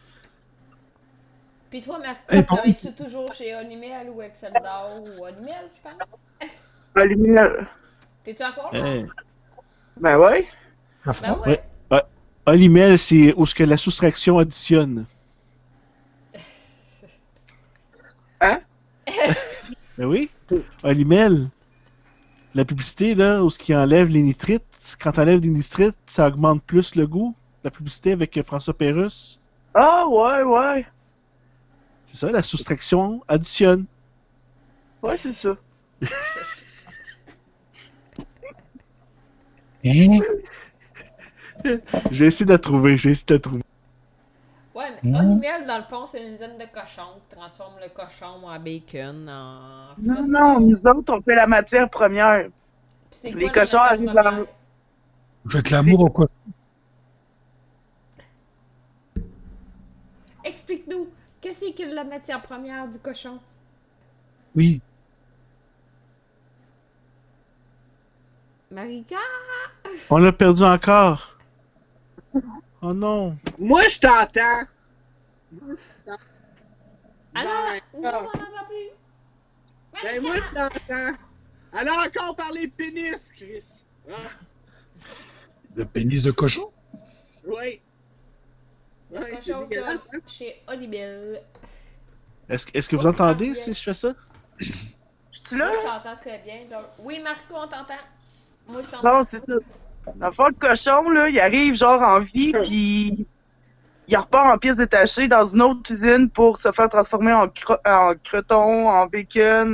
Speaker 1: Puis toi, Martin, travailles-tu toujours chez Olimel ou Exceldor ou Olimel, je pense?
Speaker 8: Olimel.
Speaker 1: T'es-tu encore là?
Speaker 8: Ben ouais.
Speaker 1: Ben ouais.
Speaker 12: Olimel, c'est où ce que la soustraction additionne.
Speaker 8: Hein?
Speaker 12: Ben oui. Olimel. La publicité, là, où ce qui enlève les nitrites. Quand t'enlèves des nitrites, ça augmente plus le goût. La publicité avec François Pérusse.
Speaker 8: Ah, ouais.
Speaker 12: C'est ça, la soustraction additionne.
Speaker 8: Ouais, c'est ça.
Speaker 12: Je vais essayer de la trouver,
Speaker 1: Ouais, mais Olimel, dans le fond, c'est une usine de cochons qui transforme le cochon en bacon, en...
Speaker 8: Non, nous autres, on fait la matière première. Les cochons arrivent dans...
Speaker 9: Vous faites l'amour ou quoi?
Speaker 1: Explique-nous, qu'est-ce que la matière première du cochon?
Speaker 9: Oui.
Speaker 1: Marika?
Speaker 12: On l'a perdu encore. Oh non.
Speaker 10: Moi, je t'entends.
Speaker 1: Alors, nous, on n'entend plus.
Speaker 10: Ben, moi, je t'entends. Elle a encore parlé de pénis, Chris. Ah.
Speaker 9: De pénis de cochon?
Speaker 10: Oui.
Speaker 1: Le cochon, ça, chez Olimel.
Speaker 12: Est-ce que vous entendez si je fais ça?
Speaker 1: Moi, je t'entends très bien. Donc... Oui, Marco, on t'entend. Moi, je t'entends.
Speaker 8: Non, c'est ça. Dans le fond, le cochon, là, il arrive genre en vie, puis il repart en pièces détachées dans une autre usine pour se faire transformer en croton, en bacon,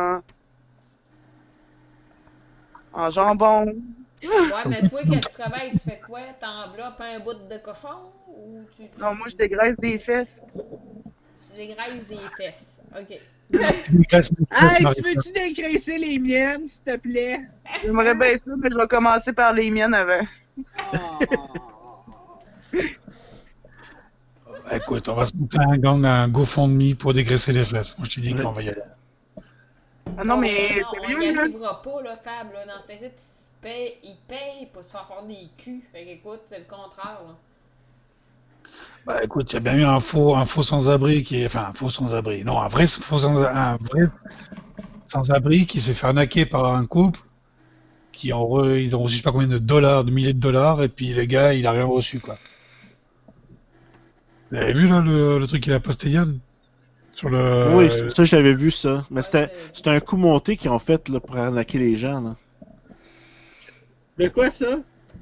Speaker 8: en jambon.
Speaker 1: Ouais, mais toi, quand tu travailles, tu fais quoi? T'enveloppes un bout de cochon? Ou tu...
Speaker 8: Non, moi, je dégraisse des fesses.
Speaker 1: Tu dégraisses des fesses. OK.
Speaker 10: Hey, tu veux-tu dégraisser les miennes, s'il te plaît?
Speaker 8: J'aimerais bien ça, mais je vais commencer par les miennes avant.
Speaker 9: Écoute, on va se monter un gang, un GoFundMe pour dégraisser les fesses. Moi, je te dis qu'on va y aller.
Speaker 8: Ah non, mais
Speaker 1: on n'y arrivera pas, là, Fab. Là. Dans cet site, ils payent pour se faire faire des culs. Fait qu'écoute, c'est le contraire, là.
Speaker 9: Bah écoute, il y a bien eu un faux sans-abri qui est... Enfin, un faux sans-abri. Non, un vrai sans-abri qui s'est fait arnaquer par un couple ils ont reçu je sais pas combien de dollars, de milliers de dollars, et puis le gars, il a rien reçu, quoi. Vous avez vu, là, le truc qu'il a posté hier sur le...
Speaker 12: Oui, ça, je l'avais vu, ça. Mais c'était un coup monté qu'ils ont fait là, pour arnaquer les gens, là.
Speaker 10: De quoi, ça?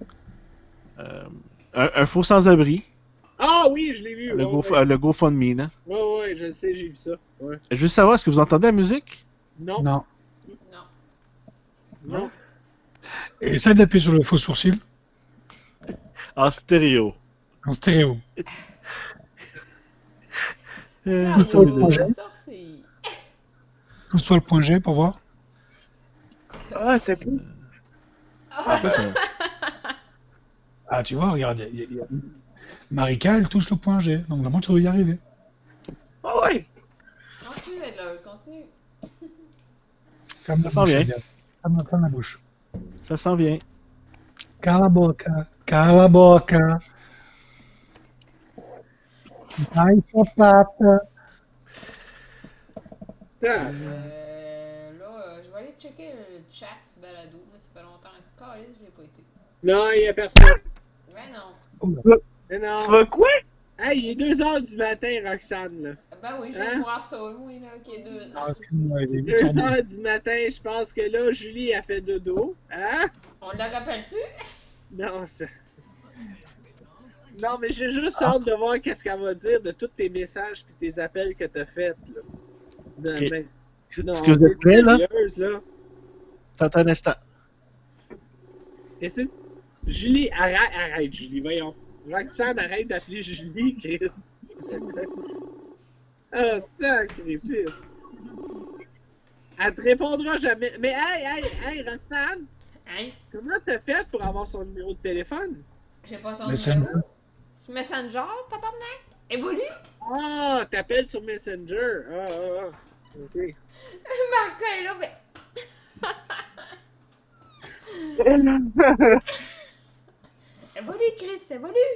Speaker 12: Un faux sans-abri.
Speaker 10: Ah oui, je l'ai vu.
Speaker 12: Le GoFundMe, là.
Speaker 10: Ouais, je sais, j'ai vu ça. Ouais.
Speaker 12: Je veux savoir, est-ce que vous entendez la musique?
Speaker 10: Non.
Speaker 9: Non. Essaye d'appuyer sur le faux sourcil.
Speaker 12: En stéréo.
Speaker 9: En stéréo.
Speaker 1: Pousse-toi
Speaker 9: le point G pour voir.
Speaker 8: Ah, c'est plus.
Speaker 9: Ah, tu vois, regarde. Marika, elle touche le point G. Donc, normalement, tu dois y arriver.
Speaker 8: Ah ouais.
Speaker 1: Continue.
Speaker 9: Ferme la bouche. Ferme la bouche.
Speaker 12: Ça s'en vient.
Speaker 9: Calaboca. Aïe, papa.
Speaker 1: Là, je vais aller checker le chat sur Balado. Moi, ça fait longtemps que je l'ai pas été.
Speaker 10: Non, il y a personne.
Speaker 1: Ouais, non.
Speaker 10: Mais non.
Speaker 8: Tu vas quoi?
Speaker 10: Hey, il est 2h du matin, Roxane, là.
Speaker 1: Ben oui, je vais voir ça, oui, là, ok, 2h.
Speaker 10: 2h du matin, je pense que là, Julie a fait dodo. Hein?
Speaker 1: On le rappelle-tu?
Speaker 10: Non, ça... Non, mais j'ai juste hâte de voir qu'est-ce qu'elle va dire de tous tes messages et tes appels que t'as faits, là.
Speaker 12: Okay.
Speaker 10: Non,
Speaker 12: est-ce que vous êtes prêts, là?
Speaker 10: T'entends
Speaker 12: un instant.
Speaker 10: Julie, arrête, Julie, voyons. Roxane, arrête d'appeler Julie, Chris. Ah, sacrifice. Elle te répondra jamais. Mais hey, Roxane!
Speaker 1: Hein?
Speaker 10: Comment t'as fait pour avoir son numéro de téléphone?
Speaker 1: Je sais pas son numéro. Sur Messenger, tabarnak? Évolue?
Speaker 10: Ah, t'appelles sur Messenger. Ah. Ok.
Speaker 1: Marco est là, mais... Évolue, Chris, évolue!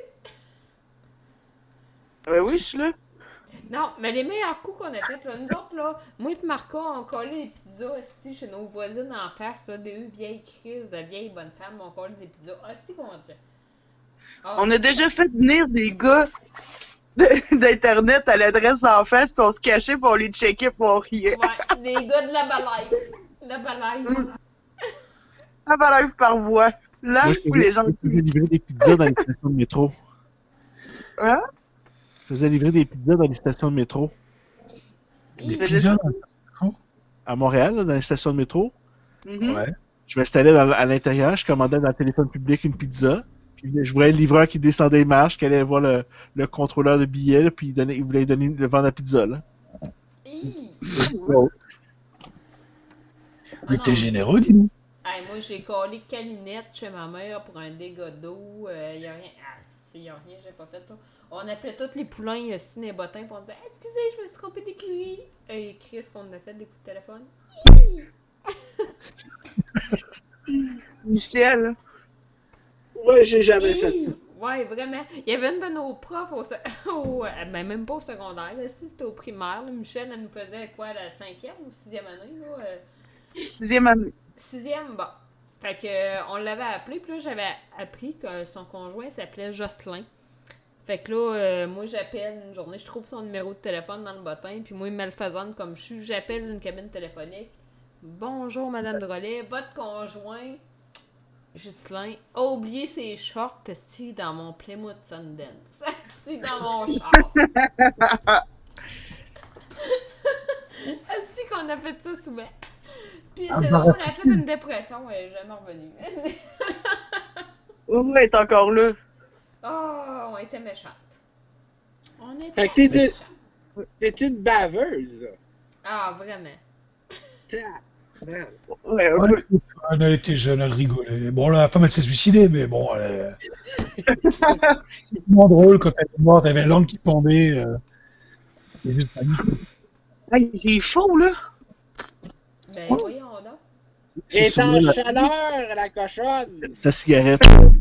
Speaker 8: Oui, je suis là.
Speaker 1: Non, mais les meilleurs coups qu'on a fait, là, nous autres, là, moi et Marco, on collait les pizzas aussi chez nos voisines en face, là, des vieilles crises, de vieilles bonnes femmes, on collait des pizzas aussi qu'on fait.
Speaker 8: On a déjà fait venir des gars d'Internet à l'adresse en face, puis on se cachait, puis on les checkait, puis on riait.
Speaker 1: Ouais, des gars de la balaye. La balaye.
Speaker 8: La balaye par voie. Là,
Speaker 12: Moi,
Speaker 8: où les gens...
Speaker 12: je faisais livrer des pizzas dans les stations de métro.
Speaker 8: Hein?
Speaker 12: Je faisais livrer des pizzas dans les stations de métro.
Speaker 9: Des pizzas dans les stations de métro?
Speaker 12: À Montréal, là, dans les stations de métro.
Speaker 9: Ouais.
Speaker 12: Je m'installais à l'intérieur, je commandais dans le téléphone public une pizza. Puis je voyais le livreur qui descendait les marches, qui allait voir le contrôleur de billets, là, puis il voulait vendre la pizza. Là.
Speaker 9: Mais t'es généreux, dis-nous.
Speaker 1: Hey, moi, j'ai collé calinette chez ma mère pour un dégât d'eau. Y a rien. Ah, si, y a rien, j'ai pas fait. Là. On appelait tous les poulains ici dans les bottins, puis on disait excusez, je me suis trompé d'écurie. Et Chris, qu'on a fait des coups de téléphone.
Speaker 8: Michel.
Speaker 10: Ouais, j'ai jamais fait ça.
Speaker 1: Ouais, vraiment. Il y avait une de nos profs ben, même pas au secondaire, là, si c'était au primaire. Là, Michel, elle nous faisait quoi, la 5e ou 6e année? Là,
Speaker 8: 6e année.
Speaker 1: 6e, bon. Fait que on l'avait appelé, puis là, j'avais appris que son conjoint s'appelait Jocelyn. Fait que là, moi, j'appelle une journée, je trouve son numéro de téléphone dans le bottin, puis moi, malfaisante comme je suis, j'appelle une cabine téléphonique. Bonjour, Madame Drolet, votre conjoint, Jocelyn, a oublié ses shorts dans mon Plymouth Sundance. C'est dans mon char. Est-ce qu'on a fait ça souvent? Puis c'est drôle, on a fait une dépression, elle est jamais revenue.
Speaker 8: Oui, elle est encore là.
Speaker 1: Oh, on était méchantes. On était
Speaker 10: Fait que t'es une baveuse, là.
Speaker 1: Ah, vraiment.
Speaker 8: Ouais,
Speaker 9: elle était jeune, elle rigolait. Bon, la femme, elle s'est suicidée, mais bon, elle est... C'est tellement drôle quand elle est morte, elle avait la langue qui pendait. C'est juste magnifique.
Speaker 8: Hey, j'ai chaud, là.
Speaker 1: Ben, voyons donc.
Speaker 10: Elle est en chaleur, la cochonne.
Speaker 12: C'est ta cigarette.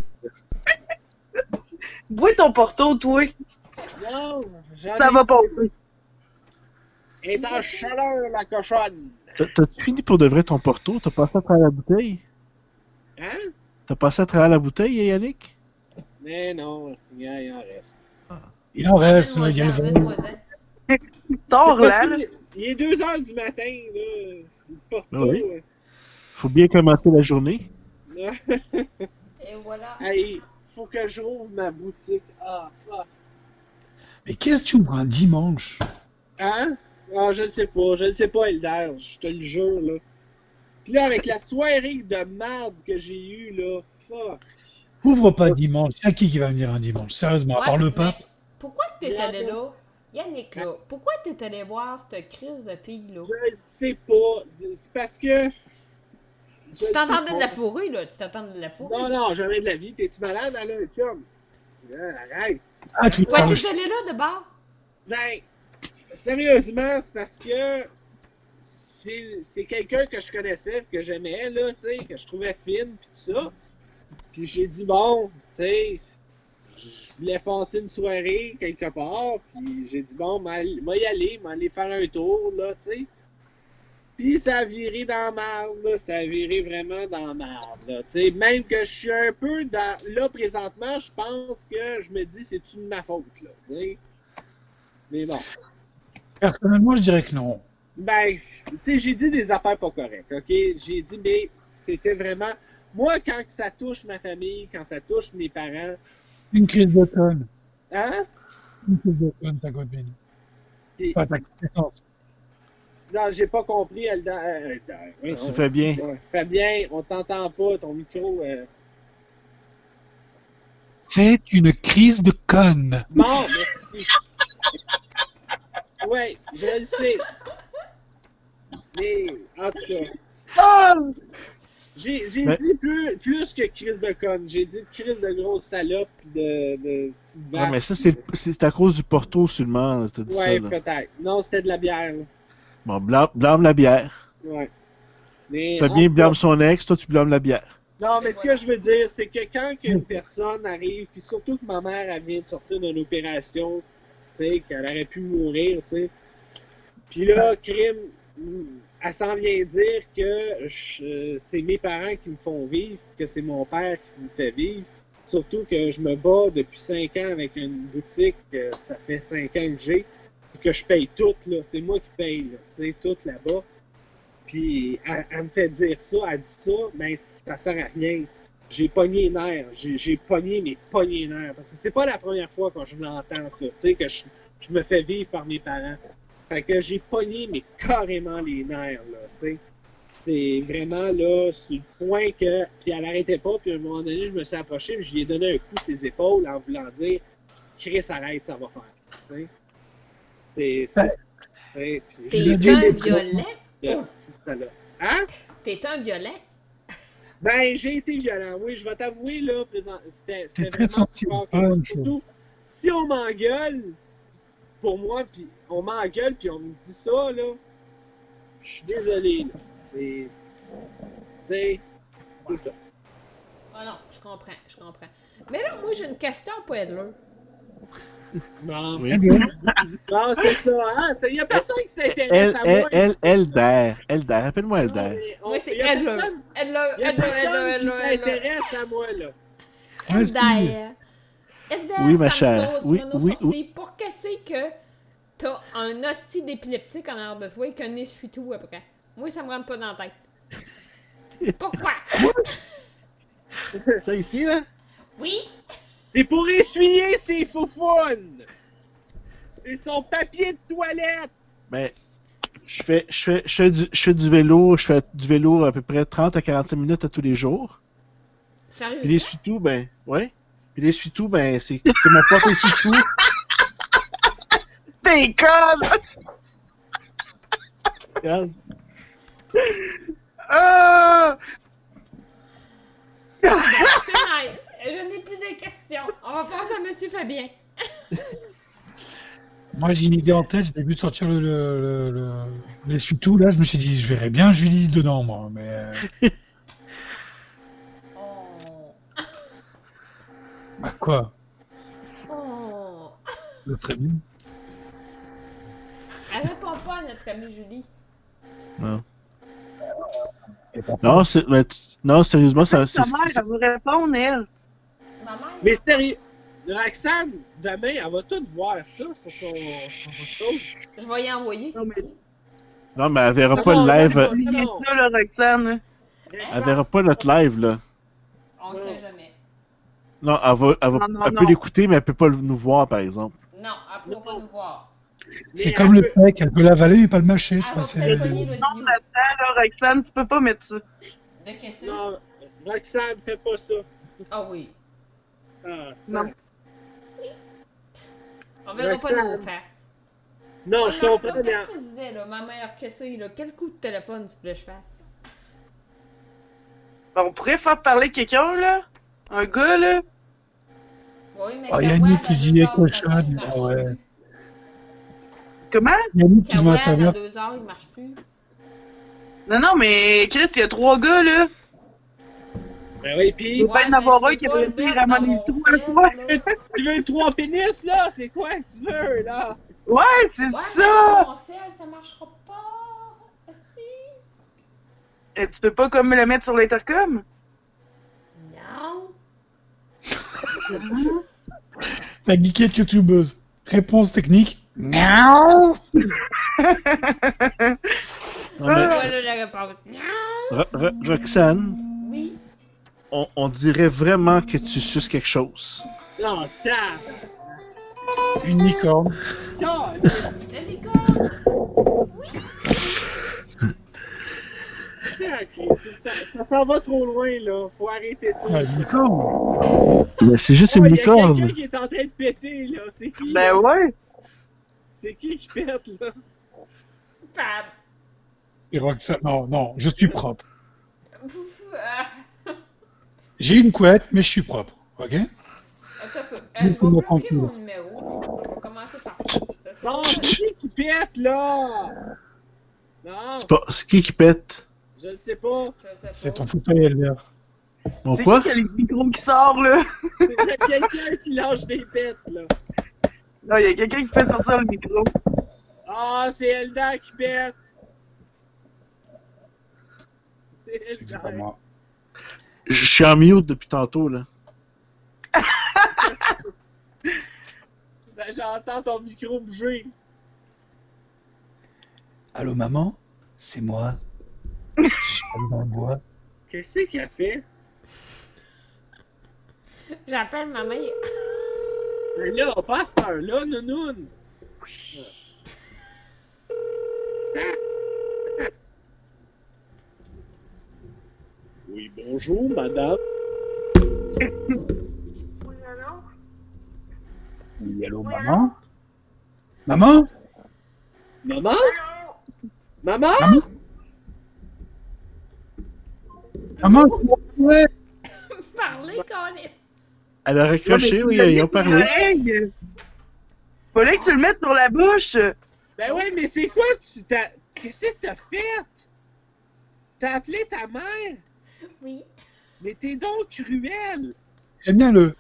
Speaker 8: Bois ton porto, toi.
Speaker 10: Non,
Speaker 8: ça va passer.
Speaker 10: Elle est en chaleur, la cochonne.
Speaker 12: T'as-tu fini pour de vrai ton porto? T'as passé à travers la bouteille?
Speaker 10: Hein?
Speaker 12: T'as passé à travers la bouteille, Yannick?
Speaker 10: Mais non, il en reste.
Speaker 9: Il en reste, il y a le vin.
Speaker 8: Tard, là.
Speaker 10: Il est 2h du matin, là. Le porto.
Speaker 12: Oui. Faut bien commencer la journée.
Speaker 1: Et voilà.
Speaker 10: Hey, faut que je rouvre ma boutique. Ah, fuck.
Speaker 9: Mais qu'est-ce que tu ouvres un dimanche?
Speaker 10: Hein? Ah, je sais pas, Elder, je te le jure, là. Pis là, avec la soirée de merde que j'ai eue, là, fuck.
Speaker 9: Ouvre pas dimanche. Y'a qui va venir un dimanche? Sérieusement, à part le pape?
Speaker 1: Pourquoi t'es allé là? Yannick, là, pourquoi t'es allé voir cette crise de fille-là?
Speaker 10: Je sais pas. C'est parce que...
Speaker 1: Tu t'entendais de la fourrue, là? Tu t'entendais de la fourrue?
Speaker 10: Non, jamais de la vie. T'es-tu malade, là, un chum? Arrête.
Speaker 9: Ah, tu
Speaker 1: pourquoi t'es allé là, de bord?
Speaker 10: Ben, sérieusement, c'est parce que c'est quelqu'un que je connaissais, que j'aimais, là, tu sais, que je trouvais fine, pis tout ça. Puis j'ai dit, bon, tu sais, je voulais passer une soirée quelque part, puis j'ai dit, bon, moi y aller faire un tour, là, tu sais. Puis ça a viré dans la merde, là, ça a viré vraiment dans la merde, là, tu sais. Même que je suis un peu dans... Là, présentement, je pense que je me dis, c'est-tu de ma faute, là, tu sais. Mais bon.
Speaker 9: Personnellement, je dirais que non.
Speaker 10: Ben, tu sais, j'ai dit des affaires pas correctes, OK? J'ai dit, mais c'était vraiment... Moi, quand ça touche ma famille, quand ça touche mes parents...
Speaker 9: Une crise de conne.
Speaker 10: Hein?
Speaker 9: Une crise de conne, ta copine. Pas ta connaissance.
Speaker 10: Non, j'ai pas compris,
Speaker 12: C'est Fabien.
Speaker 10: Fabien, on t'entend pas, ton micro...
Speaker 9: C'est une crise de conne.
Speaker 10: Bon, merci. Ouais, je le sais. Mais, en tout cas... J'ai dit plus que crise de conne. J'ai dit crise de grosse salope de petite vache.
Speaker 12: Non, mais ça, c'est à cause du porto seulement, t'as dit ça.
Speaker 10: Ouais,
Speaker 12: là.
Speaker 10: peut-être. Non, c'était de la bière. Là.
Speaker 12: Bon, blâme la bière.
Speaker 10: Ouais. Mais,
Speaker 12: Fabien blâme son ex, toi tu blâmes la bière.
Speaker 10: Non, mais ce que je veux dire, c'est que quand une personne arrive, puis surtout que ma mère, elle vient de sortir d'une opération, tu sais, qu'elle aurait pu mourir, tu sais. Puis là, crime, elle s'en vient dire que c'est mes parents qui me font vivre, que c'est mon père qui me fait vivre. Surtout que je me bats depuis 5 ans avec une boutique, ça fait 5 ans que j'ai, et que je paye tout, là. C'est moi qui paye, là, tu sais, tout là-bas. Puis elle me fait dire ça, elle dit ça, mais ça sert à rien. J'ai pogné les nerfs, j'ai pogné mes pognés nerfs, parce que c'est pas la première fois que je l'entends ça, tu sais, que je me fais vivre par mes parents. Fait que j'ai pogné, mais carrément les nerfs, là, tu sais. C'est vraiment, là, sur le point que... Puis elle arrêtait pas, puis à un moment donné, je me suis approché, puis je lui ai donné un coup sur ses épaules en voulant dire « Chris, arrête, ça va faire. » Tu sais? T'es
Speaker 1: un violet?
Speaker 10: Hein?
Speaker 1: T'es un violet?
Speaker 10: Ben, j'ai été violent, oui, je vais t'avouer, là, c'était
Speaker 9: très
Speaker 10: vraiment... Surtout, si on m'engueule, pour moi, puis on m'engueule, puis on me dit ça, là, je suis désolé, là. C'est ça.
Speaker 1: Ah non, je comprends. Mais là, moi, j'ai une question pour Edler.
Speaker 10: Non,
Speaker 12: Oui.
Speaker 10: non, c'est ça, hein? Il n'y a personne qui s'intéresse à moi.
Speaker 12: Elder, appelle-moi Elder.
Speaker 1: Moi, c'est Edler.
Speaker 10: Il n'y a personne qui s'intéresse à moi, là.
Speaker 1: Edler.
Speaker 12: Oui, ma chère. Oui.
Speaker 1: Pour que c'est que t'as un hostie d'épileptique en arrière de toi et qu'un essuie-tout après. Moi, ça me rentre pas dans la tête. Pourquoi?
Speaker 12: Ça ici, là?
Speaker 1: Oui?
Speaker 10: C'est pour essuyer ses faufounes! C'est son papier de toilette!
Speaker 12: Ben, je fais du vélo, à peu près 30 à 45 minutes à tous les jours.
Speaker 1: Sérieux?
Speaker 12: Puis l'essuie-tout, ben, ouais. Puis l'essuie-tout, ben, c'est mon propre essuie-tout.
Speaker 8: T'es conne!
Speaker 12: Regarde.
Speaker 8: Ah!
Speaker 1: C'est nice. Je n'ai plus de questions. On va passer à Monsieur Fabien.
Speaker 9: Moi, j'ai une idée en tête. J'ai vu de sortir l'essuie-tout. Là, je me suis dit, je verrais bien Julie dedans, moi. Mais.
Speaker 1: Oh.
Speaker 9: Bah, quoi?
Speaker 1: Oh.
Speaker 9: Ça serait bien.
Speaker 1: Elle répond pas à notre amie Julie.
Speaker 12: Non. Non, sérieusement, ça.
Speaker 8: Ta mère, elle vous répondre, elle.
Speaker 1: Ma mère?
Speaker 10: Mais sérieux, Roxane, demain, elle va tout voir ça sur son chose.
Speaker 1: Je vais y envoyer.
Speaker 12: Non, mais elle verra pas le live.
Speaker 8: Là, Roxane.
Speaker 12: Elle verra pas notre live, là.
Speaker 1: On sait jamais.
Speaker 12: Non, elle peut l'écouter, mais elle peut pas nous voir, par exemple.
Speaker 1: Non, elle pourra pas nous voir.
Speaker 9: C'est comme le pec, elle peut l'avaler et pas le mâcher. Tu vois,
Speaker 1: c'est...
Speaker 8: Non, là, Roxane, tu peux pas mettre ça.
Speaker 1: De qu'est-ce que
Speaker 10: non, Roxane, fais pas ça.
Speaker 1: Ah oui.
Speaker 10: Ah, ça.
Speaker 8: Non.
Speaker 1: On verra pas nos faces.
Speaker 10: Non, je comprends.
Speaker 1: Qu'est-ce que tu disais, là, ma mère, que ça, là? Quel coup de téléphone tu voulais que je fasse?
Speaker 8: On pourrait faire parler quelqu'un, là? Un gars, là?
Speaker 1: Oui, mais
Speaker 9: Yannick qui dit cochonne. Ouais.
Speaker 8: Comment?
Speaker 9: Yannick qui doit
Speaker 1: à
Speaker 9: intervenir.
Speaker 1: 2 heures, il marche plus.
Speaker 8: Non, mais Chris, il y a 3 gars, là.
Speaker 10: Ben oui, pis...
Speaker 8: Il faut pas en avoir un qui a réussi à ramener le tout à la fois.
Speaker 10: Tu veux 3 pénis, là? C'est quoi que tu veux, là?
Speaker 8: Ouais, c'est ça!
Speaker 1: Mon sel, ça marchera pas.
Speaker 8: Et tu peux pas comme le mettre sur l'intercom?
Speaker 1: Non.
Speaker 9: La geekette youtubeuse. Réponse technique. Non.
Speaker 1: Voilà la réponse.
Speaker 12: Roxane.
Speaker 1: Oui.
Speaker 12: On dirait vraiment que tu suces quelque chose.
Speaker 10: Non,
Speaker 9: Une licorne.
Speaker 10: Non,
Speaker 1: la licorne. Oui.
Speaker 10: Ça s'en va trop loin, là. Faut arrêter ça.
Speaker 9: Une licorne.
Speaker 12: Mais c'est juste une licorne.
Speaker 10: Il y a quelqu'un qui est en train de péter, là. C'est qui?
Speaker 8: Ben ouais.
Speaker 10: C'est qui pète, là?
Speaker 1: Fab.
Speaker 9: Et Roxane. Non, je suis propre. J'ai une couette, mais je suis propre. Ok?
Speaker 1: Je vais bloquer mon numéro. On va commencer par ça.
Speaker 10: Non, c'est qui pète, là? Non.
Speaker 12: C'est qui pète?
Speaker 10: Je ne sais pas.
Speaker 9: C'est ton fauteuil Elder.
Speaker 12: Bon,
Speaker 8: c'est
Speaker 12: quoi?
Speaker 8: qui a les micros qui sort, là?
Speaker 10: C'est quelqu'un qui lâche des pètes, là.
Speaker 8: Non, il y a quelqu'un qui fait sortir le micro.
Speaker 10: Ah, c'est Elda qui pète. C'est Elda.
Speaker 12: Je suis en mute depuis tantôt, là.
Speaker 10: Ben, j'entends ton micro bouger.
Speaker 9: Allô, maman? C'est moi. Je suis dans le bois.
Speaker 10: Qu'est-ce qu'elle fait?
Speaker 1: J'appelle maman.
Speaker 10: Ben là, on passe par là, nounoun. Oui, bonjour, madame.
Speaker 9: Oui, allô, maman? Maman?
Speaker 10: Maman? Maman?
Speaker 9: Maman, ouais.
Speaker 1: Parlez, Calis.
Speaker 12: Elle a raccroché, oui, ils ont parlé.
Speaker 8: Fallait que tu le mettes sur la bouche.
Speaker 10: Ben ouais, mais c'est quoi Qu'est-ce que t'as fait? T'as appelé ta mère?
Speaker 1: Oui.
Speaker 10: Mais t'es donc cruel!
Speaker 9: Eh bien, le...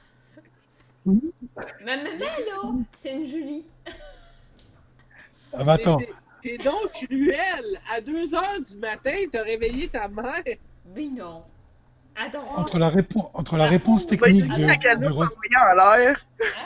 Speaker 1: Ma maman, là, c'est une Julie.
Speaker 9: Ah, bah, attends.
Speaker 10: T'es donc cruel! À 2h du matin, t'as réveillé ta mère!
Speaker 1: Mais non. Attends.
Speaker 9: Entre la réponse technique de...
Speaker 8: en l'air.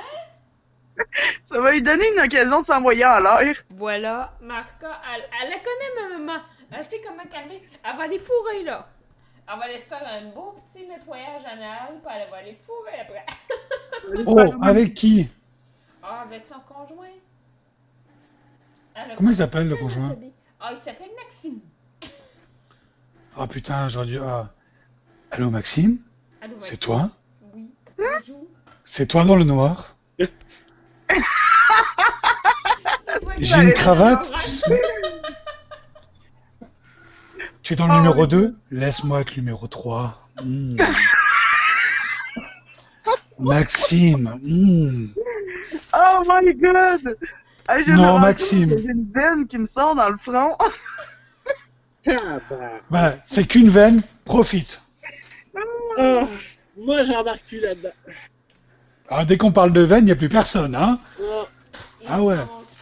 Speaker 8: Ça va lui donner une occasion de s'envoyer en l'air.
Speaker 1: Voilà, Marca, elle la connaît, ma maman. Elle sait comment elle est. Elle va aller fourrer, là. Elle va aller se faire un beau petit nettoyage anal, puis elle va aller fourrer après.
Speaker 9: Oh, avec qui?
Speaker 1: Ah, avec son conjoint.
Speaker 9: Comment il s'appelle, le conjoint?
Speaker 1: Ah, il s'appelle Maxime.
Speaker 9: Ah, putain, j'aurais dû... Ah. Allô, Maxime?
Speaker 1: Allô, Maxime?
Speaker 9: C'est toi?
Speaker 1: Oui, bonjour.
Speaker 9: C'est toi dans le noir? J'ai une cravate, tu sais. Tu es dans le numéro 2? Laisse-moi être numéro 3. Maxime.
Speaker 8: Oh my god! Hey,
Speaker 9: non, Maxime.
Speaker 8: J'ai une veine qui me sort dans le front.
Speaker 9: Bah, c'est qu'une veine, profite.
Speaker 10: Oh, moi, j'embarque plus là-dedans.
Speaker 9: Ah, dès qu'on parle de veine, il n'y a plus personne, hein?
Speaker 10: Oh.
Speaker 9: Ah ouais.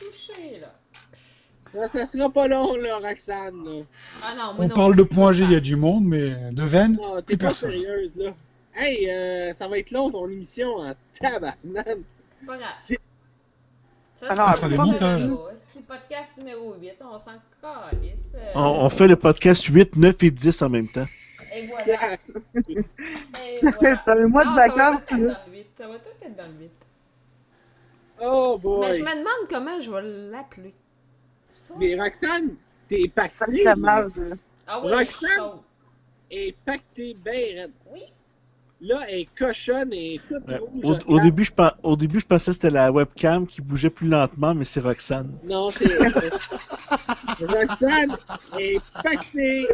Speaker 10: Là, ça sera pas long, là, Roxane. Là.
Speaker 1: Ah non,
Speaker 9: on parle de point G, il y a du monde, mais de veine,
Speaker 10: non,
Speaker 9: plus
Speaker 10: t'es pas
Speaker 9: personne.
Speaker 10: sérieuse, là. Hey, ça va être long, ton émission, en tabarnane.
Speaker 1: Pas grave.
Speaker 8: Alors,
Speaker 9: après les montages.
Speaker 1: C'est le podcast numéro 8, on s'en calisse.
Speaker 12: On fait le podcast 8, 9 et 10 en même temps.
Speaker 1: Et voilà. Et voilà.
Speaker 8: T'as un mois de vacances,
Speaker 1: là. Ça va tout être dans le 8.
Speaker 10: Oh boy.
Speaker 1: Mais je me demande comment je vais l'appeler. Ça?
Speaker 10: Mais Roxane, t'es pactée.
Speaker 8: Ça marche.
Speaker 1: Ah oui,
Speaker 10: Roxane est pactée bien raide.
Speaker 1: Oui.
Speaker 10: Là, elle est cochonne et toute rouge.
Speaker 12: Au début, je pensais que c'était la webcam qui bougeait plus lentement, mais c'est Roxane.
Speaker 10: Non, c'est... Roxane est pactée.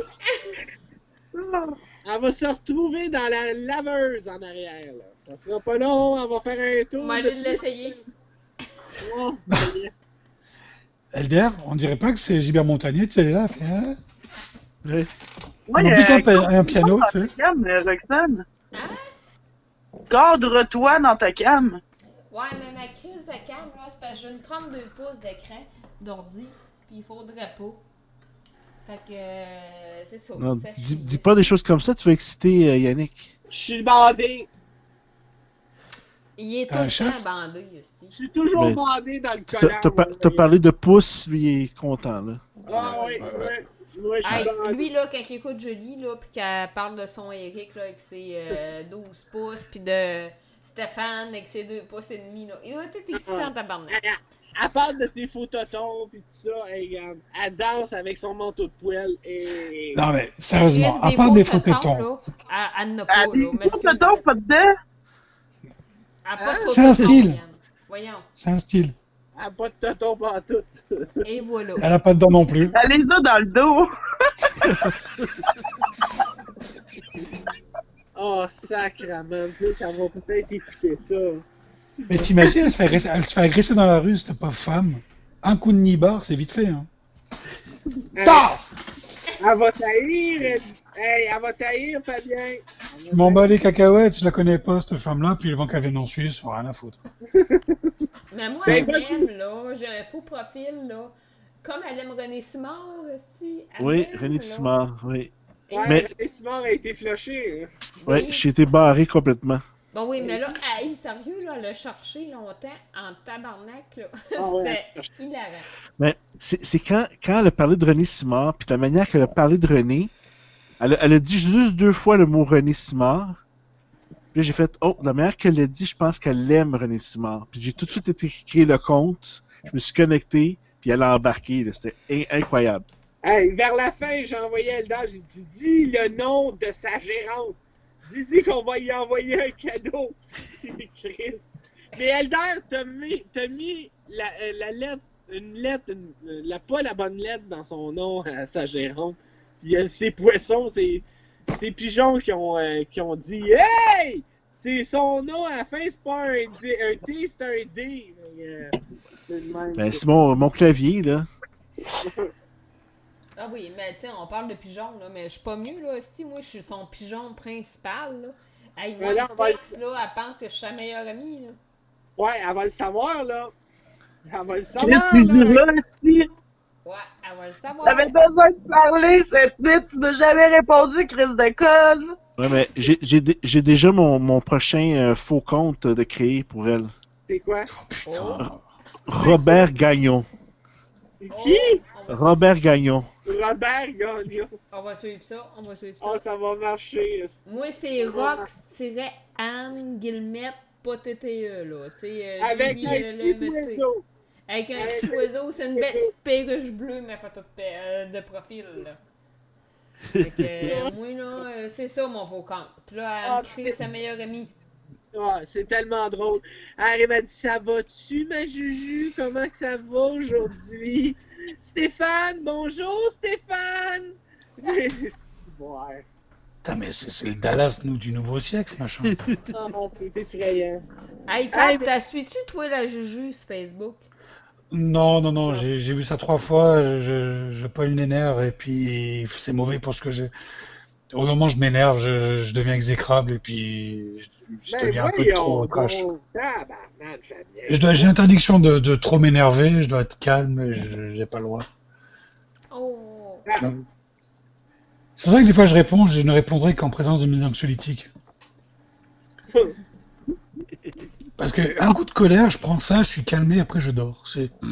Speaker 10: Elle va se retrouver dans la laveuse en arrière. Là. Ça sera pas long, elle va faire un tour.
Speaker 1: On va aller l'essayer.
Speaker 10: Oh, ça y est.
Speaker 9: Elder, on dirait pas que c'est Gilbert Montagnier, tu sais, là, fait, hein?
Speaker 12: Oui.
Speaker 8: Ouais,
Speaker 9: on plutôt un piano, tu sais.
Speaker 8: Cam, Roxane.
Speaker 1: Hein?
Speaker 8: Cadre-toi dans ta cam.
Speaker 1: Ouais, mais ma crise de cam, là, c'est parce que j'ai une 32 pouces d'écran d'ordi, puis il faudrait pas. Fait que, c'est ça.
Speaker 12: Non, dis pas des choses comme ça, tu vas exciter Yannick.
Speaker 10: Je suis bandé.
Speaker 1: Il est tout le temps bandé, ici.
Speaker 10: Je suis toujours bandé dans le collant.
Speaker 12: T'as parlé de pouce, lui, il est content, là.
Speaker 10: Ah oui, oui. Moi, je suis bandé.
Speaker 1: Lui, là, quand il écoute Jolie, là, pis qu'elle parle de son Eric, là, avec ses 12 pouces, pis de Stéphane, avec ses 2 pouces et demi, là, il va être excitant en tabarnak.
Speaker 10: Elle parle de ses faux totons pis tout ça, et regarde, elle danse avec son manteau de poêle et...
Speaker 9: Non mais, sérieusement, à part des faux totons...
Speaker 1: Elle n'a pas, là, mais
Speaker 8: faux totons, pas dedans?
Speaker 9: C'est un style.
Speaker 1: Voyons.
Speaker 9: C'est un style.
Speaker 10: Elle a pas de totons pantoute.
Speaker 1: Et voilà.
Speaker 9: Elle a pas de dents non plus.
Speaker 8: Elle les a dans le dos.
Speaker 10: Oh, sacrement, Dieu, qu'elle va peut-être écouter ça.
Speaker 9: Mais t'imagines, elle se fait agresser dans la rue, cette pauvre femme. Un coup de nibar, c'est vite fait, hein.
Speaker 10: Elle va taillir, elle va taillir, Fabien.
Speaker 9: Je m'en bats les cacahuètes, je la connais pas, cette femme-là, puis avant qu'elle vienne en Suisse, rien à foutre.
Speaker 1: Mais moi, elle aime, là, j'ai un faux profil, là. Comme elle aime René Simard, aussi.
Speaker 12: Oui, René Simard, oui.
Speaker 10: Ouais,
Speaker 12: mais...
Speaker 10: René Simard a été flushé.
Speaker 12: Oui, j'ai été barré complètement.
Speaker 1: Bon, oui, mais là, hey, sérieux, là, elle a cherché longtemps en tabarnak, là. C'était hilarant.
Speaker 12: Mais c'est quand elle a parlé de René Simard, puis la manière qu'elle a parlé de René, elle a dit juste 2 fois le mot René Simard. Puis j'ai fait, oh, la manière qu'elle l'a dit, je pense qu'elle aime René Simard. Puis j'ai tout de suite été créé le compte, je me suis connecté, puis elle a embarqué. Là. C'était incroyable.
Speaker 10: Hey, vers la fin, j'ai envoyé à Eldar, j'ai dit, dis le nom de sa gérante. Dis-y qu'on va y envoyer un cadeau. Chris. Mais Eldar, t'as mis la lettre, pas la bonne lettre dans son nom à sa gérante. Puis ces poissons, ces pigeons qui ont dit hey! C'est son nom à la fin, c'est pas un T, c'est un D.
Speaker 12: Ben, c'est mon clavier, là.
Speaker 1: Ah oui, mais tu sais, on parle de pigeons, là, mais je suis pas mieux, là. Si moi, je suis son pigeon principal, là. Hey, moi, là, elle pense que je suis sa meilleure amie, là.
Speaker 10: Ouais, elle va le savoir, là. Elle va le savoir, là.
Speaker 1: Ouais, elle va le savoir.
Speaker 8: T'avais besoin de parler cette nuit, tu n'as jamais répondu, Chris de conne.
Speaker 12: Ouais, mais j'ai déjà mon prochain faux compte de créer pour elle.
Speaker 10: C'est quoi?
Speaker 12: Robert Gagnon.
Speaker 10: Qui?
Speaker 12: Robert Gagnon.
Speaker 10: Robert Gagnon.
Speaker 1: On va suivre ça,
Speaker 10: Oh, ça va marcher.
Speaker 1: Moi, c'est Rox-Anne Guillemette, pas TTE, là.
Speaker 10: Avec un petit oiseau.
Speaker 1: Avec un petit oiseau, c'est une belle petite perruche bleue, mais photo de profil, là. Fait que, moi, là, c'est ça mon faux compte. Puis là, elle crée sa meilleure amie.
Speaker 10: Ah, c'est tellement drôle. Elle m'a dit, ça va-tu, ma Juju? Comment que ça va aujourd'hui? Stéphane, bonjour, Stéphane! Ouais.
Speaker 9: Putain, mais c'est le Dallas du nouveau siècle, ce machin.
Speaker 10: Ah, c'est effrayant.
Speaker 1: Hey, Fab, t'as suivi-tu, toi, la Juju sur Facebook?
Speaker 9: Non, j'ai vu ça 3 fois, je pogne les nerfs et puis c'est mauvais pour ce que j'ai. Au moment où je m'énerve, je deviens exécrable et puis je deviens un peu trop trash. J'ai l'interdiction de trop m'énerver, je dois être calme, j'ai pas le droit.
Speaker 1: Oh.
Speaker 9: C'est pour ça que des fois je ne répondrai qu'en présence de mes anxiolytiques. Parce qu'un coup de colère, je prends ça, je suis calmé, après je dors.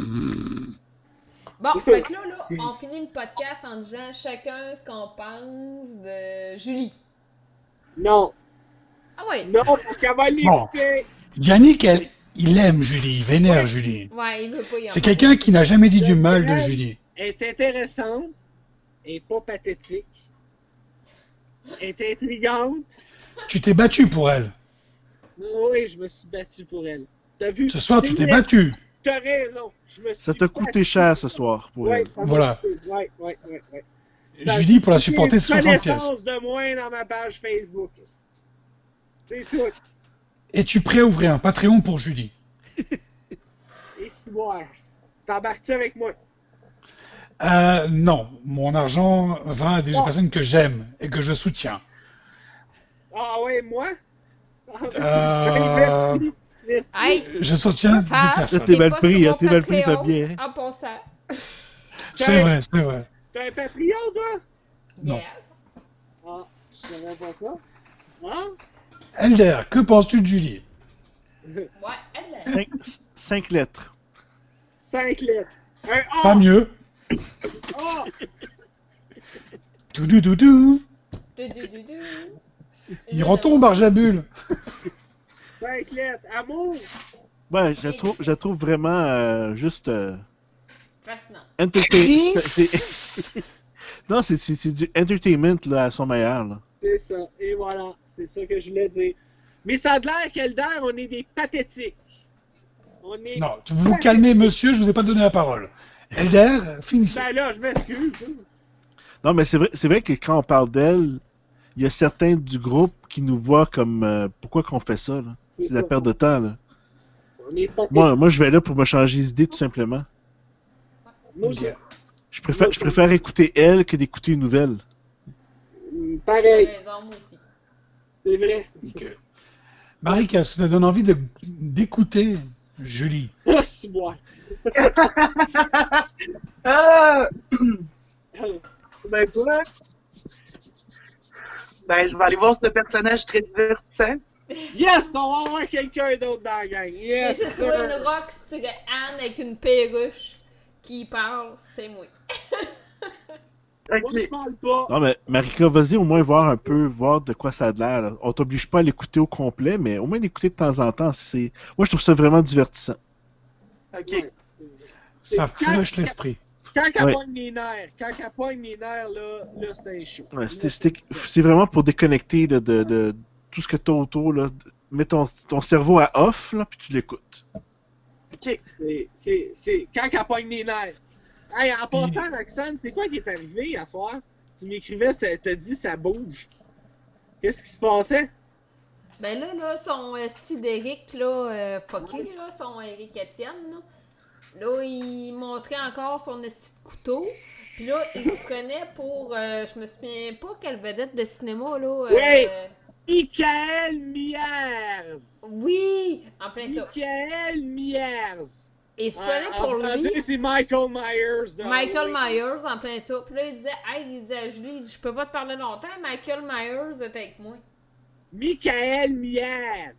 Speaker 1: Bon, fait que là, on finit le podcast en disant chacun ce qu'on pense de Julie.
Speaker 10: Non.
Speaker 1: Ah ouais?
Speaker 10: Non, parce qu'elle va l'écouter.
Speaker 9: Bon. Yannick, il aime Julie, il vénère Julie.
Speaker 1: Ouais, il veut pas y en
Speaker 9: C'est quelqu'un qui n'a jamais dit du mal de Julie.
Speaker 10: Elle est intéressante, elle est pas pathétique, elle est intrigante.
Speaker 9: Tu t'es battu pour elle.
Speaker 10: Oui, je me suis battu pour elle. T'as vu?
Speaker 9: Ce soir, tu t'es battu.
Speaker 10: T'as raison.
Speaker 12: Ça t'a coûté cher ce soir pour elle.
Speaker 9: Voilà.
Speaker 10: Ouais.
Speaker 9: Julie, pour la supporter, c'est 60 pièces.
Speaker 10: Connaissance de moins dans ma page Facebook. C'est tout.
Speaker 9: Es-tu prêt à ouvrir un Patreon pour Julie?
Speaker 10: Et si moi, t'embarques-tu avec moi?
Speaker 9: Non. Mon argent va à des personnes que j'aime et que je soutiens.
Speaker 10: Ah ouais, moi?
Speaker 9: Merci.
Speaker 1: Hey,
Speaker 9: je soutiens des personnes.
Speaker 12: T'es mal pris, Fabien.
Speaker 1: En passant.
Speaker 9: C'est vrai.
Speaker 10: T'as un Patreon, toi?
Speaker 9: Non.
Speaker 1: Yes.
Speaker 10: Ah, je savais pas ça. Hein?
Speaker 9: Elder, que penses-tu de Julie?
Speaker 1: Ouais, Elder.
Speaker 12: 5 lettres.
Speaker 10: 5 lettres. Un A.
Speaker 9: Pas mieux.
Speaker 10: A.
Speaker 9: Doudou. Il retombe, Barjabule.
Speaker 10: 5 lettres. Amour.
Speaker 12: Ouais, je la trouve vraiment juste...
Speaker 1: Fascinant.
Speaker 12: Non, c'est du entertainment là, à son meilleur. Là.
Speaker 10: C'est ça. Et voilà. C'est ça que je voulais dire. Mais ça a l'air qu'Elder, on est des pathétiques.
Speaker 9: Non, vous vous calmez, monsieur, je vous ai pas donné la parole. Elder, finissez.
Speaker 10: Ben là, je m'excuse.
Speaker 12: Non, mais c'est vrai que quand on parle d'elle, il y a certains du groupe qui nous voient comme pourquoi qu'on fait ça. Là. C'est la perte de temps. Là. Moi, je vais là pour me changer les idées, tout simplement. Je préfère écouter elle que d'écouter une nouvelle.
Speaker 10: Pareil. C'est vrai.
Speaker 9: Okay. Marika, est-ce que ça donne envie d'écouter Julie?
Speaker 10: Oh, c'est moi.
Speaker 8: Ben quoi? Ben, je vais aller voir ce personnage très divertissant.
Speaker 10: Yes, on va avoir quelqu'un d'autre dans la gang. Yes,
Speaker 1: et c'est soit une rockstar Anne avec une perruche qui parle, c'est moi.
Speaker 10: Moi, je parle pas.
Speaker 12: Non, mais Marika, vas-y au moins voir de quoi ça a l'air. Là. On t'oblige pas à l'écouter au complet, mais au moins l'écouter de temps en temps. Moi, je trouve ça vraiment divertissant.
Speaker 10: OK.
Speaker 9: Ouais. Ça flush l'esprit.
Speaker 10: Quand elle pogne les nerfs, là c'est un show.
Speaker 12: Ouais, c'est vraiment pour déconnecter là, de tout ce que tu as autour. Là. Mets ton cerveau à off, là, puis tu l'écoutes.
Speaker 10: OK. C'est quand elle pogne les nerfs. Hey, en passant, Roxane, c'est quoi qui est arrivé hier soir? Tu m'écrivais, t'as dit ça bouge. Qu'est-ce qui se passait?
Speaker 1: Ben là, son style d'Éric, là, fucké, là, son Éric Etienne, là, il montrait encore son esti de couteau. Puis là, il se prenait pour, je me souviens pas quelle vedette de cinéma, là.
Speaker 10: Oui! Michael Myers!
Speaker 1: Oui! En plein ça.
Speaker 10: Michael Myers!
Speaker 1: Et il se prenait pour lui.
Speaker 10: C'est Michael Myers.
Speaker 1: Michael Myers, en plein ça. Puis là, il disait à Julie, je peux pas te parler longtemps, Michael Myers est avec moi.
Speaker 10: Michael Myers!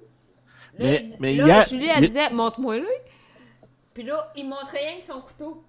Speaker 1: Là, Julie, elle disait, montre-moi lui. Puis là, il montrait rien que son couteau.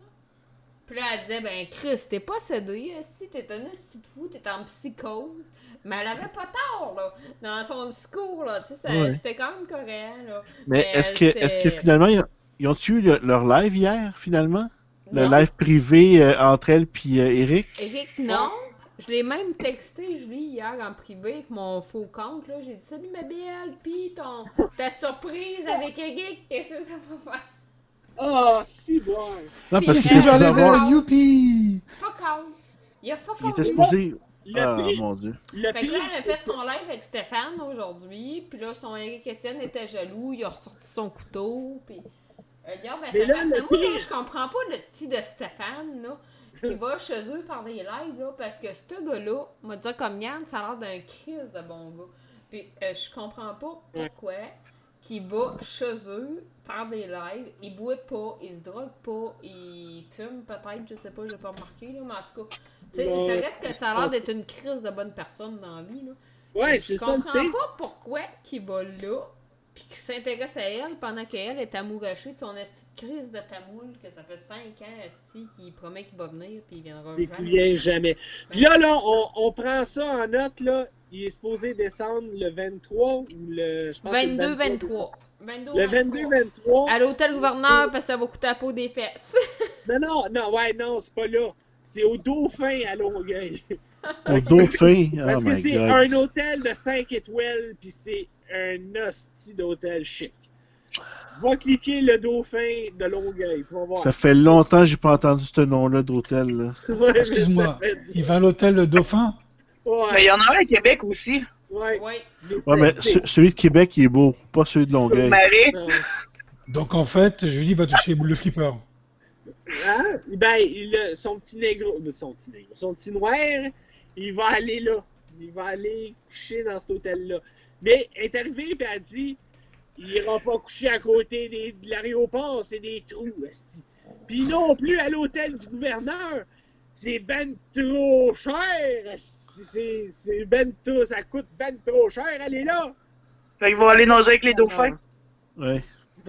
Speaker 1: Puis là, elle disait, ben Chris, t'es pas cédé, si t'es un esti de fou, t'es en psychose. Mais elle avait pas tort, là, dans son discours, là, tu sais, c'était quand même cohérent, là.
Speaker 12: Mais est-ce que finalement, ils ont eu leur live hier, finalement? Le live privé entre elle puis Eric?
Speaker 1: Eric, non. Je l'ai même texté, Julie, hier en privé avec mon faux compte, là. J'ai dit, salut ma belle, pis ta surprise avec Eric, qu'est-ce que ça va faire?
Speaker 10: Oh, si bon!
Speaker 12: Non, parce que
Speaker 9: j'en avais youpi!
Speaker 1: Fuck out! Il a fuck out!
Speaker 12: Il était supposé... Ah, mon Dieu.
Speaker 1: Fait que là, elle a fait son live avec Stéphane aujourd'hui, puis là, son Éric Etienne était jaloux, il a ressorti son couteau, puis... Regarde, moi, je comprends pas le style de Stéphane, là, qui va chez eux faire des lives, là, parce que ce gars-là, on va dire comme Yann, ça a l'air d'un Chris de bon gars. Puis je comprends pas pourquoi qu'il va chez eux faire des lives, il boit pas, il se drogue pas, il fume peut-être, je sais pas, j'ai pas remarqué, là, mais en tout cas, tu sais, ça reste que ça a l'air d'être une crise de bonne personne dans la vie, là.
Speaker 10: Ouais, c'est ça.
Speaker 1: Je comprends pas pourquoi qu'il va là, puis qu'il s'intéresse à elle pendant qu'elle est amourachée de son esti de crise de tamoul, que ça fait 5 ans, esti, qu'il promet qu'il va venir, puis il viendra
Speaker 10: jamais. Il vient jamais. Puis là, on prend ça en note, là. Il est supposé descendre le 23 ou le... Je pense
Speaker 1: 22-23.
Speaker 10: Le 22-23.
Speaker 1: À l'hôtel gouverneur, parce que ça va coûter la peau des fesses.
Speaker 10: non, c'est pas là. C'est au Dauphin à Longueuil.
Speaker 12: Au Dauphin?
Speaker 10: Parce que c'est un hôtel de 5 étoiles, puis c'est un hostie d'hôtel chic. Va cliquer le Dauphin de Longueuil, tu vas voir.
Speaker 12: Ça fait longtemps que j'ai pas entendu ce nom-là d'hôtel. Là.
Speaker 9: Ouais, excuse-moi, il va à l'hôtel le Dauphin?
Speaker 8: Ouais. Mais il y en a un à Québec aussi.
Speaker 10: Ouais.
Speaker 12: Mais celui de Québec, il est beau, pas celui de Longueuil.
Speaker 9: Donc en fait, Julie va toucher le flipper.
Speaker 10: Hein? Ben, son petit noir, il va aller là. Il va aller coucher dans cet hôtel-là. Mais elle est arrivée et elle a dit, il ira pas coucher à côté de l'aéroport, c'est des trous, esti. Puis non plus à l'hôtel du gouverneur, c'est ben trop cher, esti. C'est ben trop, ça coûte ben trop cher, elle est là.
Speaker 8: Fait qu'ils vont aller nager avec les dauphins.
Speaker 12: Ouais.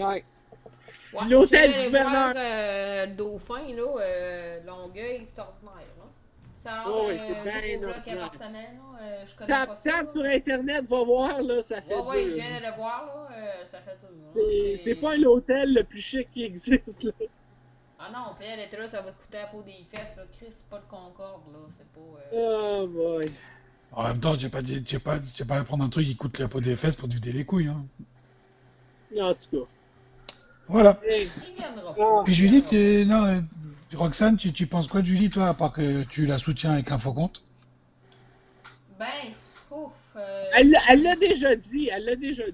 Speaker 10: Puis l'hôtel du gouverneur.
Speaker 1: Le dauphin, là, Longueuil, c'est ordinaire, là. Ça a l'air d'un gros bloc appartement, là. Je connais pas ça.
Speaker 10: Tape sur Internet, va voir, là, ça fait dur.
Speaker 1: Oui, je viens de le voir, là, ça fait dur.
Speaker 10: C'est pas l'hôtel le plus chic qui existe, là.
Speaker 1: Ah non, puis elle était là, ça va te coûter la peau des fesses, là. Chris, c'est pas le Concorde, là, c'est pas...
Speaker 10: Oh boy.
Speaker 9: En même temps, tu vas pas prendre un truc qui coûte la peau des fesses pour te vider les couilles, hein.
Speaker 10: Non, en tout cas.
Speaker 9: Voilà.
Speaker 1: Il viendra pas.
Speaker 9: Puis Julie, Roxane, tu penses quoi de Julie, toi, à part que tu la soutiens avec un faux compte?
Speaker 1: Ben, ouf.
Speaker 10: Elle l'a déjà dit, là. Elle l'a dit,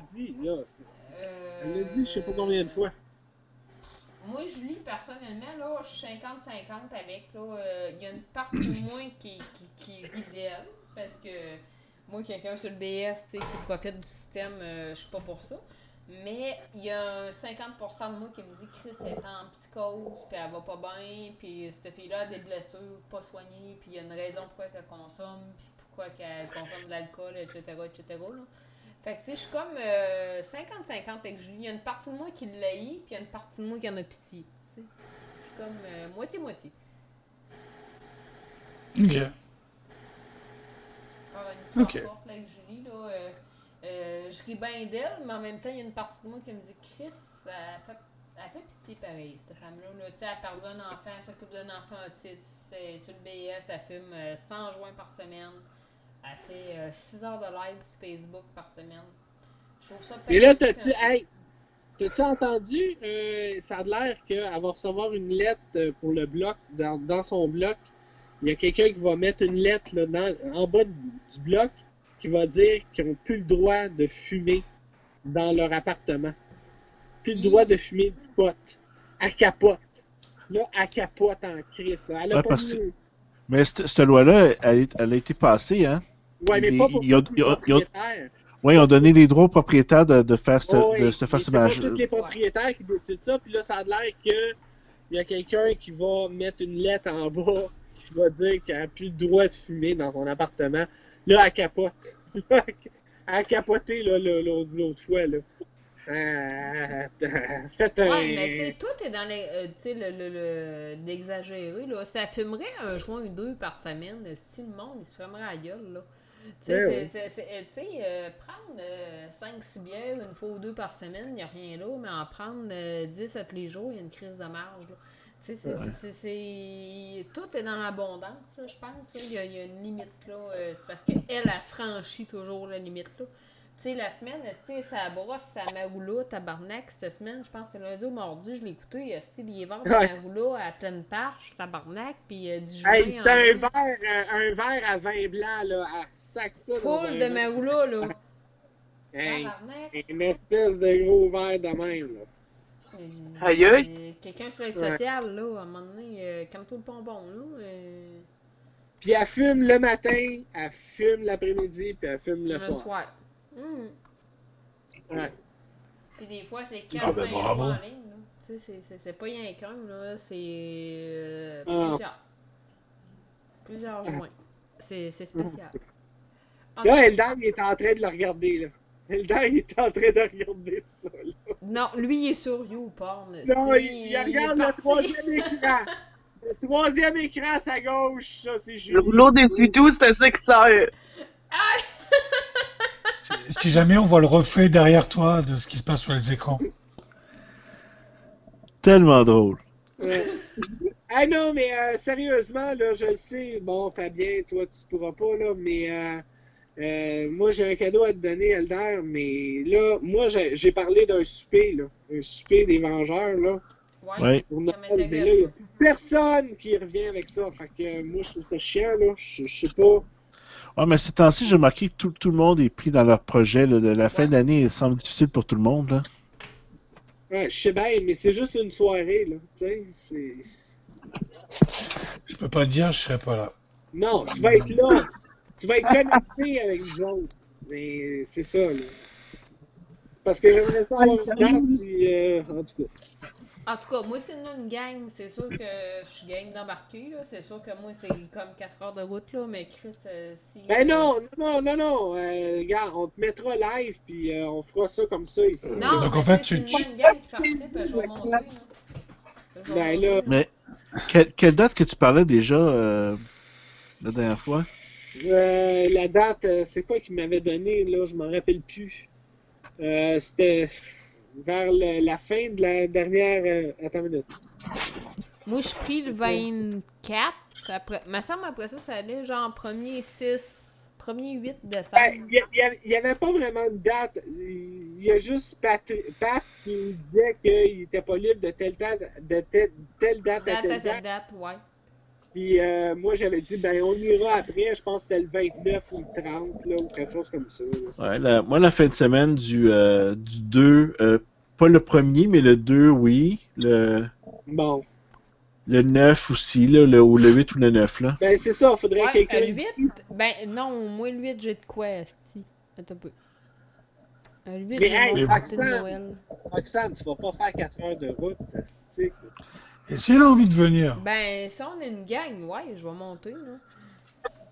Speaker 10: je sais pas combien de fois.
Speaker 1: Moi, Julie, personnellement, là, je suis 50-50 avec, là. Il y a une partie de moi qui rit d'elle, parce que moi, quelqu'un sur le BS, tu sais, qui profite du système, je suis pas pour ça. Mais il y a un 50% de moi qui me dit que Chris est en psychose, puis elle va pas bien, puis cette fille-là a des blessures pas soignées, puis il y a une raison pourquoi elle consomme, puis pourquoi qu'elle consomme de l'alcool, etc., etc. Là. Fait que, tu sais, je suis comme 50-50 avec Julie. Il y a une partie de moi qui l'haït, puis il y a une partie de moi qui en a pitié. Tu sais, je suis comme moitié-moitié.
Speaker 9: Ok.
Speaker 1: Encore une histoire forte là, avec Julie, là. Je ris bien d'elle, mais en même temps, il y a une partie de moi qui me dit Chris, elle fait pitié pareil, cette femme-là. Là. Tu sais, elle a perdu un enfant, elle s'occupe d'un enfant autiste, c'est sur le BS, elle fume 100 joints par semaine. Elle fait 6 heures de live sur Facebook par semaine. Je trouve ça
Speaker 10: Et là, t'as-tu entendu? Ça a l'air qu'elle va recevoir une lettre pour le bloc, dans son bloc. Il y a quelqu'un qui va mettre une lettre là, en bas du bloc qui va dire qu'ils n'ont plus le droit de fumer dans leur appartement. Plus le droit de fumer du pot. Elle capote. Là, elle capote en crise. Elle a pas mieux.
Speaker 12: Mais cette loi-là, elle a été passée, hein?
Speaker 10: Oui, mais pas pour tous les propriétaires.
Speaker 12: Oui, ils ont donné les droits aux propriétaires de faire ce ménage.
Speaker 10: C'est pas tous les propriétaires qui décident ça. Puis là, ça a l'air qu'il y a quelqu'un qui va mettre une lettre en bas qui va dire qu'elle n'a plus le droit de fumer dans son appartement. Là, elle capote. Elle a capoté l'autre fois. Là. Faites un...
Speaker 1: Ouais, mais tu sais, tout est dans l'exagéré. Là. Ça fumerait un joint ou deux par semaine. Si le monde, il se fumerait à la gueule. Là. Tu sais, prendre 5-6 bières une fois ou deux par semaine, il n'y a rien là, mais en prendre 10 à tous les jours, il y a une crise de marge. Tu sais, tout est dans l'abondance, là, je pense. Là. Il y a une limite, là. C'est parce qu'elle a franchi toujours la limite, là. Tu sais, la semaine, ça brosse sa Maroula, tabarnak, cette semaine, je pense que c'est lundi ou mardi, je l'ai écouté, les ventes de Maroula à pleine parche, tabarnak, puis du joint.
Speaker 10: Hey, c'était un verre à vin blanc, là, à sac ça.
Speaker 1: Full de Maroula, là.
Speaker 10: Hey, une espèce de gros verre de même, là.
Speaker 8: Aïe aïe!
Speaker 1: Quelqu'un sur l'aide sociale, là, à un moment donné, comme tout le bonbon, là.
Speaker 10: Puis elle fume le matin, elle fume l'après-midi, puis elle fume le soir.
Speaker 1: Ouais. Puis des fois, c'est 4-5 jours en ligne, là. Tu sais, c'est pas rien qu'un, là. C'est plusieurs joints. C'est spécial.
Speaker 10: Là, Eldar, il est en train de le regarder, là. Eldar, il est en train de regarder ça, là.
Speaker 1: Non, lui, il est sur YouPorn.
Speaker 10: Non, il regarde le troisième écran. Le troisième écran à sa gauche, ça, c'est Julie.
Speaker 8: Le rouleau des vidéos, c'est un secteur.
Speaker 9: Si jamais on voit le reflet derrière toi de ce qui se passe sur les écrans.
Speaker 12: Tellement drôle.
Speaker 10: Ah non, mais sérieusement, là, je le sais. Bon, Fabien, toi, tu pourras pas, là, mais moi, j'ai un cadeau à te donner, Eldar, mais là, moi, j'ai parlé d'un souper, là. Un souper des Vengeurs, là.
Speaker 12: Ouais.
Speaker 10: Pour Noël, mais là, il n'y a personne qui revient avec ça. Fait que moi, je trouve ça chiant, là. Je sais pas.
Speaker 12: Ouais, mais ces temps-ci, j'ai remarqué que tout le monde est pris dans leur projet. Là, de la fin d'année, il semble difficile pour tout le monde. Là.
Speaker 10: Ouais, je sais bien, mais c'est juste une soirée, là. Tu sais, c'est...
Speaker 9: Je peux pas te dire, je serai pas là.
Speaker 10: Non, tu vas être là. Tu vas être connecté avec nous autres. Mais c'est ça, là. Parce que j'aimerais ça avoir une date, en tout cas.
Speaker 1: En tout cas, moi, c'est une gang. C'est sûr que je suis gang d'embarquer, là. C'est sûr que moi, c'est comme 4 heures de route, là. Mais Chris, si...
Speaker 10: Ben non. Regarde, on te mettra live, puis on fera ça comme ça ici.
Speaker 1: Non, donc, en fait, c'est une bonne gang qui participe, je vais monter, là.
Speaker 10: Ben là...
Speaker 12: Mais quelle date que tu parlais déjà la dernière fois?
Speaker 10: La date, c'est quoi qu'il m'avait donné, là? Je m'en rappelle plus. C'était... vers la fin de la dernière... attends une minute.
Speaker 1: Moi, je suis pris le 24. Après, me semble après ça allait genre 1er 8 décembre.
Speaker 10: Il n'y avait pas vraiment de date. Il y a juste Pat qui disait qu'il n'était pas libre de telle date à telle date.
Speaker 1: Ouais.
Speaker 10: Puis moi, j'avais dit, ben on ira après. Je pense que c'était le 29 ou le 30, là, ou quelque chose comme ça. Là.
Speaker 12: Ouais, moi, la fin de semaine du 2, pas le 1er, mais le 2, oui.
Speaker 10: Bon.
Speaker 12: Le 9 aussi, là, ou le 8 ou le 9, là.
Speaker 10: Ben, c'est ça, faudrait quelqu'un...
Speaker 1: Le 8? Ben, non, moi, le 8, j'ai de quoi, esti. Attends un peu. Le 8,
Speaker 10: mais hey, Roxane, tu vas pas faire 4 heures de route, esti.
Speaker 9: Et si elle a envie de venir?
Speaker 1: Ben, si on est une gang, ouais, je vais monter, là.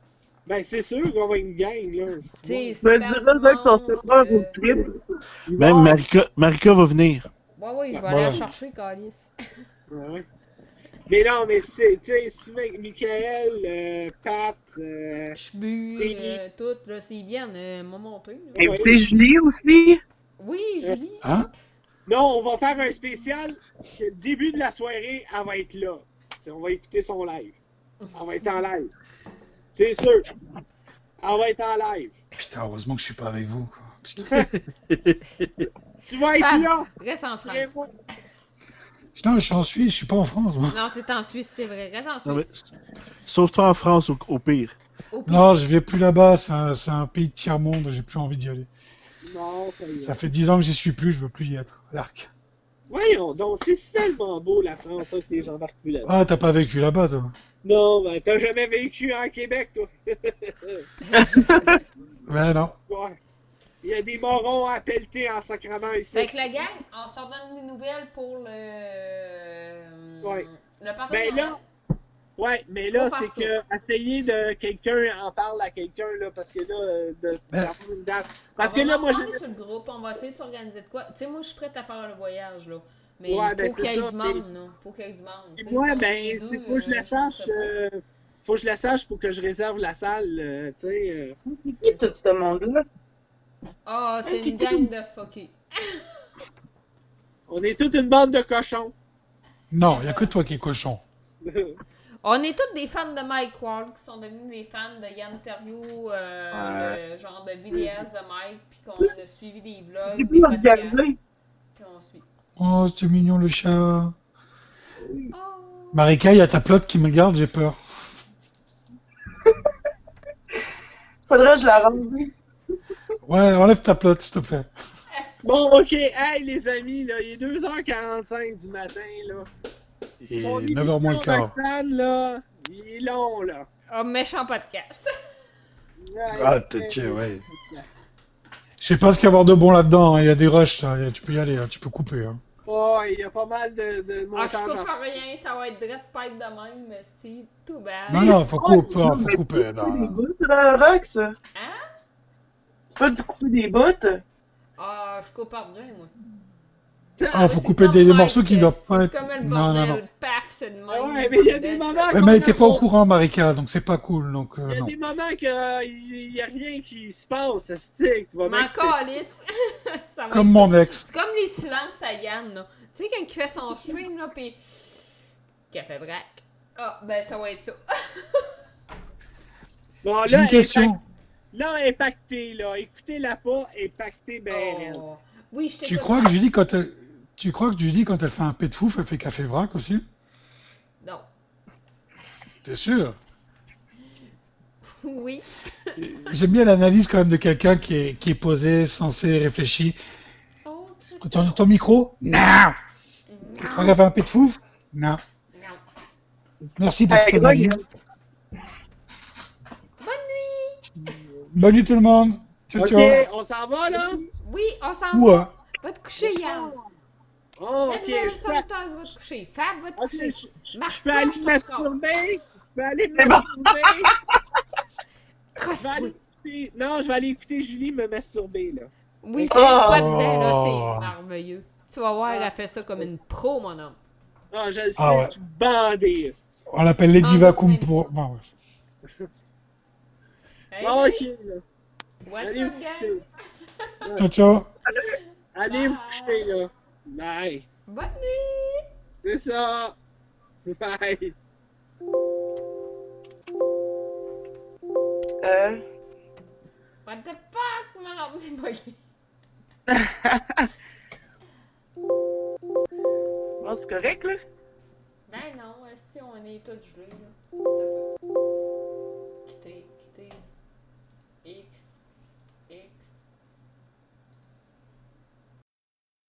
Speaker 10: Ben, c'est sûr qu'on va une gang, là.
Speaker 1: Tu sais,
Speaker 8: Ben, dis-le que son super au trip.
Speaker 12: Même Marika va venir.
Speaker 1: Ouais, je vais aller la chercher, Calice.
Speaker 10: Ouais. Mais non, mais c'est, tu sais, si Michael, Pat,
Speaker 1: Chbu, tout, là, c'est bien, m'a monté.
Speaker 8: Et c'est Julie aussi?
Speaker 1: Oui, Julie.
Speaker 9: Hein?
Speaker 10: Non, on va faire un spécial. Le début de la soirée, elle va être là. T'sais, on va écouter son live. Elle va être en live. C'est sûr. Elle va être en live.
Speaker 9: Putain, heureusement que je suis pas avec vous. Quoi.
Speaker 10: Tu vas être là.
Speaker 1: Reste en France.
Speaker 9: Non, je suis en Suisse, je suis pas en France. Moi.
Speaker 1: Non, t'es en Suisse, c'est vrai. Reste en Suisse.
Speaker 12: Non, mais... Sauf toi en France, au pire.
Speaker 9: Non, je vais plus là-bas, c'est un pays de tiers-monde, j'ai plus envie d'y aller.
Speaker 10: Non,
Speaker 9: ça fait 10 ans que j'y suis plus, je veux plus y être. L'arc.
Speaker 10: Voyons donc, c'est tellement beau la France, hein, que les gens marquent plus là-bas.
Speaker 9: Ah, t'as pas vécu là-bas, toi?
Speaker 10: Non, ben t'as jamais vécu en Québec, toi.
Speaker 9: Ouais, non.
Speaker 10: Ouais. Il y a des morons à pelleter en sacrament ici.
Speaker 1: Fait que la gang, on s'en donne des nouvelles pour le...
Speaker 10: Ouais.
Speaker 1: Le party.
Speaker 10: Ben là... Ouais, mais là, c'est que essayer de quelqu'un en parle à quelqu'un, là, parce que là, d'avoir une date. Parce que là, moi,
Speaker 1: je... sur le groupe, on va essayer de s'organiser de quoi. Tu sais, moi, je suis prête à faire le voyage, là. Mais
Speaker 10: ouais,
Speaker 1: il faut qu'il y ait du monde, là. Faut qu'il y ait du monde.
Speaker 10: Et moi, ben, il faut que je le sache. Faut que je le sache pour que je réserve la salle, tu sais.
Speaker 8: Qui est tout ce monde-là?
Speaker 1: Ah, c'est une gang de fuckés.
Speaker 10: On est toute une bande de cochons.
Speaker 9: Non, il n'y a que toi qui es cochon.
Speaker 1: On est tous des fans de Mike Ward qui sont devenus des fans de Yann Terriot, le genre de vidéastes de Mike, puis qu'on a suivi des vlogs, des podcasts, puis on suit.
Speaker 9: Oh, c'est mignon le chat. Oh. Marika, il y a ta plotte qui me garde, j'ai peur.
Speaker 8: Faudrait que je la rende.
Speaker 9: Ouais, enlève ta plotte, s'il te plaît.
Speaker 10: Bon, ok, hey les amis, là, il est 2h45 du matin, là.
Speaker 9: Et 9h moins le quart.
Speaker 10: Roxane, là, il est long, là.
Speaker 1: Oh, méchant podcast.
Speaker 9: Ah, tiens, ouais. Je sais pas ce qu'il y a à avoir de bon là-dedans, hein. Il y a des rushs, là. Tu peux y aller, hein. Tu peux couper. Hein.
Speaker 10: Oh, il y a pas mal de montage.
Speaker 1: Ah, je coupe rien, ça va être direct pipe de même, mais c'est tout bad.
Speaker 9: Non, faut couper, faut couper.
Speaker 8: Non, des bouts dans le Rox?
Speaker 1: Hein?
Speaker 8: Tu peux te couper des bouts?
Speaker 1: Ah, je coupe par déjà, moi.
Speaker 9: Ah, faut couper des morceaux qui doivent pas être...
Speaker 1: C'est comme le bordel, paf, c'est de même.
Speaker 10: Ouais, mais il y a des moments...
Speaker 9: Ouais, mais elle était pas au courant, Marika, donc c'est pas cool, donc
Speaker 10: il y a
Speaker 9: non.
Speaker 10: des moments qu'il y a rien qui se passe, ça stick, tu vas
Speaker 1: m'en calisse.
Speaker 9: Comme mon ex.
Speaker 1: C'est comme les silences à Yann, là. Tu sais, quand il fait son stream, là, pis... Café braque. Ah, ben ça va être ça.
Speaker 10: Bon,
Speaker 9: j'ai
Speaker 10: là,
Speaker 9: une question.
Speaker 10: Là, impacté, là. Écoutez-la pas, impacté, ben...
Speaker 1: Oh. Oui, je
Speaker 9: Tu crois que Julie, quand elle fait un pet de fouf, elle fait café vrac aussi?
Speaker 1: Non.
Speaker 9: T'es sûr?
Speaker 1: Oui.
Speaker 9: J'aime bien l'analyse quand même de quelqu'un qui est posé, sensé, réfléchi.
Speaker 1: Oh,
Speaker 9: ton micro? Non! Tu crois qu'elle fait un pet de fouf? Non.
Speaker 1: Non.
Speaker 9: Merci pour cette analyse.
Speaker 1: Bonne nuit!
Speaker 9: Bonne nuit tout le monde! Ciao,
Speaker 10: ok,
Speaker 9: ciao!
Speaker 10: on s'en va, là?
Speaker 1: Oui, on s'en
Speaker 9: Où,
Speaker 1: va. Va te coucher, Yann.
Speaker 10: Oh, ok,
Speaker 1: je va te coucher. Fab, va te coucher.
Speaker 10: Je peux aller me masturber? Je peux aller me masturber? Non, je vais aller écouter Julie me masturber, là.
Speaker 1: Oui, pas dedans, là, c'est merveilleux. Tu vas voir, elle a fait ça comme une pro, mon homme.
Speaker 10: Ah, je le sais, je suis bandé.
Speaker 9: On l'appelle Lady Vacuum pour... Bon, ouais.
Speaker 10: Bon, ok, là.
Speaker 1: Allez vous coucher.
Speaker 9: Ciao, ciao.
Speaker 10: Allez vous coucher, là. Bye.
Speaker 1: Bonne nuit.
Speaker 10: C'est ça. Bye.
Speaker 1: What the fuck, mon homme, c'est bugué.
Speaker 8: Bon, c'est correct, là?
Speaker 1: Ben non, si on est tous gelés, là.